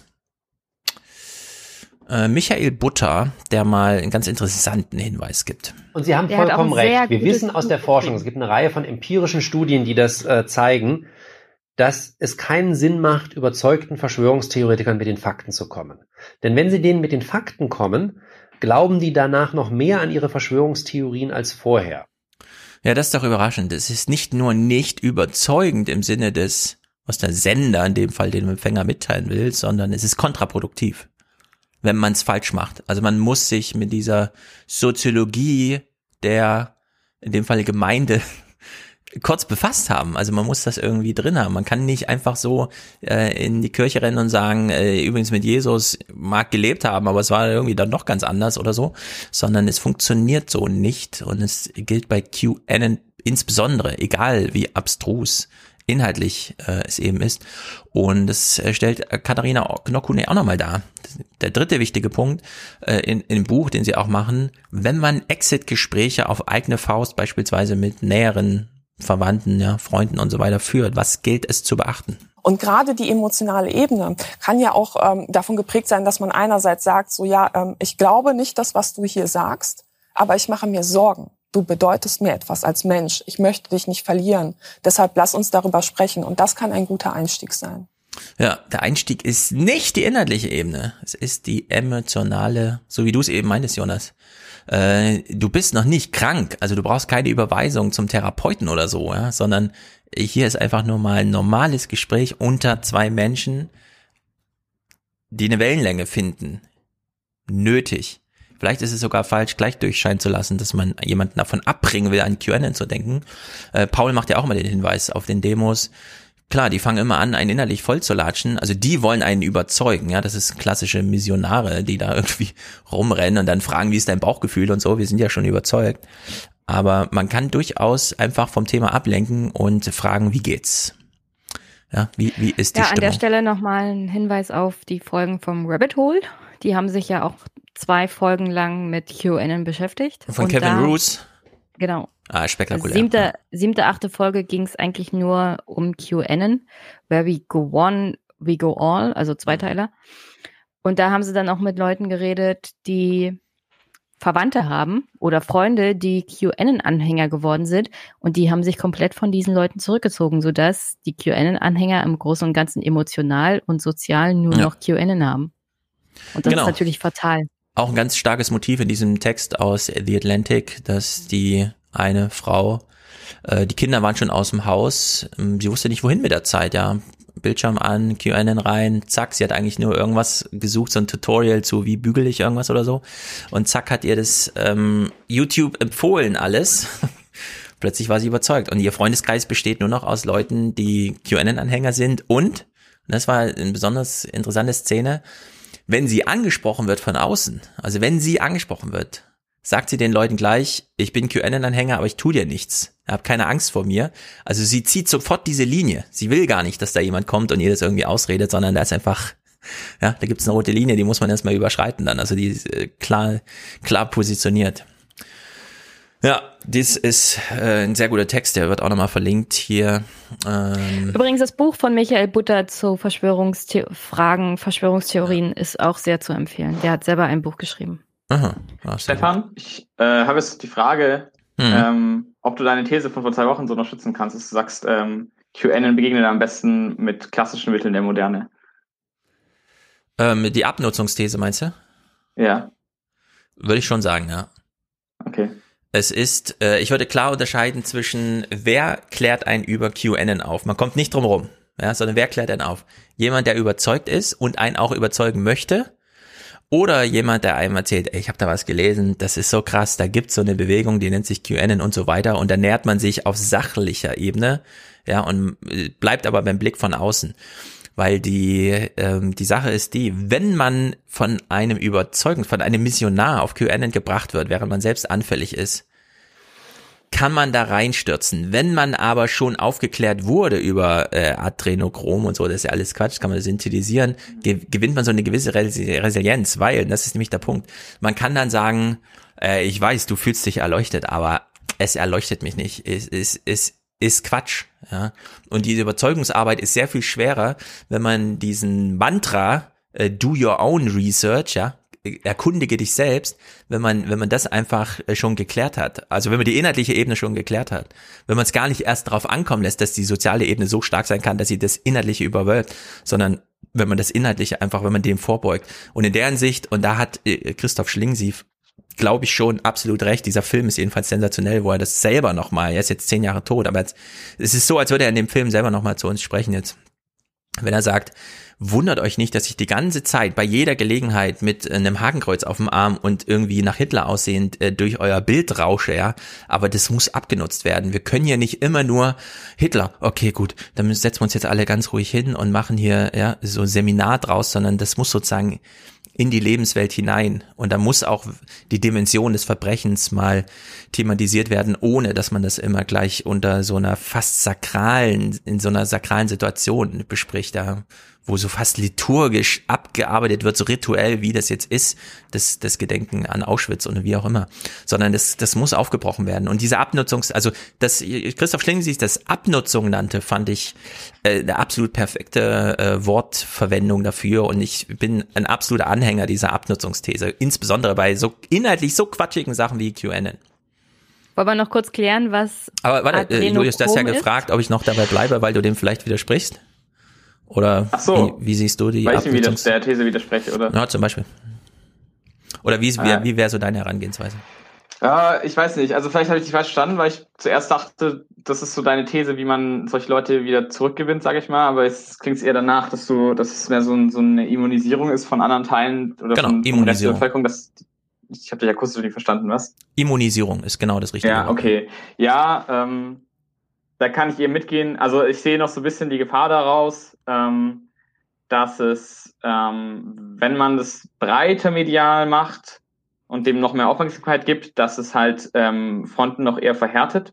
äh, Michael Butter, der mal einen ganz interessanten Hinweis gibt. Und Sie haben der vollkommen recht. Wir wissen aus der Forschung, es gibt eine Reihe von empirischen Studien, die das äh, zeigen, dass es keinen Sinn macht, überzeugten Verschwörungstheoretikern mit den Fakten zu kommen. Denn wenn sie denen mit den Fakten kommen, glauben die danach noch mehr an ihre Verschwörungstheorien als vorher. Ja, das ist doch überraschend. Es ist nicht nur nicht überzeugend im Sinne des, was der Sender in dem Fall dem Empfänger mitteilen will, sondern es ist kontraproduktiv, wenn man es falsch macht. Also man muss sich mit dieser Soziologie der, in dem Fall Gemeinde, kurz befasst haben. Also man muss das irgendwie drin haben. Man kann nicht einfach so äh, in die Kirche rennen und sagen, äh, übrigens mit Jesus mag gelebt haben, aber es war irgendwie dann doch ganz anders oder so, sondern es funktioniert so nicht und es gilt bei Q Anon insbesondere, egal wie abstrus inhaltlich äh, es eben ist. Und das äh, stellt Katharina Knokune auch nochmal dar. Der dritte wichtige Punkt äh, in, in dem Buch, den sie auch machen, wenn man Exit-Gespräche auf eigene Faust beispielsweise mit näheren Verwandten, ja, Freunden und so weiter führt. Was gilt es zu beachten? Und gerade die emotionale Ebene kann ja auch ähm, davon geprägt sein, dass man einerseits sagt, so ja, ähm, ich glaube nicht das, was du hier sagst, aber ich mache mir Sorgen. Du bedeutest mir etwas als Mensch. Ich möchte dich nicht verlieren. Deshalb lass uns darüber sprechen. Und das kann ein guter Einstieg sein. Ja, der Einstieg ist nicht die inhaltliche Ebene. Es ist die emotionale, so wie du es eben meintest, Jonas. Du bist noch nicht krank, also du brauchst keine Überweisung zum Therapeuten oder so, ja, sondern hier ist einfach nur mal ein normales Gespräch unter zwei Menschen, die eine Wellenlänge finden, nötig. Vielleicht ist es sogar falsch, gleich durchscheinen zu lassen, dass man jemanden davon abbringen will, an Q A non zu denken. Äh, Paul macht ja auch immer den Hinweis auf den Demos. Klar, die fangen immer an, einen innerlich voll zu latschen. Also die wollen einen überzeugen, ja. Das ist klassische Missionare, die da irgendwie rumrennen und dann fragen, wie ist dein Bauchgefühl und so. Wir sind ja schon überzeugt. Aber man kann durchaus einfach vom Thema ablenken und fragen, wie geht's? Ja, wie, wie ist die ja, Stimmung? An der Stelle nochmal ein Hinweis auf die Folgen vom Rabbit Hole. Die haben sich ja auch zwei Folgen lang mit Q A non beschäftigt. Von und Kevin da, Roos. Genau. Ah, spektakulär. Siebte, ja. siebte, achte Folge ging es eigentlich nur um Q A non, where we go one, we go all, also Zweiteiler. Und da haben sie dann auch mit Leuten geredet, die Verwandte haben oder Freunde, die Q A non-Anhänger geworden sind. Und die haben sich komplett von diesen Leuten zurückgezogen, sodass die Q A non-Anhänger im Großen und Ganzen emotional und sozial nur ja. noch Q A non haben. Und das genau. ist natürlich fatal. Auch ein ganz starkes Motiv in diesem Text aus The Atlantic, dass die eine Frau, äh, die Kinder waren schon aus dem Haus, sie wusste nicht wohin mit der Zeit, ja, Bildschirm an, Q A non rein, zack, sie hat eigentlich nur irgendwas gesucht, so ein Tutorial zu wie bügel ich irgendwas oder so und zack hat ihr das ähm, YouTube empfohlen alles. Plötzlich war sie überzeugt und ihr Freundeskreis besteht nur noch aus Leuten, die Q A non-Anhänger sind und, und das war eine besonders interessante Szene, wenn sie angesprochen wird von außen, also wenn sie angesprochen wird, sagt sie den Leuten gleich, ich bin Q A non-Anhänger, aber ich tue dir nichts. Ich habe keine Angst vor mir. Also sie zieht sofort diese Linie. Sie will gar nicht, dass da jemand kommt und ihr das irgendwie ausredet, sondern da ist einfach, ja, da gibt's eine rote Linie, die muss man erstmal überschreiten dann. Also die ist äh, klar, klar positioniert. Ja, das ist äh, ein sehr guter Text, der wird auch nochmal verlinkt hier. Ähm Übrigens, das Buch von Michael Butter zu Verschwörungstheo- Fragen, Verschwörungstheorien ist auch sehr zu empfehlen. Der hat selber ein Buch geschrieben. Aha. Stefan, ich äh, habe jetzt die Frage, mhm. ähm, ob du deine These von vor zwei Wochen so noch schützen kannst, dass du sagst, ähm, QAnon begegnet am besten mit klassischen Mitteln der Moderne. Ähm, die Abnutzungsthese meinst du? Ja. Würde ich schon sagen, ja. Okay. Es ist, äh, ich würde klar unterscheiden zwischen, wer klärt einen über QAnon auf? Man kommt nicht drum rum, ja, sondern wer klärt einen auf? Jemand, der überzeugt ist und einen auch überzeugen möchte, oder jemand, der einem erzählt, ey, ich habe da was gelesen, das ist so krass, da gibt's so eine Bewegung, die nennt sich QAnon und so weiter, und da nähert man sich auf sachlicher Ebene, ja, und bleibt aber beim Blick von außen. Weil die ähm, die Sache ist die, wenn man von einem Überzeugen, von einem Missionar auf QAnon gebracht wird, während man selbst anfällig ist, kann man da reinstürzen. Wenn man aber schon aufgeklärt wurde über äh, Adrenochrom und so, das ist ja alles Quatsch, kann man synthetisieren, ge- gewinnt man so eine gewisse Res- Resilienz, weil, das ist nämlich der Punkt, man kann dann sagen, äh, ich weiß, du fühlst dich erleuchtet, aber es erleuchtet mich nicht. Es ist es, ist Quatsch, ja. Und diese Überzeugungsarbeit ist sehr viel schwerer, wenn man diesen Mantra äh, do your own research, ja, erkundige dich selbst, wenn man wenn man das einfach schon geklärt hat. Also wenn man die inhaltliche Ebene schon geklärt hat. Wenn man es gar nicht erst darauf ankommen lässt, dass die soziale Ebene so stark sein kann, dass sie das Inhaltliche überwölbt, sondern wenn man das Inhaltliche einfach, wenn man dem vorbeugt. Und in deren Sicht, und da hat äh, Christoph Schlingensief, glaube ich, schon absolut recht. Dieser Film ist jedenfalls sensationell, wo er das selber nochmal, er ist jetzt zehn Jahre tot, aber jetzt, es ist so, als würde er in dem Film selber nochmal zu uns sprechen jetzt. Wenn er sagt, wundert euch nicht, dass ich die ganze Zeit bei jeder Gelegenheit mit einem Hakenkreuz auf dem Arm und irgendwie nach Hitler aussehend äh, durch euer Bild rausche, ja, aber das muss abgenutzt werden. Wir können hier nicht immer nur Hitler, okay, gut, dann setzen wir uns jetzt alle ganz ruhig hin und machen hier ja so ein Seminar draus, sondern das muss sozusagen in die Lebenswelt hinein. Und da muss auch die Dimension des Verbrechens mal thematisiert werden, ohne dass man das immer gleich unter so einer fast sakralen, in so einer sakralen Situation bespricht, da, wo so fast liturgisch abgearbeitet wird, so rituell, wie das jetzt ist, das, das Gedenken an Auschwitz und wie auch immer. Sondern das, das muss aufgebrochen werden. Und diese Abnutzungs-, also, das, Christoph Schlingensief das Abnutzung nannte, fand ich äh, eine absolut perfekte äh, Wortverwendung dafür. Und ich bin ein absoluter Anhänger dieser Abnutzungsthese. Insbesondere bei so inhaltlich so quatschigen Sachen wie QAnon. Wollen wir noch kurz klären, was Aber warte, äh, du hast das ja gefragt, ob ich noch dabei bleibe, weil du dem vielleicht widersprichst? Oder Ach so, wie, wie siehst du die weil ich Abnutzungs- der These widerspreche, oder? Ja, zum Beispiel. Oder wie, Ah. wie, wie wäre so deine Herangehensweise? Ja, ich weiß nicht. Also vielleicht habe ich dich falsch verstanden, weil ich zuerst dachte, das ist so deine These, wie man solche Leute wieder zurückgewinnt, sage ich mal. Aber es klingt eher danach, dass du, dass es mehr so, ein, so eine Immunisierung ist von anderen Teilen oder Genau, von, von Immunisierung. der Rest der Bevölkerung. Das, ich habe dich akustisch nicht verstanden, was? Immunisierung ist genau das Richtige. Ja, okay. Ja, ähm, da kann ich eben mitgehen. Also ich sehe noch so ein bisschen die Gefahr daraus, ähm, dass es, ähm, wenn man das breiter medial macht und dem noch mehr Aufmerksamkeit gibt, dass es halt ähm, Fronten noch eher verhärtet.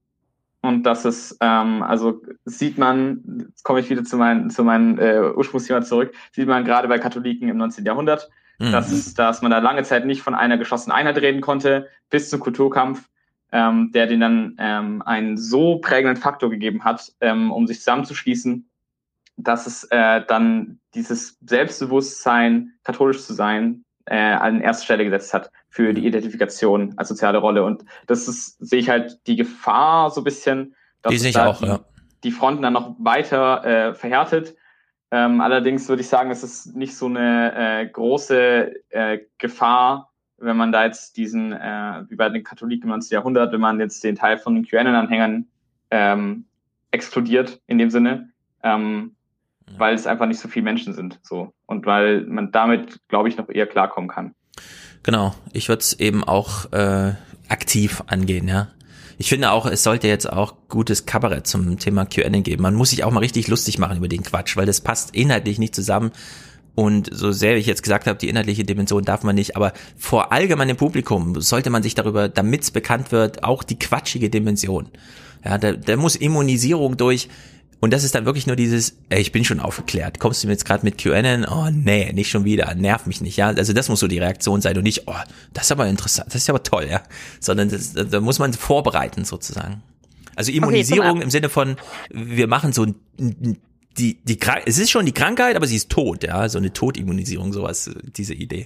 Und dass es, ähm, also sieht man, jetzt komme ich wieder zu meinem zu meinem äh, Ursprungsthema zurück, sieht man gerade bei Katholiken im neunzehnten Jahrhundert, Mhm. dass, es, dass man da lange Zeit nicht von einer geschlossenen Einheit reden konnte, bis zum Kulturkampf, ähm, der denen dann ähm, einen so prägenden Faktor gegeben hat, ähm, um sich zusammenzuschließen, dass es äh, dann dieses Selbstbewusstsein, katholisch zu sein, äh, an erste Stelle gesetzt hat für die Identifikation als soziale Rolle. Und das ist, sehe ich halt die Gefahr so ein bisschen, dass Die sehe ich da auch, die, ja. die Fronten dann noch weiter äh, verhärtet. Ähm, allerdings würde ich sagen, es ist nicht so eine äh, große äh, Gefahr, wenn man da jetzt diesen, äh, wie bei den Katholiken im neunzehnten Jahrhundert, wenn man jetzt den Teil von den QAnon-Anhängern ähm, exkludiert in dem Sinne, ähm, ja. weil es einfach nicht so viele Menschen sind, so, und weil man damit, glaube ich, noch eher klarkommen kann. Genau, ich würde es eben auch äh, aktiv angehen, ja. Ich finde auch, es sollte jetzt auch gutes Kabarett zum Thema QAnon geben. Man muss sich auch mal richtig lustig machen über den Quatsch, weil das passt inhaltlich nicht zusammen. Und so sehr ich jetzt gesagt habe, die inhaltliche Dimension darf man nicht, aber vor allgemeinem Publikum sollte man sich darüber, damit es bekannt wird, auch die quatschige Dimension. Ja, da, da muss Immunisierung durch. Und das ist dann wirklich nur dieses, ey, ich bin schon aufgeklärt. Kommst du mir jetzt gerade mit QAnon? Oh nee, nicht schon wieder, nerv mich nicht, ja. Also das muss so die Reaktion sein und nicht, oh, das ist aber interessant, das ist aber toll, ja. Sondern das, da muss man vorbereiten sozusagen. Also Immunisierung okay, im Sinne von, wir machen so die, die, es ist schon die Krankheit, aber sie ist tot, ja. So eine Totimmunisierung, sowas, diese Idee.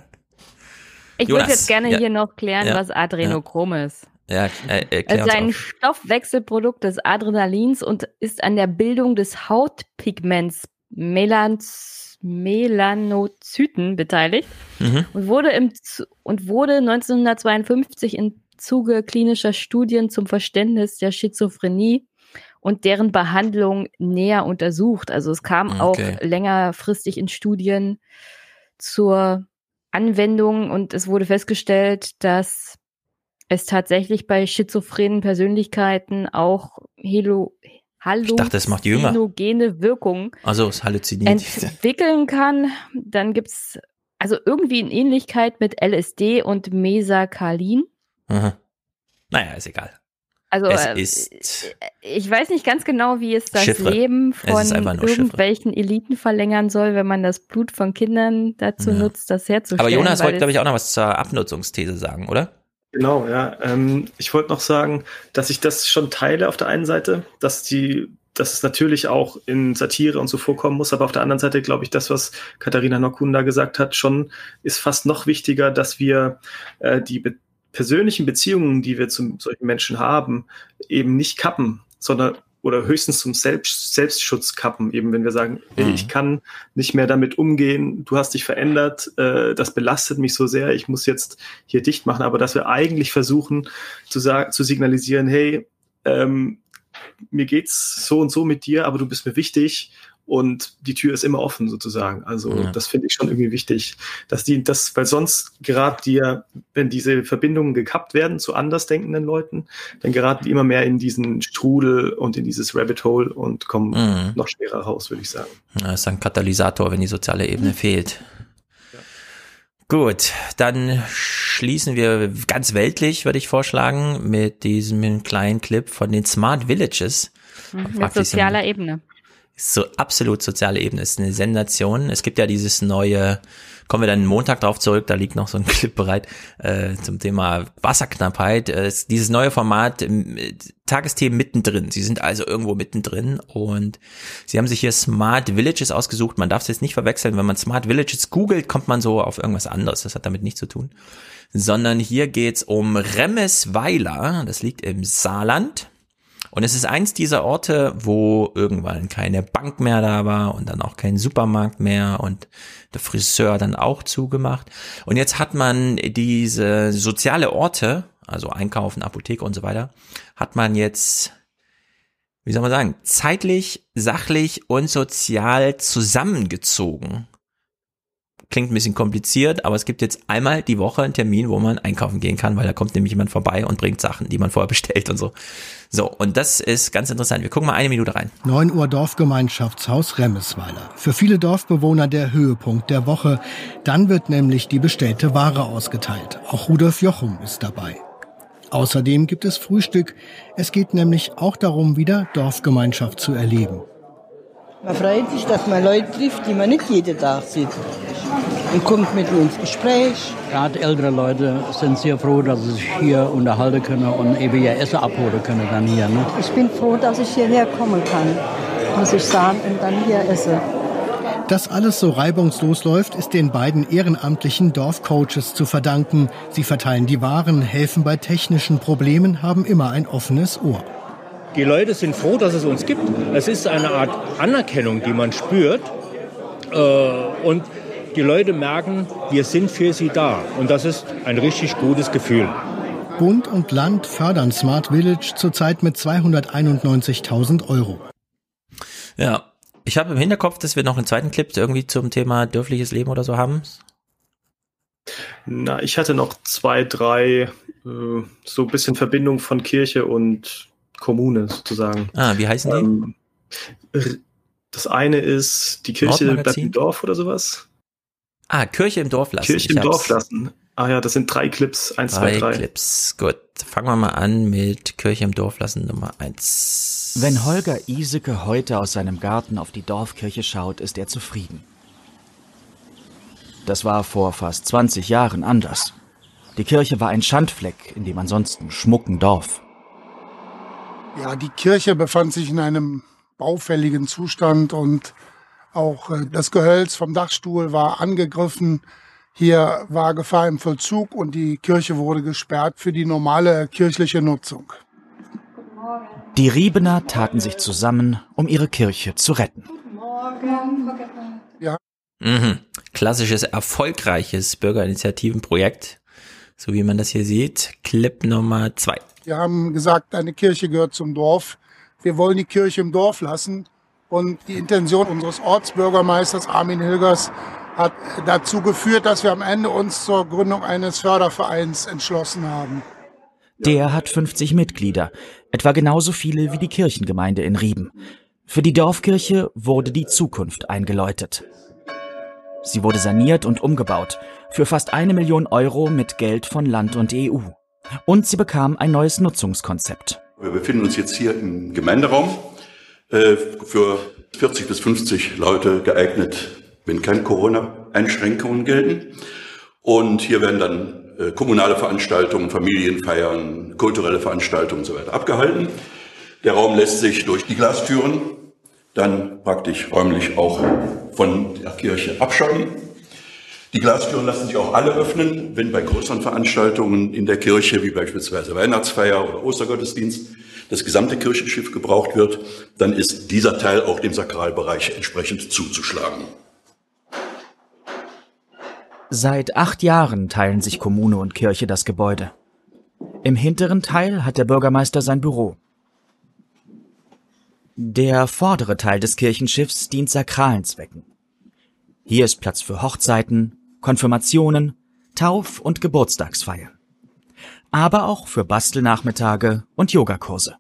Ich würde jetzt gerne ja. hier noch klären, ja. was Adrenochrom ja. ist. Ja, äh, es ist ein Stoffwechselprodukt des Adrenalins und ist an der Bildung des Hautpigments Melans, Melanozyten beteiligt mhm. und wurde im und wurde neunzehnhundertzweiundfünfzig im Zuge klinischer Studien zum Verständnis der Schizophrenie und deren Behandlung näher untersucht. Also es kam okay. auch längerfristig in Studien zur Anwendung und es wurde festgestellt, dass es tatsächlich bei schizophrenen Persönlichkeiten auch Halo, halluzinogene Wirkungen also, es halluziniert. entwickeln kann. Dann gibt's also irgendwie eine Ähnlichkeit mit L S D und Mesakalin. Aha. Naja, ist egal. Also es äh, ist ich weiß nicht ganz genau, wie es das Chiffre. Leben von irgendwelchen Chiffre. Eliten verlängern soll, wenn man das Blut von Kindern dazu ja. nutzt, das herzustellen. Aber Jonas wollte, glaube ich, auch noch was zur Abnutzungsthese sagen, oder? Genau, ja. Ähm, ich wollte noch sagen, dass ich das schon teile auf der einen Seite, dass die, dass es natürlich auch in Satire und so vorkommen muss, aber auf der anderen Seite glaube ich, das, was Katharina Nockhuhn da gesagt hat, schon ist fast noch wichtiger, dass wir äh, die be- persönlichen Beziehungen, die wir zu solchen Menschen haben, eben nicht kappen, sondern oder höchstens zum Selbst, Selbstschutz kappen, eben wenn wir sagen, hey, ich kann nicht mehr damit umgehen, du hast dich verändert, äh, das belastet mich so sehr, ich muss jetzt hier dicht machen, aber dass wir eigentlich versuchen zu sagen, zu signalisieren, hey, ähm, mir geht's so und so mit dir, aber du bist mir wichtig und die Tür ist immer offen sozusagen. Also ja. das finde ich schon irgendwie wichtig, dass die, das, weil sonst gerade dir, wenn diese Verbindungen gekappt werden zu andersdenkenden Leuten, dann geraten die immer mehr in diesen Strudel und in dieses Rabbit Hole und kommen mhm. noch schwerer raus, würde ich sagen. Das ist ein Katalysator, wenn die soziale Ebene mhm. fehlt. Ja. Gut, dann schließen wir ganz weltlich, würde ich vorschlagen, mit diesem kleinen Clip von den Smart Villages. Mhm, mit sozialer Ebene. So absolut soziale Ebene, ist eine Sensation. Es gibt ja dieses neue, kommen wir dann Montag drauf zurück, da liegt noch so ein Clip bereit, äh, zum Thema Wasserknappheit. Äh, dieses neue Format, äh, Tagesthemen mittendrin. Sie sind also irgendwo mittendrin und sie haben sich hier Smart Villages ausgesucht. Man darf es jetzt nicht verwechseln, wenn man Smart Villages googelt, kommt man so auf irgendwas anderes. Das hat damit nichts zu tun. Sondern hier geht's um Remesweiler, das liegt im Saarland. Und es ist eins dieser Orte, wo irgendwann keine Bank mehr da war und dann auch kein Supermarkt mehr und der Friseur dann auch zugemacht. Und jetzt hat man diese soziale Orte, also Einkaufen, Apotheke und so weiter, hat man jetzt, wie soll man sagen, zeitlich, sachlich und sozial zusammengezogen. Klingt ein bisschen kompliziert, aber es gibt jetzt einmal die Woche einen Termin, wo man einkaufen gehen kann, weil da kommt nämlich jemand vorbei und bringt Sachen, die man vorher bestellt und so. So, und das ist ganz interessant. Wir gucken mal eine Minute rein. neun Uhr Dorfgemeinschaftshaus Remesweiler. Für viele Dorfbewohner der Höhepunkt der Woche. Dann wird nämlich die bestellte Ware ausgeteilt. Auch Rudolf Jochum ist dabei. Außerdem gibt es Frühstück. Es geht nämlich auch darum, wieder Dorfgemeinschaft zu erleben. Man freut sich, dass man Leute trifft, die man nicht jeden Tag sieht. Und kommt mit uns ins Gespräch. Gerade ältere Leute sind sehr froh, dass sie sich hier unterhalten können und eben ihr Essen abholen können dann hier. Ne? Ich bin froh, dass ich hierher kommen kann, muss ich sagen, und dann hier esse. Dass alles so reibungslos läuft, ist den beiden ehrenamtlichen Dorfcoaches zu verdanken. Sie verteilen die Waren, helfen bei technischen Problemen, haben immer ein offenes Ohr. Die Leute sind froh, dass es uns gibt. Es ist eine Art Anerkennung, die man spürt. Und die Leute merken, wir sind für sie da. Und das ist ein richtig gutes Gefühl. Bund und Land fördern Smart Village zurzeit mit zweihunderteinundneunzigtausend Euro. Ja, ich habe im Hinterkopf, dass wir noch einen zweiten Clip irgendwie zum Thema dörfliches Leben oder so haben. Na, ich hatte noch zwei, drei, äh, so ein bisschen Verbindung von Kirche und Kommune sozusagen. Ah, wie heißen ähm, die? Das eine ist, die Kirche bleibt im Dorf oder sowas. Ah, Kirche im Dorf lassen. Kirche im Dorf lassen. Ah ja, das sind drei Clips. Eins, drei, zwei, drei. Clips. Gut. Fangen wir mal an mit Kirche im Dorf lassen Nummer eins. Wenn Holger Iseke heute aus seinem Garten auf die Dorfkirche schaut, ist er zufrieden. Das war vor fast zwanzig Jahren anders. Die Kirche war ein Schandfleck in dem ansonsten schmucken Dorf. Ja, die Kirche befand sich in einem baufälligen Zustand und auch äh, das Gehölz vom Dachstuhl war angegriffen. Hier war Gefahr im Vollzug und die Kirche wurde gesperrt für die normale kirchliche Nutzung. Die Riebener taten sich zusammen, um ihre Kirche zu retten. Ja. Mhm. Klassisches, erfolgreiches Bürgerinitiativenprojekt, so wie man das hier sieht. Clip Nummer zwei. Wir haben gesagt, eine Kirche gehört zum Dorf. Wir wollen die Kirche im Dorf lassen. Und die Intention unseres Ortsbürgermeisters Armin Hilgers hat dazu geführt, dass wir am Ende uns zur Gründung eines Fördervereins entschlossen haben. Der hat fünfzig Mitglieder, etwa genauso viele wie die Kirchengemeinde in Rieben. Für die Dorfkirche wurde die Zukunft eingeläutet. Sie wurde saniert und umgebaut, für fast eine Million Euro mit Geld von Land und E U. Und sie bekam ein neues Nutzungskonzept. Wir befinden uns jetzt hier im Gemeinderaum, äh, für vierzig bis fünfzig Leute geeignet, wenn keine Corona-Einschränkungen gelten. Und hier werden dann äh, kommunale Veranstaltungen, Familienfeiern, kulturelle Veranstaltungen und so weiter abgehalten. Der Raum lässt sich durch die Glastüren dann praktisch räumlich auch von der Kirche abschotten. Die Glastüren lassen sich auch alle öffnen, wenn bei größeren Veranstaltungen in der Kirche, wie beispielsweise Weihnachtsfeier oder Ostergottesdienst, das gesamte Kirchenschiff gebraucht wird, dann ist dieser Teil auch dem Sakralbereich entsprechend zuzuschlagen. Seit acht Jahren teilen sich Kommune und Kirche das Gebäude. Im hinteren Teil hat der Bürgermeister sein Büro. Der vordere Teil des Kirchenschiffs dient sakralen Zwecken. Hier ist Platz für Hochzeiten, Konfirmationen, Tauf- und Geburtstagsfeiern. Aber auch für Bastelnachmittage und Yogakurse.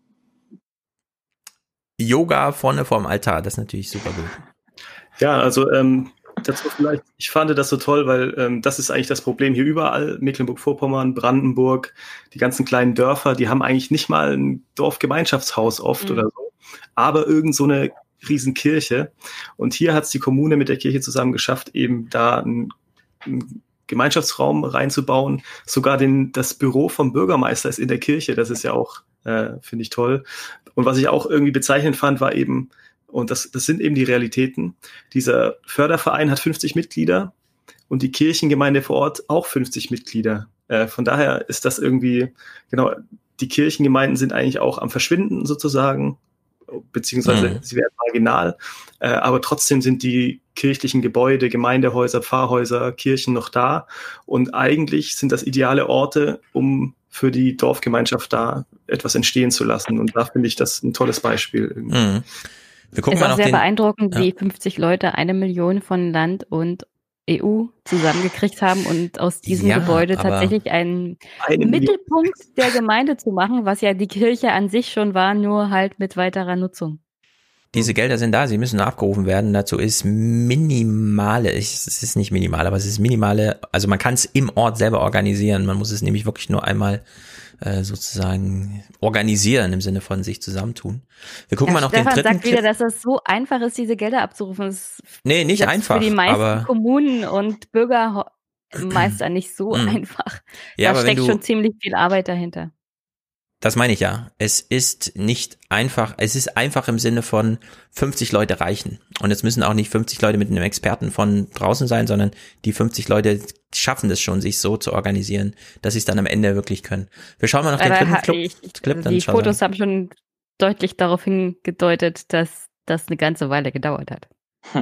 Yoga vorne vorm Altar, das ist natürlich super gut. Ja, also ähm, dazu vielleicht, ich fand das so toll, weil ähm, das ist eigentlich das Problem hier überall, Mecklenburg-Vorpommern, Brandenburg, die ganzen kleinen Dörfer, die haben eigentlich nicht mal ein Dorfgemeinschaftshaus oft mhm. oder so, aber irgend so eine Riesenkirche. Und hier hat es die Kommune mit der Kirche zusammen geschafft, eben da einen, einen Gemeinschaftsraum reinzubauen. Sogar den, das Büro vom Bürgermeister ist in der Kirche. Das ist ja auch, äh, finde ich toll. Und was ich auch irgendwie bezeichnend fand, war eben, und das, das sind eben die Realitäten, dieser Förderverein hat fünfzig Mitglieder und die Kirchengemeinde vor Ort auch fünfzig Mitglieder. Äh, von daher ist das irgendwie, genau, die Kirchengemeinden sind eigentlich auch am Verschwinden sozusagen, beziehungsweise mhm. sie werden marginal, äh, aber trotzdem sind die kirchlichen Gebäude, Gemeindehäuser, Pfarrhäuser, Kirchen noch da und eigentlich sind das ideale Orte, um für die Dorfgemeinschaft da etwas entstehen zu lassen und da finde ich das ein tolles Beispiel. Mhm. Wir gucken ist mal auch noch sehr den, beeindruckend, ja. wie fünfzig Leute eine Million von Land und E U zusammengekriegt haben und aus diesem ja, Gebäude tatsächlich einen Mittelpunkt der Gemeinde zu machen, was ja die Kirche an sich schon war, nur halt mit weiterer Nutzung. Diese Gelder sind da, sie müssen nur abgerufen werden. Dazu ist minimale, es ist nicht minimal, aber es ist minimale, also man kann es im Ort selber organisieren. Man muss es nämlich wirklich nur einmal äh, sozusagen organisieren, im Sinne von sich zusammentun. Wir gucken ja, mal noch Stefan den dritten sagt wieder, Clip. dass es so einfach ist, diese Gelder abzurufen. Das nee, nicht einfach. Für die meisten aber Kommunen und Bürgermeister nicht so Mhm. einfach. Ja, da aber wenn steckt du- schon ziemlich viel Arbeit dahinter. Das meine ich ja. Es ist nicht einfach, es ist einfach im Sinne von fünfzig Leute reichen. Und es müssen auch nicht fünfzig Leute mit einem Experten von draußen sein, sondern die fünfzig Leute schaffen es schon, sich so zu organisieren, dass sie es dann am Ende wirklich können. Wir schauen mal noch den Aber dritten ha- Clip. ich, Clip dann die schauen wir. Fotos haben schon deutlich darauf hingedeutet, dass das eine ganze Weile gedauert hat.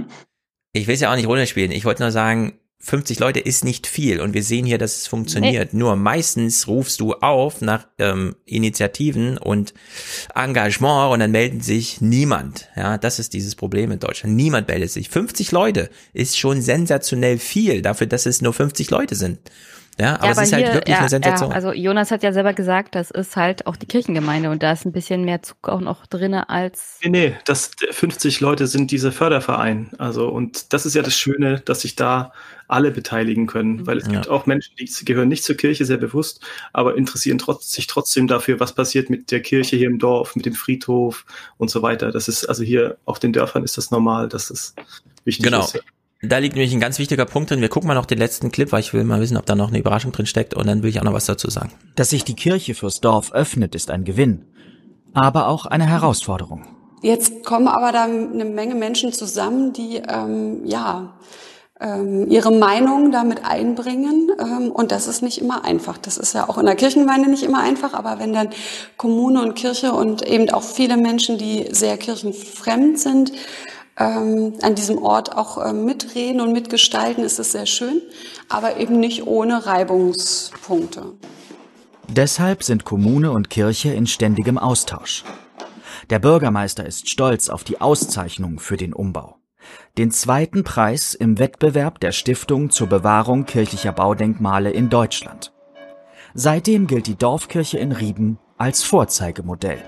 Ich will es ja auch nicht runterspielen. Ich wollte nur sagen, fünfzig Leute ist nicht viel und wir sehen hier, dass es funktioniert. Nur meistens rufst du auf nach ähm, Initiativen und Engagement und dann meldet sich niemand. Ja, das ist dieses Problem in Deutschland. Niemand meldet sich. fünfzig Leute ist schon sensationell viel dafür, dass es nur fünfzig Leute sind. Ja, aber, ja, es aber ist hier, halt wirklich ja, eine Sensation. Ja, also Jonas hat ja selber gesagt, das ist halt auch die Kirchengemeinde und da ist ein bisschen mehr Zug auch noch drinne als... Nee, nee, das fünfzig Leute sind diese Förderverein. Also, und das ist ja das Schöne, dass sich da alle beteiligen können, weil es ja. gibt auch Menschen, die gehören nicht zur Kirche sehr bewusst, aber interessieren trotz, sich trotzdem dafür, was passiert mit der Kirche hier im Dorf, mit dem Friedhof und so weiter. Das ist, also hier auf den Dörfern ist das normal, dass es wichtig genau. ist. Da liegt nämlich ein ganz wichtiger Punkt drin. Wir gucken mal noch den letzten Clip, weil ich will mal wissen, ob da noch eine Überraschung drin steckt und dann will ich auch noch was dazu sagen. Dass sich die Kirche fürs Dorf öffnet, ist ein Gewinn, aber auch eine Herausforderung. Jetzt kommen aber da eine Menge Menschen zusammen, die ähm, ja ähm, ihre Meinung damit einbringen ähm, und das ist nicht immer einfach. Das ist ja auch in der Kirchengemeinde nicht immer einfach, aber wenn dann Kommune und Kirche und eben auch viele Menschen, die sehr kirchenfremd sind, Ähm, an diesem Ort auch äh, mitreden und mitgestalten, ist es sehr schön, aber eben nicht ohne Reibungspunkte. Deshalb sind Kommune und Kirche in ständigem Austausch. Der Bürgermeister ist stolz auf die Auszeichnung für den Umbau. Den zweiten Preis im Wettbewerb der Stiftung zur Bewahrung kirchlicher Baudenkmale in Deutschland. Seitdem gilt die Dorfkirche in Rieben als Vorzeigemodell.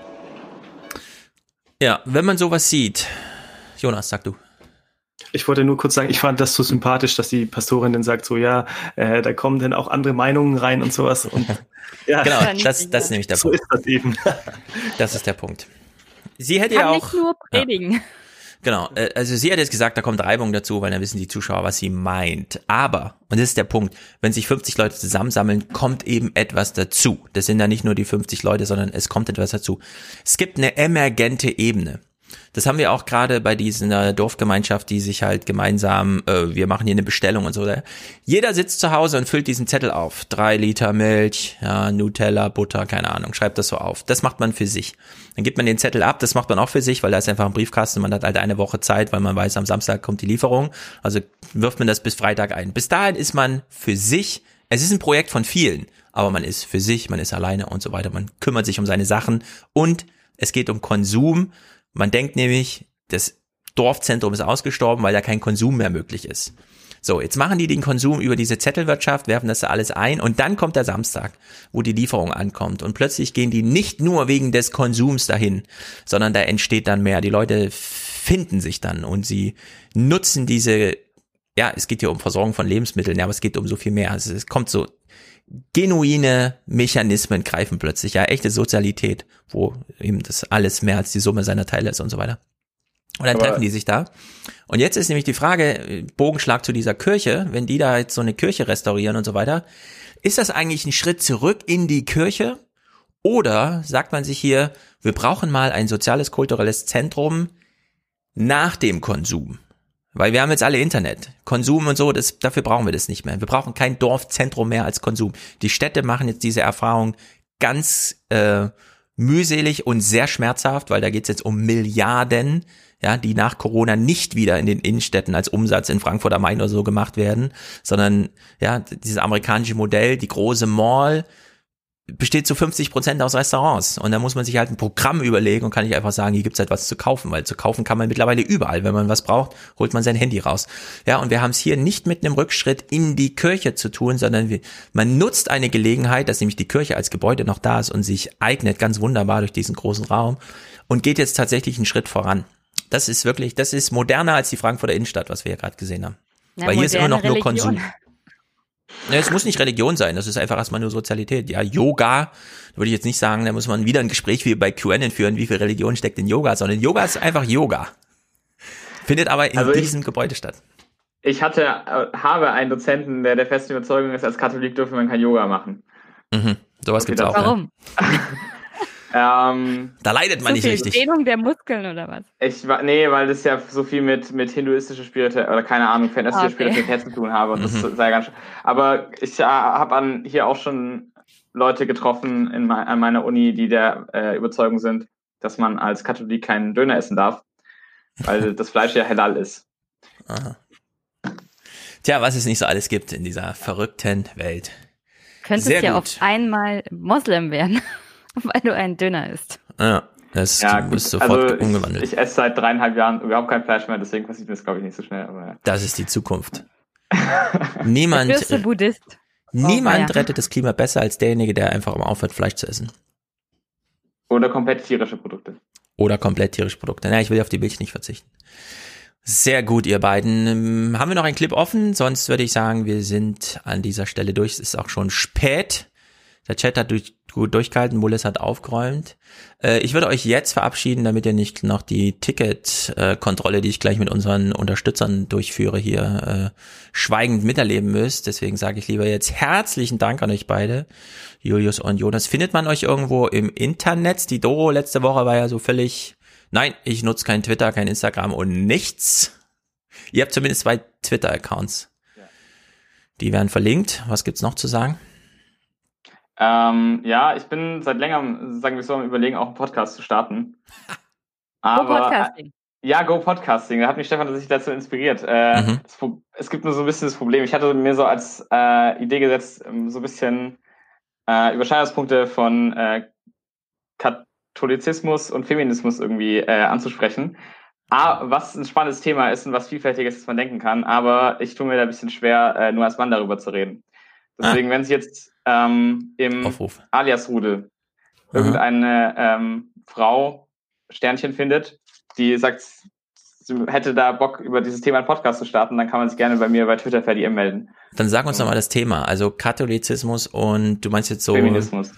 Ja, wenn man sowas sieht... Jonas, sag du. Ich wollte nur kurz sagen, ich fand das so sympathisch, dass die Pastorin dann sagt so, ja, äh, da kommen dann auch andere Meinungen rein und sowas. Und, ja. Genau, das, das ist nämlich der so Punkt. So ist das eben. Das ist der Punkt. Sie hätte Kann ja auch... nicht nur predigen. Ja. Genau, also sie hat jetzt gesagt, da kommt Reibung dazu, weil dann wissen die Zuschauer, was sie meint. Aber, und das ist der Punkt, wenn sich fünfzig Leute zusammensammeln, kommt eben etwas dazu. Das sind ja nicht nur die fünfzig Leute, sondern es kommt etwas dazu. Es gibt eine emergente Ebene. Das haben wir auch gerade bei dieser Dorfgemeinschaft, die sich halt gemeinsam, äh, wir machen hier eine Bestellung und so. Jeder sitzt zu Hause und füllt diesen Zettel auf. Drei Liter Milch, ja, Nutella, Butter, keine Ahnung, schreibt das so auf. Das macht man für sich. Dann gibt man den Zettel ab, das macht man auch für sich, weil da ist einfach ein Briefkasten, man hat halt eine Woche Zeit, weil man weiß, am Samstag kommt die Lieferung. Also wirft man das bis Freitag ein. Bis dahin ist man für sich, es ist ein Projekt von vielen, aber man ist für sich, man ist alleine und so weiter. Man kümmert sich um seine Sachen und es geht um Konsum. Man denkt nämlich, das Dorfzentrum ist ausgestorben, weil da kein Konsum mehr möglich ist. So, jetzt machen die den Konsum über diese Zettelwirtschaft, werfen das da alles ein und dann kommt der Samstag, wo die Lieferung ankommt und plötzlich gehen die nicht nur wegen des Konsums dahin, sondern da entsteht dann mehr. Die Leute finden sich dann und sie nutzen diese, ja, es geht hier um Versorgung von Lebensmitteln, ja, aber es geht um so viel mehr. Also es kommt so, genuine Mechanismen greifen plötzlich, ja, echte Sozialität, wo eben das alles mehr als die Summe seiner Teile ist und so weiter. Und dann Aber treffen die sich da. Und jetzt ist nämlich die Frage, Bogenschlag zu dieser Kirche, wenn die da jetzt so eine Kirche restaurieren und so weiter, ist das eigentlich ein Schritt zurück in die Kirche? Oder sagt man sich hier, wir brauchen mal ein soziales, kulturelles Zentrum nach dem Konsum? Weil wir haben jetzt alle Internet. Konsum und so, das, dafür brauchen wir das nicht mehr. Wir brauchen kein Dorfzentrum mehr als Konsum. Die Städte machen jetzt diese Erfahrung ganz äh, mühselig und sehr schmerzhaft, weil da geht's jetzt um Milliarden, ja, die nach Corona nicht wieder in den Innenstädten als Umsatz in Frankfurt am Main oder so gemacht werden, sondern ja, dieses amerikanische Modell, die große Mall, besteht zu fünfzig Prozent aus Restaurants und da muss man sich halt ein Programm überlegen und kann nicht einfach sagen, hier gibt's halt was zu kaufen, weil zu kaufen kann man mittlerweile überall. Wenn man was braucht, holt man sein Handy raus. Ja, und wir haben es hier nicht mit einem Rückschritt in die Kirche zu tun, sondern wir, man nutzt eine Gelegenheit, dass nämlich die Kirche als Gebäude noch da ist und sich eignet ganz wunderbar durch diesen großen Raum und geht jetzt tatsächlich einen Schritt voran. Das ist wirklich, das ist moderner als die Frankfurter Innenstadt, was wir hier gerade gesehen haben. Na, weil hier ist immer noch Religion. nur Konsum. Ja, es muss nicht Religion sein, das ist einfach erstmal nur Sozialität. Ja, Yoga, da würde ich jetzt nicht sagen, da muss man wieder ein Gespräch wie bei Q N N führen, wie viel Religion steckt in Yoga, sondern Yoga ist einfach Yoga. Findet aber in also diesem ich, Gebäude statt. Ich hatte, habe einen Dozenten, der der festen Überzeugung ist, als Katholik dürfe man kein Yoga machen. Mhm, sowas okay, gibt's auch. Warum? Ja. ähm, da leidet man so nicht viel richtig. Dehnung der Muskeln oder was? Ich nee, weil das ja so viel mit mit hinduistischer Spiritualität oder keine Ahnung, fernöstlicher okay. Spiritualität zu tun habe und das mhm. sei ganz. Aber ich äh, habe an hier auch schon Leute getroffen in me an meiner Uni, die der äh, Überzeugung sind, dass man als Katholik keinen Döner essen darf, weil das Fleisch ja halal ist. Aha. Tja, was es nicht so alles gibt in dieser verrückten Welt. Könntest Sehr ja gut. auf einmal Moslem werden, weil du einen Döner isst. Ja, das ja, ist sofort also umgewandelt. Ich, ich esse seit dreieinhalb Jahren überhaupt kein Fleisch mehr, deswegen passiert mir das, glaube ich, nicht so schnell. Aber ja. Das ist die Zukunft. Niemand. Wirst du Buddhist? Niemand oh, ja. rettet das Klima besser als derjenige, der einfach mal aufhört, Fleisch zu essen. Oder komplett tierische Produkte. Oder komplett tierische Produkte. Na, ich will auf die Milch nicht verzichten. Sehr gut, ihr beiden. Haben wir noch einen Clip offen? Sonst würde ich sagen, wir sind an dieser Stelle durch. Es ist auch schon spät. Der Chat hat durch, gut durchgehalten, Mullis hat aufgeräumt. Äh, ich würde euch jetzt verabschieden, damit ihr nicht noch die Ticketkontrolle, äh, die ich gleich mit unseren Unterstützern durchführe, hier äh, schweigend miterleben müsst. Deswegen sage ich lieber jetzt herzlichen Dank an euch beide, Julius und Jonas. Findet man euch irgendwo im Internet? Die Doro letzte Woche war ja so völlig, nein, ich nutze kein Twitter, kein Instagram und nichts. Ihr habt zumindest zwei Twitter-Accounts. Ja. Die werden verlinkt. Was gibt's noch zu sagen? Ähm, ja, ich bin seit längerem, sagen wir so, am Überlegen, auch einen Podcast zu starten. Aber, Go Podcasting. Ja, Go Podcasting. Da hat mich Stefan tatsächlich dazu inspiriert. Äh, Mhm. das, es gibt nur so ein bisschen das Problem. Ich hatte mir so als äh, Idee gesetzt, so ein bisschen äh, Überschneidungspunkte von äh, Katholizismus und Feminismus irgendwie äh, anzusprechen. A, was ein spannendes Thema ist und was vielfältiges, was man denken kann. Aber ich tue mir da ein bisschen schwer, äh, nur als Mann darüber zu reden. Deswegen, ah. wenn sich jetzt ähm, im Aufruf. Alias-Rudel irgendeine ähm, Frau Sternchen findet, die sagt, sie hätte da Bock, über dieses Thema einen Podcast zu starten, dann kann man sich gerne bei mir bei Twitter per D M melden. Dann sag uns ja. nochmal das Thema. Also Katholizismus und du meinst jetzt so Feminismus.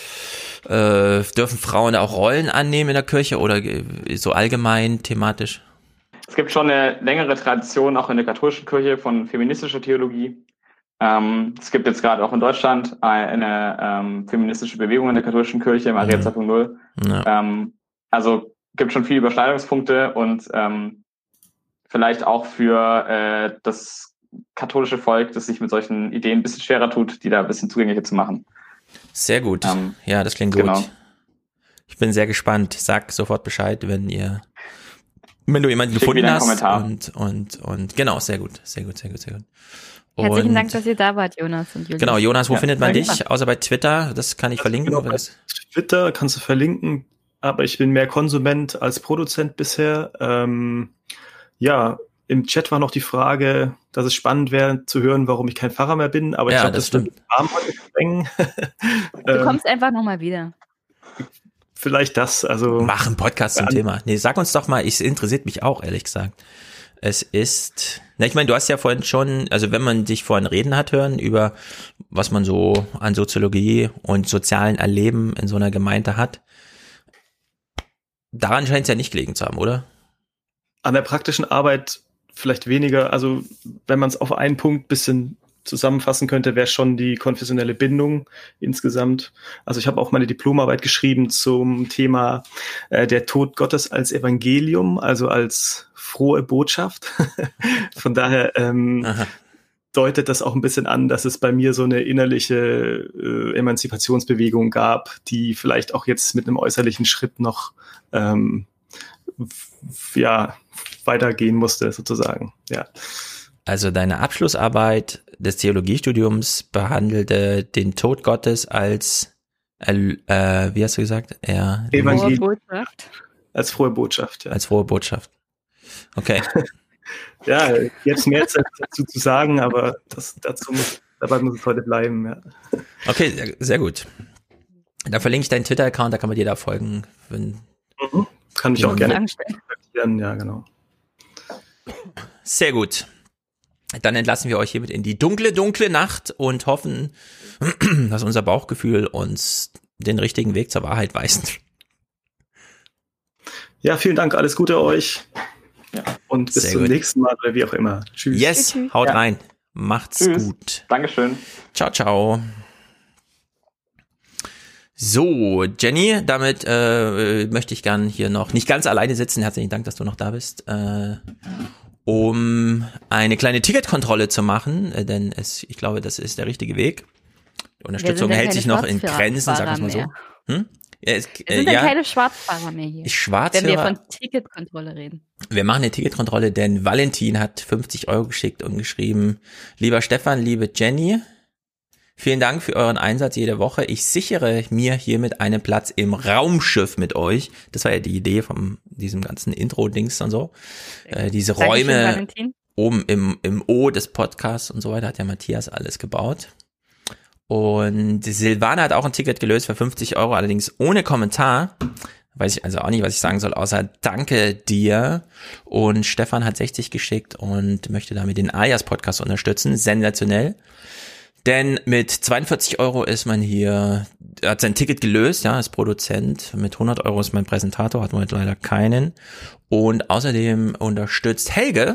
Äh, dürfen Frauen auch Rollen annehmen in der Kirche oder so allgemein thematisch? Es gibt schon eine längere Tradition auch in der katholischen Kirche von feministischer Theologie. Ähm, es gibt jetzt gerade auch in Deutschland eine ähm, feministische Bewegung in der katholischen Kirche, Maria Mhm. zwei Punkt null. Ja. Ähm, also gibt schon viele Überschneidungspunkte und ähm, vielleicht auch für äh, das katholische Volk, das sich mit solchen Ideen ein bisschen schwerer tut, die da ein bisschen zugänglicher zu machen. Sehr gut. Ähm, ja, das klingt gut. genau. Ich bin sehr gespannt. Sag sofort Bescheid, wenn ihr, wenn du jemanden Schick gefunden wieder einen hast. Kommentar. Und, und, und, genau, sehr gut, sehr gut, sehr gut, sehr gut. Herzlichen Und, Dank, dass ihr da wart, Jonas und Julius. Genau, Jonas, wo Ja, findet man sehr dich? gerne. Außer bei Twitter, das kann ich verlinken. Genau, oder bei was? Twitter kannst du verlinken, aber ich bin mehr Konsument als Produzent bisher. Ähm, ja, im Chat war noch die Frage, dass es spannend wäre zu hören, warum ich kein Pfarrer mehr bin, aber Ja, ich glaube, das das wird den Rahmen heute sprengen. Du Ähm, kommst einfach nochmal wieder. Vielleicht das, also. Mach einen Podcast zum Ja. Thema. Nee, sag uns doch mal, es interessiert mich auch, ehrlich gesagt. Es ist, na, ich meine, du hast ja vorhin schon, also wenn man dich vorhin reden hat hören über, was man so an Soziologie und sozialen Erleben in so einer Gemeinde hat, daran scheint es ja nicht gelegen zu haben, oder? An der praktischen Arbeit vielleicht weniger, also wenn man es auf einen Punkt bisschen zusammenfassen könnte, wäre schon die konfessionelle Bindung insgesamt. Also ich habe auch meine Diplomarbeit geschrieben zum Thema äh, der Tod Gottes als Evangelium, also als frohe Botschaft. Von daher ähm, deutet das auch ein bisschen an, dass es bei mir so eine innerliche äh, Emanzipationsbewegung gab, die vielleicht auch jetzt mit einem äußerlichen Schritt noch ähm, f- ja, weitergehen musste, sozusagen. Ja. Also deine Abschlussarbeit des Theologiestudiums behandelte den Tod Gottes als, äh, äh, wie hast du gesagt? Er, Evangelium. Frohe Botschaft. Als frohe Botschaft, ja. als frohe Botschaft. Okay. Ja, jetzt mehr dazu zu sagen, aber das, dazu muss, dabei muss es heute bleiben, ja. Okay, sehr, sehr gut. Da verlinke ich deinen Twitter-Account, da kann man dir da folgen. Wenn Mhm. Kann mich auch jemand- gerne kontaktieren, ja, genau. Sehr gut. Dann entlassen wir euch hiermit in die dunkle, dunkle Nacht und hoffen, dass unser Bauchgefühl uns den richtigen Weg zur Wahrheit weist. Ja, vielen Dank, alles Gute euch. Ja, und bis Sehr zum gut. nächsten Mal oder wie auch immer. Tschüss. Yes, haut Ja. rein. Macht's Tschüss. gut. Dankeschön. Ciao, ciao. So, Jenny, damit äh, möchte ich gern hier noch nicht ganz alleine sitzen. Herzlichen Dank, dass du noch da bist. Äh, um eine kleine Ticketkontrolle zu machen, äh, denn es, ich glaube, das ist der richtige Weg. Die Unterstützung ja hält keine sich noch in Schwarzfahrer Grenzen, sagen wir es mal so. mehr. Hm? Ja, es, Es äh, sind dann ja, keine Schwarzfahrer mehr hier. ich Wenn Schwarzhörer. wir von Ticketkontrolle reden. Wir machen eine Ticketkontrolle, denn Valentin hat fünfzig Euro geschickt und geschrieben, lieber Stefan, liebe Jenny, vielen Dank für euren Einsatz jede Woche. Ich sichere mir hiermit einen Platz im Raumschiff mit euch. Das war ja die Idee von diesem ganzen Intro-Dings und so. Äh, diese Dankeschön, Räume Valentin. oben im, im O des Podcasts und so weiter hat ja Matthias alles gebaut. Und Silvana hat auch ein Ticket gelöst für fünfzig Euro, allerdings ohne Kommentar. Weiß ich also auch nicht, was ich sagen soll, außer danke dir. Und Stefan hat sechzig geschickt und möchte damit den Alias-Podcast unterstützen. Sensationell. Denn mit zweiundvierzig Euro ist man hier, hat sein Ticket gelöst, ja, als Produzent. Mit hundert Euro ist mein Präsentator, hat man heute leider keinen. Und außerdem unterstützt Helge,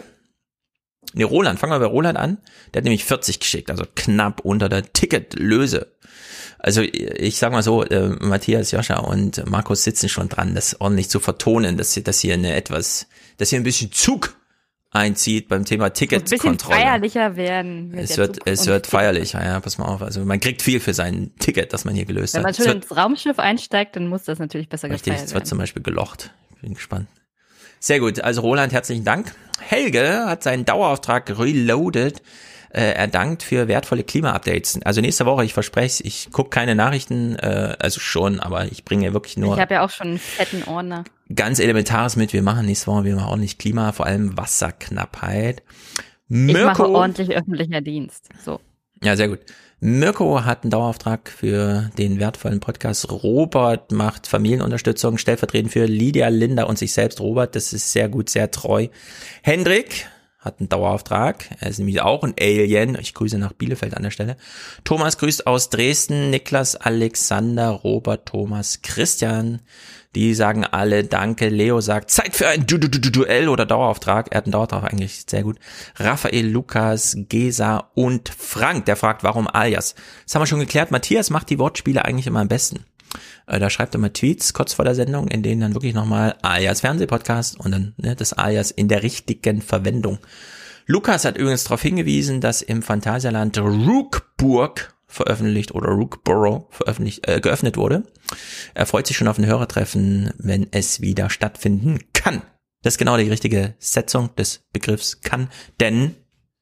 ne, Roland, fangen wir bei Roland an. Der hat nämlich vierzig geschickt, also knapp unter der Ticketlöse. Also ich sag mal so, äh, Matthias, Joscha und Markus sitzen schon dran, das ordentlich zu vertonen, dass, dass hier eine etwas, dass hier ein bisschen Zug einzieht beim Thema Ticketkontrolle. Ein bisschen feierlicher werden. Es wird, es wird feierlicher, ja, pass mal auf. Also man kriegt viel für sein Ticket, das man hier gelöst Wenn hat. man schon ins Raumschiff einsteigt, dann muss das natürlich besser richtig, gefeiert werden. es wird zum Beispiel gelocht. Ich bin gespannt. Sehr gut, also Roland, herzlichen Dank. Helge hat seinen Dauerauftrag reloaded. Äh, er dankt für wertvolle Klima-Updates. Also nächste Woche, ich verspreche es, ich gucke keine Nachrichten, äh, also schon, aber ich bringe wirklich nur... Ich habe ja auch schon einen fetten Ordner. Ganz Elementares mit, wir machen nächste Woche wieder mal ordentlich Klima, vor allem Wasserknappheit. Mirko, ich mache ordentlich öffentlicher Dienst, so. Ja, sehr gut. Mirko hat einen Dauerauftrag für den wertvollen Podcast. Robert macht Familienunterstützung, stellvertretend für Lydia, Linda und sich selbst. Robert, das ist sehr gut, sehr treu. Hendrik hat einen Dauerauftrag. Er ist nämlich auch ein Alien. Ich grüße nach Bielefeld an der Stelle. Thomas grüßt aus Dresden. Niklas, Alexander, Robert, Thomas, Christian. Die sagen alle Danke. Leo sagt Zeit für ein Du Du Du Du Duell oder Dauerauftrag. Er hat einen Dauerauftrag eigentlich sehr gut. Raphael, Lukas, Gesa und Frank. Der fragt, warum Alias? Das haben wir schon geklärt. Matthias macht die Wortspiele eigentlich immer am besten. Da schreibt er mal Tweets kurz vor der Sendung, in denen dann wirklich nochmal Alias Fernsehpodcast und dann ne, das Alias in der richtigen Verwendung. Lukas hat übrigens darauf hingewiesen, dass im Phantasialand Rookburg veröffentlicht oder Rookborough veröffentlicht, äh, geöffnet wurde. Er freut sich schon auf ein Hörertreffen, wenn es wieder stattfinden kann. Das ist genau die richtige Setzung des Begriffs kann, denn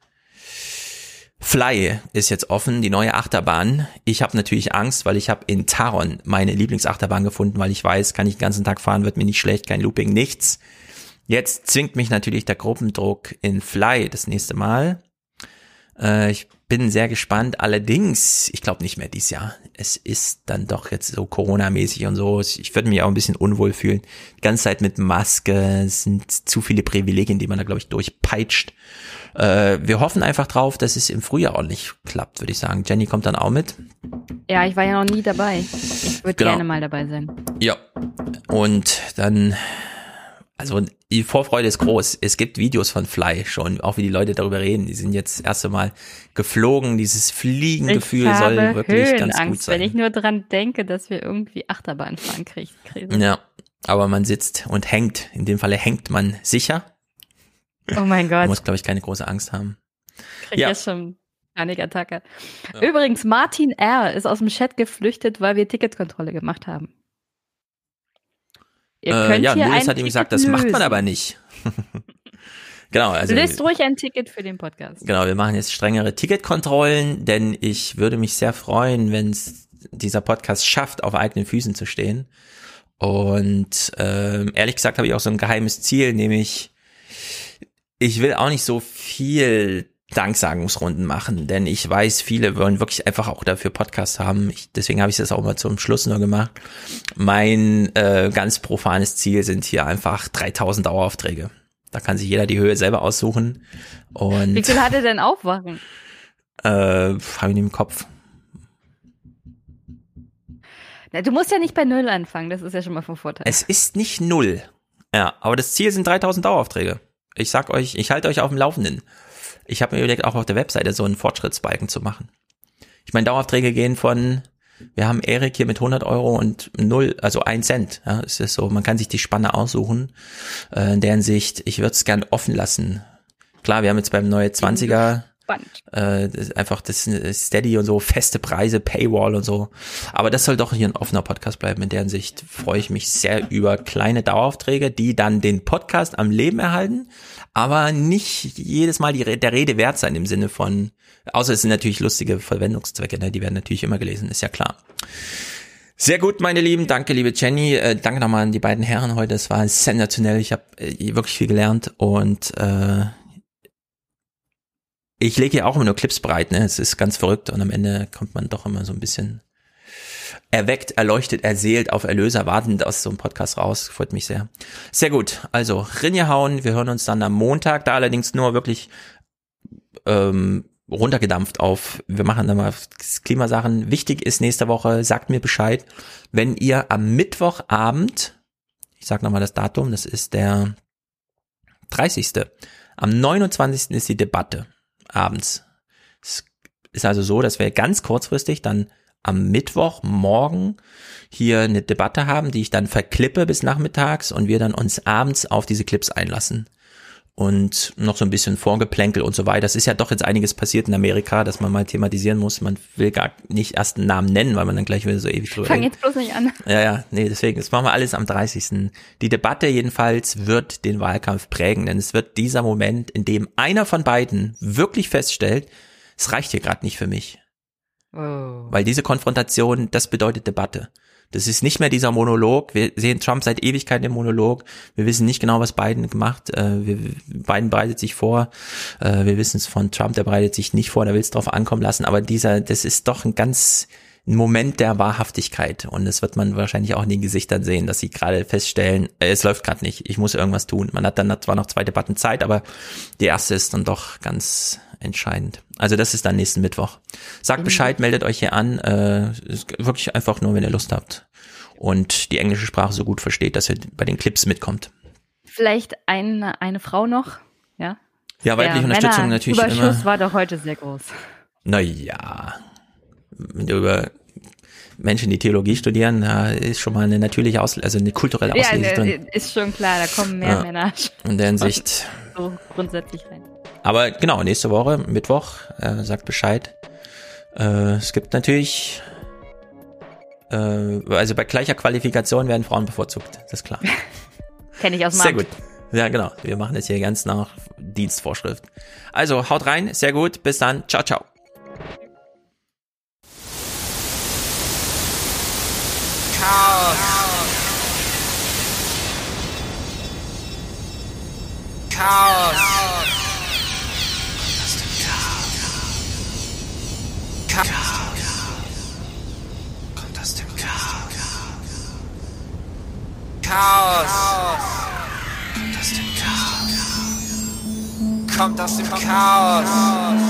Fly ist jetzt offen, die neue Achterbahn. Ich habe natürlich Angst, weil ich habe in Taron meine Lieblingsachterbahn gefunden, weil ich weiß, kann ich den ganzen Tag fahren, wird mir nicht schlecht, kein Looping, nichts. Jetzt zwingt mich natürlich der Gruppendruck in Fly das nächste Mal. Äh, ich bin sehr gespannt, allerdings, ich glaube nicht mehr dieses Jahr. Es ist dann doch jetzt so Corona-mäßig und so. Ich würde mich auch ein bisschen unwohl fühlen. Die ganze Zeit mit Maske, es sind zu viele Privilegien, die man da, glaube ich, durchpeitscht. Äh, wir hoffen einfach drauf, dass es im Frühjahr ordentlich klappt, würde ich sagen. Jenny kommt dann auch mit. Ja, ich war ja noch nie dabei. Ich würde Genau. gerne mal dabei sein. Ja, und dann, also die Vorfreude ist groß. Es gibt Videos von Fly schon, auch wie die Leute darüber reden. Die sind jetzt erst einmal geflogen. Dieses Fliegengefühl ich soll habe wirklich ganz Höhenangst, gut sein. wenn ich nur dran denke, dass wir irgendwie Achterbahn fahren kriegen. Ja, aber man sitzt und hängt. In dem Falle hängt man sicher. Oh mein Gott. Man muss, glaube ich, keine große Angst haben. Krieg Ja. jetzt schon Panikattacke. Übrigens, Martin R. ist aus dem Chat geflüchtet, weil wir Ticketkontrolle gemacht haben. Ihr Äh, könnt ja, hier Louis ein hat ihm Ticket gesagt, das macht man lösen. aber nicht. Genau, also Löst ruhig ein Ticket für den Podcast. genau, wir machen jetzt strengere Ticketkontrollen, denn ich würde mich sehr freuen, wenn es dieser Podcast schafft, auf eigenen Füßen zu stehen. Und ähm, ehrlich gesagt habe ich auch so ein geheimes Ziel, nämlich ich will auch nicht so viel Danksagungsrunden machen, denn ich weiß, viele wollen wirklich einfach auch dafür Podcasts haben. Ich, deswegen habe ich das auch mal zum Schluss nur gemacht. Mein äh, ganz profanes Ziel sind hier einfach dreitausend Daueraufträge. Da kann sich jeder die Höhe selber aussuchen. Und Wie viel hat er denn aufwachen? äh, habe ich nicht im Kopf. Na, du musst ja nicht bei Null anfangen, das ist ja schon mal vom Vorteil. Es ist nicht null. Ja, aber das Ziel sind dreitausend Daueraufträge. Ich sag euch, ich halte euch auf dem Laufenden. Ich habe mir überlegt, auch auf der Webseite so einen Fortschrittsbalken zu machen. Ich meine, Daueraufträge gehen von, wir haben Erik hier mit hundert Euro und null, also ein Cent. Ja, es ist so, man kann sich die Spanne aussuchen. Äh, in deren Sicht, ich würde es gern offen lassen. Klar, wir haben jetzt beim neue zwanziger äh, das einfach das ist Steady und so, feste Preise, Paywall und so. Aber das soll doch hier ein offener Podcast bleiben. In deren Sicht freue ich mich sehr über kleine Daueraufträge, die dann den Podcast am Leben erhalten, aber nicht jedes Mal die, der Rede wert sein im Sinne von, außer es sind natürlich lustige Verwendungszwecke, ne? Die werden natürlich immer gelesen, ist ja klar. Sehr gut, meine Lieben. Danke, liebe Jenny. Äh, danke nochmal an die beiden Herren heute. Es war sensationell. Ich habe äh, wirklich viel gelernt und äh, ich lege ja auch immer nur Clips bereit, ne? Es ist ganz verrückt und am Ende kommt man doch immer so ein bisschen erweckt, erleuchtet, erseelt, auf Erlöser wartend aus so einem Podcast raus. Freut mich sehr. Sehr gut. Also, Rinje hauen. Wir hören uns dann am Montag, da allerdings nur wirklich ähm, runtergedampft auf, wir machen dann mal Klimasachen. Wichtig ist nächste Woche, sagt mir Bescheid, wenn ihr am Mittwochabend, ich sag nochmal das Datum, das ist der dreißigste Am neunundzwanzigsten ist die Debatte abends. Es ist also so, dass wir ganz kurzfristig dann am Mittwochmorgen hier eine Debatte haben, die ich dann verklippe bis nachmittags und wir dann uns abends auf diese Clips einlassen. Und noch so ein bisschen Vorgeplänkel und so weiter. Das ist ja doch jetzt einiges passiert in Amerika, dass man mal thematisieren muss. Man will gar nicht erst einen Namen nennen, weil man dann gleich wieder so ewig drüber Fang jetzt bloß nicht an. Ja, ja, nee, deswegen, das machen wir alles am dreißigsten Die Debatte jedenfalls wird den Wahlkampf prägen, denn es wird dieser Moment, in dem einer von beiden wirklich feststellt, es reicht hier gerade nicht für mich. Oh. Weil diese Konfrontation, das bedeutet Debatte. Das ist nicht mehr dieser Monolog. Wir sehen Trump seit Ewigkeiten im Monolog. Wir wissen nicht genau, was Biden gemacht. Äh, wir, Biden bereitet sich vor. Äh, wir wissen es von Trump, der bereitet sich nicht vor, der will es drauf ankommen lassen. Aber dieser, das ist doch ein ganz ein Moment der Wahrhaftigkeit. Und das wird man wahrscheinlich auch in den Gesichtern sehen, dass sie gerade feststellen, äh, es läuft gerade nicht. Ich muss irgendwas tun. Man hat dann zwar noch zwei Debatten Zeit, aber die erste ist dann doch ganz entscheidend. Also das ist dann nächsten Mittwoch. Sagt Bescheid, meldet euch hier an. Äh, wirklich einfach nur, wenn ihr Lust habt und die englische Sprache so gut versteht, dass ihr bei den Clips mitkommt. Vielleicht eine, eine Frau noch, ja? Ja, weibliche Der Unterstützung natürlich Überschuss immer. Überschuss war doch heute sehr groß. Naja, wenn du über Menschen, die Theologie studieren, da ist schon mal eine natürliche Auslese, also eine kulturelle Auslese ja, drin. Ist schon klar, da kommen mehr ja. Männer. In der Hinsicht. So grundsätzlich rein. Aber genau, nächste Woche, Mittwoch, äh, sagt Bescheid. Äh, es gibt natürlich, äh, also bei gleicher Qualifikation werden Frauen bevorzugt, das ist klar. Kenn ich aus dem Sehr Markt. gut. Ja, genau. Wir machen das hier ganz nach Dienstvorschrift. Also, haut rein, sehr gut. Bis dann. Ciao, ciao. Chaos. Chaos. Chaos. Kommt aus dem Chaos. Chaos. Kommt aus dem Chaos. Kommt aus dem Chaos.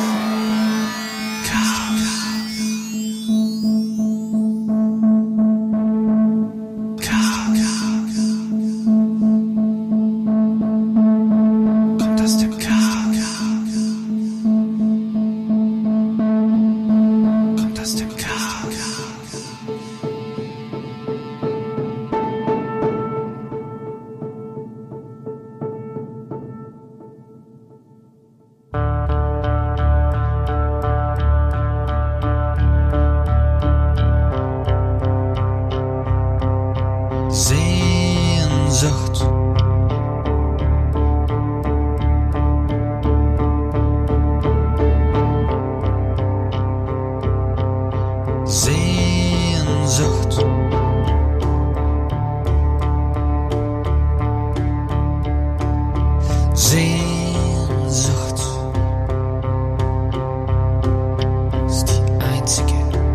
Sehnsucht. Sehnsucht. Sehnsucht ist die einzige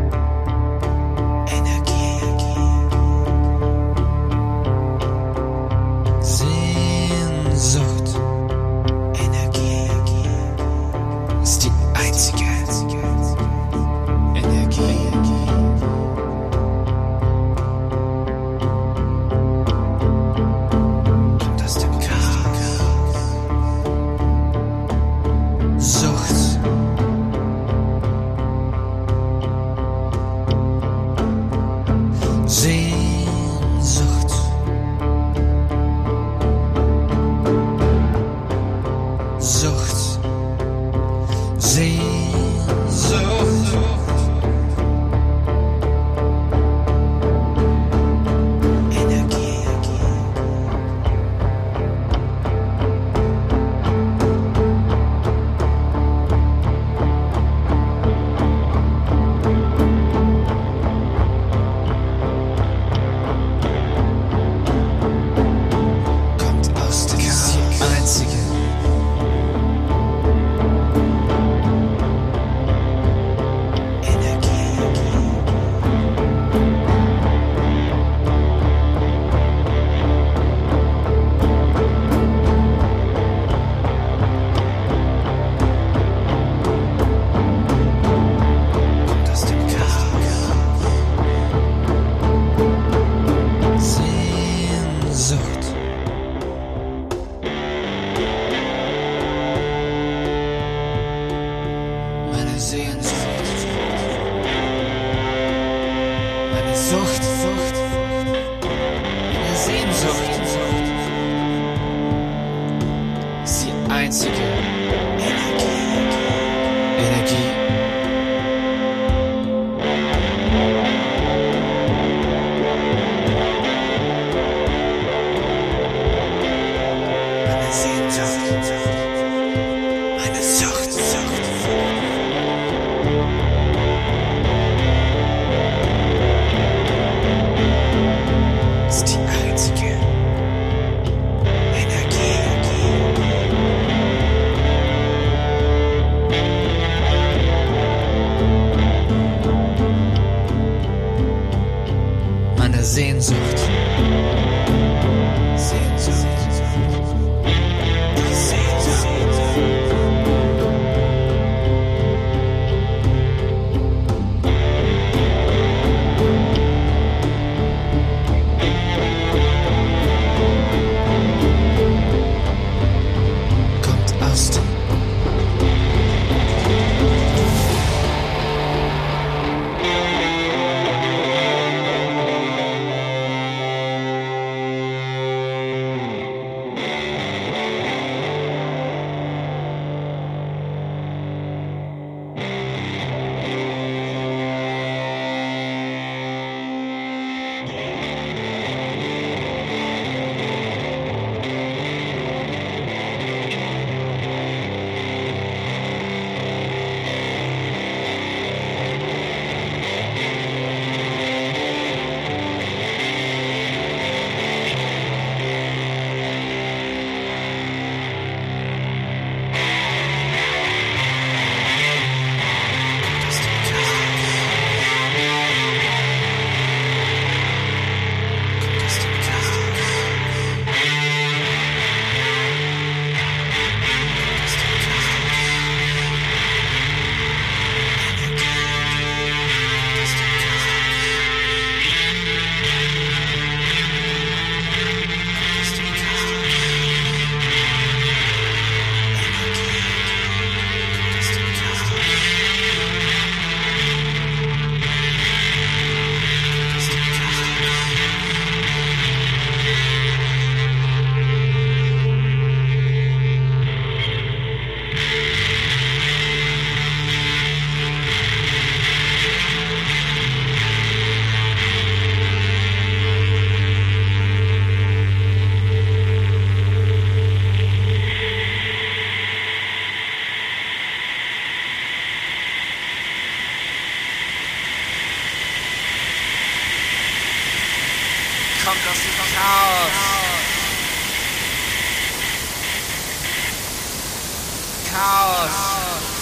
Energie. Sehnsucht, Energie ist die einzige Energie. Kommt aus dem Chaos. Sehnsucht. Meine Sehnsucht. Meine Sucht, Sucht. Meine Sehnsucht. Ist die einzige Energie. Energie. Meine Sehnsucht. Meine Sucht, Sucht. Ist die einzige Energie. Meine Sehnsucht. Sehnsucht. Die Sehnsucht. Kommt aus dem kommt aus dem Chaos. Chaos.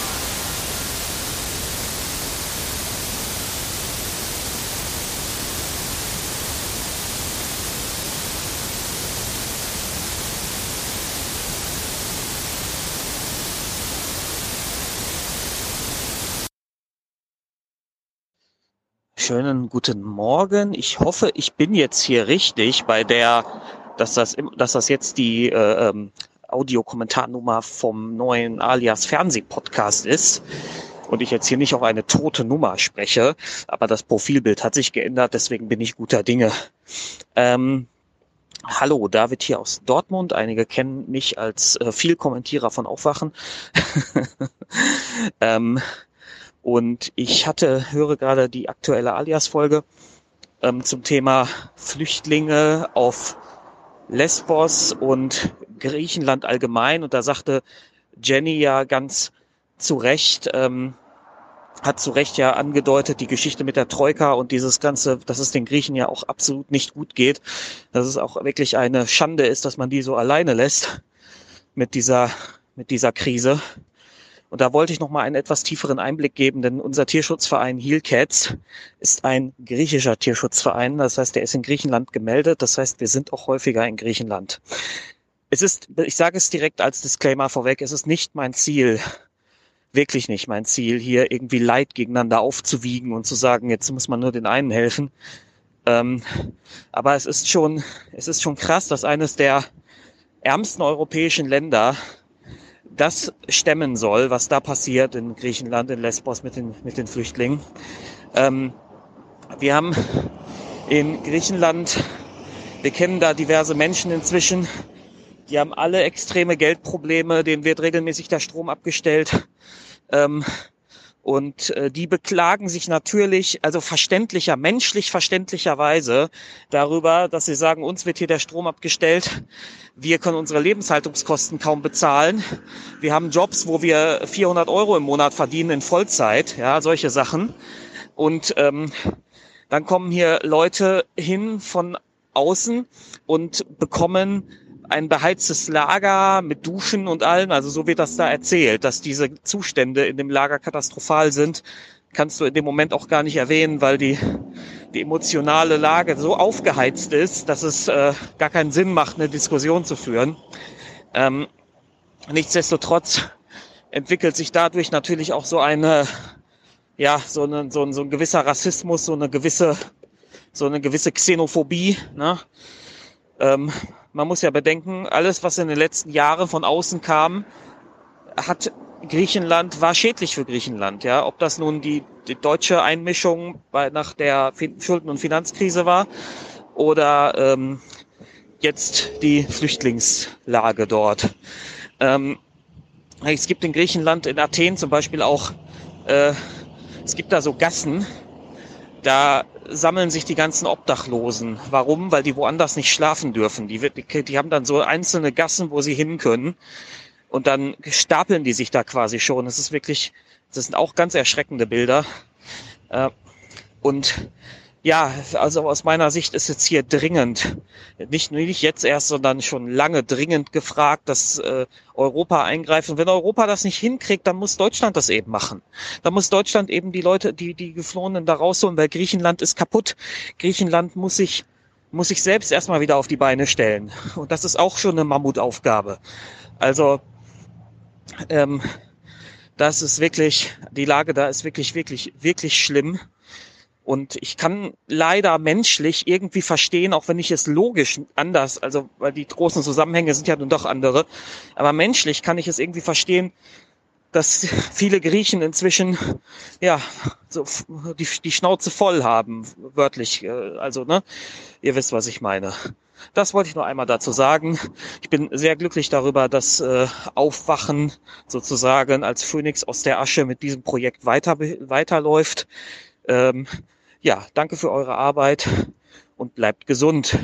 Schönen guten Morgen. Ich hoffe, ich bin jetzt hier richtig bei der, dass das, dass das jetzt die äh, ähm, Audiokommentarnummer vom neuen Alias Fernsehpodcast ist und ich jetzt hier nicht auf eine tote Nummer spreche, aber das Profilbild hat sich geändert, deswegen bin ich guter Dinge. Ähm, hallo, David hier aus Dortmund. Einige kennen mich als äh, Vielkommentierer von Aufwachen. ähm, Und ich hatte, höre gerade die aktuelle Alias-Folge ähm, zum Thema Flüchtlinge auf Lesbos und Griechenland allgemein. Und da sagte Jenny ja ganz zu Recht, ähm, hat zu Recht ja angedeutet, die Geschichte mit der Troika und dieses Ganze, dass es den Griechen ja auch absolut nicht gut geht. Dass es auch wirklich eine Schande ist, dass man die so alleine lässt mit dieser, mit dieser Krise. Und da wollte ich noch mal einen etwas tieferen Einblick geben, denn unser Tierschutzverein Heal Cats ist ein griechischer Tierschutzverein. Das heißt, der ist in Griechenland gemeldet. Das heißt, wir sind auch häufiger in Griechenland. Es ist, ich sage es direkt als Disclaimer vorweg, es ist nicht mein Ziel, wirklich nicht mein Ziel, hier irgendwie Leid gegeneinander aufzuwiegen und zu sagen, jetzt muss man nur den einen helfen. Ähm, aber es ist schon, es ist schon krass, dass eines der ärmsten europäischen Länder das stemmen soll, was da passiert in Griechenland, in Lesbos mit den, mit den Flüchtlingen. Ähm, wir haben in Griechenland, wir kennen da diverse Menschen inzwischen, die haben alle extreme Geldprobleme, denen wird regelmäßig der Strom abgestellt. Ähm, und äh, die beklagen sich natürlich, also verständlicher, menschlich verständlicherweise darüber, dass sie sagen, uns wird hier der Strom abgestellt. Wir können unsere Lebenshaltungskosten kaum bezahlen. Wir haben Jobs, wo wir vierhundert Euro im Monat verdienen in Vollzeit, ja, solche Sachen. Und ähm, dann kommen hier Leute hin von außen und bekommen ein beheiztes Lager mit Duschen und allem, also so wird das da erzählt, dass diese Zustände in dem Lager katastrophal sind, kannst du in dem Moment auch gar nicht erwähnen, weil die die emotionale Lage so aufgeheizt ist, dass es äh, gar keinen Sinn macht, eine Diskussion zu führen. Ähm, nichtsdestotrotz entwickelt sich dadurch natürlich auch so eine, ja, so, eine, so, ein, so ein gewisser Rassismus, so eine gewisse, so eine gewisse Xenophobie, ne? Ähm, Man muss ja bedenken, alles, was in den letzten Jahren von außen kam, hat Griechenland, war schädlich für Griechenland. Ja, ob das nun die, die deutsche Einmischung bei, nach der Schulden- und Finanzkrise war oder ähm, jetzt die Flüchtlingslage dort. Ähm, es gibt in Griechenland, in Athen zum Beispiel auch, äh, es gibt da so Gassen, da sammeln sich die ganzen Obdachlosen. Warum? Weil die woanders nicht schlafen dürfen. Die, die, die haben dann so einzelne Gassen, wo sie hin können. Und dann stapeln die sich da quasi schon. Das ist wirklich, das sind auch ganz erschreckende Bilder. Äh, und ja, also aus meiner Sicht ist jetzt hier dringend, nicht nur nicht jetzt erst, sondern schon lange dringend gefragt, dass äh, Europa eingreift. Und wenn Europa das nicht hinkriegt, dann muss Deutschland das eben machen. Dann muss Deutschland eben die Leute, die die Geflohenen da rausholen, weil Griechenland ist kaputt. Griechenland muss sich muss sich selbst erstmal wieder auf die Beine stellen. Und das ist auch schon eine Mammutaufgabe. Also ähm, das ist wirklich, die Lage da ist wirklich, wirklich, wirklich schlimm. Und ich kann leider menschlich irgendwie verstehen, auch wenn ich es logisch anders, also weil die großen Zusammenhänge sind ja nun doch andere, aber menschlich kann ich es irgendwie verstehen, dass viele Griechen inzwischen ja so die, die Schnauze voll haben, wörtlich. Also ne, ihr wisst, was ich meine. Das wollte ich nur einmal dazu sagen. Ich bin sehr glücklich darüber, dass äh, Aufwachen sozusagen als Phönix aus der Asche mit diesem Projekt weiter weiterläuft. Ähm, ja, danke für eure Arbeit und bleibt gesund.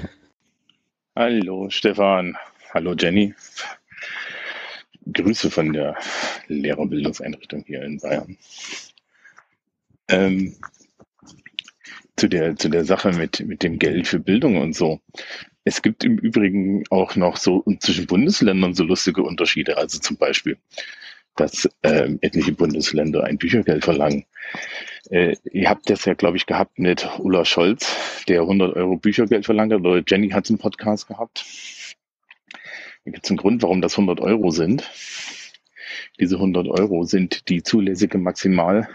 Hallo Stefan, hallo Jenny. Grüße von der Lehrerbildungseinrichtung hier in Bayern. Ähm, zu der zu der Sache mit mit dem Geld für Bildung und so. Es gibt im Übrigen auch noch so zwischen Bundesländern so lustige Unterschiede. Also zum Beispiel, dass ähm, etliche Bundesländer ein Büchergeld verlangen. Äh, ihr habt das ja, glaube ich, gehabt mit Olaf Scholz, der hundert Euro Büchergeld verlangt hat, oder Jenny hat es im Podcast gehabt. Da gibt es einen Grund, warum das hundert Euro sind. Diese hundert Euro sind die zulässige Maximalsumme,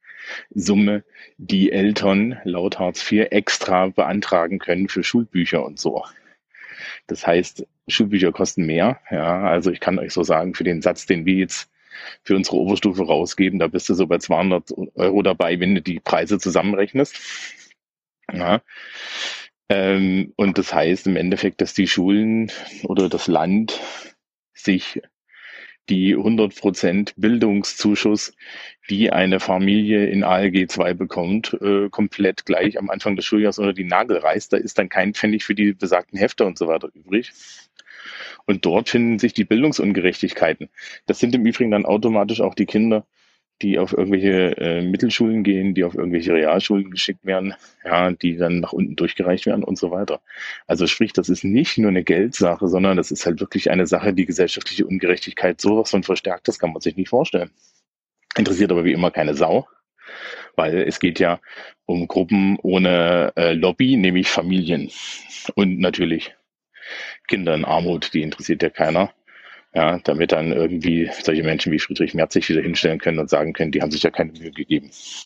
die Eltern laut Hartz vier extra beantragen können für Schulbücher und so. Das heißt, Schulbücher kosten mehr. Ja, also ich kann euch so sagen, für den Satz, den wir jetzt für unsere Oberstufe rausgeben, da bist du so bei zweihundert Euro dabei, wenn du die Preise zusammenrechnest. Ja. Ähm, und das heißt im Endeffekt, dass die Schulen oder das Land sich die hundert Prozent Bildungszuschuss, die eine Familie in A L G zwei bekommt, äh, komplett gleich am Anfang des Schuljahres unter die Nagel reißt. Da ist dann kein Pfennig für die besagten Hefte und so weiter übrig. Und dort finden sich die Bildungsungerechtigkeiten. Das sind im Übrigen dann automatisch auch die Kinder, die auf irgendwelche äh, Mittelschulen gehen, die auf irgendwelche Realschulen geschickt werden, ja, die dann nach unten durchgereicht werden und so weiter. Also sprich, das ist nicht nur eine Geldsache, sondern das ist halt wirklich eine Sache, die gesellschaftliche Ungerechtigkeit sowas von verstärkt, das kann man sich nicht vorstellen. Interessiert aber wie immer keine Sau, weil es geht ja um Gruppen ohne äh, Lobby, nämlich Familien und natürlich Kinder in Armut, die interessiert ja keiner. Ja, damit dann irgendwie solche Menschen wie Friedrich Merz sich wieder hinstellen können und sagen können, die haben sich ja keine Mühe gegeben.